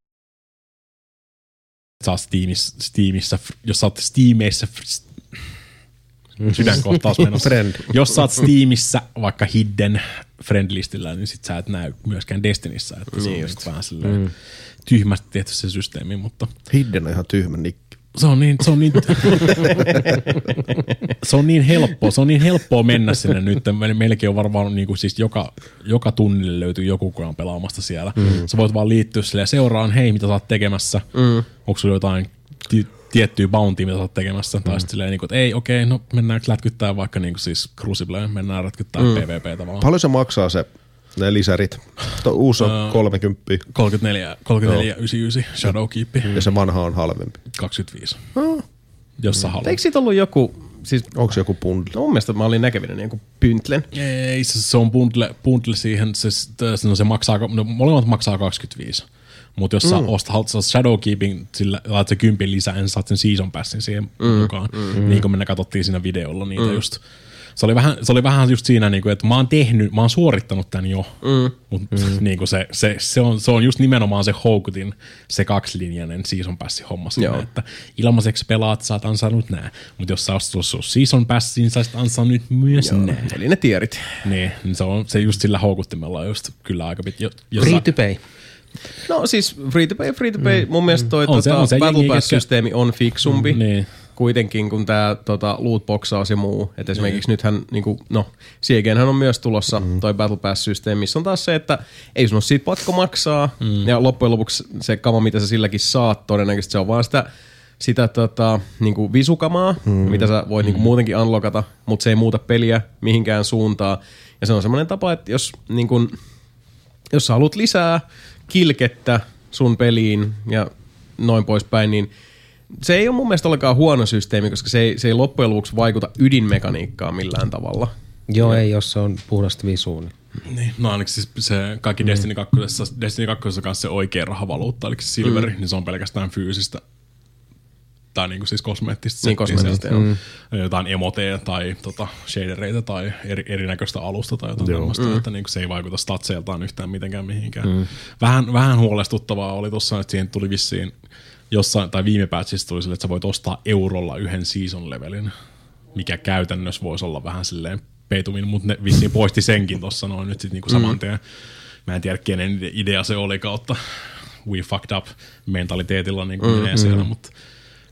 Saa Steamissa, Steamissa, jos sä oot Steamissa, sydänkohtaus menossa. Jos sä oot Steamissa vaikka hidden friend-listillä, niin sit sä et näy myöskään Destinissä. Että se niin on just vähän silleen mm. tyhmästi tehty se systeemi, mutta hidden on ihan tyhmä nikki. Se on niin, se on niin, se on niin helppoa, se on niin helppoa mennä sinne nyt. Meilläkin on varmaan niin kuin siis joka, joka tunnille löytyy joku, kun on pelaamassa siellä. Mm. Sä voit vaan liittyä silleen seuraan, hei, mitä sä oot tekemässä. Mm. Onko sulla jotain tiettyä bountia, mitä sä oot tekemässä, mm. tai sitten silleen, että ei, okei, no mennäänkö lätkyttää vaikka niin kuin siis Crucibleen, mennään lätkyttää mm. PvP tavallaan. Paljon se maksaa se, ne lisärit? Tuo uusi on uh, kolmekymmentä. kolmekymmentäneljä, kolmekymmentäneljä yhdeksänkymmentäyhdeksän Shadowkeep. Ja se vanha on halvempi. kaksikymmentäviisi. Oh. Jos sä haluat. Eikö siitä ollut joku, siis onko se joku bundle? No mun mielestä mä olin näkevinä joku pyntlen. Ei, se, se on bundle, bundle siihen, se, no se maksaa, no molemmat maksaa kaksikymmentäviisi. Mutta jos mm. sä ostat Shadowkeepin, sillä laitat se kympin lisää, niin saat sen season passin siihen mm. mukaan. Mm. Niin kuin me katsottiin siinä videolla niitä mm. just. Se oli, vähän, se oli vähän just siinä, että mä oon tehnyt, mä oon suorittanut tän jo. Mm. Mutta mm. niin se, se, se, on, se on just nimenomaan se houkutin, se kaksilinjainen season passi homma siinä, että ilmaiseksi pelaat, sä oot ansainnut nää. Mutta jos sä ostat sun season passin, sä oot ansainnut myös Joo. nää. Eli ne tierit. Niin, niin se on se just sillä houkuttimella just kyllä aika pitkä. Free to pay. No siis free to pay, free to pay. Mm. Mun mielestä toi tota, Battle Pass-systeemi on fiksumpi. Mm, niin. Kuitenkin kun tää tota, lootboxaus ja muu. Et esimerkiksi mm. nythän, niinku, no, Siegenhän on myös tulossa mm. toi Battle Pass-systeemi, missä on taas se, että ei sun ole siitä pakko maksaa. Mm. Ja loppujen lopuksi se kama, mitä sä silläkin saat, todennäköisesti se on vaan sitä, sitä tota, niinku visukamaa, mm. mitä sä voit mm. niinku muutenkin unlockata, mutta se ei muuta peliä mihinkään suuntaan. Ja se on semmoinen tapa, että jos, niinku, jos sä haluat lisää kilkettä sun peliin ja noin poispäin, niin se ei ole mun mielestä ollenkaan huono systeemi, koska se ei, se ei loppujen lopuksi vaikuta ydinmekaniikkaan millään tavalla. Joo, ja ei, jos se on puhdasta visuun. Niin, no ainakin siis se kaikki mm. Destiny kaksi, Destiny kaksi kanssa se oikea rahavaluutta, eli se silveri, mm. niin se on pelkästään fyysistä. Tai niinku siis kosmeettista. Niin kosmeettista, joo. Mm. Jotain emoteja tai tota, shadereita tai eri, erinäköistä alusta tai jotain tämmöistä, mm. että niinku se ei vaikuta statseiltaan yhtään mitenkään mihinkään. Mm. Vähän, vähän huolestuttavaa oli tossa, että siihen tuli vissiin jossain, tai viime patchissa tuli sille, että sä voit ostaa eurolla yhden season levelin, mikä käytännössä voisi olla vähän silleen peituminen, mutta ne vissiin poisti senkin tossa noin nyt sit niinku saman tien. Mä en tiedä, kenen idea se oli kautta we fucked up mentaliteetilla niin kuin mm, menee siellä, mm. mutta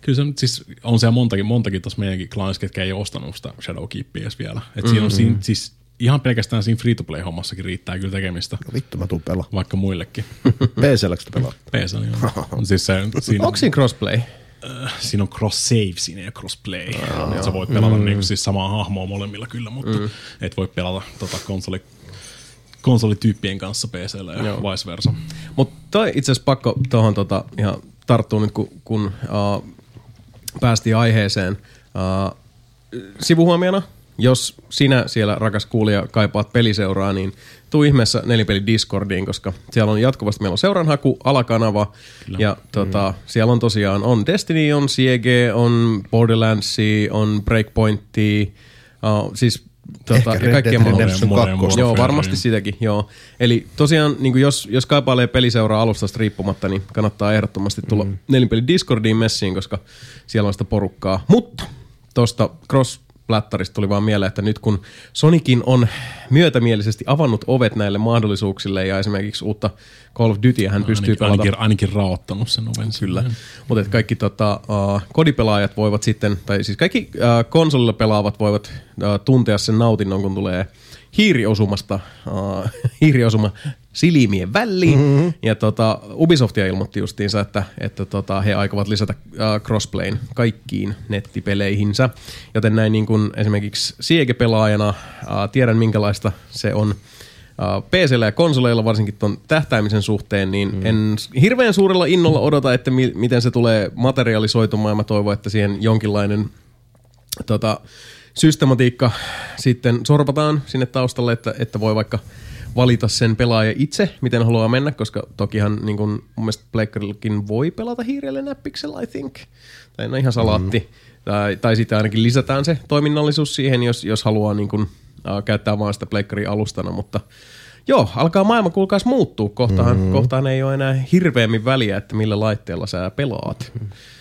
Kyllä se siis on siellä montakin, montakin tuossa meidänkin klaanissa, ketkä ei ole ostanut sitä Shadowkeepia edes vielä. Et mm-hmm. siinä on siinä, siis ihan pelkästään siinä free-to-play-hommassakin riittää kyllä tekemistä. No vittu, mä tuun pelaa. Vaikka muillekin. P C-läkö sitä pelaa? P C, joo. Siis se, siinä onko siinä crossplay? Äh, siinä on cross-save, siinä ei ole crossplay. Oh, sä voit pelata mm. niinku siis samaa hahmoa molemmilla kyllä, mutta mm. et voi pelata tota konsoli, konsolityyppien kanssa P C:llä ja joo. vice versa. Mutta toi itse asiassa pakko tuohon tota, ihan tarttua nyt, kun, kun uh, päästiin aiheeseen. Uh, sivuhuomiona, jos sinä siellä, rakas kuulija, kaipaat peliseuraa, niin tuu ihmeessä Nelipeli Discordiin, koska siellä on jatkuvasti, meillä on seuranhaku, alakanava, kyllä. ja tota, mm. siellä on tosiaan, on Destiny, on C G, on Borderlands, on Breakpointti, uh, siis tota, ja kaikkea muuta. Joo, varmasti sitäkin, joo. Eli tosiaan, niin jos, jos kaipailee peliseuraa alustasta riippumatta, niin kannattaa ehdottomasti tulla mm. Nelipeli Discordiin messiin, koska siellä on sitä porukkaa. Mutta tuosta cross Plättäristä tuli vaan mieleen, että nyt kun Sonicin on myötämielisesti avannut ovet näille mahdollisuuksille ja esimerkiksi uutta Call of Dutyä hän no, pystyy ainakin, pelata. Ainakin, ainakin raottanut sen oven. Kyllä, mutta kaikki tota, uh, kodipelaajat voivat sitten, tai siis kaikki uh, konsolilla pelaavat voivat uh, tuntea sen nautinnon, kun tulee hiiriosumasta, uh, hiiriosuma silmien väliin. Mm-hmm. Ja tota, Ubisoftia ilmoitti justiinsa, että, että tota, he aikovat lisätä uh, crossplayn kaikkiin nettipeleihinsä. Joten näin niin kuin esimerkiksi Siege-pelaajana uh, tiedän minkälaista se on uh, P C:llä ja konsoleilla, varsinkin ton tähtäimisen suhteen, niin mm. en hirveän suurella innolla odota, että mi- miten se tulee materialisoitumaan. Mä toivon, että siihen jonkinlainen tota, systematiikka sitten sorpataan sinne taustalle, että, että voi vaikka valita sen pelaaja itse, miten haluaa mennä, koska tokihan niin kun, mun mielestä Pleikkarillakin voi pelata hiirelle näppiksellä, I think. Tai no ihan salaatti. Mm. Tai, tai sitten ainakin lisätään se toiminnallisuus siihen, jos, jos haluaa niin kun, uh, käyttää vaan sitä Pleikkarin alustana, mutta joo, alkaa maailma kuulkaas muuttuu. Kohtahan, mm. kohtahan ei ole enää hirveämmin väliä, että millä laitteella sä pelaat,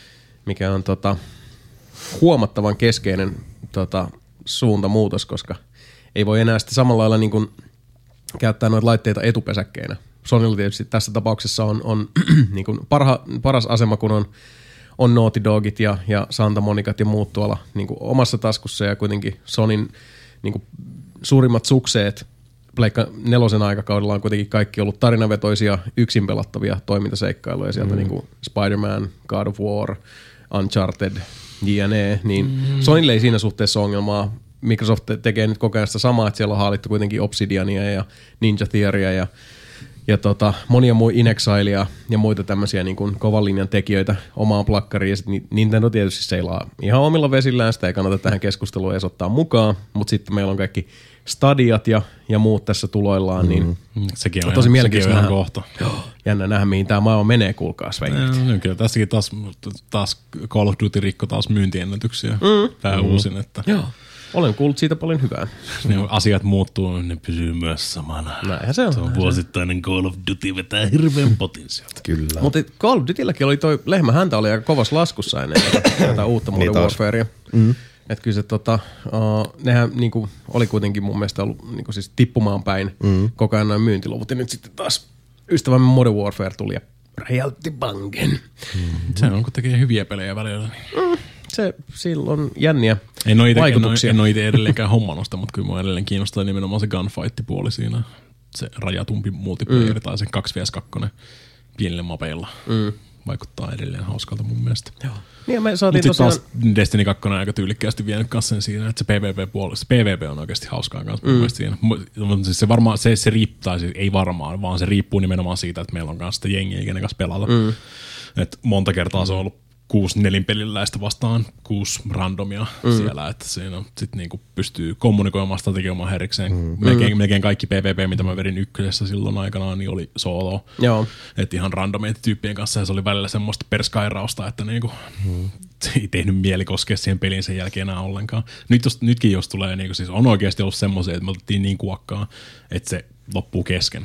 mikä on tota, huomattavan keskeinen tota, suuntamuutos, koska ei voi enää sitten samalla lailla niin kuin käyttää noita laitteita etupesäkkeinä. Sonylla tietysti tässä tapauksessa on, on niin kuin parha, paras asema, kun on, on Naughty Dogit ja, ja Santa Monicat ja muut tuolla niin kuin omassa taskussa, ja kuitenkin Sonyn niin kuin suurimmat sukseet Pleikka nelosen aikakaudella on kuitenkin kaikki ollut tarinavetoisia, yksin pelattavia toimintaseikkailuja sieltä, mm. niin kuin Spider-Man, God of War, Uncharted, jne. Niin mm. Sonylle ei siinä suhteessa ongelmaa. Microsoft tekee nyt koko ajan sitä samaa, että siellä on haalittu kuitenkin Obsidiania ja Ninja Theoria ja, ja tota, monia muita Inexilea ja muita tämmöisiä niin kuin kovan linjan tekijöitä omaan plakkariin. Ja sitten Nintendo tietysti seilaa ihan omilla vesillään, sitä ei kannata tähän keskusteluun edes ottaa mukaan, mutta sitten meillä on kaikki Stadiat ja, ja muut tässä tuloillaan, niin mm. sekin on tosi ihan, mielenkiintoista nähdä. Kohta. Jännä nähdä, mihin tämä maailma menee, kuulkaa Sveinit. No, kyllä tässäkin taas, taas Call of Duty rikko taas myyntiennätyksiä. Mm. Tämä mm. uusin, että joo. Olen kuullut siitä paljon hyvää. Ne asiat muuttuu, ne pysyy myös samana. Näinhän se on. Se on vuosittainen Call of Duty, vetää hirveän potin sieltä. Kyllä. Mutta Call of Dutylläkin oli toi lehmä, häntä oli aika kovassa laskussa ennen tätä uutta Modern niin Warfarea. Mm. Että kyllä se tota, uh, nehän niinku oli kuitenkin mun mielestä ollut niinku siis tippumaan päin mm. koko ajan noin myyntiluvut. Ja nyt sitten taas ystävämme Modern Warfare tuli ja räjäytti bangen. Mm. Se on, kun tekee hyviä pelejä välillä. Niin. Mm. Se silloin jänniä en ole ite, vaikutuksia. En ole itse edelleenkään hommannut sitä, mutta kyllä mua edelleen kiinnostaa nimenomaan se gunfight-puoli siinä. Se rajatumpi multiplayer mm. tai se kaksi vastaan kaksi pienillä mapeilla. Mm. Vaikuttaa edelleen hauskalta mun mielestä. Joo. Niin me saatiin Mut tosiaan... taas Destiny kaksi on aika tyylikkäästi vienyt kanssa sen siinä, että se PvP-puoli, se PvP on oikeasti hauskaa kanssa mm. mun mielestä siinä. Mutta siis se varmaan, se, se riippuu, siis ei varmaan, vaan se riippuu nimenomaan siitä, että meillä on kanssa sitä jengiä, kenen kanssa pelata. Mm. Et monta kertaa se on ollut kuusi nelinpeliläistä vastaan kuusi randomia mm. siellä, että siinä sit niinku pystyy kommunikoimaan strategioimaan herrikseen. Mm. Melkein, melkein kaikki PvP, mitä mä vedin ykkösessä silloin aikanaan, niin oli solo. Joo. Että ihan randomia tyyppien kanssa, ja se oli välillä semmoista perskairausta, että niinku, mm. ei tehnyt mieli koskea siihen peliin sen jälkeen enää ollenkaan. Nyt jos, nytkin jos tulee, niinku, siis on oikeasti ollut semmoisia, että me otettiin niin kuokkaa, että se loppuu kesken.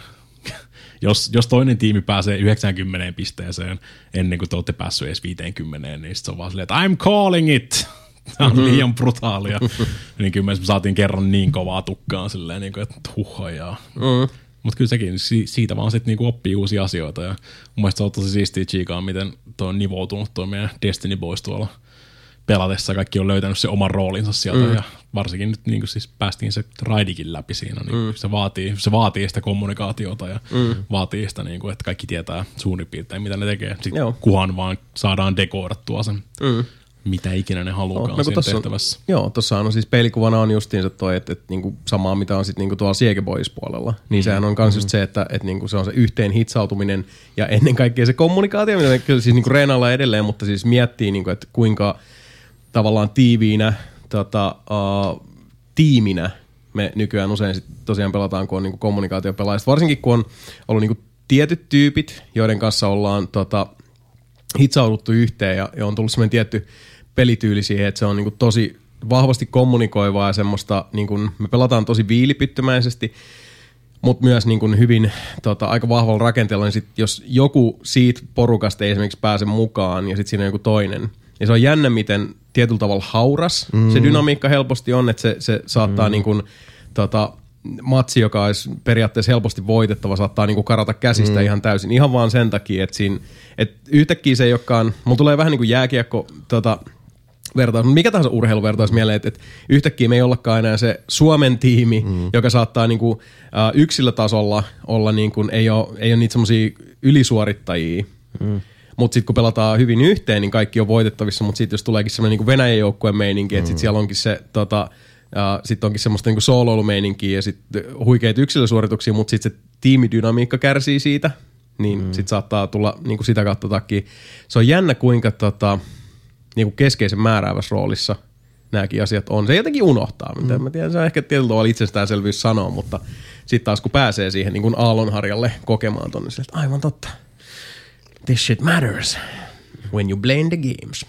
Jos, jos toinen tiimi pääsee yhdeksänkymmentä pisteeseen ennen kuin te olette päässyt edes viisikymmentä, niin se on vaan silleen, että I'm calling it! Tämä on liian brutaalia. Niin kyllä me saatiin kerran niin kovaa tukkaan silleen, niin kuin, että huhojaa. Mm. Mutta kyllä sekin, siitä vaan sitten niinku oppii uusia asioita. Ja mun mielestä se on tosi siistiä chiikaa, miten tuo on nivoutunut tuo meidän Destiny Boys tuolla pelatessa. Kaikki on löytänyt se oman roolinsa sieltä mm. ja varsinkin nyt niin siis päästiin se raidikin läpi siinä. Niin mm. se, vaatii, se vaatii sitä kommunikaatiota ja mm. vaatii sitä, niin kuin, että kaikki tietää suurin piirtein, mitä ne tekee. Sitten joo. Kuhan vaan saadaan dekoodattua sen, mm. mitä ikinä ne haluukaan no, siinä tossa tehtävässä. On, joo, tuossahan on siis peilikuvana on justiinsa toi, että, että niinku samaa mitä on sitten niinku tuolla Siege Boys puolella. Niin mm. sehän on kans mm. just se, että, että niinku se on se yhteen hitsautuminen ja ennen kaikkea se kommunikaatio, mitä me kyllä siis niinku reenaillaan edelleen, mutta siis miettii, niinku, että kuinka tavallaan tiiviinä, tota, uh, tiiminä me nykyään usein sit tosiaan pelataan, kun on niinku kommunikaatiopelaajia. Varsinkin kun on ollut niinku tietyt tyypit, joiden kanssa ollaan tota, hitsauduttu yhteen ja, ja on tullut semmoinen tietty pelityyli siihen, että se on niinku tosi vahvasti kommunikoivaa ja semmoista, niinku, me pelataan tosi viilipyttymäisesti, mutta myös niinku hyvin tota, aika vahvalla rakenteella, niin sit, jos joku siitä porukasta ei esimerkiksi pääse mukaan ja sitten siinä on joku toinen, ja se on jännä, miten tietyllä tavalla hauras mm. se dynamiikka helposti on, että se, se saattaa mm. niin kuin, tota, matsi, joka olisi periaatteessa helposti voitettava, saattaa niin kuin karata käsistä mm. ihan täysin. Ihan vaan sen takia, että, siinä, että yhtäkkiä se ei olekaan, mulla tulee vähän niin kuin jääkiekko tota, vertaus, mikä tahansa urheiluvertaus mieleen, että, että yhtäkkiä me ei ollakaan enää se Suomen tiimi, mm. joka saattaa niin kuin, uh, yksilötasolla olla, niin kuin, ei, ole, ei ole niitä semmoisia ylisuorittajia, mm. Mutta sitten kun pelataan hyvin yhteen, niin kaikki on voitettavissa, mutta sitten jos tuleekin semmoinen niin Venäjän joukkueen meininki, että sitten siellä onkin se, tota, sitten onkin semmoista niin sooloilumeininkiä ja sitten huikeita yksilösuorituksia, mutta sitten se tiimidynamiikka kärsii siitä, niin mm. sitten saattaa tulla niin kuin sitä kautta takia. Se on jännä, kuinka tota, niin kuin keskeisen määräävässä roolissa nämäkin asiat on. Se jotenkin unohtaa, mitä mm. mä tiedän, se on ehkä tietyllä tavalla itsestäänselvyys sanoa, mutta sitten taas kun pääsee siihen niin kuin aallonharjalle kokemaan tonne, sieltä aivan totta. This shit matters when you blame the games.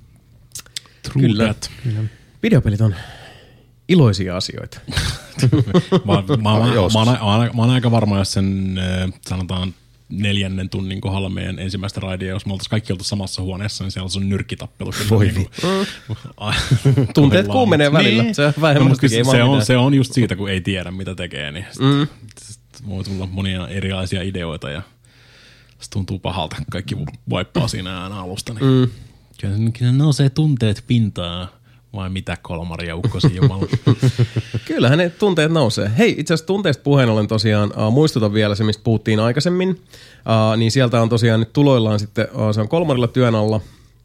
True Kyllä. That. Kyllä. Videopelit on iloisia asioita. mä, mä, mä, mä, mä, mä oon aika varma, jos sen sanotaan neljännen tunnin kohdalla meidän ensimmäistä raidia, jos me oltaisiin kaikki oltu samassa huoneessa, niin siellä on nyrkkitappelu. Voi niin mm. Tunteet kuumenee välillä. Niin. Se on vähemmän se, se, on, se on just siitä, kun ei tiedä, mitä tekee. Niin mm. voi tulla monia erilaisia ideoita ja se tuntuu pahalta, kaikki vaippaa siinä aina alusta. Niin. Mm. Kyllä ne nousee tunteet pintaan, vai mitä Kolmari ja Ukkosen jumala. Kyllähän ne tunteet nousee. Hei, itse asiassa tunteista puheen ollen tosiaan, uh, muistutan vielä se, mistä puhuttiin aikaisemmin, uh, niin sieltä on tosiaan nyt tuloillaan sitten, uh, se on Kolmarilla työn alla,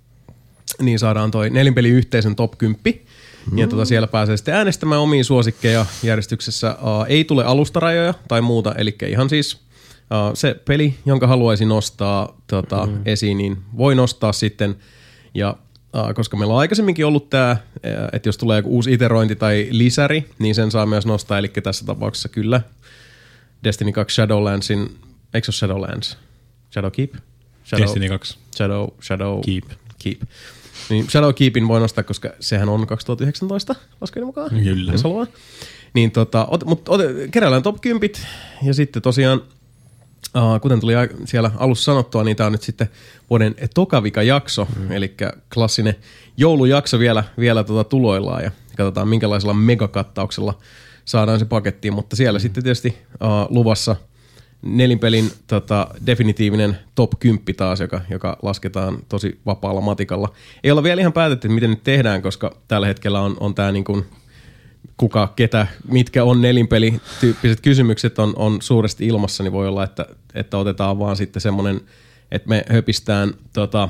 niin saadaan toi nelinpeli yhteisön top kymmenen. Mm. Ja tota, siellä pääsee sitten äänestämään omia suosikkeja järjestyksessä. Uh, ei tule alustarajoja tai muuta, eli ihan siis uh, se peli, jonka haluaisi nostaa tota, mm. esiin, niin voi nostaa sitten. Ja uh, koska meillä on aikaisemminkin ollut tämä, että jos tulee joku uusi iterointi tai lisäri, niin sen saa myös nostaa. Eli tässä tapauksessa kyllä Destiny kaksi Shadowlandsin, eikö se ole Shadowlands? Shadowkeep? Shadow, Destiny kaksi. Shadow, Shadow Keep. Keep. Niin Shadowkeepin voi nostaa, koska sehän on kaksituhattayhdeksäntoista laskeni mukaan. Kyllä. Jos haluaa. Niin tota, ot, mutta keräillään top kymmenen ja sitten tosiaan, uh, kuten tuli siellä alussa sanottua, niin tämä on nyt sitten vuoden tokavika-jakso, mm. eli klassinen joulujakso vielä, vielä tota tuloillaan ja katsotaan minkälaisella megakattauksella saadaan se pakettiin, mutta siellä mm. sitten tietysti uh, luvassa nelinpelin tota, definitiivinen top kymmenen taas, joka, joka lasketaan tosi vapaalla matikalla. Ei olla vielä ihan päätetty, miten nyt tehdään, koska tällä hetkellä on, on tämä niin kuin kuka, ketä, mitkä on nelinpeli-tyyppiset kysymykset on, on suuresti ilmassa, niin voi olla, että, että otetaan vaan sitten semmoinen, että me höpistään tota,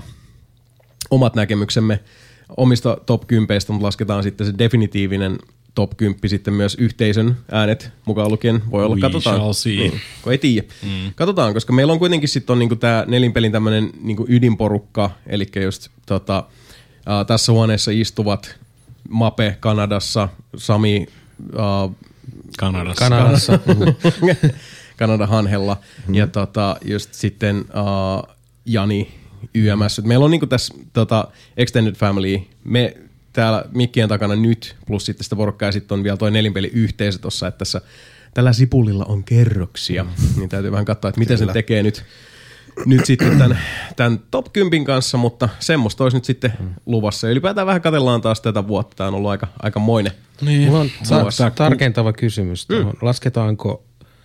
omat näkemyksemme omista top kymmenestä, mutta lasketaan sitten se definitiivinen top kymmenen sitten myös yhteisön äänet mukaan lukien. Voi olla, We katsotaan. Shall see. Niin, kun ei tiedä. Mm. Katsotaan, koska meillä on kuitenkin sitten on niinku tämä nelinpelin tämmöinen niinku ydinporukka, eli just tota, uh, tässä huoneessa istuvat Mape Kanadassa, Sami uh, Kanadassa, Kanadassa. Kanada Hanhella mm. ja tota, just sitten uh, Jani Y M S. Meillä on niinku tässä tota, Extended Family, me täällä mikkien takana nyt, plus sitten sitä porukkaa ja sitten on vielä toi nelinpeli-yhteisö tossa, että tässä tällä sipulilla on kerroksia, mm. niin täytyy vähän katsoa, että miten Kyllä. se tekee nyt, nyt sitten tämän, tämän top kymmenen kanssa, mutta semmoista olisi nyt sitten mm. luvassa. Ja ylipäätään vähän katsellaan taas tätä vuotta, tämä on ollut aika, aika moinen. Niin. Mulla on ta- tarkentava kysymys tuohon. Mm. Lasketaanko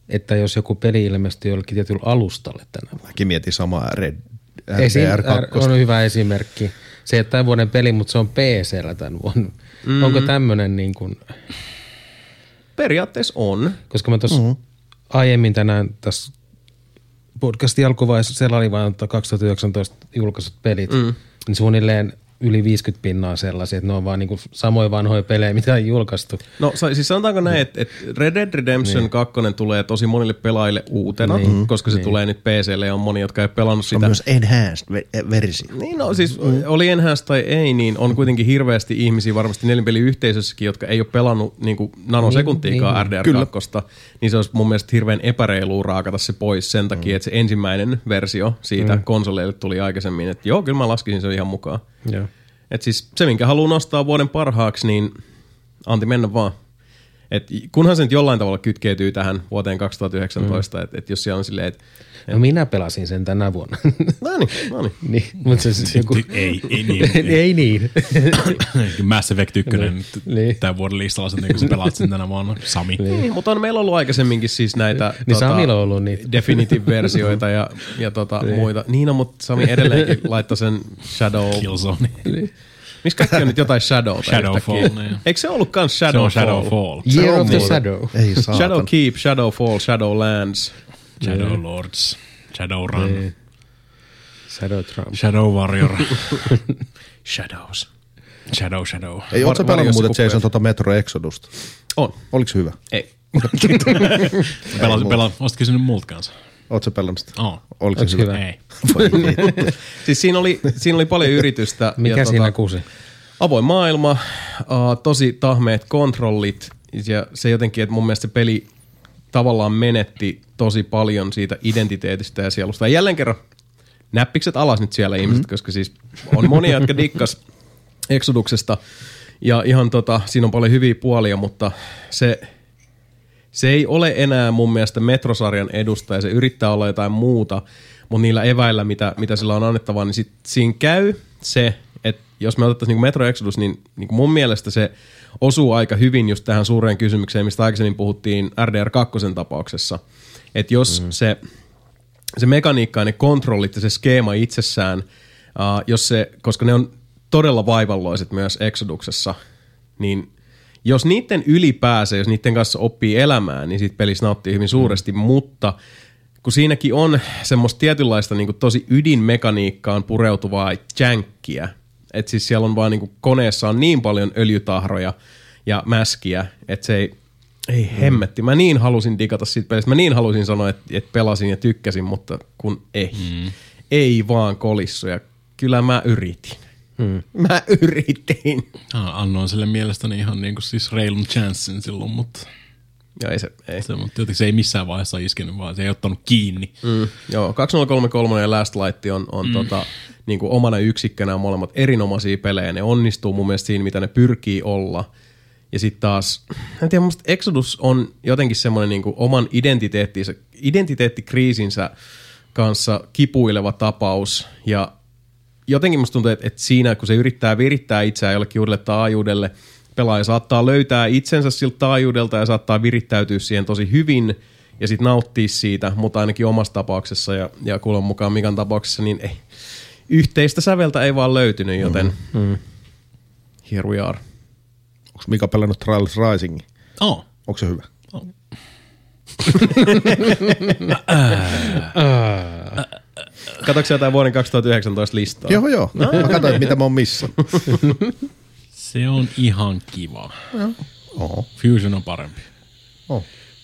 että jos joku peli ilmestyy jollekin tietyllä alustalle tänä vuonna. Mäkin mietin samaa Red Esim, R D R kaksi. on hyvä esimerkki. Se ei ole tämän vuoden peli, mutta se on P C:llä tämän vuonna. Mm. Onko tämmöinen niin kuin... Periaatteessa on. Koska mä tuossa mm-hmm. aiemmin tänään tässä podcastin alkuvaiheessa selailin vaan kaksituhattayhdeksäntoista julkaisut pelit, mm. niin suunnilleen yli viisikymmentä pinnaa sellaisia, että ne on vaan niinku samoja vanhoja pelejä, mitä on julkaistu. No siis sanotaanko näin, että et Red Dead Redemption niin. kaksi tulee tosi monille pelaajille uutena, niin. koska se niin. tulee nyt P C:lle ja on moni, jotka ei pelannut sitä. Se on myös enhanced-versio. Niin no siis mm. oli enhanced tai ei, niin on kuitenkin hirveästi ihmisiä varmasti nelinpeliyhteisössäkin, jotka ei ole pelannut niinku nanosekuntiikaan niin, R D R kaksi, niin se olisi mun mielestä hirveän epäreilua raakata se pois sen takia, mm. että se ensimmäinen versio siitä mm. konsoleille tuli aikaisemmin, että joo, kyllä mä laskisin sen ihan mukaan. Joo. Et siis se, minkä haluaa nostaa vuoden parhaaksi, niin anti mennä vaan. Et kunhan se nyt jollain tavalla kytkeytyy tähän vuoteen kaksituhattayhdeksäntoista, mm. että et jos siellä on silleen, että... Et... No minä pelasin sen tänä vuonna. No niin, no niin. niin mutta se siis joku... ei, ei niin. ei niin. Mass Effect yksi niin. tämän vuoden listalla, sen, kun sä pelaat sen tänä vuonna, Sami. Niin, niin mutta on meillä ollut aikaisemmin siis näitä... Niin tota, Samilla on ollut niitä. Definitive-versioita ja, ja tota, niin. muita. Niin on, mutta Sami edelleenkin laittoi sen Shadow... Killzone. Niin. Missä kaikki on nyt jotain Shadowta? Shadowfall. Niin. Eikö se ollut kans Shadowfall? Se on Shadowfall. Year of the Shadow. Ei Shadow Keep, Shadowfall, Shadowlands. Shadow Lords. Shadowrun. Niin. Shadow Trump. Shadow Warrior. Shadows. Shadow, Shadow. Ei, ootko sä pelannut muuten Jason tuota Metro Exodusta? On. Oliko se hyvä? Ei. Pelasin, pelasin. Oletko kysynyt multa kanssa? Ootko sä pelannut sitä? Oo. Oliko se hyvä? Ei. Siis siinä oli, siinä oli paljon yritystä. Mikä ja siinä tota, kusi? Avoin maailma, uh, tosi tahmeet kontrollit ja se jotenkin, että mun mielestä se peli tavallaan menetti tosi paljon siitä identiteetistä ja sielusta. Ja jälleen kerran näppikset alas nyt siellä ihmiset, mm-hmm. koska siis on monia, jotka dikkas Exoduksesta ja ihan tota, siinä on paljon hyviä puolia, mutta se, se ei ole enää mun mielestä Metrosarjan edustaja, se yrittää olla jotain muuta, mutta niillä eväillä, mitä, mitä sillä on annettavaa, niin sit siinä käy se, että jos me otettaisiin niin Metro Exodus, niin, niin mun mielestä se osuu aika hyvin just tähän suureen kysymykseen, mistä aikaisemmin puhuttiin R D R kaksi tapauksessa. Että jos mm. se, se mekaniikka ja ne kontrollit ja se skeema itsessään, uh, jos se, koska ne on todella vaivalloiset myös Exoduksessa, niin jos niiden yli pääsee, jos niiden kanssa oppii elämään, niin siitä pelissä nauttii hyvin suuresti, mm. mutta kun siinäkin on semmoista tietynlaista niin kuin tosi ydinmekaniikkaan pureutuvaa jänkkiä, että siis siellä on vaan niin kuin koneessa on niin paljon öljytahroja ja mäskiä, että se ei, ei hemmetti. Mä niin halusin digata siitä pelistä, mä niin halusin sanoa, että, että pelasin ja tykkäsin, mutta kun ei, mm. ei vaan kolissu ja kyllä mä yritin. Hmm. Mä yritin. Annoin sille mielestäni ihan niin kuin siis reilun chanssin silloin, mutta... Ja ei se, ei. Se, mutta jotenkin se ei missään vaiheessa iskenyt, vaan se ei ottanut kiinni. Mm, joo, kaksituhattakolmekymmentäkolme ja Last Light on, on mm. tota, niin kuin omana yksikkönä molemmat erinomaisia pelejä. Ne onnistuu mun mielestä siinä, mitä ne pyrkii olla. Ja sitten taas, en tiedä, musta Exodus on jotenkin semmoinen niin kuin oman identiteettinsä, identiteettikriisinsä kanssa kipuileva tapaus. Ja jotenkin musta tuntuu, että, että siinä, kun se yrittää virittää itseään jollekin uudelle taajuudelle, pelaaja saattaa löytää itsensä siltä taajuudelta ja saattaa virittäytyä siihen tosi hyvin ja sitten nauttia siitä, mutta ainakin omassa tapauksessa ja, ja kuulen mukaan Mikan tapauksessa, niin ei, yhteistä säveltä ei vaan löytynyt, joten mm-hmm. here we are. Onko Mika pelannut Trials Risingin? Oh. Onko se hyvä? Oh. Katsoitko sä jotain vuoden kaksituhattayhdeksäntoista listaa? Joo, joo. No, mä katsoin, mitä mä oon missannut. Se on ihan kiva. Oho. Fusion on parempi. Oh.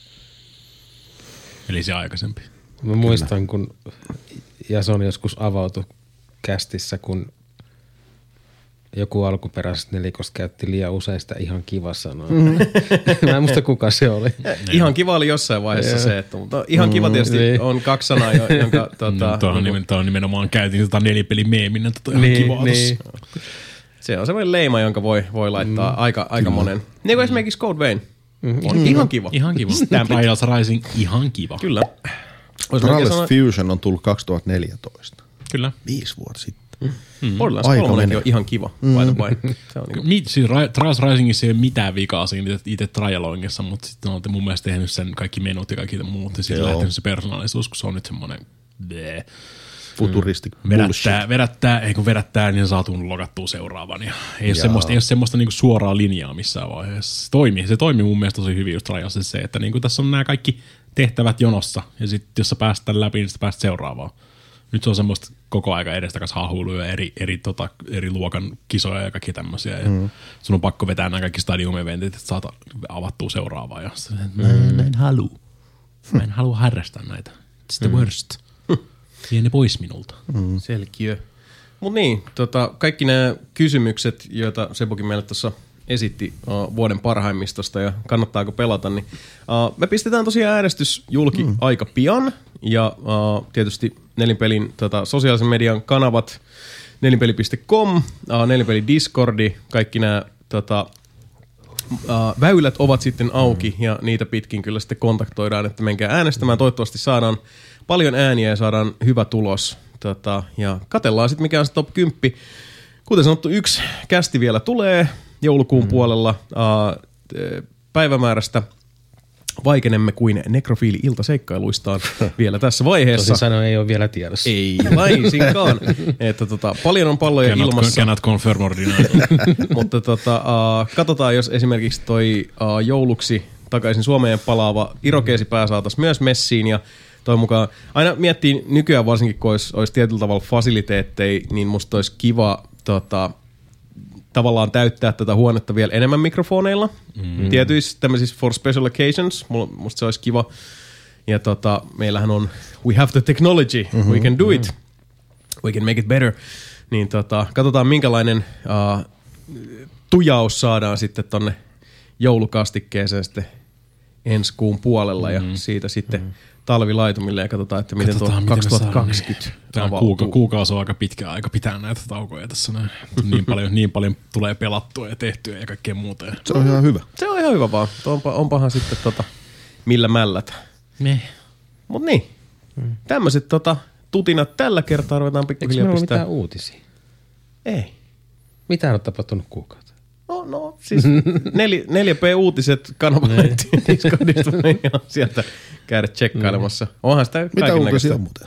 Eli se aikaisempi. Mä muistan, kun Jason joskus avautui kästissä, kun joku alkuperäisestä nelikosta käytti liian usein sitä ihan kiva sanaa. Mm. Mä en muista, kuka se oli. Ihan kiva oli jossain vaiheessa se, että mutta ihan kiva tietysti mm, on kaksi sanaa, jonka... Tota, no, tuohon niin, niin, nimenomaan käytin tota nelipelimeeminä, tota ihan niin, kivaa niin. Se on semmoinen leima, jonka voi, voi laittaa mm. aika, aika monen. Niin kuin esimerkiksi Code Vein. Mm. On mm. ihan kiva. Ihan kiva. Trials Rising, ihan kiva. Kyllä. Trials Fusion on tullut kaksituhattaneljätoista. Kyllä. Viisi vuotta sitten. Mm. Borderlands kolme on ihan kiva, mm. by the way. Se on niin kuin... siis Trials Risingissa ei ole mitään vikaa siinä itse trialoingissa, mutta sitten olette mun mielestä tehnyt sen kaikki menut ja kaikki muut, ja sitten lähtenyt se persoonallisuus, kun se on nyt semmoinen bleh. Futuristic mm. vedättää, vedättää, ei kun vedättää, niin saa tuun logattua seuraavan. Ja ei ole semmoista, ei ole semmoista niinku suoraa linjaa missään vaiheessa. Se toimii, se toimii mun mielestä tosi hyvin just Trialsissa se, että niinku tässä on nämä kaikki tehtävät jonossa, ja sitten jos sä pääst tämän läpi, niin sä pääst seuraavaan. Nyt se on semmoista koko aika edestakas hahuiluja, eri, eri, tota, eri luokan kisoja ja kaikki tämmöisiä. Ja mm. sun on pakko vetää nämä kaikki stadium-eventit, että saat avattua seuraavaa. Ja sit, mä, mä en halua. Mä en halua harrastaa näitä. It's the worst. Vie ne pois minulta. Mm. Selkiö. Mut niin, tota, kaikki nämä kysymykset, joita Sebukin meille tuossa esitti uh, vuoden parhaimmistosta ja kannattaako pelata, niin uh, me pistetään tosiaan äänestys julki mm. aika pian. Ja uh, tietysti Nelinpelin tota, sosiaalisen median kanavat, nelinpeli piste com, uh, Nelinpeli Discordi, kaikki nämä tota, uh, väylät ovat sitten auki mm. ja niitä pitkin kyllä sitten kontaktoidaan, että menkää äänestämään. Toivottavasti saadaan paljon ääniä ja saadaan hyvä tulos. Tota, ja katsellaan sitten mikä on se top kymmenen. Kuten sanottu, yksi kästi vielä tulee joulukuun mm. puolella uh, päivämäärästä. Vaikenemme kuin nekrofiili iltaseikkailuistaan vielä tässä vaiheessa. Tosin sanoen ei ole vielä tiedossa. Ei laisinkaan. Että tota, paljon on palloja cannot, ilmassa. Cannot confirm or deny. Mutta tota, uh, katsotaan, jos esimerkiksi toi uh, jouluksi takaisin Suomeen palaava Irokeesipää saataisiin myös messiin ja toi mukaan. Aina miettii nykyään varsinkin, kun olisi, olisi tietyllä tavalla fasiliteetteja, niin musta olisi kiva tota, tavallaan täyttää tätä huonetta vielä enemmän mikrofoneilla. Mm. Tietyissä tämmöisissä for special occasions, musta se olisi kiva. Ja tota, meillähän on, we have the technology, mm-hmm. we can do it, mm-hmm. we can make it better. Niin tota, katsotaan minkälainen uh, tujaus saadaan sitten tonne joulukastikkeeseen sitten ensi kuun puolella mm-hmm. ja siitä sitten mm-hmm. talvilaitumille ja katsotaan, että miten katsotaan, tuo kaksituhattakaksikymmentä Tämä kuuka, kuukausi on aika pitkä aika pitää näitä taukoja tässä näin. Niin paljon, niin paljon tulee pelattua ja tehtyä ja kaikkea muuta. Se on ihan hyvä. Se on ihan hyvä vaan. Onpa, onpahan sitten tota, millä mällätä. Ne. Mut niin. Hmm. Tämmöiset tota, tutinat tällä kertaa ruvetaan pikkuhiljaa pistää. Eikö pistää. meillä ole mitään uutisia? Ei. Mitä on tapahtunut kuukautta? No, no siis neljä P-uutiset kanava Discordista ja sieltä käydä tsekkailemassa. Onhan sitä mitä uutisia on muuten?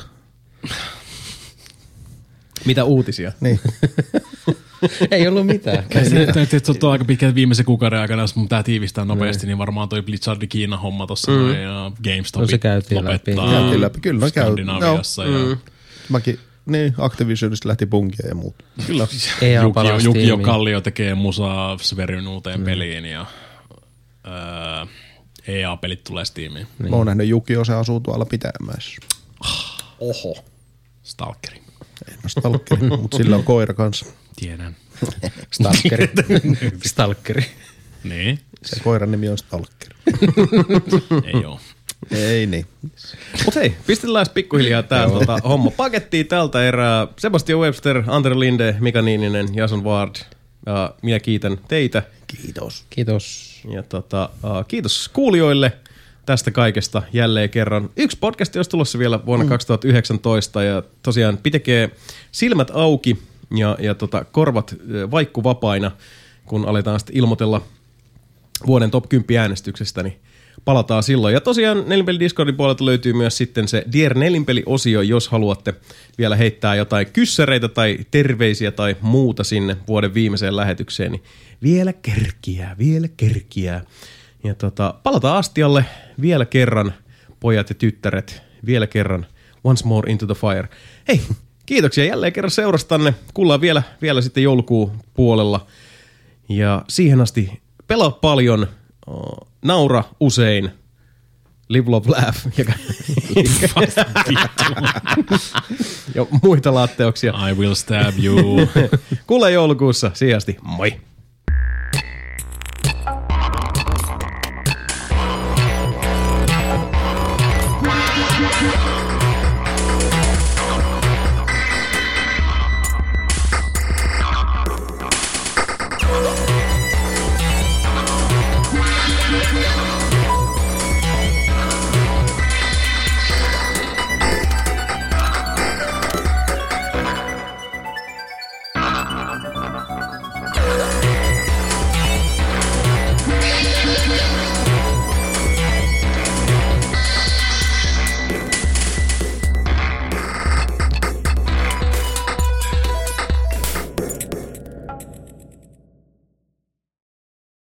Mitä uutisia? Niin. Ei ollut mitään. Se on aika pitkään viimeisen kuukauden aikana, jos mun pitää tiivistää nopeasti, niin varmaan toi Blizzardin Kiinan homma tossa mm. ja GameStop no, se käytiin lopettaa läpi. Käytiin läpi. Kyllä, Skandinaviassa. Käy. Ja... Mm. Mäkin, niin, Activisionista lähti punkia ja muut. Kyllä. Jukio, Jukio Kallio tekee musaa Sverin uuteen mm. peliin ja öö, E A-pelit tulee Steamiin. Niin. Mä oon nähnyt Jukio, se asuu tuolla Pitäjänmäessä. Oho. Stalkeri. En ole stalkeri, mutta sillä on koira kanssa. Tiedän. Stalkeri. Stalkeri. Niin. Se koiran nimi on Stalkeri. Ei oo. Ei niin. Mut hei, pistellään pikkuhiljaa tää tota, homma pakettiin tältä erää. Sebastian Webster, Antero Linde, Mika Niininen, Jason Ward. Ja minä kiitän teitä. Kiitos. Kiitos. Ja tota, uh, kiitos kuulijoille tästä kaikesta jälleen kerran. Yksi podcast olisi tulossa vielä vuonna mm. kaksituhattayhdeksäntoista ja tosiaan pitekee silmät auki ja, ja tota, korvat vaikkuvapaina, kun aletaan sitten ilmoitella vuoden top kymmenen äänestyksestä, niin palataan silloin. Ja tosiaan Nelinpeli Discordin puolelta löytyy myös sitten se Dear Nelinpeli-osio, jos haluatte vielä heittää jotain kyssäreitä tai terveisiä tai muuta sinne vuoden viimeiseen lähetykseen, niin vielä kerkiää, vielä kerkiää. Ja tota, palataan astialle vielä kerran, pojat ja tyttäret, vielä kerran, once more into the fire. Hei, kiitoksia jälleen kerran seurastanne. Kuullaan vielä, vielä sitten joulukuun puolella. Ja siihen asti pelaa paljon, uh, naura usein, live, love, laugh ja, ja muita latteuksia. I will stab you. Kuullaan joulukuussa, siihen asti, moi!